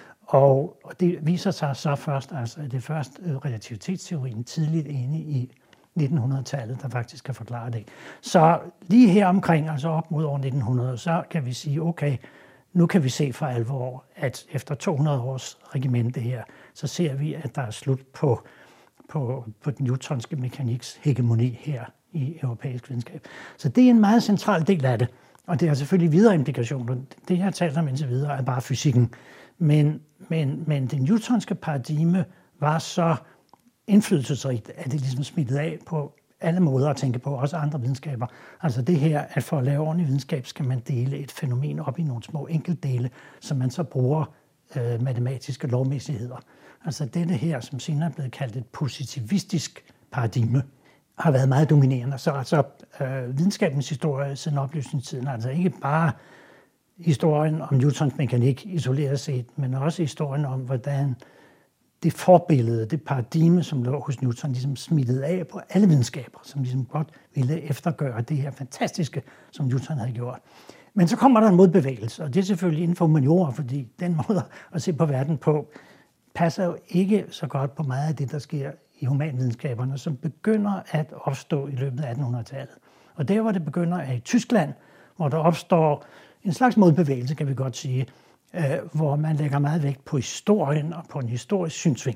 Og, og det viser sig så først, altså at det er først relativitetsteorien tidligt inde i nitten hundrede-tallet, der faktisk kan forklare det. Så lige her omkring, altså op mod år nitten hundrede, så kan vi sige, okay, nu kan vi se for alvor, at efter to hundrede års regimente her, så ser vi, at der er slut på, på, på den newtonske mekaniks hegemoni her i europæisk videnskab. Så det er en meget central del af det, og det har selvfølgelig videre implikationer. Det, jeg har talt om indtil videre, er bare fysikken. Men, men, men det newtonske paradigme var så indflydelsesrigt, at det ligesom smittede af på alle måder at tænke på, også andre videnskaber. Altså det her, at for at lave ordentlig videnskab, skal man dele et fænomen op i nogle små enkeltdele, som man så bruger øh, matematiske lovmæssigheder. Altså dette her, som senere er blevet kaldt et positivistisk paradigme, har været meget dominerende. Så altså, øh, videnskabens historie siden oplysningstiden, altså ikke bare historien om Newtons mekanik isoleret set, men også historien om, hvordan det forbillede, det paradigme, som lå hos Newton, ligesom smittede af på alle videnskaber, som ligesom godt ville eftergøre det her fantastiske, som Newton havde gjort. Men så kommer der en modbevægelse, og det er selvfølgelig inden for humaniora, fordi den måde at se på verden på, passer jo ikke så godt på meget af det, der sker i humanvidenskaberne, som begynder at opstå i løbet af atten hundrede-tallet. Og der, hvor det begynder, er i Tyskland, hvor der opstår en slags modbevægelse, kan vi godt sige, hvor man lægger meget vægt på historien og på en historisk synsvinkel.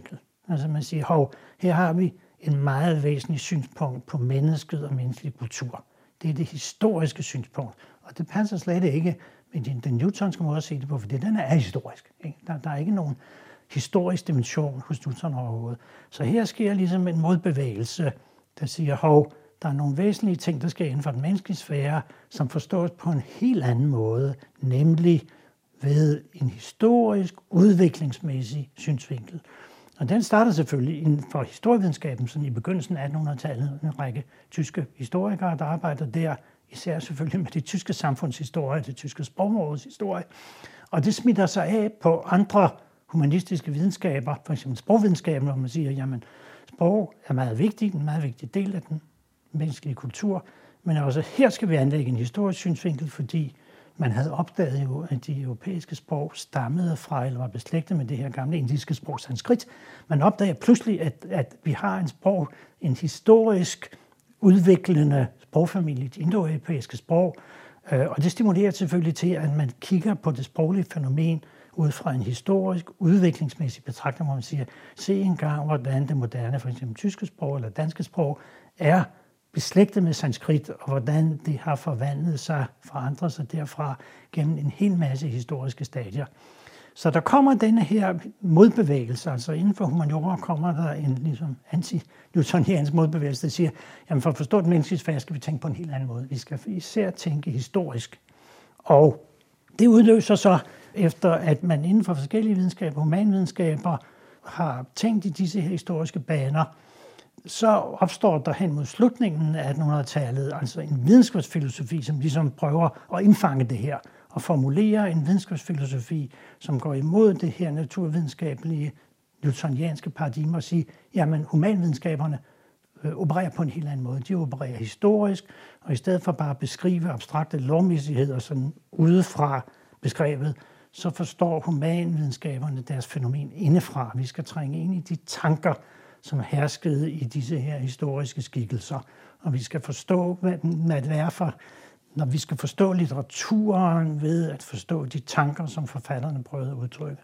Altså man siger, hov, her har vi en meget væsentlig synspunkt på mennesket og menneskelig kultur. Det er det historiske synspunkt. Og det passer slet ikke med den, den newtonske måde at se det på, for den er historisk. Ikke? Der, der er ikke nogen historisk dimension hos Newton overhovedet. Så her sker ligesom en modbevægelse, der siger, hov, der er nogle væsentlige ting, der sker inden for den menneskelige sfære, som forstås på en helt anden måde, nemlig ved en historisk, udviklingsmæssig synsvinkel. Og den starter selvfølgelig inden for historievidenskaben, sådan i begyndelsen af attenhundredetallet, en række tyske historikere, der arbejder der, især selvfølgelig med det tyske samfundshistorie, det tyske sprogområdes historie. Og det smitter sig af på andre humanistiske videnskaber, for eksempel sprogvidenskaben, hvor man siger, jamen, sprog er meget vigtigt, en meget vigtig del af den menneskelige kultur, men også her skal vi anlægge en historisk synsvinkel, fordi man havde opdaget jo, at de europæiske sprog stammede fra, eller var beslægtet med det her gamle indiske sprog, sanskrit. Man opdager pludselig, at, at vi har en sprog, en historisk udviklende sprogfamilie, de indoeuropæiske sprog, og det stimulerer selvfølgelig til, at man kigger på det sproglige fænomen ud fra en historisk, udviklingsmæssig betragtning, hvor man siger, se engang, hvordan det moderne, for eksempel tyske sprog eller danske sprog, er beslægtet med sanskrit, og hvordan det har forvandlet sig, forandret sig derfra gennem en hel masse historiske stadier. Så der kommer denne her modbevægelse, altså inden for humaniora kommer der en ligesom anti-newtoniansk modbevægelse, der siger, jamen for at forstå den menneskelige sfære skal vi tænke på en helt anden måde. Vi skal især tænke historisk. Og det udløser så, efter at man inden for forskellige videnskaber, humanvidenskaber, har tænkt i disse her historiske baner, så opstår der hen mod slutningen af attenhundredetallet altså en videnskabsfilosofi, som ligesom prøver at indfange det her og formulere en videnskabsfilosofi, som går imod det her naturvidenskabelige newtonianske paradigme og sige, jamen humanvidenskaberne øh, opererer på en helt anden måde. De opererer historisk, og i stedet for bare at beskrive abstrakte lovmæssigheder sådan udefra beskrevet, så forstår humanvidenskaberne deres fænomen indefra. Vi skal trænge ind i de tanker, som herskede i disse her historiske skikkelser. Og vi skal forstå, hvad det er for, når vi skal forstå litteraturen ved at forstå de tanker, som forfatterne prøvede at udtrykke.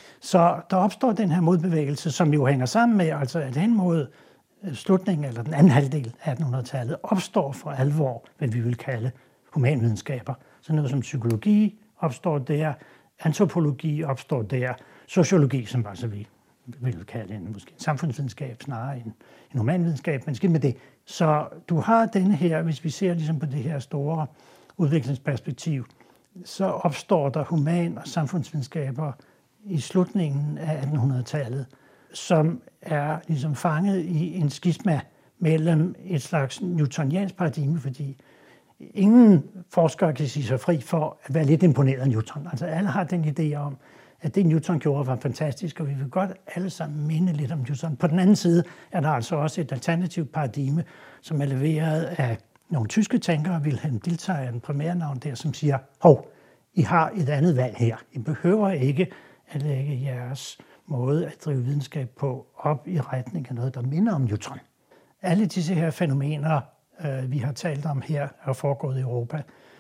Så der opstår den her modbevægelse, som jo hænger sammen med, altså at hen mod slutningen, eller den anden halvdel af attenhundredetallet, opstår for alvor, hvad vi vil kalde humanvidenskaber. Så noget som psykologi opstår der, antropologi opstår der, sociologi, som altså vi vil kalde en, måske en samfundsvidenskab snarere end en humanvidenskab, men skidt med det. Så du har denne her, hvis vi ser ligesom på det her store udviklingsperspektiv, så opstår der human- og samfundsvidenskaber i slutningen af attenhundredetallet, som er ligesom fanget i en skisma mellem et slags newtoniansk paradigme, fordi ingen forskere kan sige sig fri for at være lidt imponeret af Newton. Altså alle har den idé om, at det Newton gjorde var fantastisk, og vi vil godt alle sammen minde lidt om Newton. På den anden side er der altså også et alternativt paradigme, som er leveret af nogle tyske tænkere, Wilhelm Dilthey er den primære navn der, som siger, hov, I har et andet valg her. I behøver ikke at lægge jeres måde at drive videnskab på op i retning af noget, der minder om Newton. Alle disse her fænomener, øh, vi har talt om her, er foregået i Europa.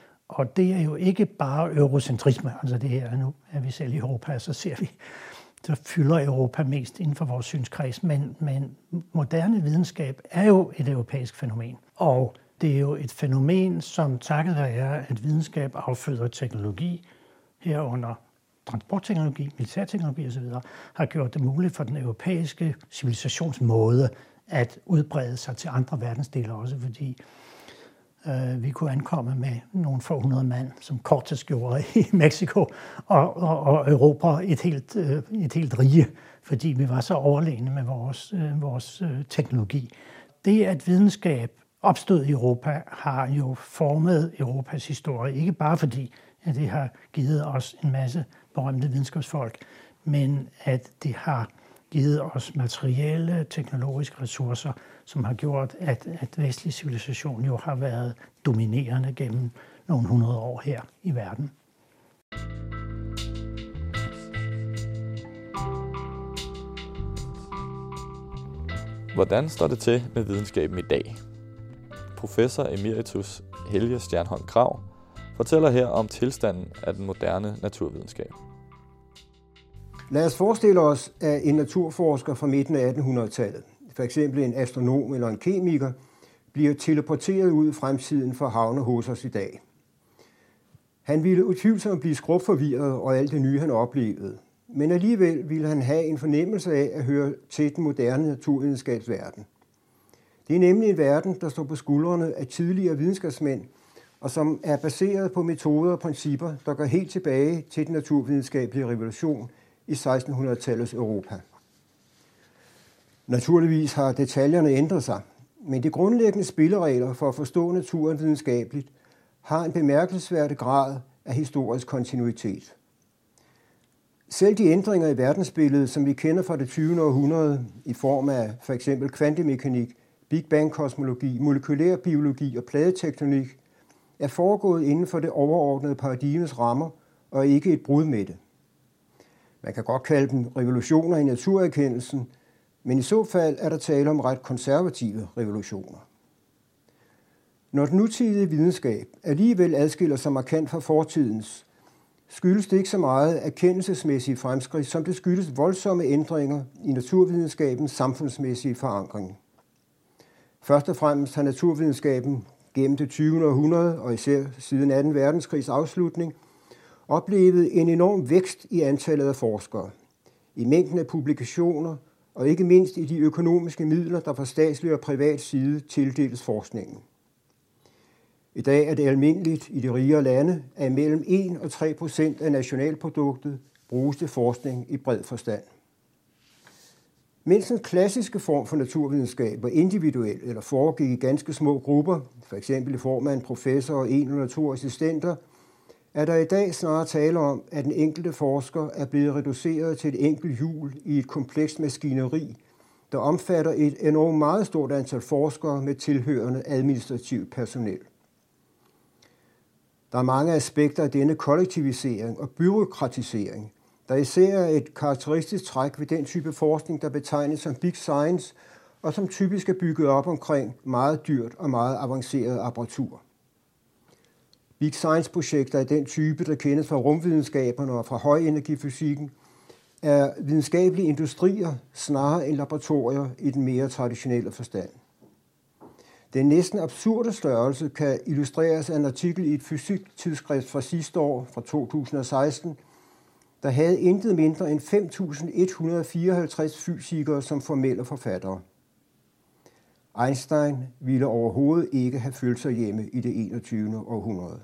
Og det er jo ikke bare eurocentrisme, altså det her, nu er vi selv i Europa, så ser vi, der fylder Europa mest inden for vores synskreds, men, men moderne videnskab er jo et europæisk fænomen. Og det er jo et fænomen, som takket være, at videnskab afføder teknologi, herunder transportteknologi, militærteknologi osv., har gjort det muligt for den europæiske civilisationsmåde at udbrede sig til andre verdensdele også, fordi øh, vi kunne ankomme med nogle få hundrede mand, som Cortés gjorde i Mexico, og, og, og Europa et helt, øh, et helt rige, fordi vi var så overlegne med vores, øh, vores øh, teknologi. Det, at videnskab opstod i Europa, har jo formet Europas historie, ikke bare fordi, at det har givet os en masse berømte videnskabsfolk, men at det har givet os materielle, teknologiske ressourcer, som har gjort, at, at vestlig civilisation jo har været dominerende gennem nogle hundrede år her i verden. Hvordan står det til med videnskaben i dag? Professor emeritus Helge Stjernholm Krag fortæller her om tilstanden af den moderne naturvidenskab. Lad os forestille os, at en naturforsker fra midten af attenhundredetallet, for eksempel en astronom eller en kemiker, bliver teleporteret ud i fremtiden for at havne hos os i dag. Han ville utvivlsomt blive skrubforvirret over alt det nye, han oplevede, men alligevel ville han have en fornemmelse af at høre til den moderne naturvidenskabsverden. Det er nemlig en verden, der står på skuldrene af tidligere videnskabsmænd, og som er baseret på metoder og principper, der går helt tilbage til den naturvidenskabelige revolution i sekstenhundredetallets Europa. Naturligvis har detaljerne ændret sig, men de grundlæggende spilleregler for at forstå naturen videnskabeligt har en bemærkelsesværdig grad af historisk kontinuitet. Selv de ændringer i verdensbilledet, som vi kender fra det tyvende århundrede i form af for eksempel kvantemekanik, Big Bang-kosmologi, molekylær biologi og pladetektonik, er foregået inden for det overordnede paradigmes rammer og ikke et brud med det. Man kan godt kalde dem revolutioner i naturerkendelsen, men i så fald er der tale om ret konservative revolutioner. Når den nutidige videnskab alligevel adskiller sig markant fra fortidens, skyldes det ikke så meget erkendelsesmæssige fremskridt, som det skyldes voldsomme ændringer i naturvidenskabens samfundsmæssige forankring. Først og fremmest har naturvidenskaben gennem det tyvende århundrede, og især siden anden verdenskrigs afslutning, oplevet en enorm vækst i antallet af forskere, i mængden af publikationer og ikke mindst i de økonomiske midler, der fra statslig og privat side tildeles forskningen. I dag er det almindeligt i de rigere lande, at mellem en og tre procent af nationalproduktet bruges til forskning i bred forstand. Mens den klassiske form for naturvidenskab var individuel eller foregik i ganske små grupper, f.eks. i form af en professor og en eller to assistenter, er der i dag snarere tale om, at den enkelte forsker er blevet reduceret til et enkelt hjul i et komplekst maskineri, der omfatter et enormt meget stort antal forskere med tilhørende administrativt personel. Der er mange aspekter af denne kollektivisering og byråkratisering, der især er et karakteristisk træk ved den type forskning, der betegnes som big science, og som typisk er bygget op omkring meget dyrt og meget avanceret apparatur. Big science-projekter af den type, der kendes fra rumvidenskaberne og fra højenergifysikken, er videnskabelige industrier snarere end laboratorier i den mere traditionelle forstand. Den næsten absurde størrelse kan illustreres af en artikel i et fysiktidsskrift fra sidste år, fra to tusind og seksten, der havde intet mindre end fem tusind et hundrede fireoghalvtreds fysikere som formelle forfattere. Einstein ville overhovedet ikke have følt sig hjemme i det enogtyvende århundrede.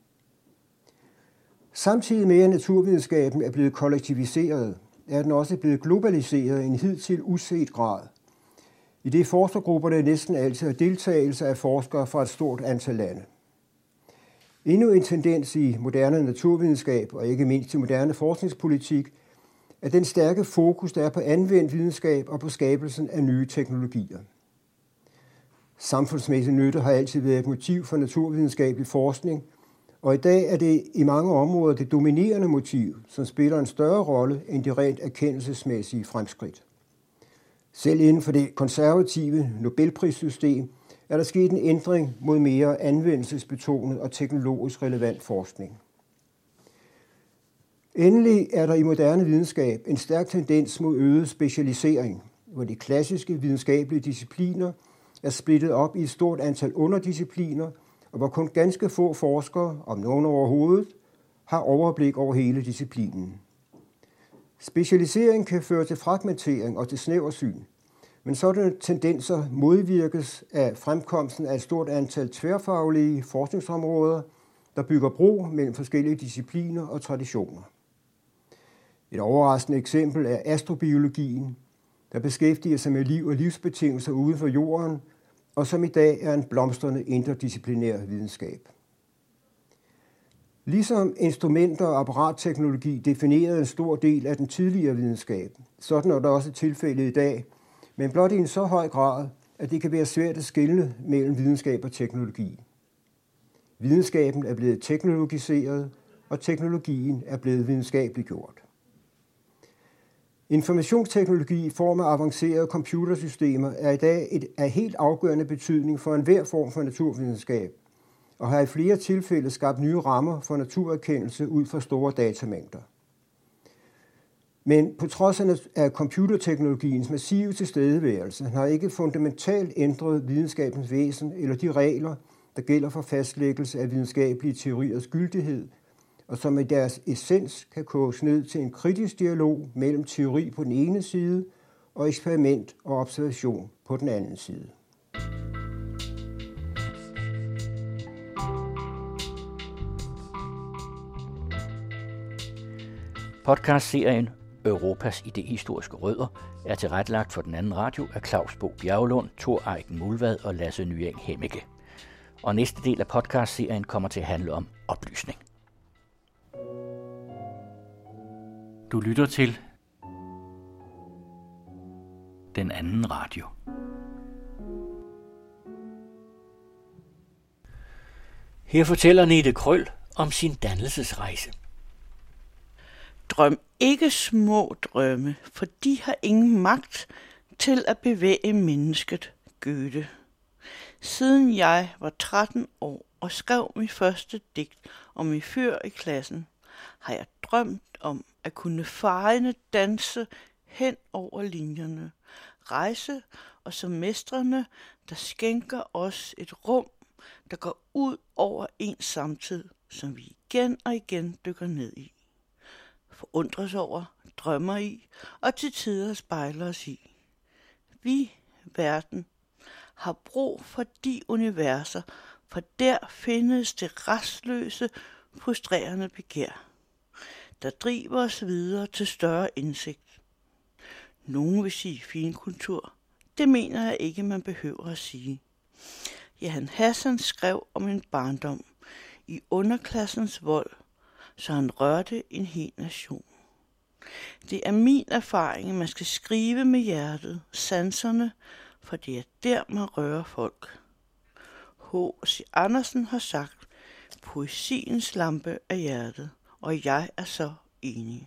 Samtidig med, at naturvidenskaben er blevet kollektiviseret, er den også blevet globaliseret i en hidtil uset grad. I det forskergrupperne næsten altid har deltagelse af forskere fra et stort antal lande. Endnu en tendens i moderne naturvidenskab, og ikke mindst i moderne forskningspolitik, er den stærke fokus, der er på anvendt videnskab og på skabelsen af nye teknologier. Samfundsmæssig nytte har altid været et motiv for naturvidenskabelig forskning, og i dag er det i mange områder det dominerende motiv, som spiller en større rolle end de rent erkendelsesmæssige fremskridt. Selv inden for det konservative Nobelprissystem er der sket en ændring mod mere anvendelsesbetonet og teknologisk relevant forskning. Endelig er der i moderne videnskab en stærk tendens mod øget specialisering, hvor de klassiske videnskabelige discipliner er splittet op i et stort antal underdiscipliner, og hvor kun ganske få forskere, om nogen overhovedet, har overblik over hele disciplinen. Specialisering kan føre til fragmentering og til snæversyn, men sådanne tendenser modvirkes af fremkomsten af et stort antal tværfaglige forskningsområder, der bygger bro mellem forskellige discipliner og traditioner. Et overraskende eksempel er astrobiologien, der beskæftiger sig med liv og livsbetingelser uden for jorden, og som i dag er en blomstrende interdisciplinær videnskab. Ligesom instrumenter og apparatteknologi definerede en stor del af den tidligere videnskab, sådan er det også tilfældet i dag, men blot i en så høj grad, at det kan være svært at skelne mellem videnskab og teknologi. Videnskaben er blevet teknologiseret, og teknologien er blevet videnskabeliggjort. Informationsteknologi i form af avancerede computersystemer er i dag et, af helt afgørende betydning for enhver form for naturvidenskab, og har i flere tilfælde skabt nye rammer for naturerkendelse ud fra store datamængder. Men på trods af computerteknologiens massive tilstedeværelse har ikke fundamentalt ændret videnskabens væsen eller de regler, der gælder for fastlæggelse af videnskabelige teoriers gyldighed, og som i deres essens kan koges ned til en kritisk dialog mellem teori på den ene side og eksperiment og observation på den anden side. Podcastserien Europas idehistoriske rødder er tilrettelagt for den anden radio af Claus Bo Bjerglund, Thor Eiken Mulvad og Lasse Nyeng Hemmeke. Og næste del af podcastserien kommer til at handle om oplysning. Du lytter til den anden radio. Her fortæller Nete Krøll om sin dannelsesrejse. Drøm ikke små drømme, for de har ingen magt til at bevæge mennesket, Goethe. Siden jeg var tretten år og skrev mit første digt om min fyr i klassen, har jeg drømt om at kunne fejne danse hen over linjerne, rejse og som mestrene, der skænker os et rum, der går ud over en samtid, som vi igen og igen dykker ned i. Forundres over, drømmer i og til tider spejler os i. Vi, verden, har brug for de universer, for der findes det restløse, frustrerende begær, der driver os videre til større indsigt. Nogen vil sige finkultur. Det mener jeg ikke, man behøver at sige. Johan Hassan skrev om en barndom i underklassens vold, så han rørte en hel nation. Det er min erfaring, at man skal skrive med hjertet, sanserne, for det er der, man rører folk. H C Andersen har sagt, poesiens lampe er hjertet, og jeg er så enig.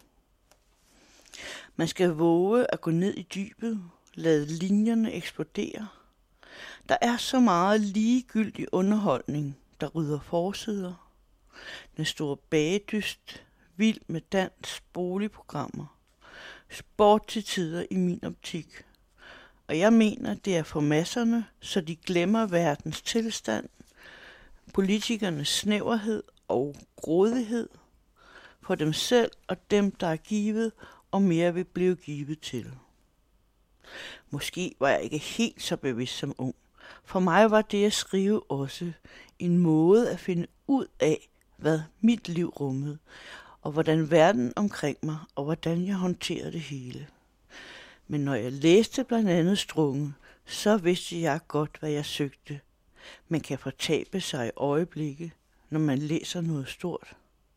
Man skal våge at gå ned i dybet, lade linjerne eksplodere. Der er så meget ligegyldig underholdning, der rydder forsider. Den store bagedyst, vild med dans, boligprogrammer, sport til tider i min optik. Og jeg mener, det er for masserne, så de glemmer verdens tilstand, politikernes snæverhed og grådighed for dem selv og dem, der er givet, og mere vil blive givet til. Måske var jeg ikke helt så bevidst som ung. For mig var det at skrive også en måde at finde ud af, hvad mit liv rummede, og hvordan verden omkring mig, og hvordan jeg håndterede det hele. Men når jeg læste blandt andet Strunge, så vidste jeg godt, hvad jeg søgte. Man kan fortabe sig i øjeblikke, når man læser noget stort.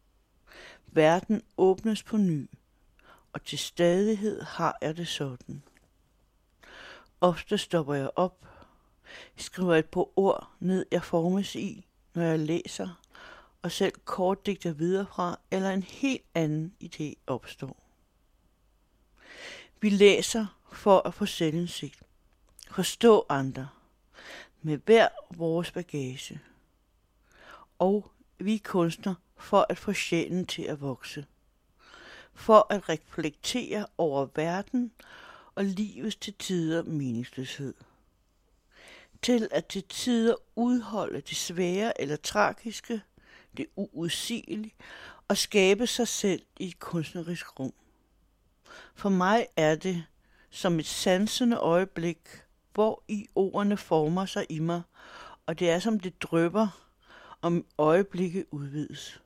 Verden åbnes på ny, og til stadighed har jeg det sådan. Ofte stopper jeg op, skriver et par ord ned, jeg formes i, når jeg læser, og selv kort digter videre fra, eller en helt anden idé opstår. Vi læser for at få selvindsigt, forstå andre, med hver vores bagage. Og vi kunstner for at få sjælen til at vokse, for at reflektere over verden og livets til tider meningsløshed. Til at til tider udholde det svære eller tragiske, det uudsigelige, og skabe sig selv i et kunstnerisk rum. For mig er det som et sansende øjeblik, hvor i ordene former sig i mig, og det er som det drypper, om øjeblikket udvides.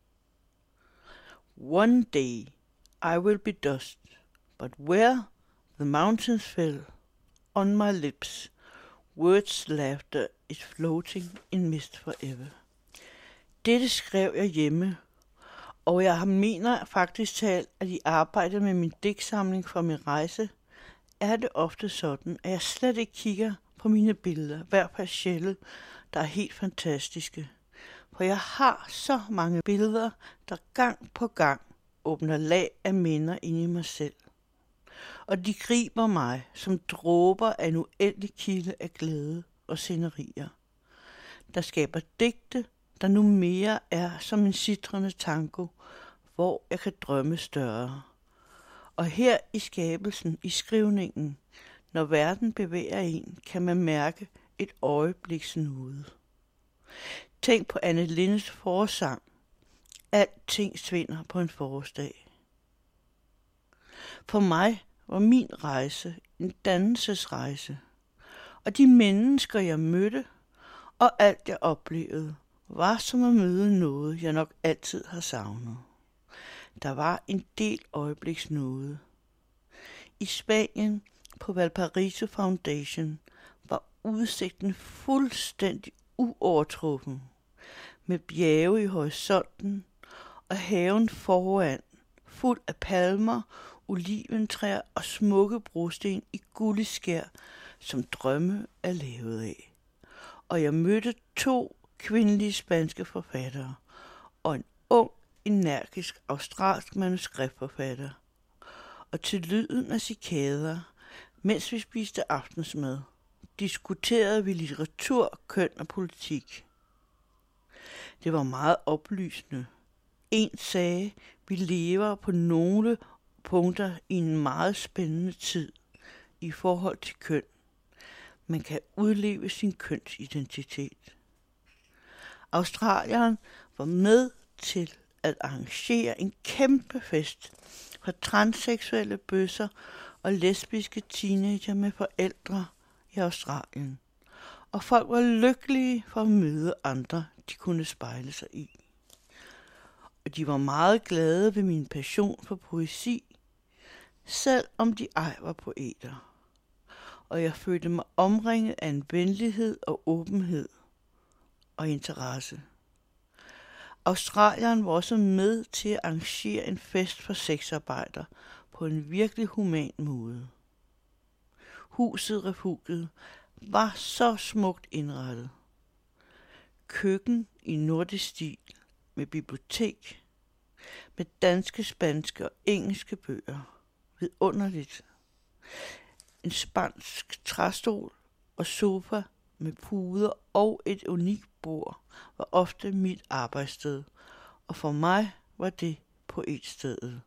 One day I will be dust, but where the mountains fell, on my lips, words laughter is floating in mist forever. Dette skrev jeg hjemme, og jeg mener faktisk talt, at i arbejdet med min digtsamling fra min rejse, er det ofte sådan, at jeg slet ikke kigger på mine billeder, hver partielle, der er helt fantastiske. For jeg har så mange billeder, der gang på gang åbner lag af minder inde i mig selv. Og de griber mig som dråber af en uendelig kilde af glæde og scenerier, der skaber digte, der nu mere er som en sitrende tango, hvor jeg kan drømme større. Og her i skabelsen, i skrivningen, når verden bevæger en, kan man mærke et øjebliks nude. Tænk på Anne Lindes forårssang. Alting svinder på en forårsdag. For mig var min rejse en dannelsesrejse, og de mennesker, jeg mødte, og alt jeg oplevede, var som at møde noget, jeg nok altid har savnet. Der var en del øjebliksnåde. I Spanien på Valparaiso Foundation var udsigten fuldstændig uovertruffen, med bjerge i horisonten og haven foran, fuld af palmer, oliventræer og smukke brosten i gullig skær, som drømme er lavet af. Og jeg mødte to kvindelige spanske forfattere og en ung, energisk australsk manuskriptforfatter. Og til lyden af cikader, mens vi spiste aftensmad, diskuterede vi litteratur, køn og politik. Det var meget oplysende. En sagde, vi lever på nogle punkter i en meget spændende tid i forhold til køn. Man kan udleve sin kønsidentitet. Australieren var med til at arrangere en kæmpe fest for transseksuelle bøsser og lesbiske teenager med forældre i Australien. Og folk var lykkelige for at møde andre, de kunne spejle sig i. Og de var meget glade ved min passion for poesi, selv om de ej var poeter. Og jeg følte mig omringet af en venlighed og åbenhed og interesse. Australieren var også med til at arrangere en fest for sexarbejdere på en virkelig human måde. Huset Refugiet var så smukt indrettet. Køkken i nordisk stil med bibliotek, med danske, spanske og engelske bøger. Vidunderligt. En spansk træstol og sofa med puder og et unikt bord var ofte mit arbejdssted, og for mig var det poetstedet.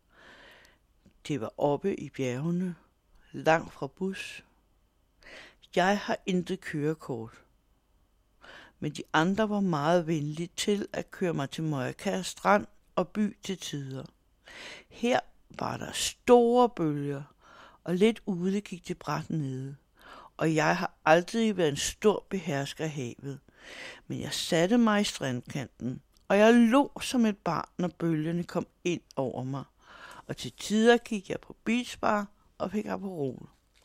Det var oppe i bjergene, langt fra bus. Jeg har intet kørekort, men de andre var meget venlige til at køre mig til Mallorca strand og by til tider. Her var der store bølger, og lidt ude gik det brat nede. Og jeg har aldrig været en stor behersker af havet. Men jeg satte mig i strandkanten, og jeg lå som et barn, når bølgerne kom ind over mig. Og til tider gik jeg på beachbar og fik Aperol.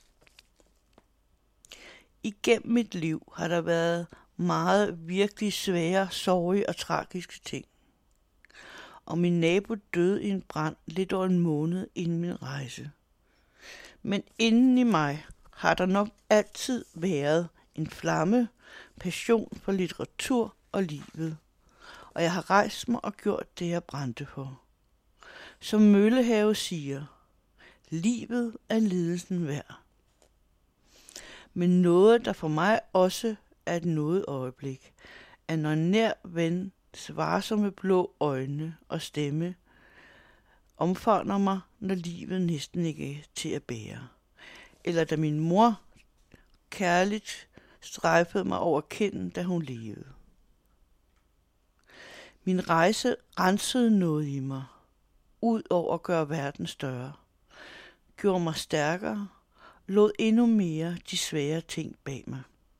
Igennem mit liv har der været meget virkelig svære, sorge og tragiske ting. Og min nabo døde i en brand lidt over en måned inden min rejse. Men inden i mig har der nok altid været en flamme, passion for litteratur og livet. Og jeg har rejst mig og gjort det, jeg brændte for. Som Møllehave siger, livet er lidelsen værd. Men noget, der for mig også er et noget øjeblik, er når en nær ven svarer med blå øjne og stemme omfavner mig, når livet næsten ikke er til at bære. Eller da min mor kærligt strejfede mig over kinden, da hun levede. Min rejse rensede noget i mig, ud over at gøre verden større, gjorde mig stærkere, lod endnu mere de svære ting bag mig.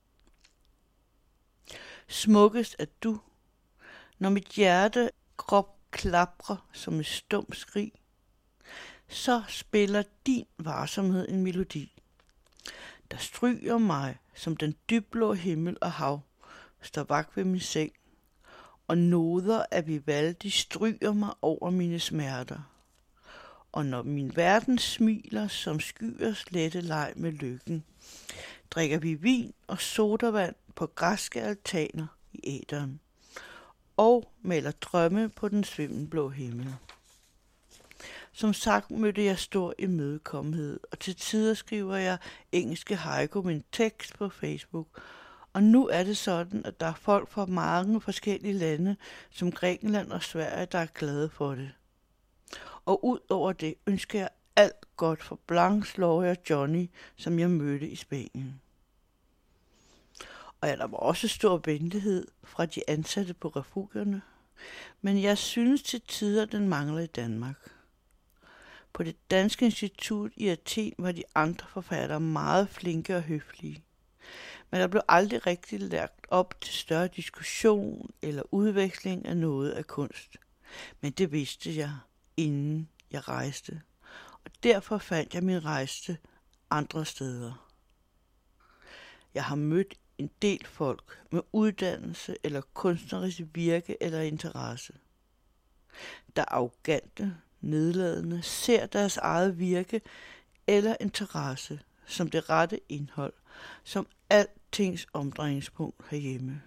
Smukkest er du, når mit hjerte krop klaprer som et stumt skrig, så spiller din varsomhed en melodi, der stryger mig som den dybblå himmel og hav, står vagt ved min seng, og noder af Vivaldi stryger mig over mine smerter. Og når min verden smiler som skyers lette leg med lykken, drikker vi vin og sodavand på græske altaner i æteren, og maler drømme på den svimmelblå himmel. Som sagt mødte jeg stor imødekommenhed, og til tider skriver jeg engelske haiku med en tekst på Facebook. Og nu er det sådan, at der er folk fra mange forskellige lande, som Grækenland og Sverige, der er glade for det. Og ud over det ønsker jeg alt godt for Blanche, Laurie og Johnny, som jeg mødte i Spanien. Og ja, der var også stor venlighed fra de ansatte på refugierne, men jeg synes til tider, den mangler i Danmark. På det danske institut i Athen var de andre forfattere meget flinke og høflige, men der blev aldrig rigtig lagt op til større diskussion eller udveksling af noget af kunst. Men det vidste jeg, inden jeg rejste, og derfor fandt jeg min rejse andre steder. Jeg har mødt en del folk med uddannelse eller kunstnerisk virke eller interesse, der er arrogante, nedladende, ser deres eget virke eller interesse som det rette indhold, som altings omdrejningspunkt herhjemme.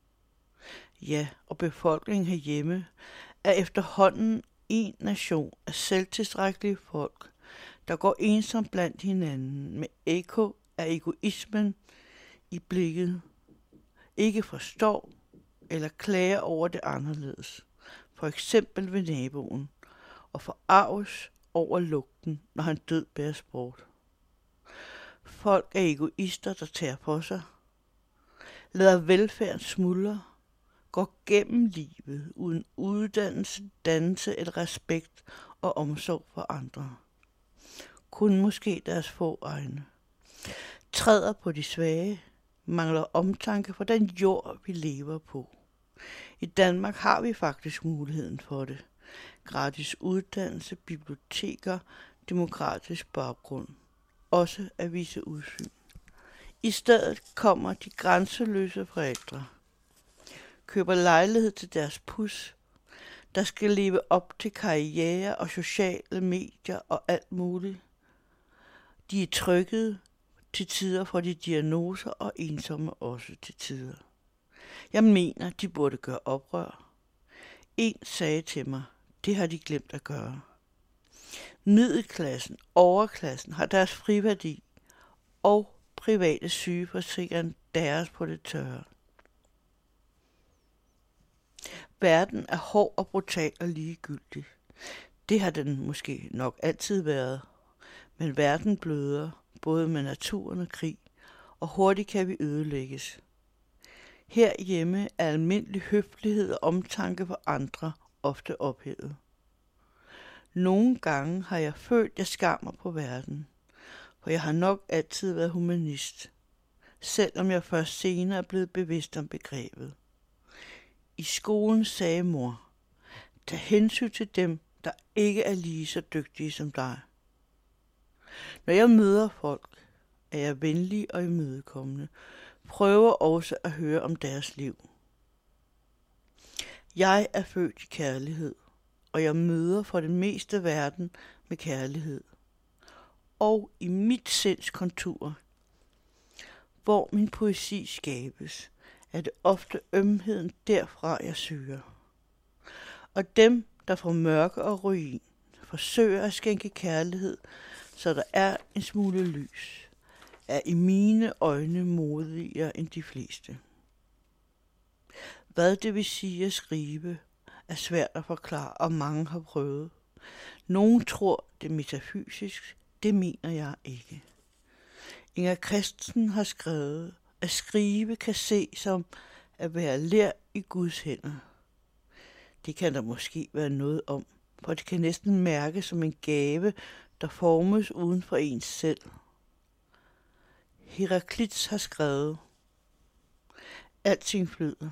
Ja, og befolkningen herhjemme er efterhånden en nation af selvtilstrækkelige folk, der går ensomt blandt hinanden med ekko af egoismen i blikket, ikke forstår eller klager over det anderledes, for eksempel ved naboen, og forarves over lugten, når han død bæres bort. Folk er egoister, der tager på sig, lader velfærden smuldre, går gennem livet uden uddannelse, dannelse eller respekt og omsorg for andre. Kun måske deres få egne. Træder på de svage, mangler omtanke for den jord, vi lever på. I Danmark har vi faktisk muligheden for det. Gratis uddannelse, biblioteker, demokratisk baggrund. Også at vise udsyn. I stedet kommer de grænseløse forældre. Køber lejlighed til deres pus, der skal leve op til karriere og sociale medier og alt muligt. De er trykket, til tider får de diagnoser og ensomme også til tider. Jeg mener, de burde gøre oprør. En sagde til mig, det har de glemt at gøre. Middelklassen, overklassen har deres friværdi, og private sygeforsikring deres på det tørre. Verden er hård og brutal og ligegyldig. Det har den måske nok altid været. Men verden bløder, både med naturen og krig, og hurtigt kan vi ødelægges. Herhjemme er almindelig høflighed og omtanke for andre ofte ophævet. Nogle gange har jeg følt, at jeg skammer på verden, for jeg har nok altid været humanist, selvom jeg først senere er blevet bevidst om begrebet. I skolen sagde mor, tag hensyn til dem, der ikke er lige så dygtige som dig. Når jeg møder folk, er jeg venlig og imødekommende, prøver også at høre om deres liv. Jeg er født i kærlighed, og jeg møder for det meste verden med kærlighed. Og i mit sinds kontur, hvor min poesi skabes, er det ofte ømheden derfra, jeg søger. Og dem, der får mørke og ruin, forsøger at skænke kærlighed, så der er en smule lys, er i mine øjne modigere end de fleste. Hvad det vil sige at skrive, er svært at forklare, og mange har prøvet. Nogen tror, det er metafysisk, det mener jeg ikke. Inger Christensen har skrevet, at skrive kan se som at være ler i Guds hænder. Det kan der måske være noget om, for det kan næsten mærkes som en gave, der formes uden for ens selv. Heraklits har skrevet, alting flyder.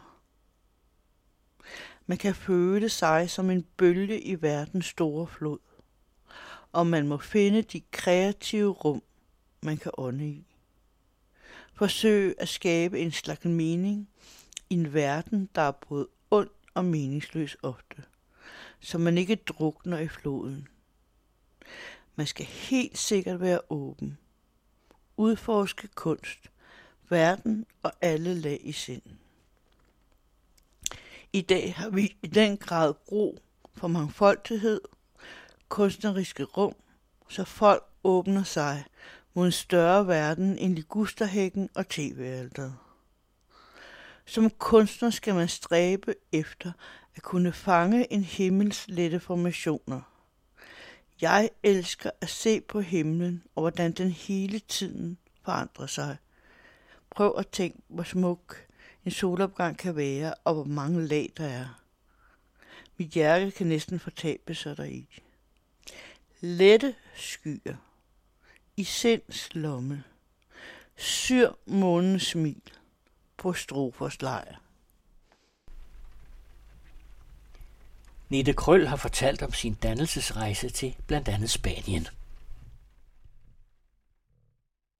Man kan føle sig som en bølge i verdens store flod, og man må finde de kreative rum, man kan ånde i. Forsøg at skabe en slags mening i en verden, der er både ond og meningsløs ofte, så man ikke drukner i floden. Man skal helt sikkert være åben, udforske kunst, verden og alle lag i sinden. I dag har vi i den grad brug for mangfoldighed, kunstneriske rum, så folk åbner sig mod en større verden end ligusterhækken og tv-alteret. Som kunstner skal man stræbe efter at kunne fange en himmels lette formationer. Jeg elsker at se på himlen, og hvordan den hele tiden forandrer sig. Prøv at tænke, hvor smuk en solopgang kan være, og hvor mange lag der er. Mit hjerte kan næsten fortabe sig deri. Lette skyer. I sinds lomme. Syr månens smil på strofers lejr. Nete Krøll har fortalt om sin dannelsesrejse til blandt andet Spanien.